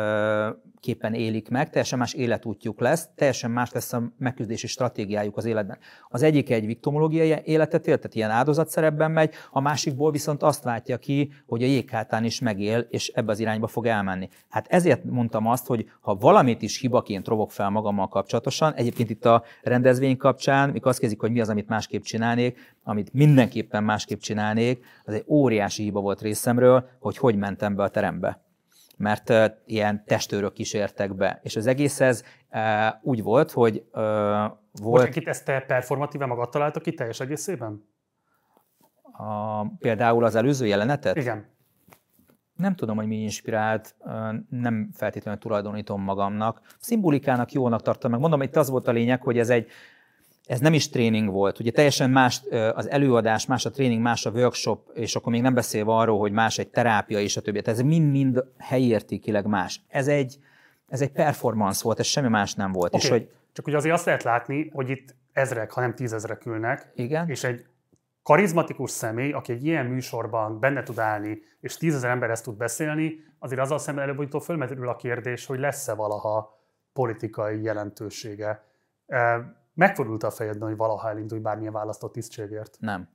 [SPEAKER 2] képpen élik meg, teljesen más életútjuk lesz, teljesen más lesz a megküzdési stratégiájuk az életben. Az egyik egy viktimológiai életet él, tehát ilyen áldozatszerepben megy, a másikból viszont azt váltja ki, hogy a jéghátán is megél, és ebbe az irányba fog elmenni. Hát ezért mondtam azt, hogy ha valamit is hibaként rovok fel magammal kapcsolatosan, egyébként itt a rendezvény kapcsán, mikor azt kezdik, hogy mi az, amit másképp csinálnék, amit mindenképpen másképp csinálnék, az egy óriási hiba volt részemről, hogy hogy mentem be a terembe. Mert uh, ilyen testőrök kísértek be. És az egész ez uh, úgy volt, hogy uh, volt...
[SPEAKER 1] Most itt ezt te performatíven magad találtak ki teljes egészében?
[SPEAKER 2] A, például az előző jelenetet?
[SPEAKER 1] Igen.
[SPEAKER 2] Nem tudom, hogy mi inspirált, uh, nem feltétlenül tulajdonítom magamnak. Szimbolikának jónak tartom meg. Mondom, itt az volt a lényeg, hogy ez egy, ez nem is tréning volt. Ugye teljesen más az előadás, más a tréning, más a workshop, és akkor még nem beszélve arról, hogy más egy terápia és a többi. Tehát ez mind-mind helyértékileg más. Ez egy, ez egy performance volt, ez semmi más nem volt.
[SPEAKER 1] Okay.
[SPEAKER 2] És hogy...
[SPEAKER 1] Csak ugye azért azt lehet látni, hogy itt ezrek, hanem tízezrek ülnek,
[SPEAKER 2] igen?
[SPEAKER 1] És egy karizmatikus személy, aki egy ilyen műsorban benne tud állni, és tízezer ember ezt tud beszélni, azért azzal szemben előbb-utóbb fölmerül a kérdés, hogy lesz-e valaha politikai jelentősége. Megfordult a fejedben, hogy valaha elindulj bármilyen választott tisztségért?
[SPEAKER 2] Nem.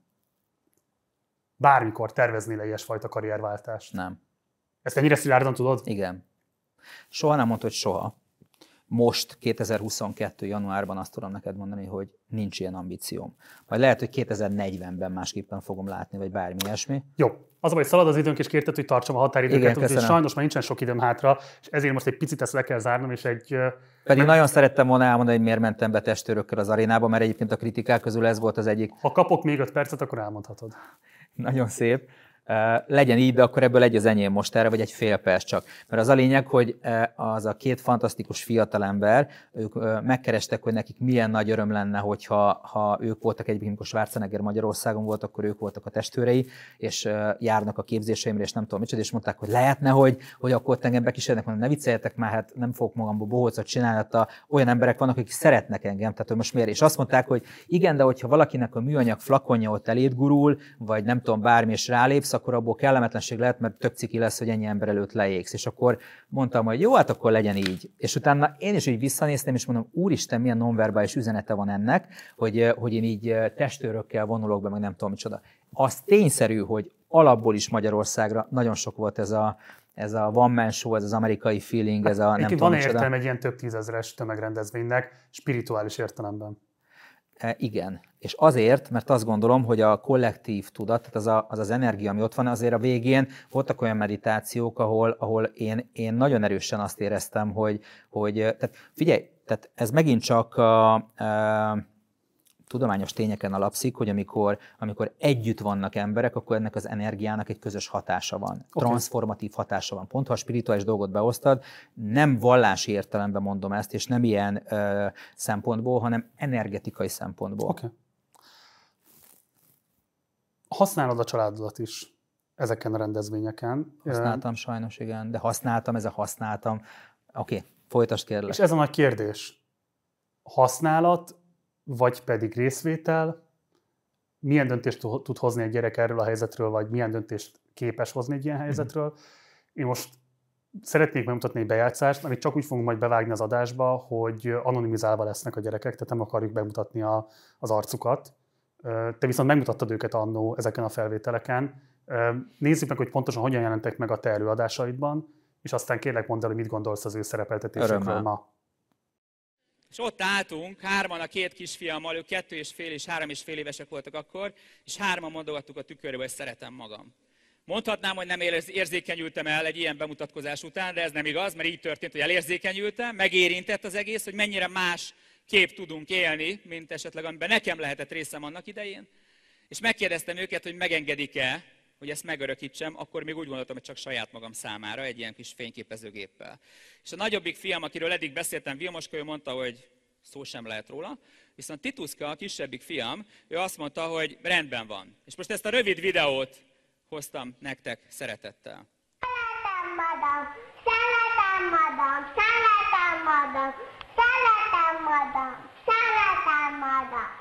[SPEAKER 1] Bármikor terveznél le ilyesfajta karrierváltást?
[SPEAKER 2] Nem.
[SPEAKER 1] Ezt ennyire szilárdan tudod?
[SPEAKER 2] Igen. Soha nem mondta, hogy soha. Most, kétezer-huszonkettő. januárban azt tudom neked mondani, hogy nincs ilyen ambícióm. Majd lehet, hogy kétezer-negyvenben másképpen fogom látni, vagy bármi ilyesmi.
[SPEAKER 1] Jó. Az a baj, szalad az időnk, és kérted, hogy tartsam a határidőket, úgyhogy sajnos már nincsen sok időm hátra, és ezért most egy picit ezt le kell zárnom, és egy...
[SPEAKER 2] Pedig meg... nagyon szerettem volna elmondani, hogy miért mentem be testőrökkel az arénába, mert egyébként a kritikák közül ez volt az egyik.
[SPEAKER 1] Ha kapok még öt percet, akkor elmondhatod.
[SPEAKER 2] Nagyon szép. Uh, legyen így, de akkor ebből egy az enyém most erre, vagy egy fél perc csak. Mert az a lényeg, hogy uh, az a két fantasztikus fiatalember, ők uh, megkerestek, hogy nekik milyen nagy öröm lenne, hogyha ha ők voltak egyébként, amikor Schwarzenegger Magyarországon volt, akkor ők voltak a testőrei, és uh, járnak a képzéseimre, és nem tudom micsoda, és mondták, hogy lehetne, hogy, hogy akkor engem bekísérnek, mondom, ne vicceljetek már, hát nem fogok magamból bohócot csinálni, hát a, olyan emberek vannak, akik szeretnek engem, tehát hogy most miért? És azt mondták, hogy igen, de hogyha valakinek a műanyag flakonja ott eléd gurul, vagy nem tudom, bármi, és rálépsz, akkor abból kellemetlenség lehet, mert tök ciki lesz, hogy ennyi ember előtt leégsz. És akkor mondtam, hogy jó, hát akkor legyen így. És utána én is így visszanéztem, és mondom, úristen, milyen nonverbális üzenete van ennek, hogy, hogy én így testőrökkel vonulok be, meg nem tudom micsoda. Az tényszerű, hogy alapból is Magyarországra nagyon sok volt ez a, ez a one man show, ez az amerikai feeling, ez a nem tudom
[SPEAKER 1] van
[SPEAKER 2] micsoda.
[SPEAKER 1] értelme egy ilyen több tízezeres tömegrendezvénynek, spirituális értelemben.
[SPEAKER 2] E, igen. És azért, mert azt gondolom, hogy a kollektív tudat, tehát az, a, az az energia, ami ott van, azért a végén voltak olyan meditációk, ahol, ahol én, én nagyon erősen azt éreztem, hogy, hogy tehát figyelj, tehát ez megint csak a, a tudományos tényeken alapszik, hogy amikor, amikor együtt vannak emberek, akkor ennek az energiának egy közös hatása van. Okay. Transformatív hatása van. Pont ha a spirituális dolgot beosztad, nem vallási értelemben mondom ezt, és nem ilyen ö, szempontból, hanem energetikai szempontból.
[SPEAKER 1] Okay. Használod a családodat is ezeken a rendezvényeken?
[SPEAKER 2] Használtam sajnos, igen, de használtam, ez a használtam. Oké, okay, folytasd kérlek.
[SPEAKER 1] És ez a nagy kérdés. Használat, vagy pedig részvétel, milyen döntést tud hozni egy gyerek erről a helyzetről, vagy milyen döntést képes hozni egy ilyen helyzetről. Mm. Én most szeretnék megmutatni egy bejátszást, amit csak úgy fogunk majd bevágni az adásba, hogy anonimizálva lesznek a gyerekek, tehát nem akarjuk bemutatni a, az arcukat. Te viszont megmutattad őket annó ezeken a felvételeken. Nézzük meg, hogy pontosan hogyan jelentek meg a te előadásaidban, és aztán kérlek mondd el, hogy mit gondolsz az ő szerepeltetésükről ma.
[SPEAKER 8] És ott álltunk, hárman a két kisfiammal, ők kettő és fél és három és fél évesek voltak akkor, és hárman mondogattuk a tükörbe, hogy szeretem magam. Mondhatnám, hogy nem érzékenyültem el egy ilyen bemutatkozás után, de ez nem igaz, mert így történt, hogy elérzékenyültem, megérintett az egész, hogy mennyire más kép tudunk élni, mint esetleg amiben nekem lehetett részem annak idején. És megkérdeztem őket, hogy megengedik-e, hogy ezt megörökítsem, akkor még úgy gondoltam, hogy csak saját magam számára, egy ilyen kis fényképezőgéppel. És a nagyobbik fiam, akiről eddig beszéltem, Vilmoska, ő mondta, hogy szó sem lehet róla, viszont Tituszka, a kisebbik fiam, ő azt mondta, hogy rendben van. És most ezt a rövid videót hoztam nektek szeretettel.
[SPEAKER 9] Szeretem magam, szeretem magam, szeretem magam, szeretem magam, szeretem magam.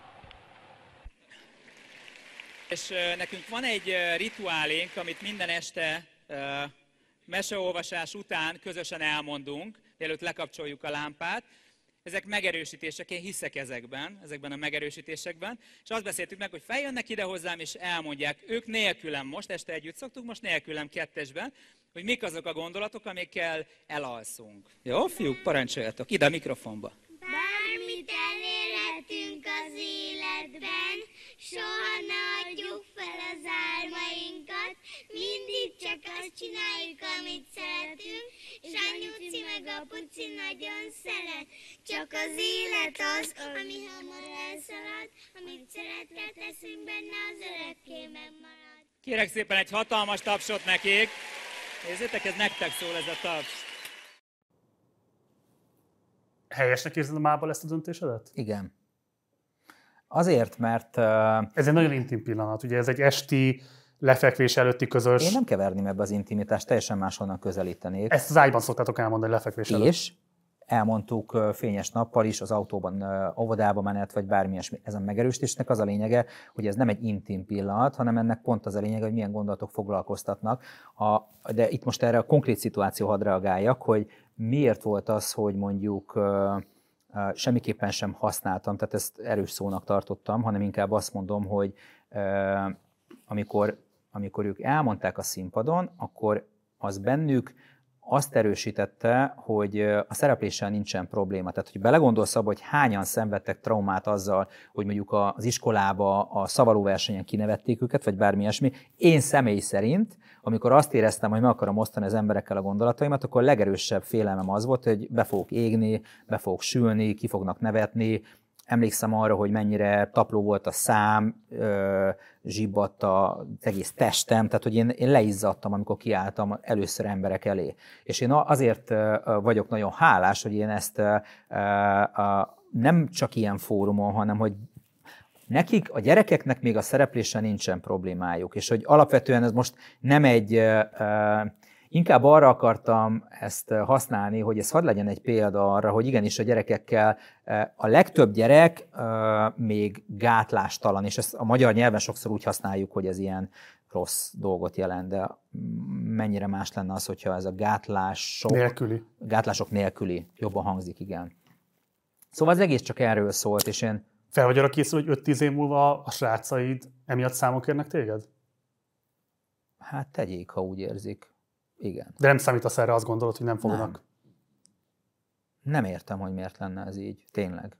[SPEAKER 8] És nekünk van egy rituálénk, amit minden este meseolvasás után közösen elmondunk, mielőtt lekapcsoljuk a lámpát. Ezek megerősítések, én hiszek ezekben, ezekben a megerősítésekben, és azt beszéltük meg, hogy feljönnek ide hozzám, és elmondják, ők nélkülem most, este együtt szoktuk, most nélkülem kettesben, hogy mik azok a gondolatok, amikkel elalszunk. Jó, fiúk, parancsoljatok, ide a mikrofonba.
[SPEAKER 9] Bármit elérhetünk az életben, soha ne adjuk fel az álmainkat, mindig csak azt csináljuk, amit szeretünk, és a nyuci meg a puci nagyon szeret. Csak az élet az, ami hamar elszalad, amit szeretve teszünk benne, az örökké megmarad.
[SPEAKER 8] Kérek szépen egy hatalmas tapsot nekik. Nézzétek, ez nektek szól ez a taps.
[SPEAKER 1] Helyesnek érzed a mából ezt a döntésedet?
[SPEAKER 2] Igen. Azért, mert...
[SPEAKER 1] Ez egy nagyon intim pillanat, ugye ez egy esti lefekvés előtti közös...
[SPEAKER 2] Én nem keverném ebbe az intimitást, teljesen máshonnan közelítenék.
[SPEAKER 1] Ezt az ágyban szoktátok elmondani lefekvés előtt.
[SPEAKER 2] És elmondtuk fényes nappal is, az autóban, óvodába menet, vagy bármilyen, ezen megerősítésnek az a lényege, hogy ez nem egy intim pillanat, hanem ennek pont az a lényege, hogy milyen gondolatok foglalkoztatnak. A, de itt most erre a konkrét szituáció hadd reagáljak, hogy miért volt az, hogy mondjuk semmiképpen sem használtam, tehát ezt erős szónak tartottam, hanem inkább azt mondom, hogy amikor, amikor ők elmondták a színpadon, akkor az bennük azt erősítette, hogy a szerepléssel nincsen probléma. Tehát, hogy belegondolsz abba, hogy hányan szenvedtek traumát azzal, hogy mondjuk az iskolába a szavalóversenyen kinevették őket, vagy bármi ilyesmi. Én személy szerint, amikor azt éreztem, hogy meg akarom osztani az emberekkel a gondolataimat, akkor a legerősebb félelmem az volt, hogy be fogok égni, be fogok sülni, ki fognak nevetni. Emlékszem arra, hogy mennyire tapló volt a szám, zsibbadt az egész testem, tehát hogy én, én leizzadtam, amikor kiálltam először emberek elé. És én azért vagyok nagyon hálás, hogy én ezt nem csak ilyen fórumon, hanem hogy nekik, a gyerekeknek még a szerepléssel nincsen problémájuk, és hogy alapvetően ez most nem egy... Inkább arra akartam ezt használni, hogy ez hadd legyen egy példa arra, hogy igenis a gyerekekkel a legtöbb gyerek még gátlástalan, és ezt a magyar nyelven sokszor úgy használjuk, hogy ez ilyen rossz dolgot jelent, de mennyire más lenne az, hogyha ez a gátlások
[SPEAKER 1] nélküli.
[SPEAKER 2] Gátlások nélküli. Jobban hangzik, igen. Szóval az egész csak erről szólt, és én...
[SPEAKER 1] Fel vagy arra készül, hogy öt-tíz év múlva a srácaid emiatt számon kérnek téged?
[SPEAKER 2] Hát tegyék, ha úgy érzik. Igen.
[SPEAKER 1] De nem számítasz erre, azt gondolod, hogy nem fognak?
[SPEAKER 2] Nem. Nem értem, hogy miért lenne ez így. Tényleg.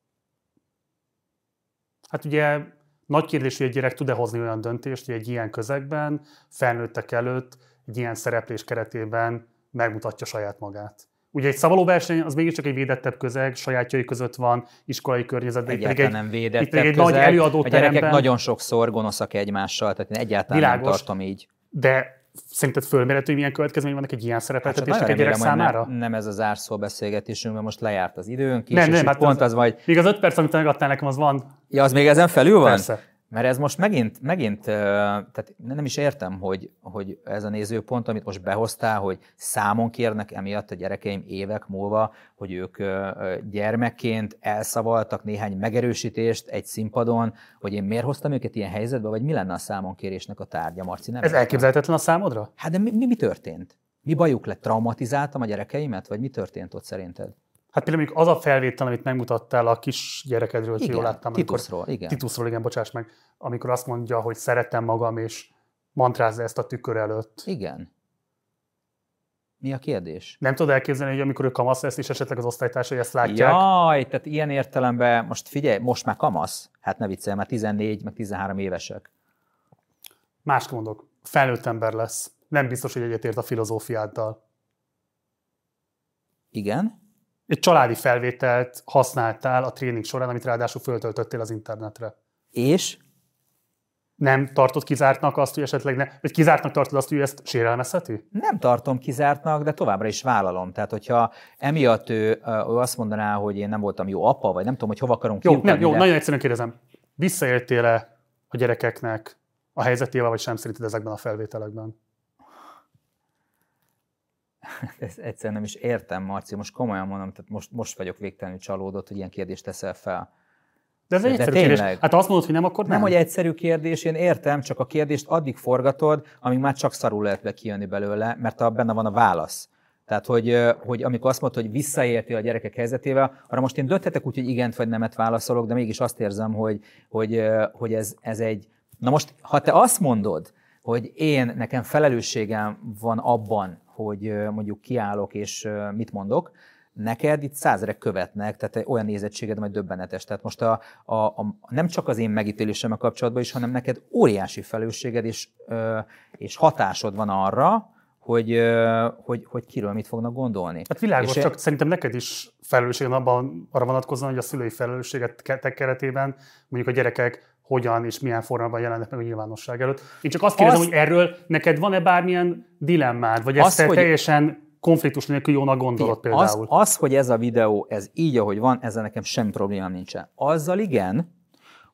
[SPEAKER 1] Hát ugye nagy kérdés, hogy egy gyerek tud-e hozni olyan döntést, hogy egy ilyen közegben, felnőttek előtt, egy ilyen szereplés keretében megmutatja saját magát. Ugye egy szavalóverseny az mégiscsak egy védettebb közeg, sajátjai között van, iskolai környezetben.
[SPEAKER 2] Egyáltalán egy, nem védettebb
[SPEAKER 1] itt egy
[SPEAKER 2] közeg.
[SPEAKER 1] nagy előadó
[SPEAKER 2] a gyerekek
[SPEAKER 1] teremben.
[SPEAKER 2] Nagyon sokszor gonoszak egymással, tehát én egyáltalán
[SPEAKER 1] Világos,
[SPEAKER 2] nem tartom így.
[SPEAKER 1] De szerinted fölmérhető, hogy milyen következmény vannak egy ilyen szerepeltetésnek
[SPEAKER 2] hát,
[SPEAKER 1] egy gyerek számára?
[SPEAKER 2] Nem, nem ez az zárszó beszélgetésünkben, most lejárt az időnk is,
[SPEAKER 1] nem,
[SPEAKER 2] és
[SPEAKER 1] nem, hát
[SPEAKER 2] pont az, az vagy...
[SPEAKER 1] Még az öt perc, amit megadtál nekem, az van.
[SPEAKER 2] Ja, az még ezen felül van?
[SPEAKER 1] Persze.
[SPEAKER 2] Mert ez most megint, megint tehát nem is értem, hogy, hogy ez a nézőpont, amit most behoztál, hogy számon kérnek emiatt a gyerekeim évek múlva, hogy ők gyermekként elszavaltak néhány megerősítést egy színpadon, hogy én miért hoztam őket ilyen helyzetbe, vagy mi lenne a számonkérésnek a tárgya, Marci? Nem
[SPEAKER 1] ez értem. Elképzelhetetlen a számodra?
[SPEAKER 2] Hát de mi, mi, mi történt? Mi bajuk lett? Traumatizáltam a gyerekeimet, vagy mi történt ott szerinted?
[SPEAKER 1] Hát például az a felvétel, amit megmutattál a kis gyerekedről, hogy jól láttam.
[SPEAKER 2] Titusról, igen.
[SPEAKER 1] Titusról, igen, bocsáss meg. Amikor azt mondja, hogy szerettem magam, és mantrázza ezt a tükör előtt.
[SPEAKER 2] Igen. Mi a kérdés?
[SPEAKER 1] Nem tudod elképzelni, hogy amikor ő kamasz lesz, és esetleg az osztálytársai ezt látják?
[SPEAKER 2] Jaj, tehát ilyen értelemben, most figyelj, most már kamasz? Hát ne viccelj, már tizennégy, meg tizenhárom évesek.
[SPEAKER 1] Mást mondok, felnőtt ember lesz. Nem biztos, hogy egyetért a filozófiáddal.
[SPEAKER 2] Igen.
[SPEAKER 1] Egy családi felvételt használtál a tréning során, amit ráadásul föltöltöttél az internetre.
[SPEAKER 2] És?
[SPEAKER 1] Nem tartod kizártnak azt, hogy esetleg ne, vagy kizártnak tartod azt, hogy ezt sérelmezheti?
[SPEAKER 2] Nem tartom kizártnak, de továbbra is vállalom. Tehát, hogyha emiatt ő, ő azt mondaná, hogy én nem voltam jó apa, vagy nem tudom, hogy hova akarunk
[SPEAKER 1] jó,
[SPEAKER 2] kiukadni.
[SPEAKER 1] Nem, jó,
[SPEAKER 2] de...
[SPEAKER 1] nagyon egyszerűen kérdezem. Visszaéltél-e a gyerekeknek a helyzetével, vagy sem szerinted ezekben a felvételekben?
[SPEAKER 2] Ezt egyszerűen nem is értem, Marci, most komolyan mondom, tehát most, most vagyok végtelenül csalódott, hogy ilyen kérdést teszel fel.
[SPEAKER 1] De ez egy
[SPEAKER 2] de
[SPEAKER 1] egyszerű kérdés. Hát ha azt mondod, hogy nem, akkor nem.
[SPEAKER 2] Nem, hogy egyszerű kérdés, én értem, csak a kérdést addig forgatod, amíg már csak szarul lehet be kijönni belőle, mert abban benne van a válasz. Tehát, hogy, hogy amikor azt mondod, hogy visszaértél a gyerekek helyzetével, arra most én dönthetek úgy, hogy igent vagy nemet válaszolok, de mégis azt érzem, hogy, hogy, hogy ez, ez egy... Na most, ha te azt mondod, hogy én, nekem felelősségem van abban, hogy mondjuk kiállok és mit mondok, neked itt százezrek követnek, tehát olyan nézettséged majd döbbenetes. Tehát most a, a, a, nem csak az én megítélésemmel kapcsolatban is, hanem neked óriási felelősséged és, és hatásod van arra, hogy, hogy, hogy kiről mit fognak gondolni.
[SPEAKER 1] Hát világos,
[SPEAKER 2] és
[SPEAKER 1] csak e... szerintem neked is felelősséged abban arra vonatkozóan, hogy a szülői felelősséget keretében mondjuk a gyerekek hogyan és milyen formában jelennek meg a nyilvánosság előtt. Én csak azt kérdezem, azt... hogy erről neked van-e bármilyen dilemmád, vagy ezt hogy... teljesen konfliktus nélkül jónak gondolod például?
[SPEAKER 2] Az, az, hogy ez a videó, ez így, ahogy van, ezzel nekem semmi problémám nincsen. Azzal igen,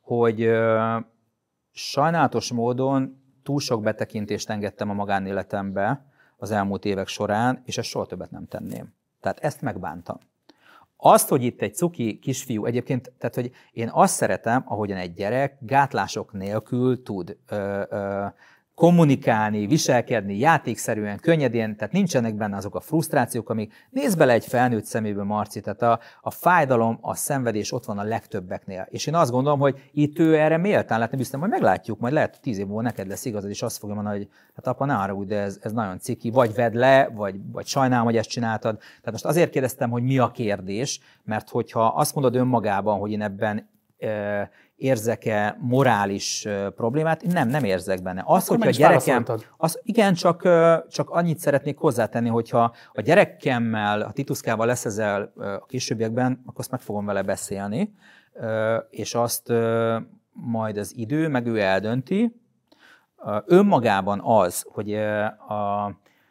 [SPEAKER 2] hogy ö, sajnálatos módon túl sok betekintést engedtem a magánéletembe az elmúlt évek során, és ezt soha többet nem tenném. Tehát ezt megbántam. Azt, hogy itt egy cuki kisfiú, egyébként, tehát, hogy én azt szeretem, ahogyan egy gyerek gátlások nélkül tud ö, ö, kommunikálni, viselkedni, játékszerűen, könnyedén, tehát nincsenek benne azok a frusztrációk, amik nézd bele egy felnőtt szemébe, Marci, tehát a, a fájdalom, a szenvedés ott van a legtöbbeknél. És én azt gondolom, hogy itt ő erre méltán lehetne biztos, majd meglátjuk, majd lehet, hogy tíz év múlva neked lesz igazad, és azt fogja mondani, hogy hát apa, ne haragudj, de ez, ez nagyon ciki, vagy vedd le, vagy, vagy sajnálom, hogy ezt csináltad. Tehát most azért kérdeztem, hogy mi a kérdés, mert hogyha azt mondod önmagában, hogy én ebben e, érzek-e morális problémát? Nem, nem érzek benne. Az, hogyha a gyerekem, az, igen, csak, csak annyit szeretnék hozzátenni, hogyha a gyerekemmel, a Tituszkával lesz ezzel a későbbiekben, akkor azt meg fogom vele beszélni, és azt majd az idő, meg ő eldönti. Önmagában az, hogy, a,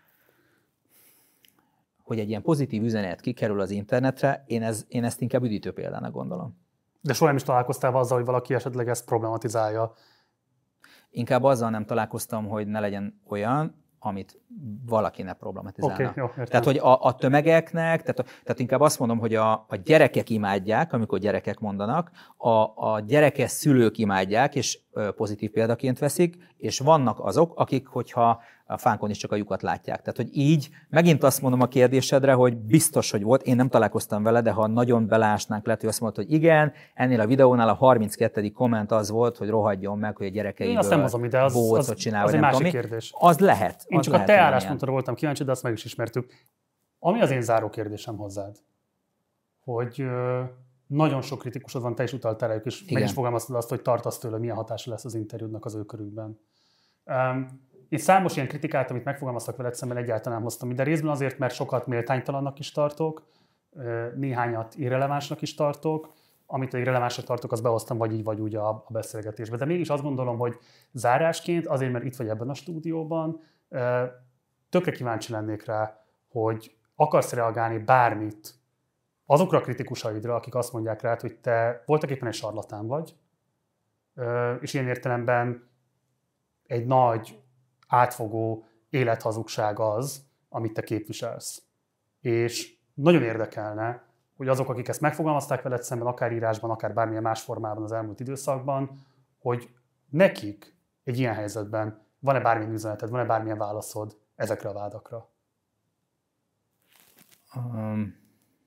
[SPEAKER 2] hogy egy ilyen pozitív üzenet kikerül az internetre, én, ez, én ezt inkább üdítő példának gondolom.
[SPEAKER 1] De soha nem is találkoztál azzal, hogy valaki esetleg ezt problematizálja?
[SPEAKER 2] Inkább azzal nem találkoztam, hogy ne legyen olyan, amit valaki ne problematizálna.
[SPEAKER 1] Okay, jó,
[SPEAKER 2] tehát, hogy a, a tömegeknek, tehát, tehát inkább azt mondom, hogy a, a gyerekek imádják, amikor gyerekek mondanak, a, a gyerekes szülők imádják, és pozitív példaként veszik, és vannak azok, akik, hogyha a fánkon is csak a lyukat látják. Tehát, hogy így megint azt mondom a kérdésedre, hogy biztos, hogy volt, én nem találkoztam vele, de ha nagyon beleásnánk, lehet, hogy azt mondta, hogy igen, ennél a videónál a harminckettedik komment az volt, hogy rohadjon meg, hogy a gyerekeiből bócot csinál,
[SPEAKER 1] az
[SPEAKER 2] vagy
[SPEAKER 1] egy
[SPEAKER 2] nem
[SPEAKER 1] másik
[SPEAKER 2] tudom.
[SPEAKER 1] Kérdés.
[SPEAKER 2] Az lehet.
[SPEAKER 1] Én
[SPEAKER 2] az
[SPEAKER 1] csak
[SPEAKER 2] lehet,
[SPEAKER 1] a te álláspontra voltam kíváncsi, de azt meg is ismertük. Ami az én záró kérdésem hozzád, hogy ö, nagyon sok kritikusod van, te is utaltál rájuk, és igen. Meg is fogalmaztad azt, hogy tartasz tőle, milyen hatása lesz az interjúdnak az ő körükben. Um, Én számos ilyen kritikát, amit megfogalmaztak veled szemben, egyáltalán hoztam ide. Részben azért, mert sokat méltánytalannak is tartok, néhányat irrelevánsnak is tartok, amit irrelevánsnak tartok, azt behoztam vagy így, vagy úgy a, a beszélgetésbe. De mégis azt gondolom, hogy zárásként, azért, mert itt vagy ebben a stúdióban, tökre kíváncsi lennék rá, hogy akarsz reagálni bármit azokra a kritikusaidra, akik azt mondják rád, hogy te voltak éppen egy sarlatán vagy, és ilyen értelemben egy nagy, átfogó élethazugság az, amit te képviselsz. És nagyon érdekelne, hogy azok, akik ezt megfogalmazták veled szemben, akár írásban, akár bármilyen más formában az elmúlt időszakban, hogy nekik egy ilyen helyzetben van-e bármilyen üzeneted, van-e bármilyen válaszod ezekre a vádakra? Um,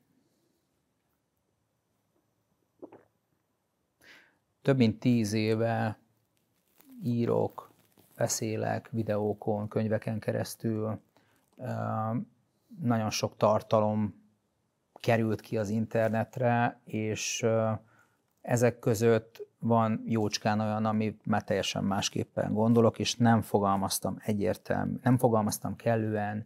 [SPEAKER 2] több mint tíz éve írok, beszélek videókon, könyveken keresztül. Nagyon sok tartalom került ki az internetre, és ezek között van jócskán olyan, amit már teljesen másképpen gondolok, és nem fogalmaztam egyértelmű, nem fogalmaztam kellően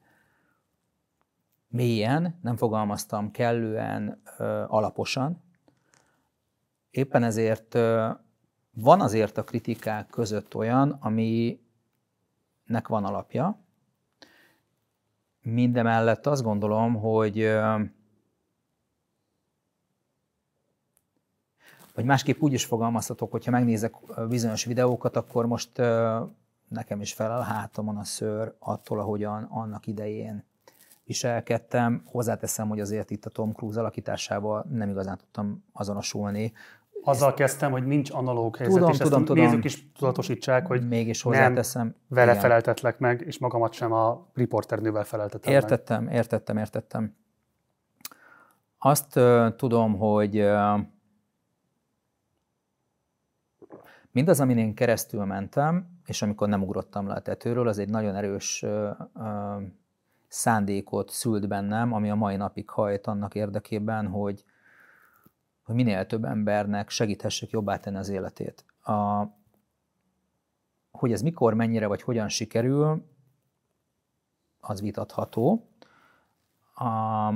[SPEAKER 2] mélyen, nem fogalmaztam kellően alaposan. Éppen ezért van azért a kritikák között olyan, aminek van alapja. Mindemellett azt gondolom, hogy vagy másképp úgy is fogalmazhatok, hogyha megnézek bizonyos videókat, akkor most nekem is felel a hátamon a szőr attól, ahogyan annak idején viselkedtem. Hozzáteszem, hogy azért itt a Tom Cruise alakításával nem igazán tudtam azonosulni.
[SPEAKER 1] Azzal kezdtem, hogy nincs analóg helyzet,
[SPEAKER 2] tudom,
[SPEAKER 1] és
[SPEAKER 2] tudom,
[SPEAKER 1] ezt
[SPEAKER 2] tudom.
[SPEAKER 1] nézők is tudatosítsák, hogy
[SPEAKER 2] mégis hozzáteszem,
[SPEAKER 1] nem vele
[SPEAKER 2] igen.
[SPEAKER 1] feleltetlek meg, és magamat sem a riporternővel feleltetem
[SPEAKER 2] értettem, meg. Értettem, értettem. Azt uh, tudom, hogy uh, mindaz, amin én keresztül mentem, és amikor nem ugrottam le a tetőről, az egy nagyon erős uh, uh, szándékot szült bennem, ami a mai napig hajt annak érdekében, hogy hogy minél több embernek segíthessek jobbá tenni az életét. A, hogy ez mikor, mennyire vagy hogyan sikerül, az vitatható. A,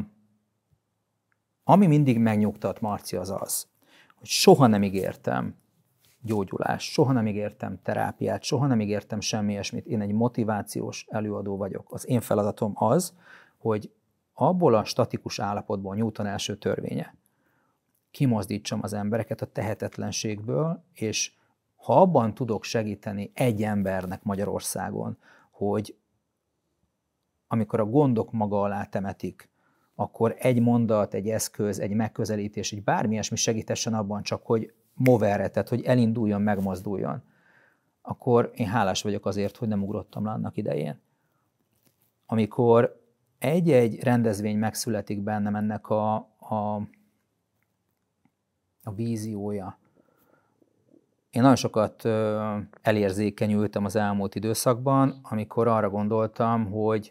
[SPEAKER 2] ami mindig megnyugtat, Marci, az az, hogy soha nem ígértem gyógyulást, soha nem ígértem terápiát, soha nem ígértem semmi ilyesmit. Én egy motivációs előadó vagyok. Az én feladatom az, hogy abból a statikus állapotból, Newton első törvénye, kimozdítsam az embereket a tehetetlenségből, és ha abban tudok segíteni egy embernek Magyarországon, hogy amikor a gondok maga alá temetik, akkor egy mondat, egy eszköz, egy megközelítés, egy bármi ilyesmi segítessen abban csak, hogy moverre, tehát hogy elinduljon, megmozduljon, akkor én hálás vagyok azért, hogy nem ugrottam le annak idején. Amikor egy-egy rendezvény megszületik bennem ennek a, a, a víziója, én nagyon sokat elérzékenyültem az elmúlt időszakban, amikor arra gondoltam, hogy,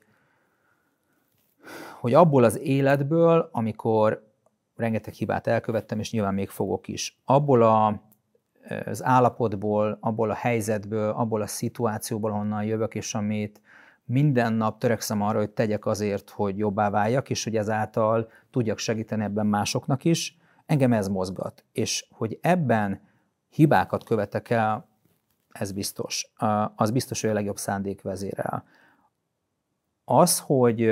[SPEAKER 2] hogy abból az életből, amikor rengeteg hibát elkövettem, és nyilván még fogok is, abból a, az állapotból, abból a helyzetből, abból a szituációból, honnan jövök, és amit minden nap törekszem arra, hogy tegyek azért, hogy jobbá váljak, és hogy ezáltal tudjak segíteni ebben másoknak is, engem ez mozgat. És hogy ebben hibákat követek el, ez biztos. Az biztos, hogy a legjobb szándék vezérel. Az, hogy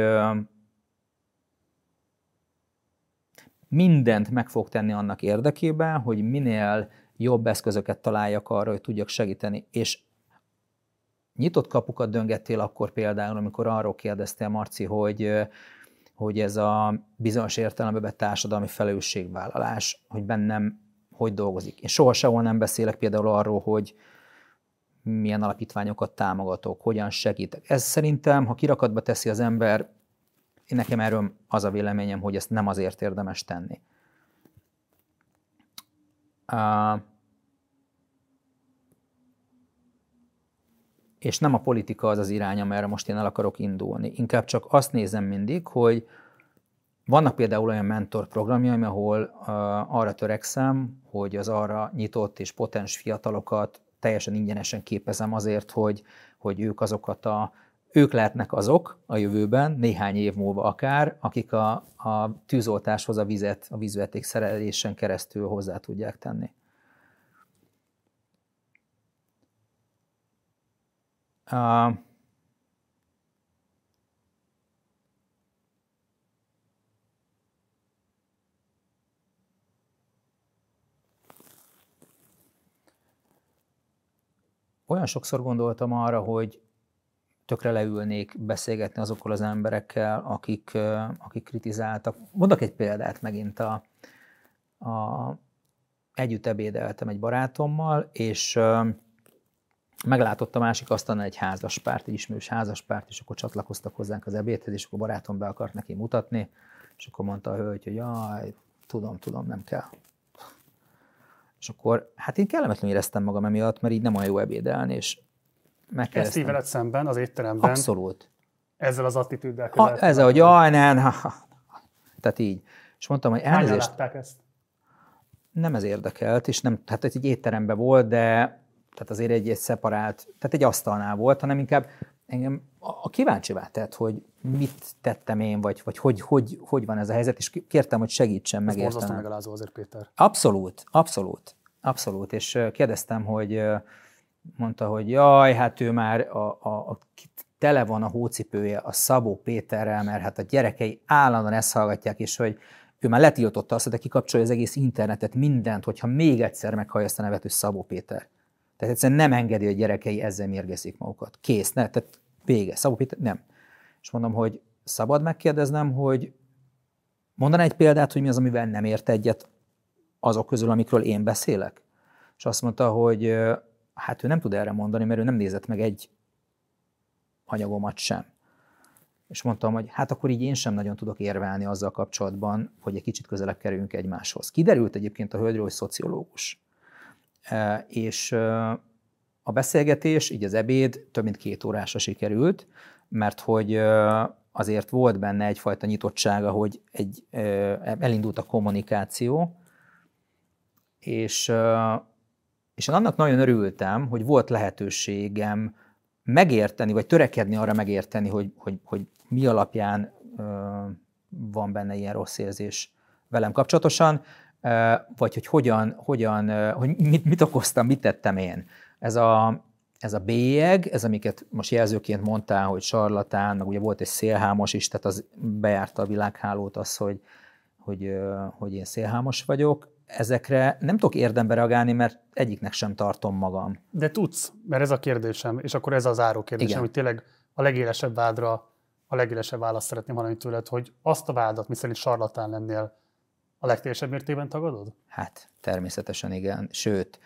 [SPEAKER 2] mindent meg fog tenni annak érdekében, hogy minél jobb eszközöket találjak arra, hogy tudjak segíteni. És nyitott kapukat döngettél akkor például, amikor arról kérdeztél, Marci, hogy, hogy ez a bizonyos értelemben vett társadalmi felelősségvállalás, hogy bennem hogy dolgozik. Én soha sehol nem beszélek például arról, hogy milyen alapítványokat támogatok, hogyan segítek. Ez szerintem, ha kirakatba teszi az ember, én nekem erről az a véleményem, hogy ezt nem azért érdemes tenni. Uh, és nem a politika az az irány, amerre most én el akarok indulni. Inkább csak azt nézem mindig, hogy vannak például olyan mentorprogramjaim, ahol uh, arra törekszem, hogy az arra nyitott és potens fiatalokat teljesen ingyenesen képezem azért, hogy, hogy ők azokat a, ők lehetnek azok a jövőben, néhány év múlva akár, akik a, a tűzoltáshoz a vizet, a vízvezeték szerelésen keresztül hozzá tudják tenni. Uh, Olyan sokszor gondoltam arra, hogy tökre leülnék beszélgetni azokkal az emberekkel, akik, akik kritizáltak. Mondok egy példát megint. A, a, együtt ebédeltem egy barátommal, és meglátott a másik asztalnál egy házaspárt, egy ismerős házaspárt, és akkor csatlakoztak hozzánk az ebédhez, és akkor a barátom be akart neki mutatni, és akkor mondta a hölgy, hogy jaj, tudom, tudom, nem kell. És akkor, hát én kellemetlenül éreztem magam emiatt, mert így nem olyan jó ebédelni, és megkérdeztem.
[SPEAKER 1] Ezt így veled szemben, az étteremben?
[SPEAKER 2] Abszolút.
[SPEAKER 1] Ezzel az attitűddel
[SPEAKER 2] ha, ezzel, hogy jaj, nem, ha, ha. Tehát így. És mondtam, hogy elnézést.
[SPEAKER 1] Hányan látták ezt?
[SPEAKER 2] Nem ez érdekelt, és nem, hát egy étteremben volt, de tehát azért egy, egy szeparált, tehát egy asztalnál volt, hanem inkább engem a kíváncsivá tett, hogy mit tettem én, vagy, vagy hogy, hogy, hogy van ez a helyzet, és kértem, hogy segítsen megértenem. Ez
[SPEAKER 1] borzasztó megalázó azért, Péter.
[SPEAKER 2] Abszolút, abszolút, abszolút, és kérdeztem, hogy mondta, hogy jaj, hát ő már a, a, a, tele van a hócipője a Szabó Péterrel, mert hát a gyerekei állandóan ezt hallgatják, és hogy ő már letiltotta azt, hogy kikapcsolja az egész internetet, mindent, hogyha még egyszer meghallja ezt a nevet, hogy Szabó Péter. Tehát egyszerűen nem engedi, hogy gyerekei ezzel mérgezik magukat. Kész, ne, tehát vége. Szabó Péter, nem. És mondom, hogy szabad megkérdeznem, hogy mondaná egy példát, hogy mi az, amivel nem ért egyet azok közül, amikről én beszélek? És azt mondta, hogy hát ő nem tud erre mondani, mert ő nem nézett meg egy anyagomat sem. És mondtam, hogy hát akkor így én sem nagyon tudok érvelni azzal kapcsolatban, hogy egy kicsit közelebb kerüljünk egymáshoz. Kiderült egyébként a hölgyről, hogy szociológus. És a beszélgetés, így az ebéd több mint két órásra sikerült, mert hogy azért volt benne egyfajta nyitottsága, hogy egy, elindult a kommunikáció, és, és én annak nagyon örültem, hogy volt lehetőségem megérteni, vagy törekedni arra megérteni, hogy, hogy, hogy mi alapján van benne ilyen rossz érzés velem kapcsolatosan, vagy hogy hogyan, hogyan hogy mit, mit okoztam, mit tettem én. Ez a, ez a bélyeg, ez amiket most jelzőként mondtál, hogy sarlatán, meg ugye volt egy szélhámos is, tehát az bejárta a világhálót az, hogy, hogy, hogy én szélhámos vagyok. ezekre nem tudok érdembe reagálni, mert egyiknek sem tartom magam.
[SPEAKER 1] De tudsz, mert ez a kérdésem, és akkor ez a záró kérdésem, Igen. hogy tényleg a legélesebb vádra a legélesebb választ szeretném hallani tőled, hogy azt a vádat, miszerint sarlatán lennél, a legteljesebb mértékben tagadod?
[SPEAKER 2] Hát természetesen igen. Sőt,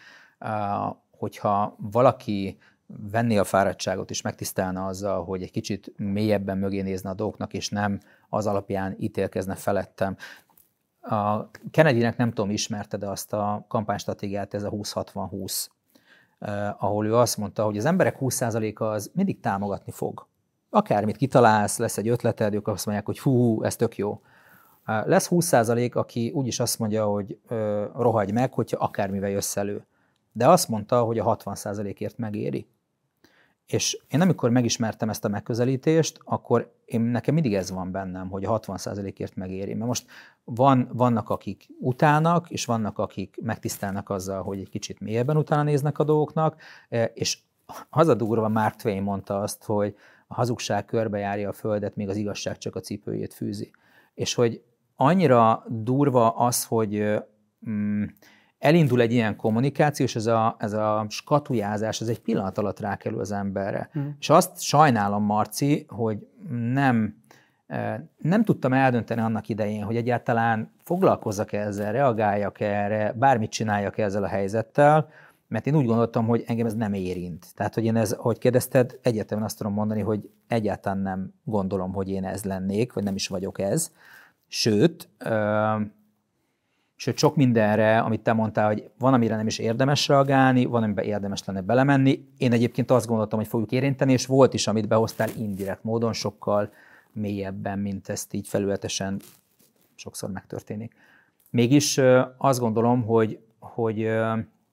[SPEAKER 2] hogyha valaki venné a fáradtságot és megtisztelne azzal, hogy egy kicsit mélyebben mögé nézne a dolgoknak, és nem az alapján ítélkezne felettem. A Kennedynek nem tudom, ismerted azt a kampánystratégiát, ez a húsz hatvan húsz, ahol ő azt mondta, hogy az emberek húsz százaléka az mindig támogatni fog. Akármit kitalálsz, lesz egy ötleted, ők azt mondják, hogy hú, ez tök jó. Lesz húsz százalék, aki úgyis azt mondja, hogy ö, rohagy meg, hogyha akármivel jössz elő. De azt mondta, hogy a hatvan százalékért megéri. És én amikor megismertem ezt a megközelítést, akkor én, nekem mindig ez van bennem, hogy a hatvan százalékért megéri. Mert most van, vannak, akik utálnak, és vannak, akik megtisztelnek azzal, hogy egy kicsit mélyebben utána néznek a dolgoknak, és az a durva, Mark Twain mondta azt, hogy a hazugság körbejárja a földet, még az igazság csak a cipőjét fűzi. És hogy annyira durva az, hogy mm, elindul egy ilyen kommunikáció, és ez a, ez a skatujázás, ez egy pillanat alatt rákerül az emberre. Mm. És azt sajnálom, Marci, hogy nem, nem tudtam eldönteni annak idején, hogy egyáltalán foglalkozzak ezzel, reagáljak erre, bármit csináljak ezzel a helyzettel, mert én úgy gondoltam, hogy engem ez nem érint. Tehát, hogy én ez, ahogy kérdezted, egyértelműen azt tudom mondani, hogy egyáltalán nem gondolom, hogy én ez lennék, vagy nem is vagyok ez. Sőt, ö, sőt, sok mindenre, amit te mondtál, hogy van, amire nem is érdemes reagálni, van, amiben érdemes lenne belemenni. Én egyébként azt gondoltam, hogy fogjuk érinteni, és volt is, amit behoztál indirekt módon, sokkal mélyebben, mint ezt így felületesen sokszor megtörténik. Mégis ö, azt gondolom, hogy, hogy ö,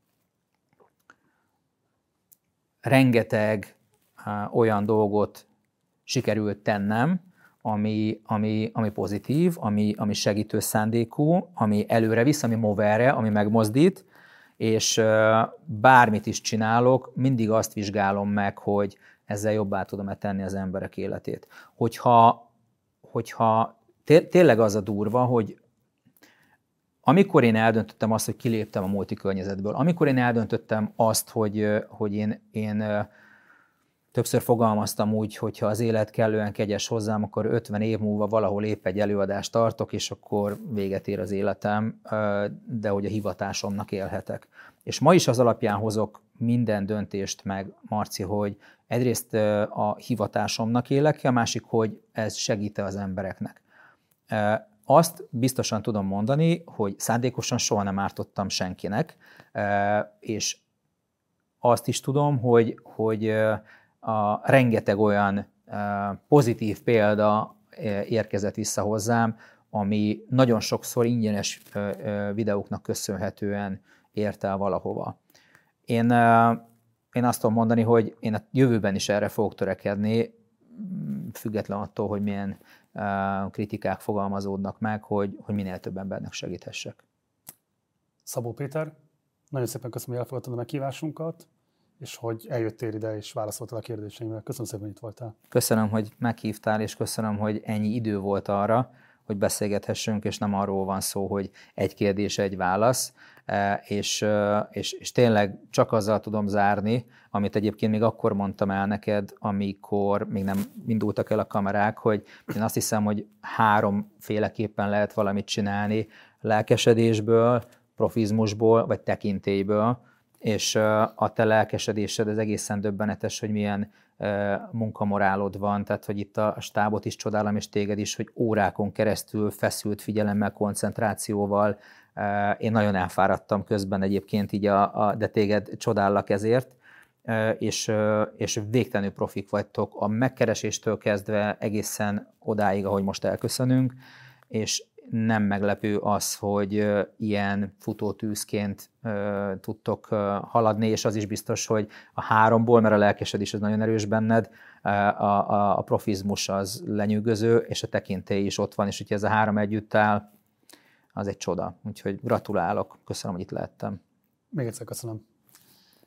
[SPEAKER 2] rengeteg uh, olyan dolgot sikerült tennem, ami, ami, ami pozitív, ami, ami segítő szándékú, ami előre visz, ami moverre, ami megmozdít, és uh, bármit is csinálok, mindig azt vizsgálom meg, hogy ezzel jobbá tudom-e tenni az emberek életét. Hogyha, hogyha té- tényleg az a durva, hogy amikor én eldöntöttem azt, hogy kiléptem a multikörnyezetből, amikor én eldöntöttem azt, hogy, hogy én, én többször fogalmaztam úgy, hogy ha az élet kellően kegyes hozzám, akkor ötven év múlva valahol épp egy előadást tartok, és akkor véget ér az életem, de hogy a hivatásomnak élhetek. És ma is az alapján hozok minden döntést meg, Marci, hogy egyrészt a hivatásomnak élek, a másik, hogy ez segít az embereknek. Azt biztosan tudom mondani, hogy szándékosan soha nem ártottam senkinek, és azt is tudom, hogy, hogy a rengeteg olyan pozitív példa érkezett vissza hozzám, ami nagyon sokszor ingyenes videóknak köszönhetően ért el valahova. Én, én azt tudom mondani, hogy én a jövőben is erre fogok törekedni, független attól, hogy milyen kritikák fogalmazódnak meg, hogy, hogy minél több embernek segíthessek.
[SPEAKER 1] Szabó Péter, nagyon szépen köszönöm, hogy elfogadtad a meghívásunkat, és hogy eljöttél ide és válaszoltál a kérdéseimre. Köszönöm szépen, hogy itt voltál.
[SPEAKER 2] Köszönöm, hogy meghívtál, és köszönöm, hogy ennyi idő volt arra, hogy beszélgethessünk, és nem arról van szó, hogy egy kérdés, egy válasz, és, és, és tényleg csak azzal tudom zárni, amit egyébként még akkor mondtam el neked, amikor még nem indultak el a kamerák, hogy én azt hiszem, hogy háromféleképpen lehet valamit csinálni, lelkesedésből, profizmusból, vagy tekintélyből, és a te lelkesedésed, ez egészen döbbenetes, hogy milyen munkamorálod van, tehát hogy itt a stábot is csodálom, és téged is, hogy órákon keresztül feszült figyelemmel, koncentrációval, én nagyon elfáradtam közben egyébként, így a, a, de téged csodállak ezért, és, és végtelenül profik vagytok a megkereséstől kezdve egészen odáig, ahogy most elköszönünk, és nem meglepő az, hogy ilyen futótűzként tudtok haladni, és az is biztos, hogy a háromból, mert a lelkesedés az nagyon erős benned, a, a, a profizmus az lenyűgöző, és a tekintély is ott van, és hogyha ez a három együtt áll, az egy csoda. Úgyhogy gratulálok, köszönöm, hogy itt lehettem.
[SPEAKER 1] Még egyszer köszönöm.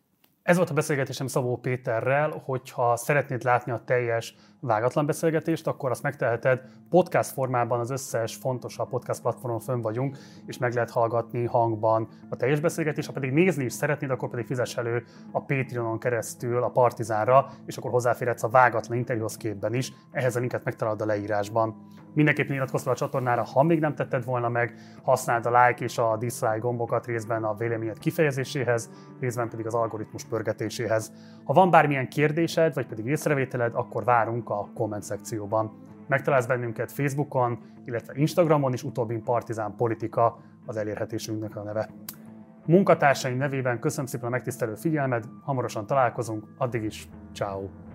[SPEAKER 1] Ez volt a beszélgetésem Szabó Péterrel, hogyha szeretnéd látni a teljes vágatlan beszélgetést, akkor azt megteheted podcast formában, az összes fontosabb podcast platformon fönn vagyunk, és meg lehet hallgatni hangban a teljes beszélgetést. Ha pedig nézni is szeretnéd, akkor pedig fizess elő a Patreonon keresztül a Partizánra, és akkor hozzáférhetsz a vágatlan interjúhoz képben is. Ehhez a linket megtalálod a leírásban. Mindenképpen iratkozz fel a csatornára, ha még nem tetted volna meg, használd a like és a dislike gombokat részben a véleményed kifejezéséhez, részben pedig az algoritmus pörgetéséhez. Ha van bármilyen kérdésed, vagy pedig észrevételed, akkor várunk a komment szekcióban. Megtalálsz bennünket Facebookon, illetve Instagramon is, utóbbin Partizán Politika az elérhetésünknek a neve. Munkatársaim nevében köszönöm szépen a megtisztelő figyelmed, hamarosan találkozunk, addig is, ciao.